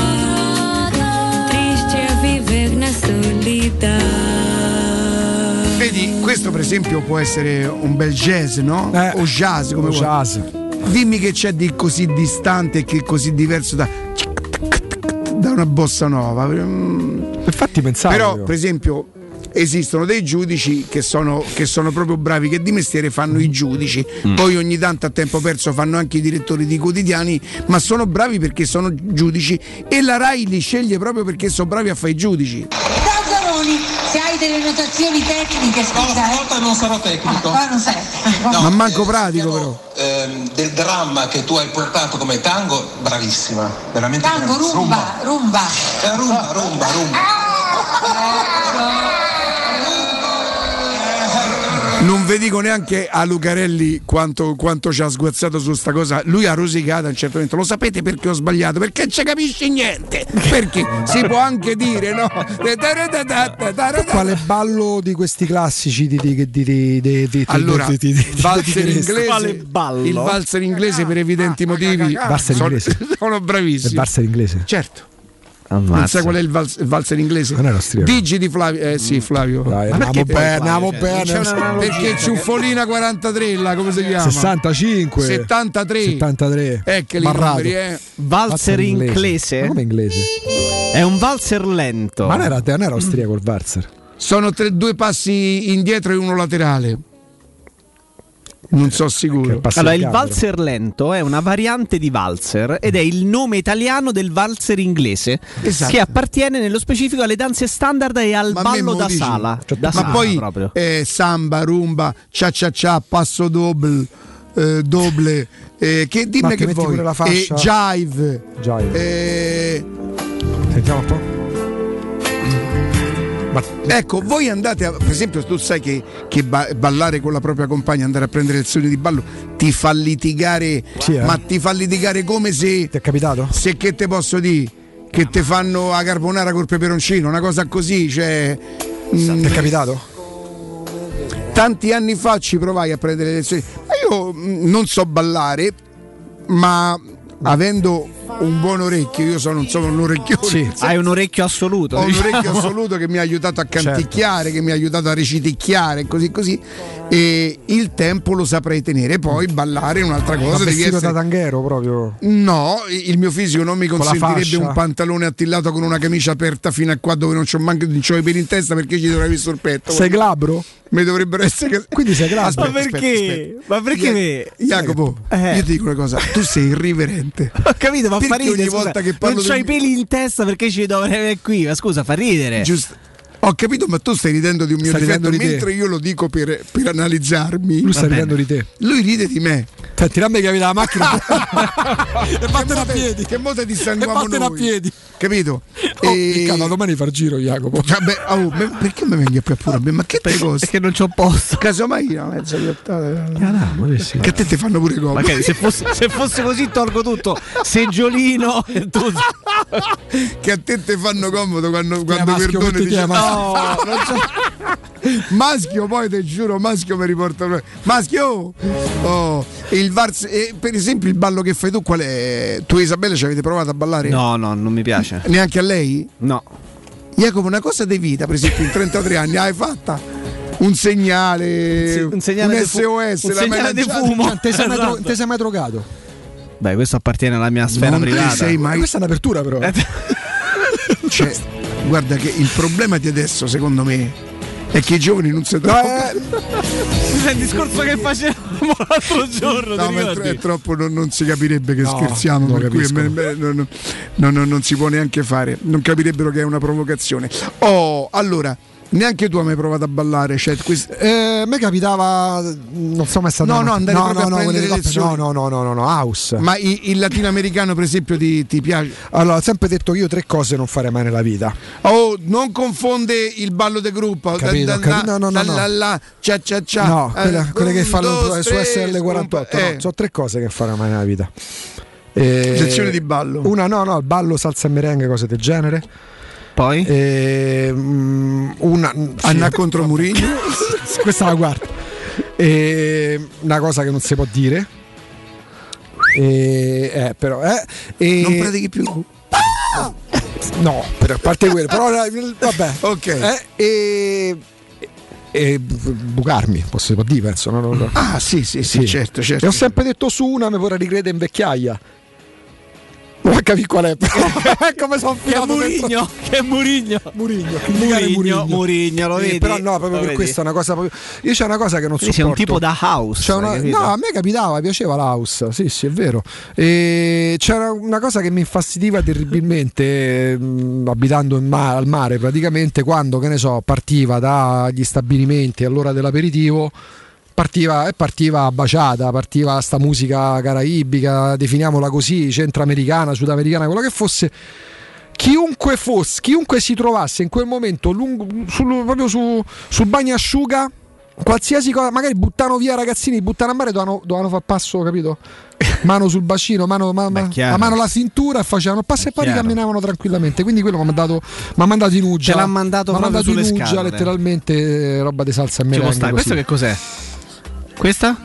Triste a viver na solidão. Vedi, questo per esempio può essere un bel jazz, no? O jazz, come vuoi. Jazz. Dimmi che c'è di così distante e che è così diverso da una bossa nova. Infatti pensavo. Però, per esempio, esistono dei giudici che sono proprio bravi, che di mestiere fanno i giudici, poi ogni tanto a tempo perso fanno anche i direttori di quotidiani, ma sono bravi perché sono giudici e la Rai li sceglie proprio perché sono bravi a fare i giudici. Gazzaroni, se hai delle notazioni tecniche, scusa. No, stavolta non sarò tecnico. Non sei. No, ma manco pratico però. Del dramma che tu hai portato come tango, bravissima, veramente tango, bravissima. rumba. Rumba. Non vi dico neanche a Lucarelli quanto ci ha sguazzato su sta cosa. Lui ha rosicato a un certo momento. Lo sapete perché ho sbagliato? Perché non ci capisci niente. Perché si può anche dire, no? Quale ballo di questi classici allora, valzer inglese, il valzer inglese per evidenti motivi sono bravissimi. Il valzer inglese? Certo. Non sai qual è il valzer inglese? Non è austriaco. Digi di Flavio. Sì, Flavio. Dai, andiamo bene. Perché Ciuffolina 43, là, come si chiama? 65. 73. Ecco i numeri, Valzer inglese? Ma come inglese? È un valzer lento. Ma non era austriaco il valzer. Sono 2 passi indietro e uno laterale. Non so sicuro. Allora, il valzer lento è una variante di valzer ed è il nome italiano del valzer inglese, esatto, che appartiene nello specifico alle danze standard e al ballo da sala. Ma poi samba, rumba, cia, passo doble, che dimmi che vuoi, la fascia. Jive. Sentiamo un po'. Ecco, voi andate per esempio, tu sai che ballare con la propria compagna, andare a prendere lezioni di ballo ti fa litigare, ma ti fa litigare come se ti è capitato? Se che te posso dire che te fanno la carbonara col peperoncino, una cosa così, cioè ti è capitato? Tanti anni fa ci provai a prendere lezioni, ma io non so ballare, ma avendo un buon orecchio, io non sono un orecchione. Sì, hai un orecchio assoluto. Ho un orecchio assoluto che mi ha aiutato a canticchiare, certo, che mi ha aiutato a reciticchiare, così. E il tempo lo saprei tenere, poi ballare è un'altra cosa. Devi essere da tanghero proprio. No, il mio fisico non mi consentirebbe un pantalone attillato con una camicia aperta fino a qua dove non c'ho manco i peli in testa, perché ci dovrei avere il petto. Sei glabro? Mi dovrebbero essere. Quindi sei glabro. Ma perché? Ma perché? Jacopo, io ti dico una cosa, tu sei irriverente. Ho capito, ma fa ridere. Ogni volta che parlo non c'hai i peli in testa, perché ci dovrei avere qui? Ma scusa, fa ridere. Giusto. Ho capito, ma tu stai ridendo di un mio difetto mentre io lo dico per analizzarmi. Lui sta ridendo di te. Lui ride di me. Tirammi che avete la macchina e vattene a piedi. Che mo te dissanguiamo noi. A piedi. Capito? Piccato, domani far giro, Jacopo. Perché mi vengi più pure a me? Ma che te costa? Perché non c'ho posto. Casomai una mezza piottata. Che a te ti fanno pure comodo. Okay, se fosse così tolgo tutto. Seggiolino e tutto. Che a te ti fanno comodo quando perdoni dici maschio, poi ti giuro, maschio mi riporta maschio. Il Vars, per esempio il ballo che fai tu qual è? Tu e Isabella ci avete provato a ballare? No, non mi piace. Neanche a lei? No. Jacopo, una cosa di vita, per esempio in 33 anni hai fatta un segnale un SOS, un segnale di fumo. Ti sei mai drogato? Beh, questo appartiene alla mia sfera privata. Questa è un'apertura però. Cioè, guarda che il problema di adesso, secondo me, è che i giovani non si drogano. È il discorso che facevamo l'altro giorno. No, ma è troppo, non si capirebbe che scherziamo, per cui non si può neanche fare. Non capirebbero che è una provocazione. Allora, neanche tu hai mai provato a ballare? A me capitava, non so mai stato. Andare proprio a prendere lezioni. No, house. Ma il latinoamericano, per esempio, ti piace? Allora, ho sempre detto che io 3 cose non farei mai nella vita. Non confonde il ballo de gruppo. Capito? Cia. No, quelle che fanno su SL48. No, sono 3 cose che farei mai nella vita. Lezioni di ballo. Una, il ballo, salsa e merengue, cose del genere. Poi Anna contro Mourinho. Questa è la quarta. Una cosa che non si può dire. Però non pratichi più. No, a parte quello, però vabbè, ok. E bucarmi, si può dire, penso. No. Ah, sì, certo. E ho sempre detto su una, mi vorrei ricredere in vecchiaia. Non capisco qual è, però. Come sono filato che Murigno, lo vedi? Però no, proprio per questo è una cosa proprio. Io c'è una cosa che non sopporto. Sei un tipo da house. No, a me capitava, piaceva la house. Sì, è vero. E c'era una cosa che mi infastidiva terribilmente, abitando al mare praticamente, quando, che ne so, partiva dagli stabilimenti all'ora dell'aperitivo. Partiva a baciata, partiva sta musica caraibica, definiamola così, centroamericana, sudamericana, quello che fosse. Chiunque si trovasse in quel momento proprio sul bagnasciuga, qualsiasi cosa, magari buttano via ragazzini, buttano a mare, dovevano far passo, capito? Mano sul bacino, mano alla cintura, e facevano passo e poi camminavano tranquillamente. Quindi quello mi ha mandato in uggia. Ce l'ha mandato proprio sulle scale, letteralmente, roba di salsa e merengue. Questo che cos'è? Questa?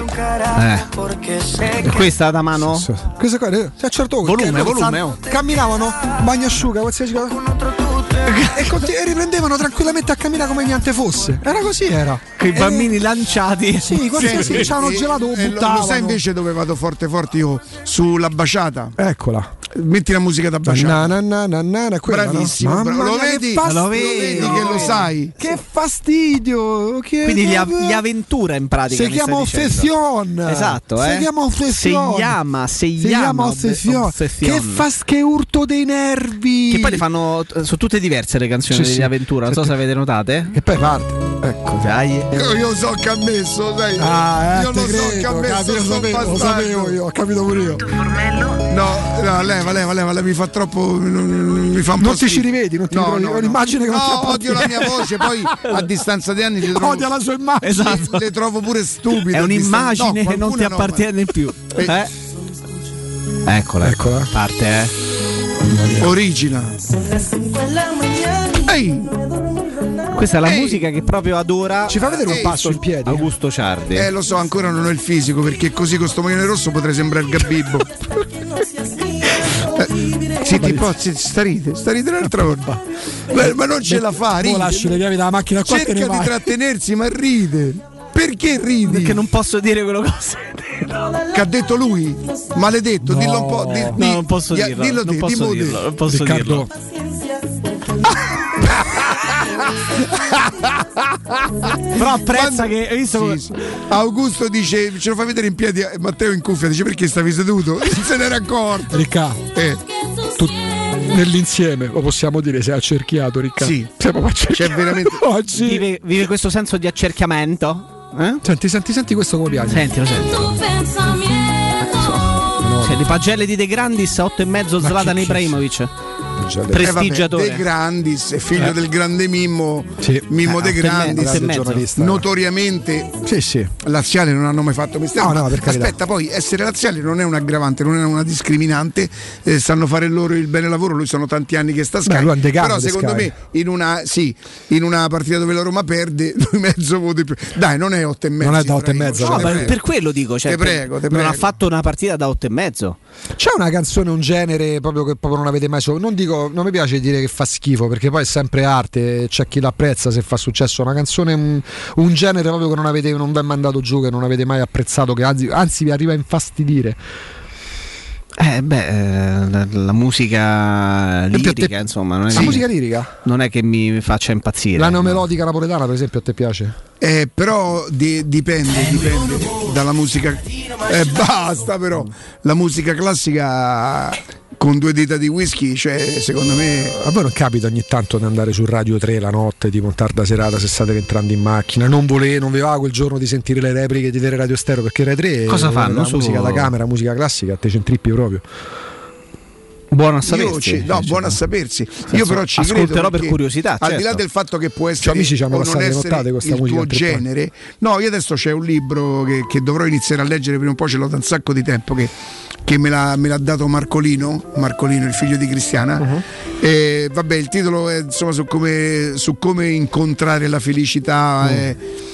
E questa da mano? Questa qua, a un certo punto volume. Camminavano, bagnasciuga, qualsiasi cosa, e riprendevano tranquillamente a camminare come niente fosse. Era così, era. Con i bambini lanciati. Sì, qualsiasi c'hanno gelato, buttavano. Lo sai invece dove vado forte io? Sulla baciata. Eccola. Metti la musica da baciata. Bravissimo, no? Lo vedi che lo sai. Che fastidio. Quindi gli avventura in pratica. Si chiama ossessione. Esatto, Si chiama ossessione. Si chiama ossessione. Che urto dei nervi. Che poi le fanno, sono tutte diverse le canzoni di avventura, non so se avete notate. E poi parte. Ecco, dai. Io so che ha messo, sai. Io lo so che ha messo. Lo sapevo io, ho capito pure io. No, leva, mi fa troppo. Mi fa un po'. Non ti ci rivedi, non ti ritrovi. Ho un'immagine che non ti appartiene. Odio la mia voce, poi a distanza di anni odia la sua immagine. Esatto. Le trovo pure stupide. È un'immagine che non ti appartiene più. Eccola. Parte, Origina. Ehi! Questa è la musica che proprio adora. Ci fa vedere un passo in piedi Augusto Ciardi. Lo so, ancora non ho il fisico, perché così con sto maglione rosso potrei sembrare il Gabibbo. Starite un'altra volta. Ma non ce la fa, ride. Lasci le chiavi dalla macchina qua. Cerca di trattenersi, ma ride. Perché ridi? Perché non posso dire quello che ho sentito. Che ha detto lui? Maledetto, dillo un po'. No, non posso dirlo. Dillo non te, posso dirlo. Non posso Riccardo. Però apprezza che hai visto sì. Augusto dice, ce lo fai vedere in piedi, Matteo in cuffia dice perché stavi seduto? Non se n'era accorto. Riccardo, tu nell'insieme lo possiamo dire, sei accerchiato, Riccardo. Sì, c'è veramente oggi vive questo senso di accerchiamento. Senti questo come piace. Sentilo. Le pagelle di De Grandis 8,5 Zlatan Ibrahimovic. Prestigiatore. De Grandis è figlio del grande Mimmo. Mimmo De Grandis, notoriamente laziali, non hanno mai fatto mistero. No, aspetta, poi essere laziali non è un aggravante, non è una discriminante, sanno fare loro il bene lavoro. Lui sono tanti anni che sta a Sky. Però secondo me in una partita dove la Roma perde, lui mezzo voto più. Dai, non è 8,5. Non è da 8,5. No, per quello dico, te prego. Non ha fatto una partita da 8,5. C'è una canzone, un genere proprio che proprio non avete mai non mi piace dire che fa schifo, perché poi è sempre arte, c'è chi l'apprezza se fa successo. Una canzone, un genere proprio che non vi è mandato giù, che non avete mai apprezzato, che anzi vi arriva a infastidire. La musica lirica, insomma, non è musica lirica non è che mi faccia impazzire. La neomelodica napoletana, per esempio, a te piace? Però dipende dalla musica. Basta, però la musica classica con 2 dita di whisky, cioè, secondo me. A voi non capita ogni tanto di andare su Radio 3 la notte, tipo in tarda serata, se state entrando in macchina, non vi va quel giorno di sentire le repliche di Tele Radio Stereo, perché Rai 3 cosa fanno? La musica da camera, musica classica, te centrippi proprio. Buono a sapersi. Buono a sapersi. Io però ci ascolterò credo, per curiosità. Al di là del fatto che può essere amici ci hanno o non essere questa il tuo genere. No, io adesso c'è un libro che dovrò iniziare a leggere prima o poi, ce l'ho da un sacco di tempo, che me l'ha dato Marcolino, il figlio di Cristiana. E vabbè, il titolo è insomma su come incontrare la felicità.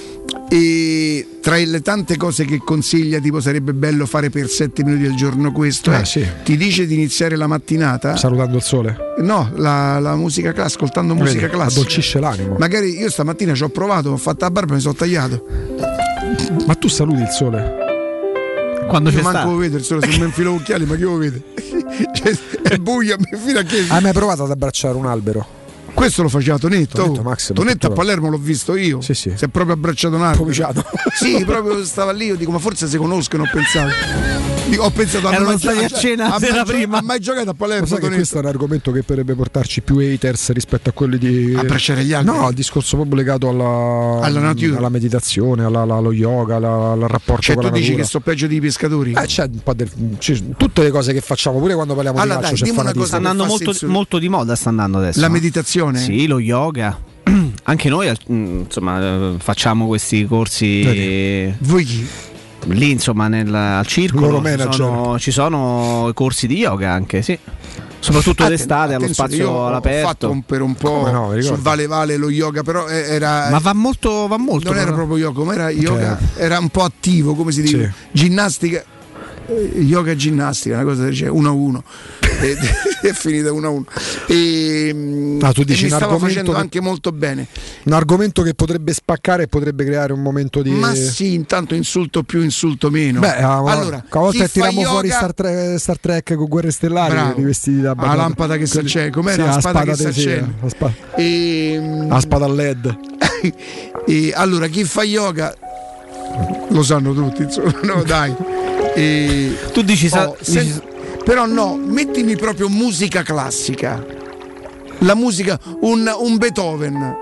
E tra le tante cose che consiglia, tipo sarebbe bello fare per 7 minuti al giorno questo, sì. Ti dice di iniziare la mattinata salutando il sole? No, la musica classica, ascoltando musica classica. Addolcisce l'animo. Magari io stamattina ci ho provato, ho fatto la barba e mi sono tagliato. Ma tu saluti il sole? Quando io c'è manco sta? lo vedo, il sole, se mi infilo occhiali, ma chi lo vede? Cioè, è buio, fino a che... Hai mai provato ad abbracciare un albero? Questo lo faceva Tonetto. Max, Tonetto a Palermo l'ho visto io. Sì. Si è proprio abbracciato un albero. Sì, proprio stava lì. Io dico, ma forse si conoscono. Ho pensato erano stati a cena sera prima. Ha mai giocato a Palermo? Sai che questo è un argomento che potrebbe portarci più haters rispetto a quelli di abbracciare gli alberi? No, al discorso proprio legato alla natura, alla meditazione, allo yoga, al rapporto con la natura. Dici che sto peggio dei pescatori? C'è un po' tutte le cose che facciamo, pure quando parliamo di calcio c'è fanatismo. Sta andando molto di moda, sta andando adesso. La meditazione? Sì, lo yoga. Anche noi insomma facciamo questi corsi. Voi chi? Lì insomma al circolo ci sono corsi di yoga anche, sì. Soprattutto d'estate allo spazio all'aperto. Ho fatto per un po' sul Vale lo yoga, però era. Ma va molto. Non era proprio yoga, ma era yoga, era un po' attivo, come si dice? Ginnastica. Yoga e ginnastica, una cosa del genere, 1-1 è finita 1-1 tu dici e mi stava facendo anche molto bene, un argomento che potrebbe spaccare e potrebbe creare un momento di ma sì, intanto insulto più insulto meno. Allora a volte tiriamo fuori Star Trek con Guerre Stellari rivestiti da la lampada che si accende, com'era la spada che si accende, la spada a LED. E allora chi fa yoga lo sanno tutti, insomma, no dai. Tu dici, però no, mettimi proprio musica classica, la musica, un Beethoven,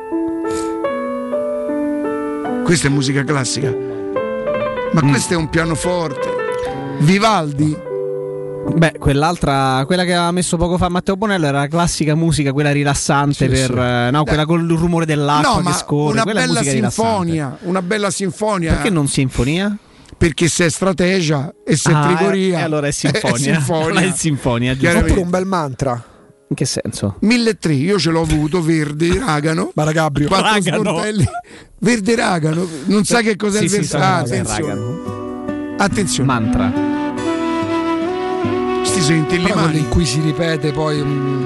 questa è musica classica, ma questo è un pianoforte. Vivaldi, quella che aveva messo poco fa Matteo Bonello era la classica musica, quella rilassante quella con il rumore dell'acqua che scorre, una bella sinfonia. Perché non sinfonia? Perché se è strategia e se è trigoria, allora è sinfonia. È sinfonia. Oppure un bel mantra. In che senso? 1003, io ce l'ho avuto, verde ragano, Baragabrio, 4 sportelli, verde ragano, non sa che cos'è il verde. Attenzione. Mantra. Sti senti le mani in cui si ripete poi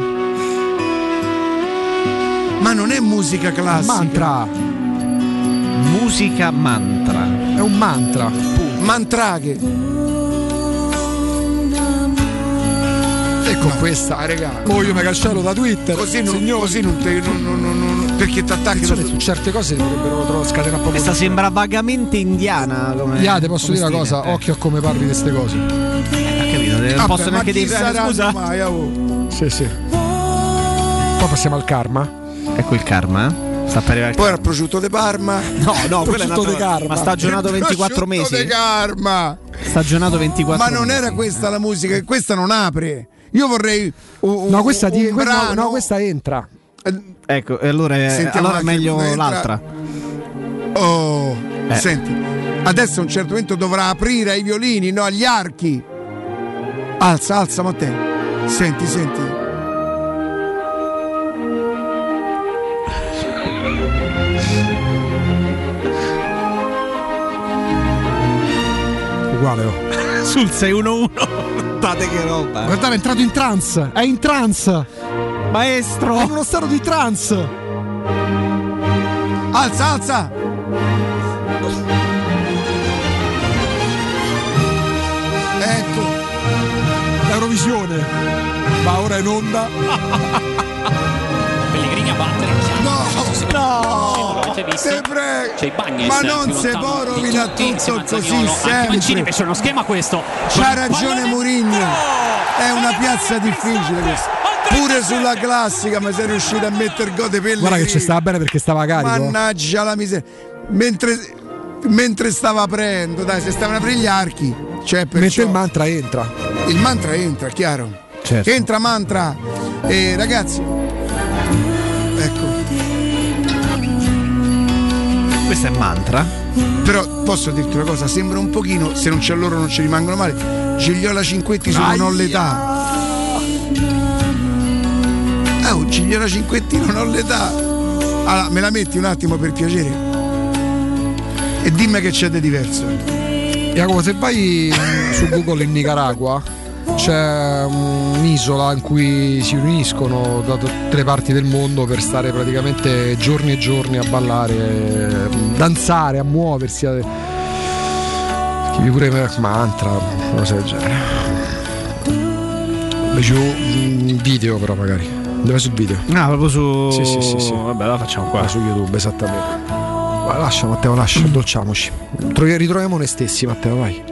ma non è musica classica. Mantra. Musica mantra. È un mantra. Mantraghe. E con questa, regà. Io mi cancello da Twitter. Così non perché ti attacchi su certe cose dovrebbero scatenare proprio. Questa sembra vagamente indiana. Te posso dire una cosa, occhio a come parli di queste cose. Capito? Non posso neanche dire. Scusa. Sì. Poi passiamo al karma. Ecco il karma. Poi era il prosciutto de Parma. No, quello è de Karma. Ma stagionato 24 mesi. De Karma. Stagionato 24 mesi. Ma non era questa la musica, questa non apre. Io vorrei questa entra. Ecco, e allora è meglio l'altra. Senti. Adesso a un certo momento dovrà aprire ai violini, no, agli archi. Alza Matteo. Senti. Uguale. Sul 611. Guardate che roba. Guardate, è entrato in trance. È in trance. Maestro. È in uno stato di trance. Alza. Ecco. L'Eurovisione va ora in onda. Pellegrini a battere. No, te prego. C'è i Bagnes, ma non se può rovina tutto così sempre. Mancini invece è uno schema questo. C'ha ragione Mourinho. È una piazza difficile questa. Pure sulla classica ma sei riuscito a mettere gol de Pellegrini. Guarda che ci stava bene perché stava carico. Mannaggia la miseria. Mentre stava aprendo, dai, se stavano aprendo gli archi. Cioè, mentre il mantra entra. Il mantra entra, chiaro. Certo. Entra mantra. Ragazzi. Ecco. Questo è mantra. Però posso dirti una cosa, sembra un pochino, se non c'è loro non ci rimangono male, Gigliola Cinquetti su Non ho l'età. Gigliola Cinquetti Non ho l'età. Allora, me la metti un attimo per piacere? E dimmi che c'è di diverso. Jacopo, se vai su Google in Nicaragua c'è un'isola in cui si riuniscono da tutte le parti del mondo per stare praticamente giorni e giorni a ballare, danzare, a muoversi, pure mantra, una cosa del genere. Invece un video però magari. Dove sul video? No, proprio su... Sì. Vabbè, la facciamo qua. Su YouTube, esattamente. Vai, lascia Matteo, addolciamoci. Ritroviamo noi stessi, Matteo, vai.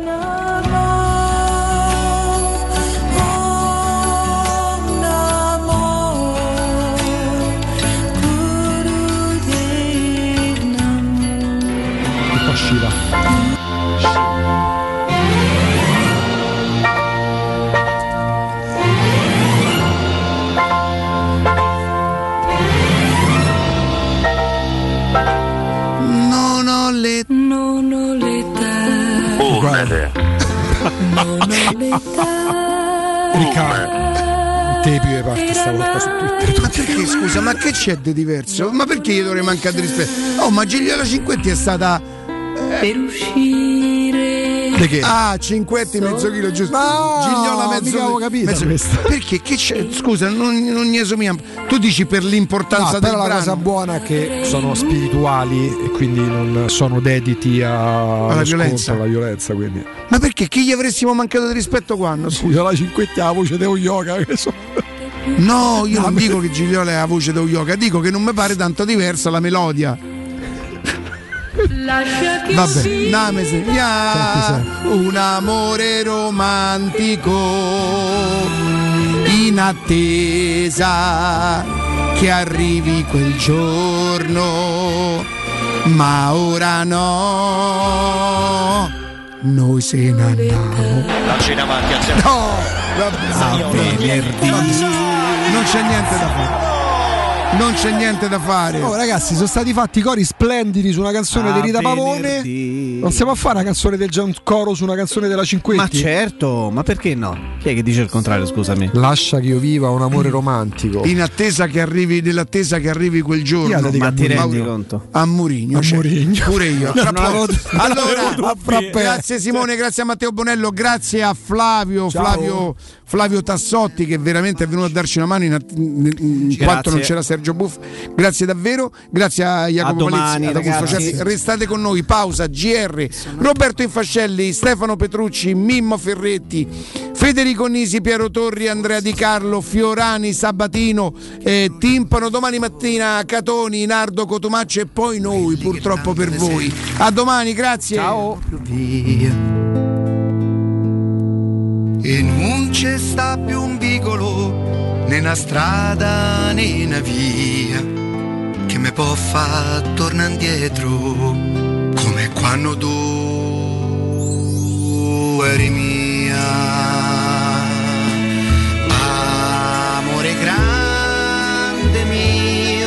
Riccardo, te più le parti stavolta su Twitter. Ma perché, scusa, ma che c'è di diverso? Ma perché io dovrei mancare di rispetto? Oh, ma Gigliola Cinquetti è stata per uscire. Che? Ah, Cinquetti mezzo chilo, giusto? Gigliola mezzo chilo. Capito questo. Perché? Che c'è? Scusa, non ne esumiamo. Tu dici per l'importanza del brano. La cosa buona è che sono spirituali e quindi non sono dediti alla violenza. Quindi. Ma perché? Chi gli avressimo mancato di rispetto quando? Gigliola Cinquetti ha la voce dello yoga. No, io non dico che Gigliola è la voce dello yoga, dico che non mi pare tanto diversa la melodia. Vabbè, un amore romantico in attesa che arrivi quel giorno, ma ora no, noi se ne andiamo. Lascia in avanti, attenzione. No, venerdì non c'è niente da fare. Non c'è niente da fare. Oh, ragazzi, sono stati fatti cori splendidi su una canzone di Rita Pavone. Non si può fare una canzone del coro su una canzone della Cinquetti? Ma certo, ma perché no? Chi è che dice il contrario, scusami? Lascia che io viva un amore romantico. In attesa che arrivi, nell'attesa che arrivi quel giorno. Ma ti rendi conto? A Murigno. Pure io. Allora, grazie Simone, grazie a Matteo Bonello, grazie a Flavio Tassotti che veramente è venuto a darci una mano in quanto non c'era Sergio Buff. Grazie davvero, grazie a Jacopo Palizzi, ad Augusto Cerzi. Restate con noi, pausa, GR, Roberto Infascelli, Stefano Petrucci, Mimmo Ferretti, Federico Nisi, Piero Torri, Andrea Di Carlo, Fiorani, Sabatino, Timpano, domani mattina Catoni, Nardo Cotomaccio e poi noi purtroppo per voi. A domani, grazie. Ciao. E non c'è sta più un vicolo, né una strada né una via che mi può far tornare indietro come quando tu eri mia. Amore grande mio,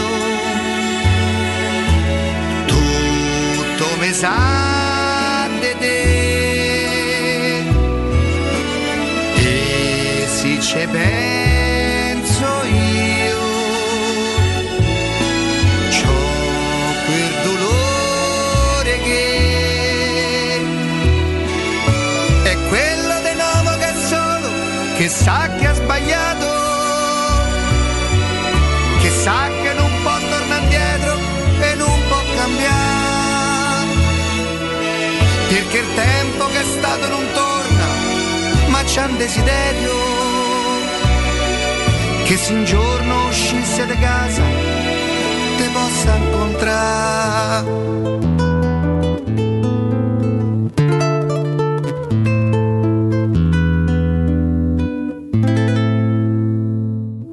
tutto mi sa di te. Ci penso io, c'ho quel dolore che è quello di nuovo che è solo, che sa che ha sbagliato, che sa che non può tornare indietro e non può cambiare, perché il tempo che è stato non torna, ma c'è un desiderio che se un giorno uscisse da casa te possa incontrare.